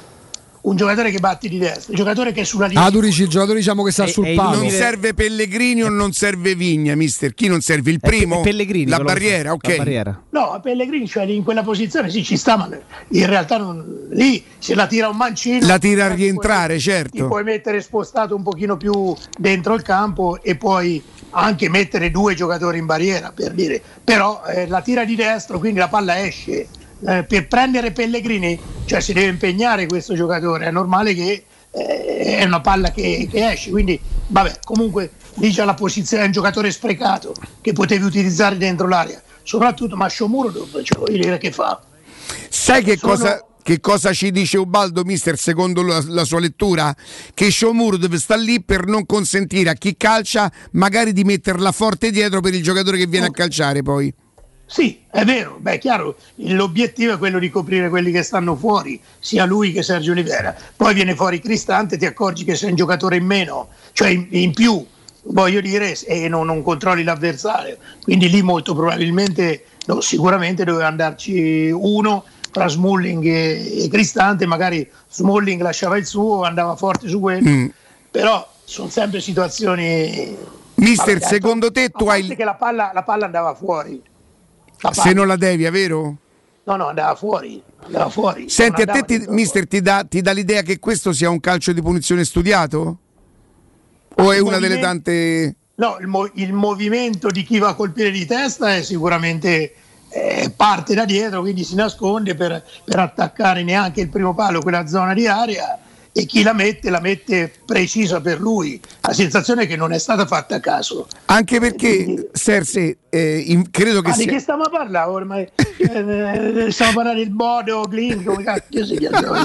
Un giocatore che batte di destra, un giocatore che è sulla linea. Ah, tu dici il giocatore, diciamo, che sta E- sul e palo. non serve Pellegrini o non serve Vigna, mister? Chi non serve? Il primo? Pellegrini, la quello- barriera, ok. la barriera. No, Pellegrini, cioè lì in quella posizione sì ci sta, ma in realtà non, lì se la tira un mancino. La tira a ti rientrare, puoi- certo. Ti puoi mettere spostato un pochino più dentro il campo e poi anche mettere due giocatori in barriera, per dire. Però eh, la tira di destro, quindi la palla esce. Eh, per prendere Pellegrini, cioè si deve impegnare questo giocatore, è normale che eh, è una palla che, che esce, quindi vabbè, comunque lì c'è la posizione, è un giocatore sprecato che potevi utilizzare dentro l'area, soprattutto ma Sciomuro, cioè, voglio dire, che fa? Sai che Sono- cosa... Che cosa ci dice Ubaldo, mister, secondo la, la sua lettura? Che Sciomuro deve stare lì per non consentire a chi calcia magari di metterla forte dietro per il giocatore che viene a calciare poi. Sì, è vero, beh, è chiaro, l'obiettivo è quello di coprire quelli che stanno fuori, sia lui che Sergio Oliveira. Poi viene fuori Cristante, ti accorgi che sei un giocatore in meno, cioè in, in più, voglio dire, e non, non controlli l'avversario. Quindi lì molto probabilmente, no, sicuramente doveva andarci uno tra Smalling e, e Cristante, magari Smalling lasciava il suo, andava forte su quello, Mm. però sono sempre situazioni... Mister, Vabbè, secondo te tu a hai... parte che la palla, la palla andava fuori. La Se palla- non la devi, è vero? No, no, andava fuori, andava fuori. Senti, a Non te, andava ti, dentro mister, ti dà, ti dà l'idea che questo sia un calcio di punizione studiato? O è il una delle movimento- tante... No, il, mo- il movimento di chi va a colpire di testa è sicuramente eh, parte da dietro, quindi si nasconde per, per attaccare neanche il primo palo, quella zona di area, e chi la mette, la mette precisa per lui. La sensazione è che non è stata fatta a caso. Anche perché, Serse, eh, in- credo che Ma di sia... che stiamo a parlare ormai? Eh, stiamo a parlare del Bodo, Glin, come cacchio si chiama?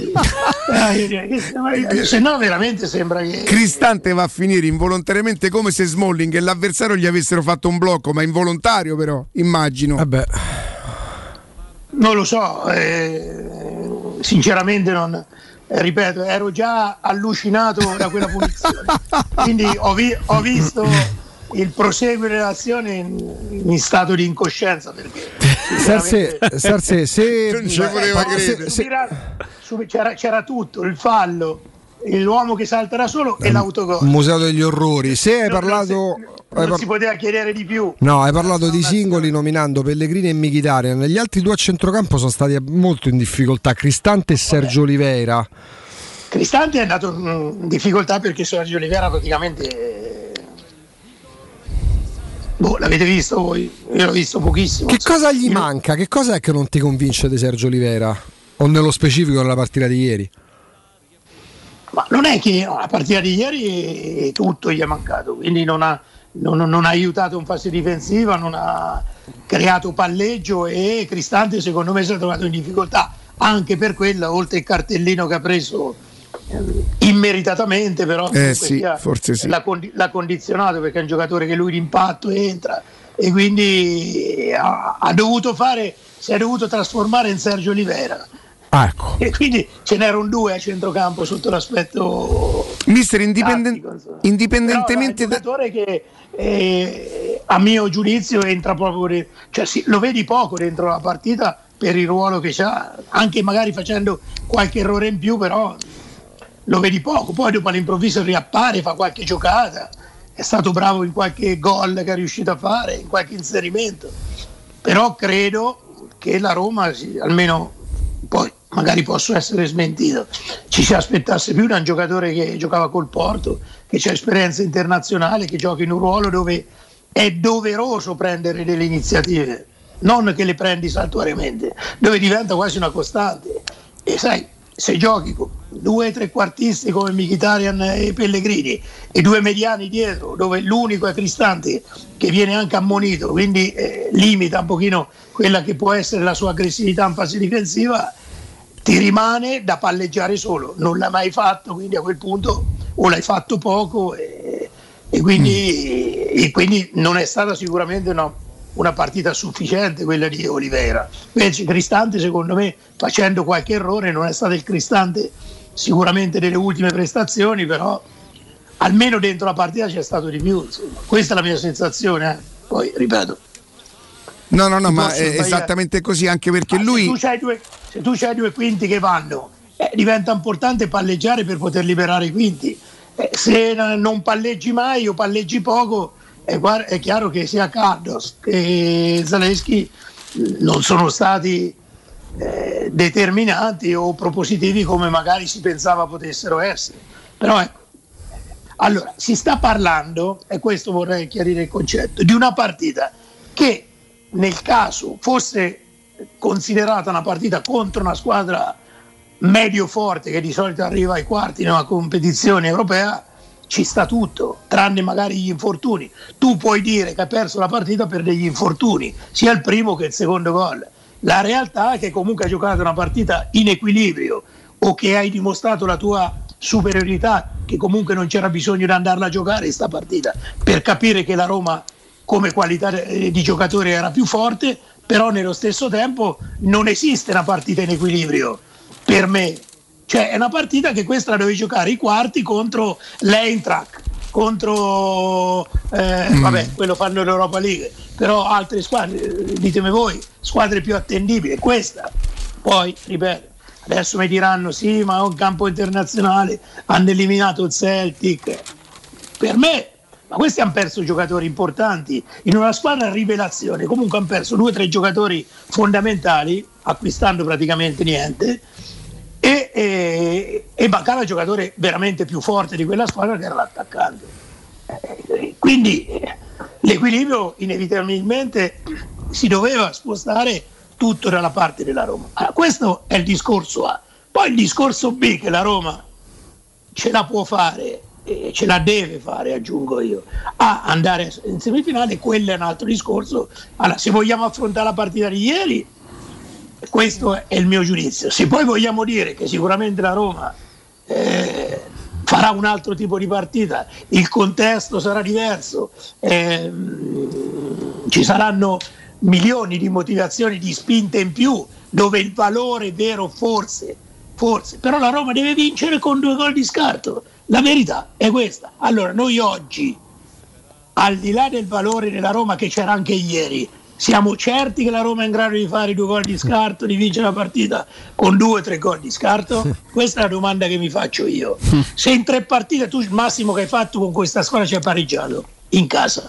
Eh, se no veramente sembra che... Cristante va a finire involontariamente come se Smalling e l'avversario gli avessero fatto un blocco, ma involontario però, immagino. Vabbè. Non lo so, eh, sinceramente non, eh, ripeto, ero già allucinato da quella punizione, quindi ho, vi- ho visto il proseguo dell'azione in, in stato di incoscienza, perché Serse, Serse, se, Non ci voleva se- credere. se- Subirà- sub- c'era, c'era tutto, il fallo, l'uomo che salta da solo e l'autogol. un museo degli orrori. Se hai Non- parlato, non, hai non par- si poteva chiedere di più. no, hai parlato di singoli nominando Pellegrini e Mkhitaryan. Gli altri due a centrocampo sono stati molto in difficoltà, Cristante e Sergio Oliveira. Cristante è andato in difficoltà perché Sergio Oliveira praticamente eh, boh, l'avete visto voi? Io l'ho visto pochissimo. Che cosa gli manca? Che cosa è che non ti convince di Sergio Oliveira? O nello specifico nella partita di ieri? Ma non è che no, la partita di ieri tutto gli è mancato, quindi non ha, non, non ha aiutato in fase difensiva, non ha creato palleggio, e Cristante secondo me si è trovato in difficoltà anche per quella, oltre il cartellino che ha preso eh, immeritatamente, però Eh comunque sì, sia, forse sì. l'ha, condi- l'ha condizionato, perché è un giocatore che lui d'impatto entra, e quindi ha, ha dovuto fare, si è dovuto trasformare in Sergio Oliveira. Ah, ecco. E quindi ce n'erano due a centrocampo sotto l'aspetto Mister, indipenden- tattico, insomma. indipendentemente Però è un giocatore che eh, a mio giudizio entra proprio de- cioè sì, lo vedi poco dentro la partita per il ruolo che ha, anche magari facendo qualche errore in più, però lo vedi poco, poi dopo all'improvviso riappare, fa qualche giocata, è stato bravo in qualche gol che è riuscito a fare, in qualche inserimento, però credo che la Roma, almeno poi magari posso essere smentito, ci si aspettasse più da un giocatore che giocava col Porto, che c'ha esperienza internazionale, che gioca in un ruolo dove è doveroso prendere delle iniziative, non che le prendi saltuariamente, dove diventa quasi una costante. E sai, se giochi con due trequartisti come Mkhitaryan e Pellegrini e due mediani dietro, dove l'unico è Cristante che viene anche ammonito, quindi eh, limita un pochino quella che può essere la sua aggressività in fase difensiva, ti rimane da palleggiare solo. Non l'hai mai fatto, quindi a quel punto o l'hai fatto poco e, e, quindi, mm. e quindi non è stata sicuramente una, una partita sufficiente quella di Oliveira. Invece Cristante, secondo me, facendo qualche errore, non è stato il Cristante sicuramente delle ultime prestazioni, però almeno dentro la partita c'è stato di più, insomma. Questa è la mia sensazione, eh. Poi ripeto, no no no ma è esattamente così, anche perché ma lui se tu c'hai due, se tu c'hai due quinti che vanno, eh, diventa importante palleggiare per poter liberare i quinti. Eh, se non palleggi mai o palleggi poco, eh, guarda, è chiaro che sia Cardos che Zalewski non sono stati eh, determinanti o propositivi come magari si pensava potessero essere. Però ecco, allora si sta parlando, e questo vorrei chiarire il concetto, di una partita che nel caso fosse considerata una partita contro una squadra medio forte che di solito arriva ai quarti in una competizione europea, ci sta tutto, tranne magari gli infortuni. Tu puoi dire che hai perso la partita per degli infortuni, sia il primo che il secondo gol. La realtà è che comunque hai giocato una partita in equilibrio o che hai dimostrato la tua superiorità, che comunque non c'era bisogno di andarla a giocare questa partita per capire che la Roma come qualità di giocatore era più forte, però nello stesso tempo non esiste una partita in equilibrio per me. Cioè è una partita che questa la dovevi giocare i quarti contro l'Eintracht, contro eh, mm. vabbè, quello fanno l'Europa League, però altre squadre, ditemi voi, squadre più attendibili. Questa poi, ripeto, adesso mi diranno sì, ma è un campo internazionale, hanno eliminato il Celtic. Per me, ma questi hanno perso giocatori importanti in una squadra rivelazione, comunque hanno perso due o tre giocatori fondamentali acquistando praticamente niente e, e, e mancava il giocatore veramente più forte di quella squadra che era l'attaccante. Eh, quindi eh, l'equilibrio inevitabilmente si doveva spostare tutto dalla parte della Roma. Allora, questo è il discorso A. Poi il discorso B, che la Roma ce la può fare e ce la deve fare, aggiungo io, a andare in semifinale, quello è un altro discorso. Allora, se vogliamo affrontare la partita di ieri, questo è il mio giudizio. Se poi vogliamo dire che sicuramente la Roma eh, farà un altro tipo di partita, il contesto sarà diverso, eh, ci saranno milioni di motivazioni, di spinte in più, dove il valore vero forse, forse, però la Roma deve vincere con due gol di scarto. La verità è questa. Allora noi oggi, al di là del valore della Roma che c'era anche ieri, siamo certi che la Roma è in grado di fare due gol di scarto, di vincere la partita con due o tre gol di scarto? Questa è la domanda che mi faccio io. Se in tre partite tu il massimo che hai fatto con questa squadra ci hai pareggiato in casa,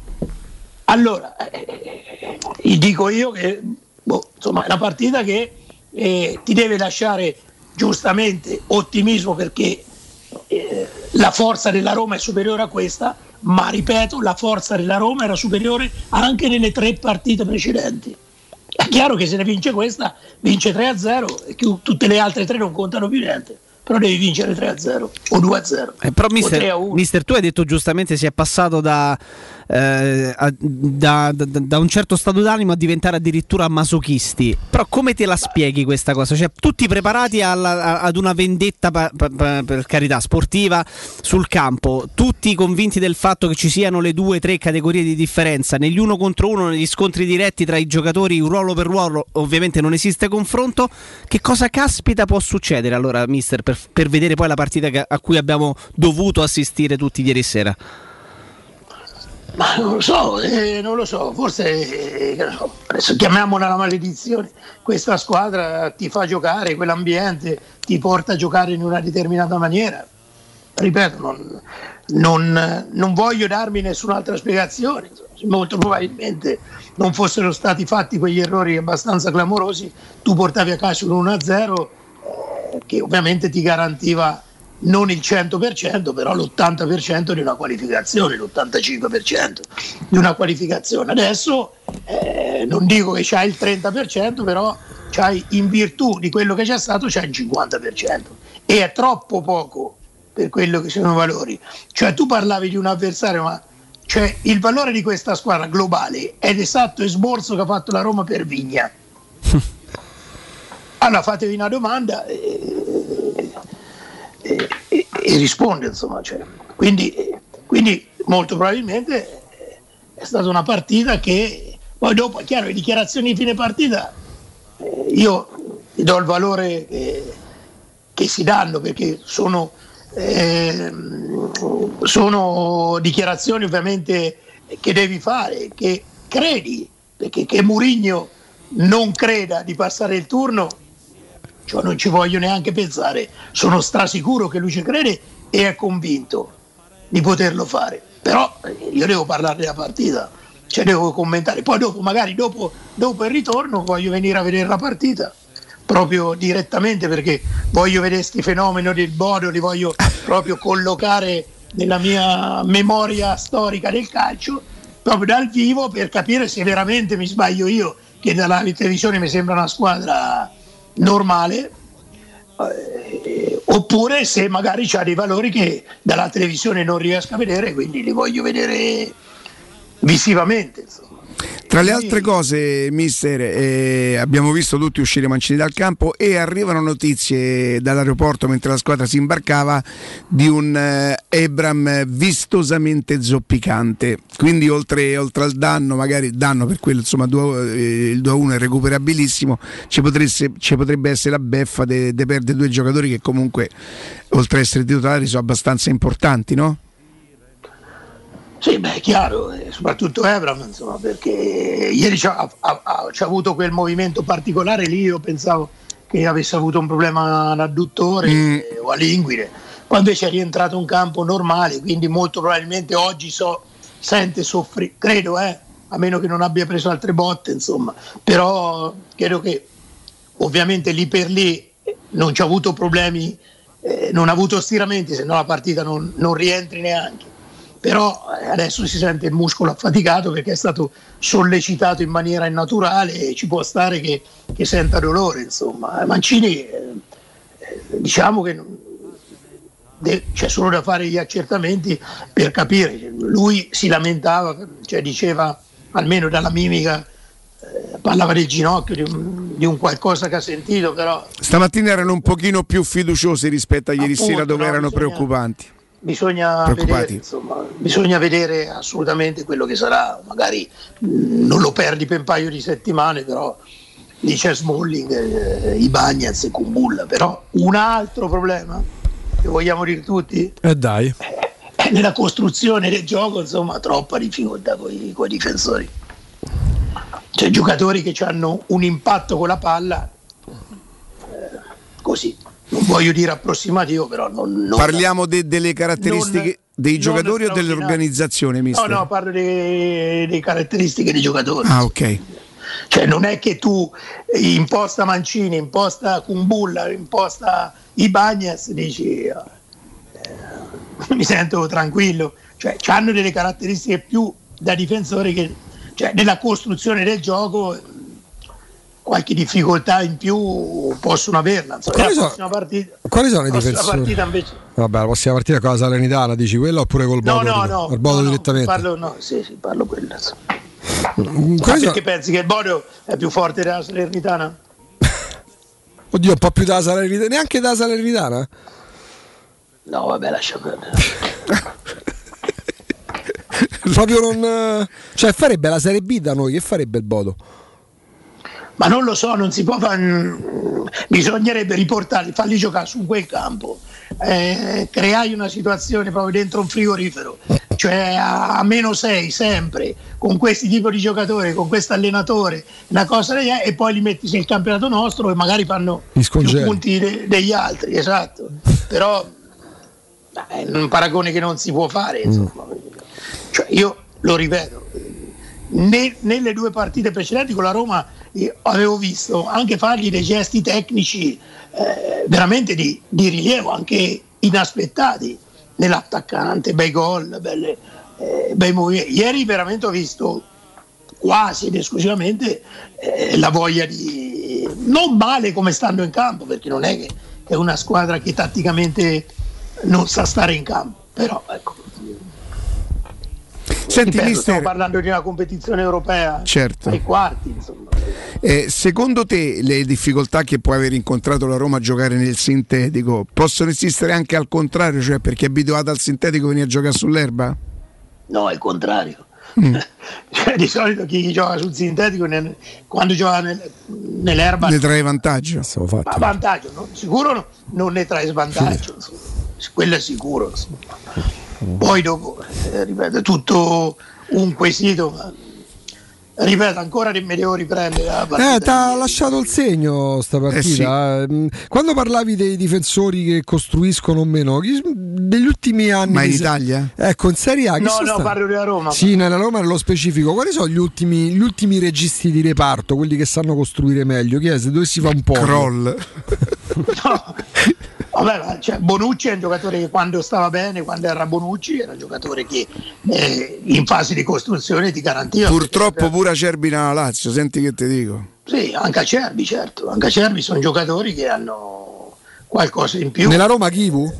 allora eh, dico io che boh, insomma è una partita che eh, ti deve lasciare giustamente ottimismo, perché eh, la forza della Roma è superiore a questa, ma ripeto, la forza della Roma era superiore anche nelle tre partite precedenti. È chiaro che se ne vince questa, vince tre a zero e tutte le altre tre non contano più niente, però devi vincere tre a zero o due a zero. Eh, però mister, mister, tu hai detto giustamente si è passato da, eh, a, da, da, da un certo stato d'animo a diventare addirittura masochisti. Però come te la spieghi questa cosa? Cioè, tutti preparati alla, a, ad una vendetta pa, pa, pa, per carità sportiva sul campo, tutti convinti del fatto che ci siano le due tre categorie di differenza, negli uno contro uno, negli scontri diretti tra i giocatori, ruolo per ruolo, ovviamente non esiste confronto. Che cosa caspita può succedere allora, mister, per per vedere poi la partita che, a cui abbiamo dovuto assistere tutti ieri sera? Ma non lo so, eh, non lo so, forse eh, adesso chiamiamola la maledizione, questa squadra ti fa giocare, quell'ambiente ti porta a giocare in una determinata maniera. Ripeto, non, non, non voglio darmi nessun'altra spiegazione, molto probabilmente non fossero stati fatti quegli errori abbastanza clamorosi, tu portavi a casa un uno a zero eh, che ovviamente ti garantiva non il cento per cento, però l'ottanta per cento di una qualificazione, l'ottantacinque per cento di una qualificazione. Adesso eh, non dico che c'hai il trenta per cento, però c'hai, in virtù di quello che c'è stato, c'hai il cinquanta per cento e è troppo poco per quello che sono i valori. Cioè tu parlavi di un avversario, ma cioè, il valore di questa squadra globale è l'esatto esborso che ha fatto la Roma per Vigna. Allora fatevi una domanda e, e, e, e risponde, insomma, cioè, quindi, quindi molto probabilmente è stata una partita che poi dopo, è chiaro, le dichiarazioni di fine partita eh, io gli do il valore che, che si danno, perché sono eh, sono dichiarazioni ovviamente che devi fare, che credi, perché che Mourinho non creda di passare il turno, cioè non ci voglio neanche pensare, sono strasicuro che lui ci crede e è convinto di poterlo fare, però io devo parlare della partita, cioè devo commentare, poi dopo magari dopo, dopo il ritorno voglio venire a vedere la partita proprio direttamente, perché voglio vedere questi fenomeni del Bodo, li voglio proprio collocare nella mia memoria storica del calcio, proprio dal vivo, per capire se veramente mi sbaglio io, che dalla televisione mi sembra una squadra normale, eh, oppure se magari c'ha dei valori che dalla televisione non riesco a vedere, quindi li voglio vedere visivamente, insomma. Tra le altre cose, mister, eh, abbiamo visto tutti uscire mancini dal campo e arrivano notizie dall'aeroporto mentre la squadra si imbarcava di un eh, Ebram vistosamente zoppicante, quindi oltre, oltre al danno, magari danno per quello, insomma due, eh, il due a uno è recuperabilissimo, ci, potresse, ci potrebbe essere la beffa di perdere due giocatori che comunque oltre ad essere titolari sono abbastanza importanti, no? Sì, beh, è chiaro, eh, soprattutto Ebram, insomma, perché ieri c'ha, ha, ha, c'ha avuto quel movimento particolare lì, io pensavo che avesse avuto un problema all'adduttore mm. eh, o all'inguine, poi invece è rientrato in campo normale, quindi molto probabilmente oggi so, sente soffrire, credo, eh, a meno che non abbia preso altre botte, insomma, però credo che ovviamente lì per lì non c'ha avuto problemi, eh, non ha avuto stiramenti, se no la partita non, non rientri neanche. Però adesso si sente il muscolo affaticato perché è stato sollecitato in maniera innaturale e ci può stare che, che senta dolore, insomma. Mancini eh, diciamo che de- c'è solo da fare gli accertamenti per capire. Lui si lamentava, cioè diceva, almeno dalla mimica, eh, parlava del ginocchio, di un, di un qualcosa che ha sentito, però stamattina erano un pochino più fiduciosi rispetto a ieri appunto, sera dove no, erano bisogna... preoccupanti. Bisogna vedere, insomma, bisogna vedere assolutamente quello che sarà, magari mh, non lo perdi per un paio di settimane, però lì c'è Smalling, eh, Ibañez e Kumbulla, però un altro problema che vogliamo dire tutti eh dai. è nella costruzione del gioco, insomma, troppa difficoltà con i difensori, cioè giocatori che hanno un impatto con la palla eh, così. Non voglio dire approssimativo, però non, non parliamo de, delle caratteristiche non, dei giocatori o dell'organizzazione, mister? No, no, parlo delle caratteristiche dei giocatori. Ah, ok. Cioè non è che tu imposta Mancini, imposta Kumbulla, imposta Ibañez, dici eh, mi sento tranquillo. Cioè hanno delle caratteristiche più da difensori che, cioè nella costruzione del gioco qualche difficoltà in più possono averla, insomma. Quali, la sono, partita, quali sono i la difensori? Partita invece... Vabbè, la prossima partita con la Salernitana, dici quella oppure col Bodo? No, no, no, il Bodo no, direttamente? No, parlo, no, sì, sì, parlo quella. Mm, Ma perché sono... pensi che il Bodo è più forte della Salernitana? Oddio, un po' più della Salernitana, neanche della Salernitana? No, vabbè, lascia perdere. Proprio non... Cioè farebbe la Serie B da noi, che farebbe il Bodo? Ma non lo so, non si può fare, bisognerebbe riportarli, farli giocare su quel campo, eh, creare una situazione proprio dentro un frigorifero, cioè a, a meno sei sempre, con questi tipi di giocatori, con questo allenatore, una cosa degli, e poi li metti nel campionato nostro e magari fanno più punti de, degli altri, esatto. Però è un paragone che non si può fare, insomma. Mm. Cioè, io lo ripeto, ne, nelle due partite precedenti con la Roma io avevo visto anche fargli dei gesti tecnici eh, veramente di, di rilievo, anche inaspettati nell'attaccante, bei gol, belle, eh, bei movimenti. Ieri veramente ho visto quasi ed esclusivamente eh, la voglia di non male come stanno in campo, perché non è che è una squadra che tatticamente non sa stare in campo, però ecco. Senti, Ripeto, mister, stiamo parlando di una competizione europea, certo, ai quarti, insomma. Eh, secondo te le difficoltà che può aver incontrato la Roma a giocare nel sintetico possono esistere anche al contrario, cioè perché è abituata al sintetico viene a giocare sull'erba? No, è il contrario. Mm. Cioè, di solito chi gioca sul sintetico nel, quando gioca nel, nell'erba ne trae vantaggio. Ma vantaggio, no? Sicuro no, non ne trae svantaggio, insomma. Quello è sicuro, insomma. Poi dopo eh, ripeto, è tutto un quesito, ma ripeto, ancora me devo riprendere la partita. Eh, ti ha lasciato il segno sta partita. Eh sì. Quando parlavi dei difensori che costruiscono o meno, degli ultimi anni. Ma in Italia? Ecco, in Serie A. No, no, sta? parlo della Roma. Sì, nella Roma nello specifico. Quali sono gli ultimi, gli ultimi registi di reparto, quelli che sanno costruire meglio? Chi è? Se dovessi fare un po'. Kroll. No. Vabbè, cioè, Bonucci è un giocatore che quando stava bene, quando era Bonucci, era un giocatore che eh, in fase di costruzione ti garantiva. Purtroppo pure Acerbi nella Lazio, senti che ti dico. Sì, anche Acerbi, certo. Anche Acerbi sono giocatori che hanno qualcosa in più. Nella Roma Kivu?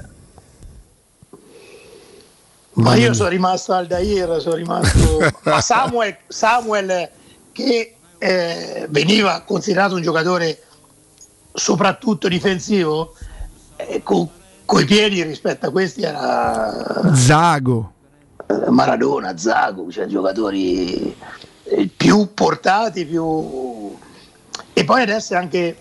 Ma io sono rimasto Aldair, sono rimasto a Samuel, Samuel che eh, veniva considerato un giocatore soprattutto difensivo. Eh, con i piedi rispetto a questi era Zago, Maradona, Zago, cioè giocatori eh, più portati, più, e poi adesso è anche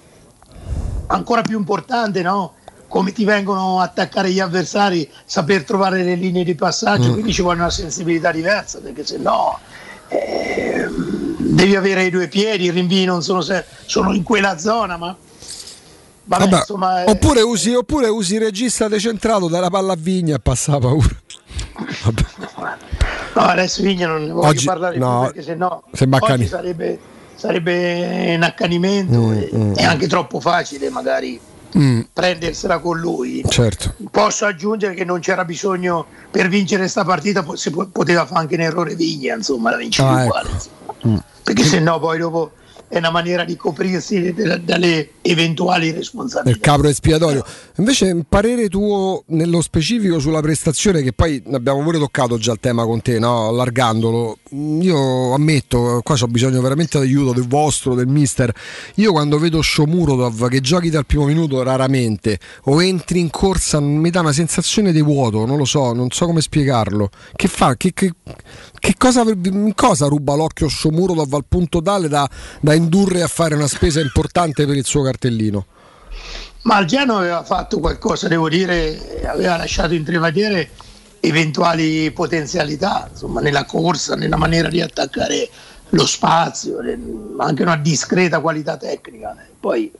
ancora più importante, no? Come ti vengono a attaccare gli avversari, saper trovare le linee di passaggio, mm. quindi ci vuole una sensibilità diversa, perché se no eh, devi avere i due piedi, i rinvii non sono, se- sono in quella zona, ma Vabbè, Vabbè, insomma, è... oppure, usi, oppure usi il regista decentrato dalla palla a Vigna e passa paura. Vabbè. No, adesso Vigna non ne voglio oggi, parlare no, più, perché sennò oggi sarebbe, sarebbe un accanimento mm, e, mm. è anche troppo facile magari mm. prendersela con lui. Certo. Posso aggiungere che non c'era bisogno per vincere questa partita, si poteva fare anche un errore Vigna, insomma, la vince ah, uguale, ecco. mm. perché sennò poi dopo è una maniera di coprirsi de- dalle eventuali responsabilità. Il capro espiatorio. Invece, un parere tuo nello specifico sulla prestazione, che poi abbiamo pure toccato già il tema con te, no? Allargandolo. Io ammetto, qua ho bisogno veramente d'aiuto del vostro, del mister. Io quando vedo Shomurodov che giochi dal primo minuto raramente o entri in corsa mi dà una sensazione di vuoto, non lo so, non so come spiegarlo. Che fa? Che, che, che cosa, cosa ruba l'occhio Shomurodov al punto tale da, da indurre a fare una spesa importante per il suo cartellino? Ma il Genoa aveva fatto qualcosa, devo dire, aveva lasciato intravedere eventuali potenzialità, insomma, nella corsa, nella maniera di attaccare lo spazio, anche una discreta qualità tecnica. Poi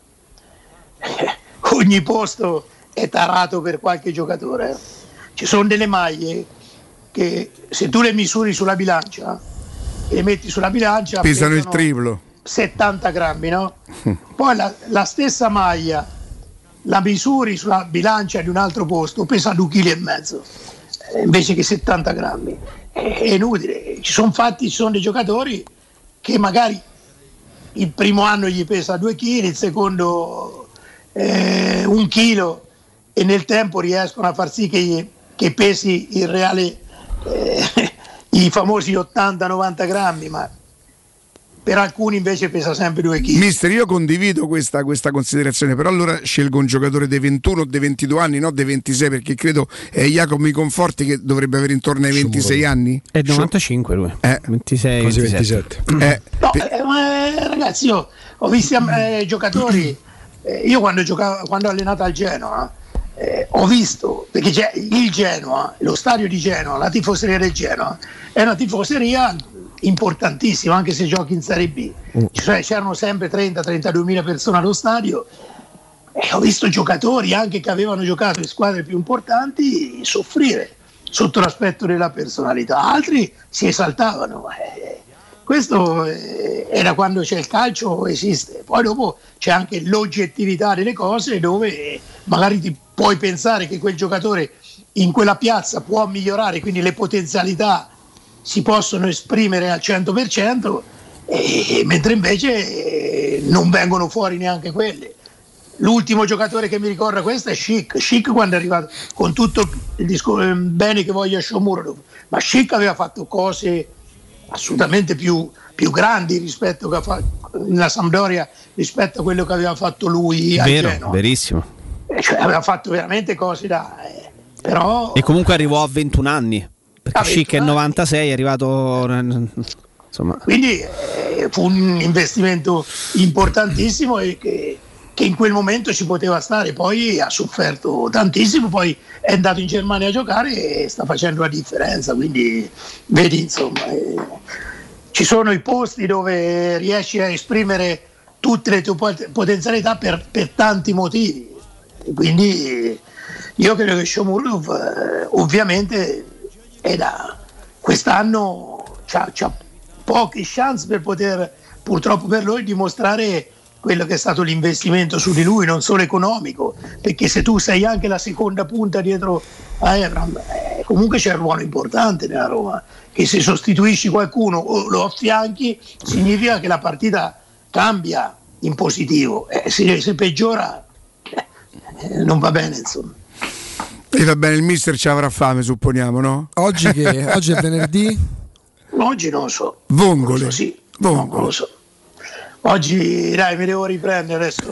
eh, ogni posto è tarato per qualche giocatore. Ci sono delle maglie che se tu le misuri sulla bilancia e le metti sulla bilancia pesano il triplo, settanta grammi, no? Poi la, la stessa maglia la misuri sulla bilancia di un altro posto, pesa due chili e mezzo eh, invece che settanta grammi. È, è inutile. Ci sono fatti, ci sono dei giocatori che magari il primo anno gli pesa due chili, il secondo eh, un chilo, e nel tempo riescono a far sì che, che pesi il reale eh, i famosi ottanta novanta grammi, ma per alcuni invece pesa sempre due chili. Mister, io condivido questa, questa considerazione, però allora scelgo un giocatore dei ventuno o dei ventidue anni, no dei ventisei, perché credo è Jacopo Conforti che dovrebbe avere intorno ai ventisei anni. È novantacinque lui, eh. ventisei, quasi ventisette. ventisette. Eh. No, eh, ma, ragazzi, io ho visto eh, giocatori, eh, io quando, giocavo, quando ho allenato al Genoa, eh, ho visto, perché c'è il Genoa, lo stadio di Genoa, la tifoseria del Genoa, è una tifoseria importantissima, anche se giochi in Serie B, cioè c'erano sempre trenta trentadue mila persone allo stadio, e ho visto giocatori anche che avevano giocato in squadre più importanti soffrire sotto l'aspetto della personalità, altri si esaltavano. Eh, questo eh, era quando c'è il calcio, esiste, poi dopo c'è anche l'oggettività delle cose, dove magari ti puoi pensare che quel giocatore in quella piazza può migliorare, quindi le potenzialità si possono esprimere al cento per cento, e, mentre invece eh, non vengono fuori neanche quelle. L'ultimo giocatore che mi ricorda questo è Schick. Schick, quando è arrivato, con tutto il discorso bene che voglia Shomurodov, ma Schick aveva fatto cose assolutamente più, più grandi rispetto a fa- nella Sampdoria rispetto a quello che aveva fatto lui a Vero, Genoa. verissimo. Eh, cioè, aveva fatto veramente cose da eh, però E comunque arrivò a ventuno anni, perché Schick è novantasei, è arrivato insomma. Quindi eh, fu un investimento importantissimo e che che in quel momento ci poteva stare, poi ha sofferto tantissimo, poi è andato in Germania a giocare e sta facendo la differenza, quindi vedi, insomma, eh, ci sono i posti dove riesci a esprimere tutte le tue potenzialità per, per tanti motivi, quindi io credo che Shomurodov eh, ovviamente è da quest'anno c'ha, c'ha poche chance per poter, purtroppo per lui, dimostrare quello che è stato l'investimento su di lui, non solo economico, perché se tu sei anche la seconda punta dietro a Evram, eh, comunque c'è un ruolo importante nella Roma, che se sostituisci qualcuno o lo affianchi significa che la partita cambia in positivo, eh, se, se peggiora eh, non va bene, insomma. E va bene, il mister ci avrà fame, supponiamo, no? Oggi che oggi è venerdì? Oggi non lo so. Vongole. Non lo so, sì. Vongole. No, non lo so. Oggi dai, mi devo riprendere adesso.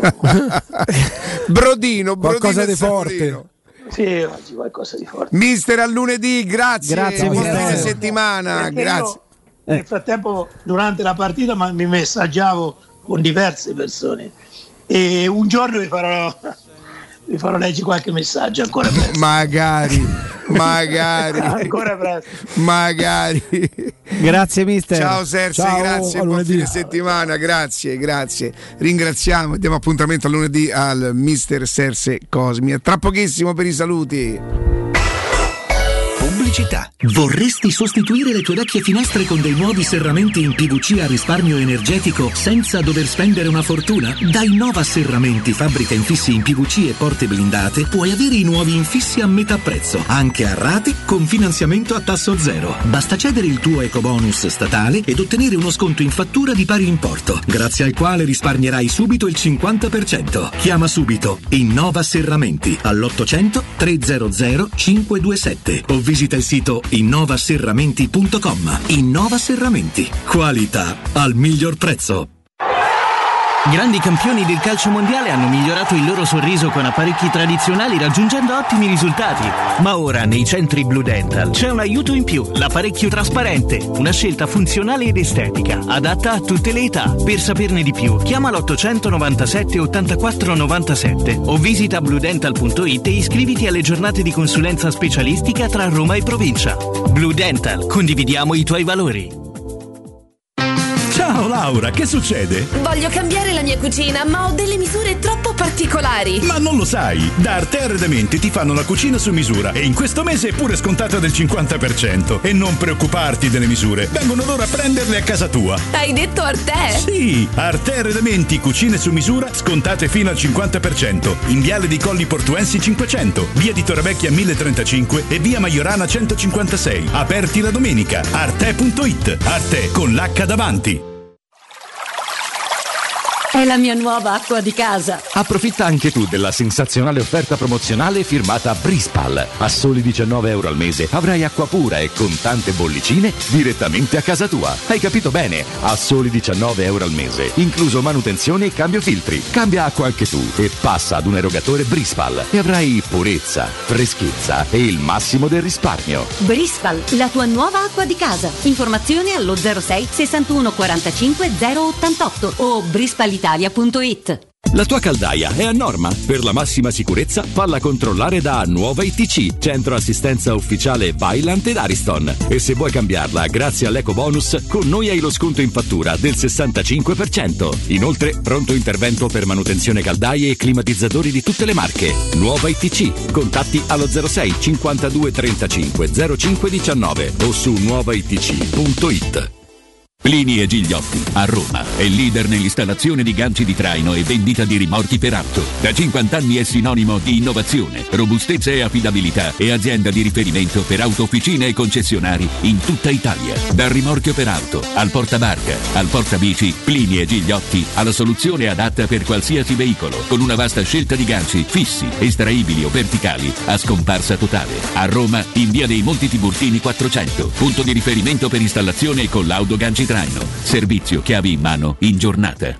Brodino, qualcosa Brodino di forte. Sì, oggi qualcosa di forte. Mister, a lunedì, grazie. Grazie, buon mister. fine settimana, Perché grazie. io, nel frattempo, durante la partita, ma mi messaggiavo con diverse persone e un giorno vi farò, vi farò leggere qualche messaggio ancora presto. Magari, magari. Ancora presto. Magari. Grazie mister. Ciao Serse, Ciao, grazie, a buon lunedì. fine settimana, grazie, grazie. Ringraziamo, diamo appuntamento a lunedì al mister Serse Cosmi. Tra pochissimo per i saluti. Pubblicità. Vorresti sostituire le tue vecchie finestre con dei nuovi serramenti in P V C a risparmio energetico senza dover spendere una fortuna? Da Innova Serramenti, fabbrica infissi in P V C e porte blindate, puoi avere i nuovi infissi a metà prezzo, anche a rate con finanziamento a tasso zero. Basta cedere il tuo ecobonus statale ed ottenere uno sconto in fattura di pari importo, grazie al quale risparmierai subito il cinquanta per cento. Chiama subito Innova Serramenti all'ottocento trecento cinquecentoventisette o visita il sito innova serramenti punto com. Innova Serramenti, qualità al miglior prezzo. Grandi campioni del calcio mondiale hanno migliorato il loro sorriso con apparecchi tradizionali raggiungendo ottimi risultati. Ma ora nei centri Blue Dental c'è un aiuto in più, l'apparecchio trasparente, una scelta funzionale ed estetica, adatta a tutte le età. Per saperne di più, chiama l'ottocento novantasette ottantaquattro novantasette o visita blue dental punto it e iscriviti alle giornate di consulenza specialistica tra Roma e provincia. Blue Dental, condividiamo i tuoi valori. Ciao Laura, che succede? Voglio cambiare la mia cucina, ma ho delle misure troppo particolari. Ma non lo sai, da Arte Arredamenti ti fanno la cucina su misura e in questo mese è pure scontata del cinquanta per cento. E non preoccuparti delle misure, vengono loro a prenderle a casa tua. Hai detto Arte? Sì, Arte Arredamenti, cucine su misura, scontate fino al cinquanta per cento. In Viale dei Colli Portuensi cinquecento, via di Torrevecchia mille trentacinque e via Maiorana centocinquantasei. Aperti la domenica. Arte punto it. Arte con l'H davanti. È la mia nuova acqua di casa. Approfitta anche tu della sensazionale offerta promozionale firmata Brispal. A soli diciannove euro al mese avrai acqua pura e con tante bollicine direttamente a casa tua. Hai capito bene? A soli diciannove euro al mese, incluso manutenzione e cambio filtri. Cambia acqua anche tu e passa ad un erogatore Brispal e avrai purezza, freschezza e il massimo del risparmio. Brispal, la tua nuova acqua di casa. Informazioni allo zero sei sessantuno quarantacinque zero ottantotto o brispalitalia punto it. La tua caldaia è a norma? Per la massima sicurezza falla controllare da Nuova I T C, centro assistenza ufficiale Vaillant ed Ariston. E se vuoi cambiarla grazie all'eco bonus, con noi hai lo sconto in fattura del sessantacinque per cento. Inoltre pronto intervento per manutenzione caldaie e climatizzatori di tutte le marche. Nuova I T C, contatti allo zero sei cinquantadue trentacinque zero cinque diciannove o su nuova i t c punto i t. Plini e Gigliotti, a Roma, è leader nell'installazione di ganci di traino e vendita di rimorchi per auto. Da cinquanta anni è sinonimo di innovazione, robustezza e affidabilità e azienda di riferimento per autofficine e concessionari in tutta Italia. Dal rimorchio per auto, al portabarca, al portabici, Plini e Gigliotti ha la soluzione adatta per qualsiasi veicolo, con una vasta scelta di ganci fissi, estraibili o verticali, a scomparsa totale. A Roma, in via dei Monti Tiburtini quattrocento, punto di riferimento per installazione e collaudo ganci traino. Servizio chiavi in mano in giornata.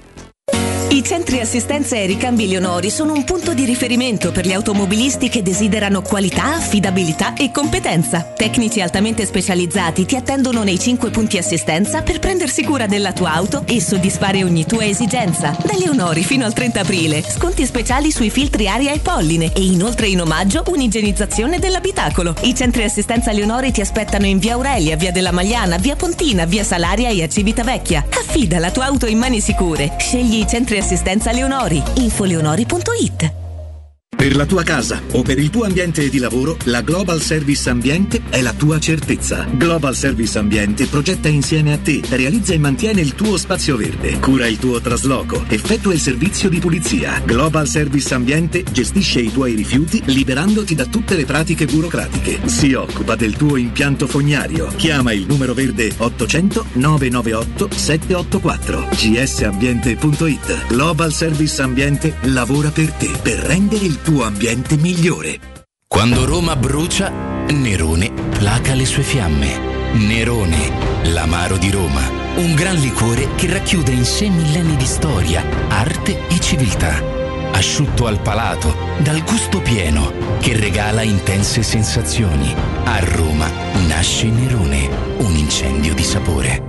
I centri assistenza e ricambi Leonori sono un punto di riferimento per gli automobilisti che desiderano qualità, affidabilità e competenza. Tecnici altamente specializzati ti attendono nei cinque punti assistenza per prendersi cura della tua auto e soddisfare ogni tua esigenza. Da Leonori fino al trenta aprile, sconti speciali sui filtri aria e polline e inoltre in omaggio un'igienizzazione dell'abitacolo. I centri assistenza Leonori ti aspettano in via Aurelia, via della Magliana, via Pontina, via Salaria e a Civitavecchia. Affida la tua auto in mani sicure. Scegli i centri assistenza Leonori. info leonori punto it. Per la tua casa o per il tuo ambiente di lavoro, la Global Service Ambiente è la tua certezza. Global Service Ambiente progetta insieme a te, realizza e mantiene il tuo spazio verde, cura il tuo trasloco, effettua il servizio di pulizia. Global Service Ambiente gestisce i tuoi rifiuti liberandoti da tutte le pratiche burocratiche. Si occupa del tuo impianto fognario. Chiama il numero verde ottocento nove nove otto sette otto quattro g s ambiente punto it. Global Service Ambiente lavora per te, per rendere il tuo ambiente migliore. Quando Roma brucia, Nerone placa le sue fiamme. Nerone, l'amaro di Roma, un gran liquore che racchiude in sé millenni di storia, arte e civiltà. Asciutto al palato, dal gusto pieno, che regala intense sensazioni. A Roma nasce Nerone, un incendio di sapore.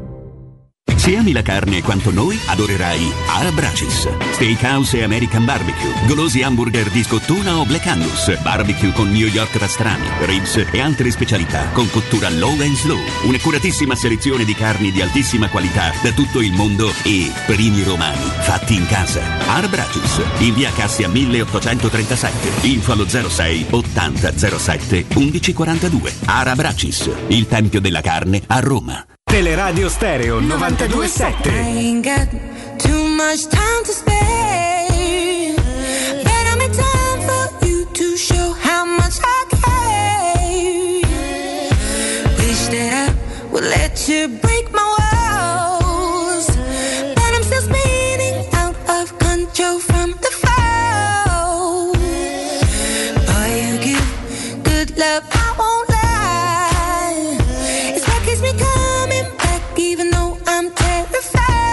Se ami la carne quanto noi, adorerai Ara Bracis. Steakhouse e American Barbecue, golosi hamburger di scottuna o Black Angus, barbecue con New York pastrami, ribs e altre specialità con cottura low and slow. Un'accuratissima selezione di carni di altissima qualità da tutto il mondo e primi romani fatti in casa. Ara Bracis, in via Cassia milleottocentotrentasette, info allo zero sei ottanta zero sette undici quarantadue. Ara Bracis, il tempio della carne a Roma. Teleradio Stereo novantadue sette. I ain't got too much time to spare. Better make time for you to show how much I care. Wish that I would let you break my walls, but I'm still spinning out of control from the fall. Boy, you give good love, I won't lie. It's what keeps me coming back, even though I'm terrified.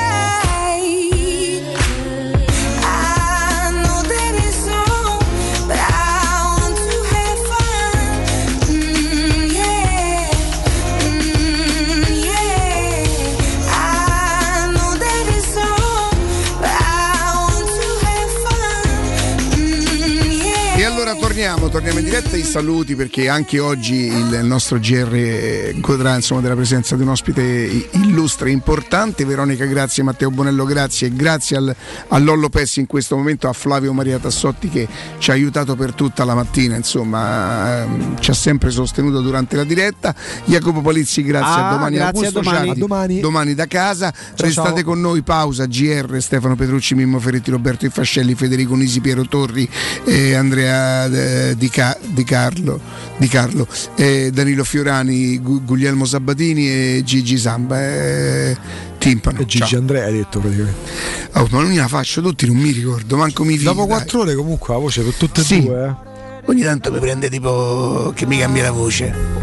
I know that it's wrong, but I want to have fun. Mm, yeah, mm, yeah. I know that it's wrong, but I want to have fun. Mm, yeah. E allora torniamo, torniamo in diretta. I saluti, perché anche oggi il nostro G R godrà insomma della presenza di un ospite illustre, importante. Veronica, grazie. Matteo Bonello, grazie. Grazie al, a Lollo Pessi in questo momento, a Flavio Maria Tassotti che ci ha aiutato per tutta la mattina, insomma ehm, ci ha sempre sostenuto durante la diretta. Jacopo Palizzi, grazie. Ah, a domani. grazie, Augusto a domani. Ciardi, A domani. domani da casa. Ciao, Restate ciao. con noi, pausa. G R, Stefano Petrucci, Mimmo Ferretti, Roberto Infascelli, Federico Nisi, Piero Torri, eh, Andrea eh, Di, Ca- Di Carlo, Di Carlo eh, Danilo Fiorani, Gu- Guglielmo Sabatini e Gigi Samba, eh, Timpano. E Gigi Ciao. Andrea hai detto praticamente. Oh, ma non la faccio tutti, non mi ricordo, manco mi fido. Dopo quattro ore comunque la voce per tutte e Sì. due, eh. Ogni tanto mi prende tipo che mi cambia la voce.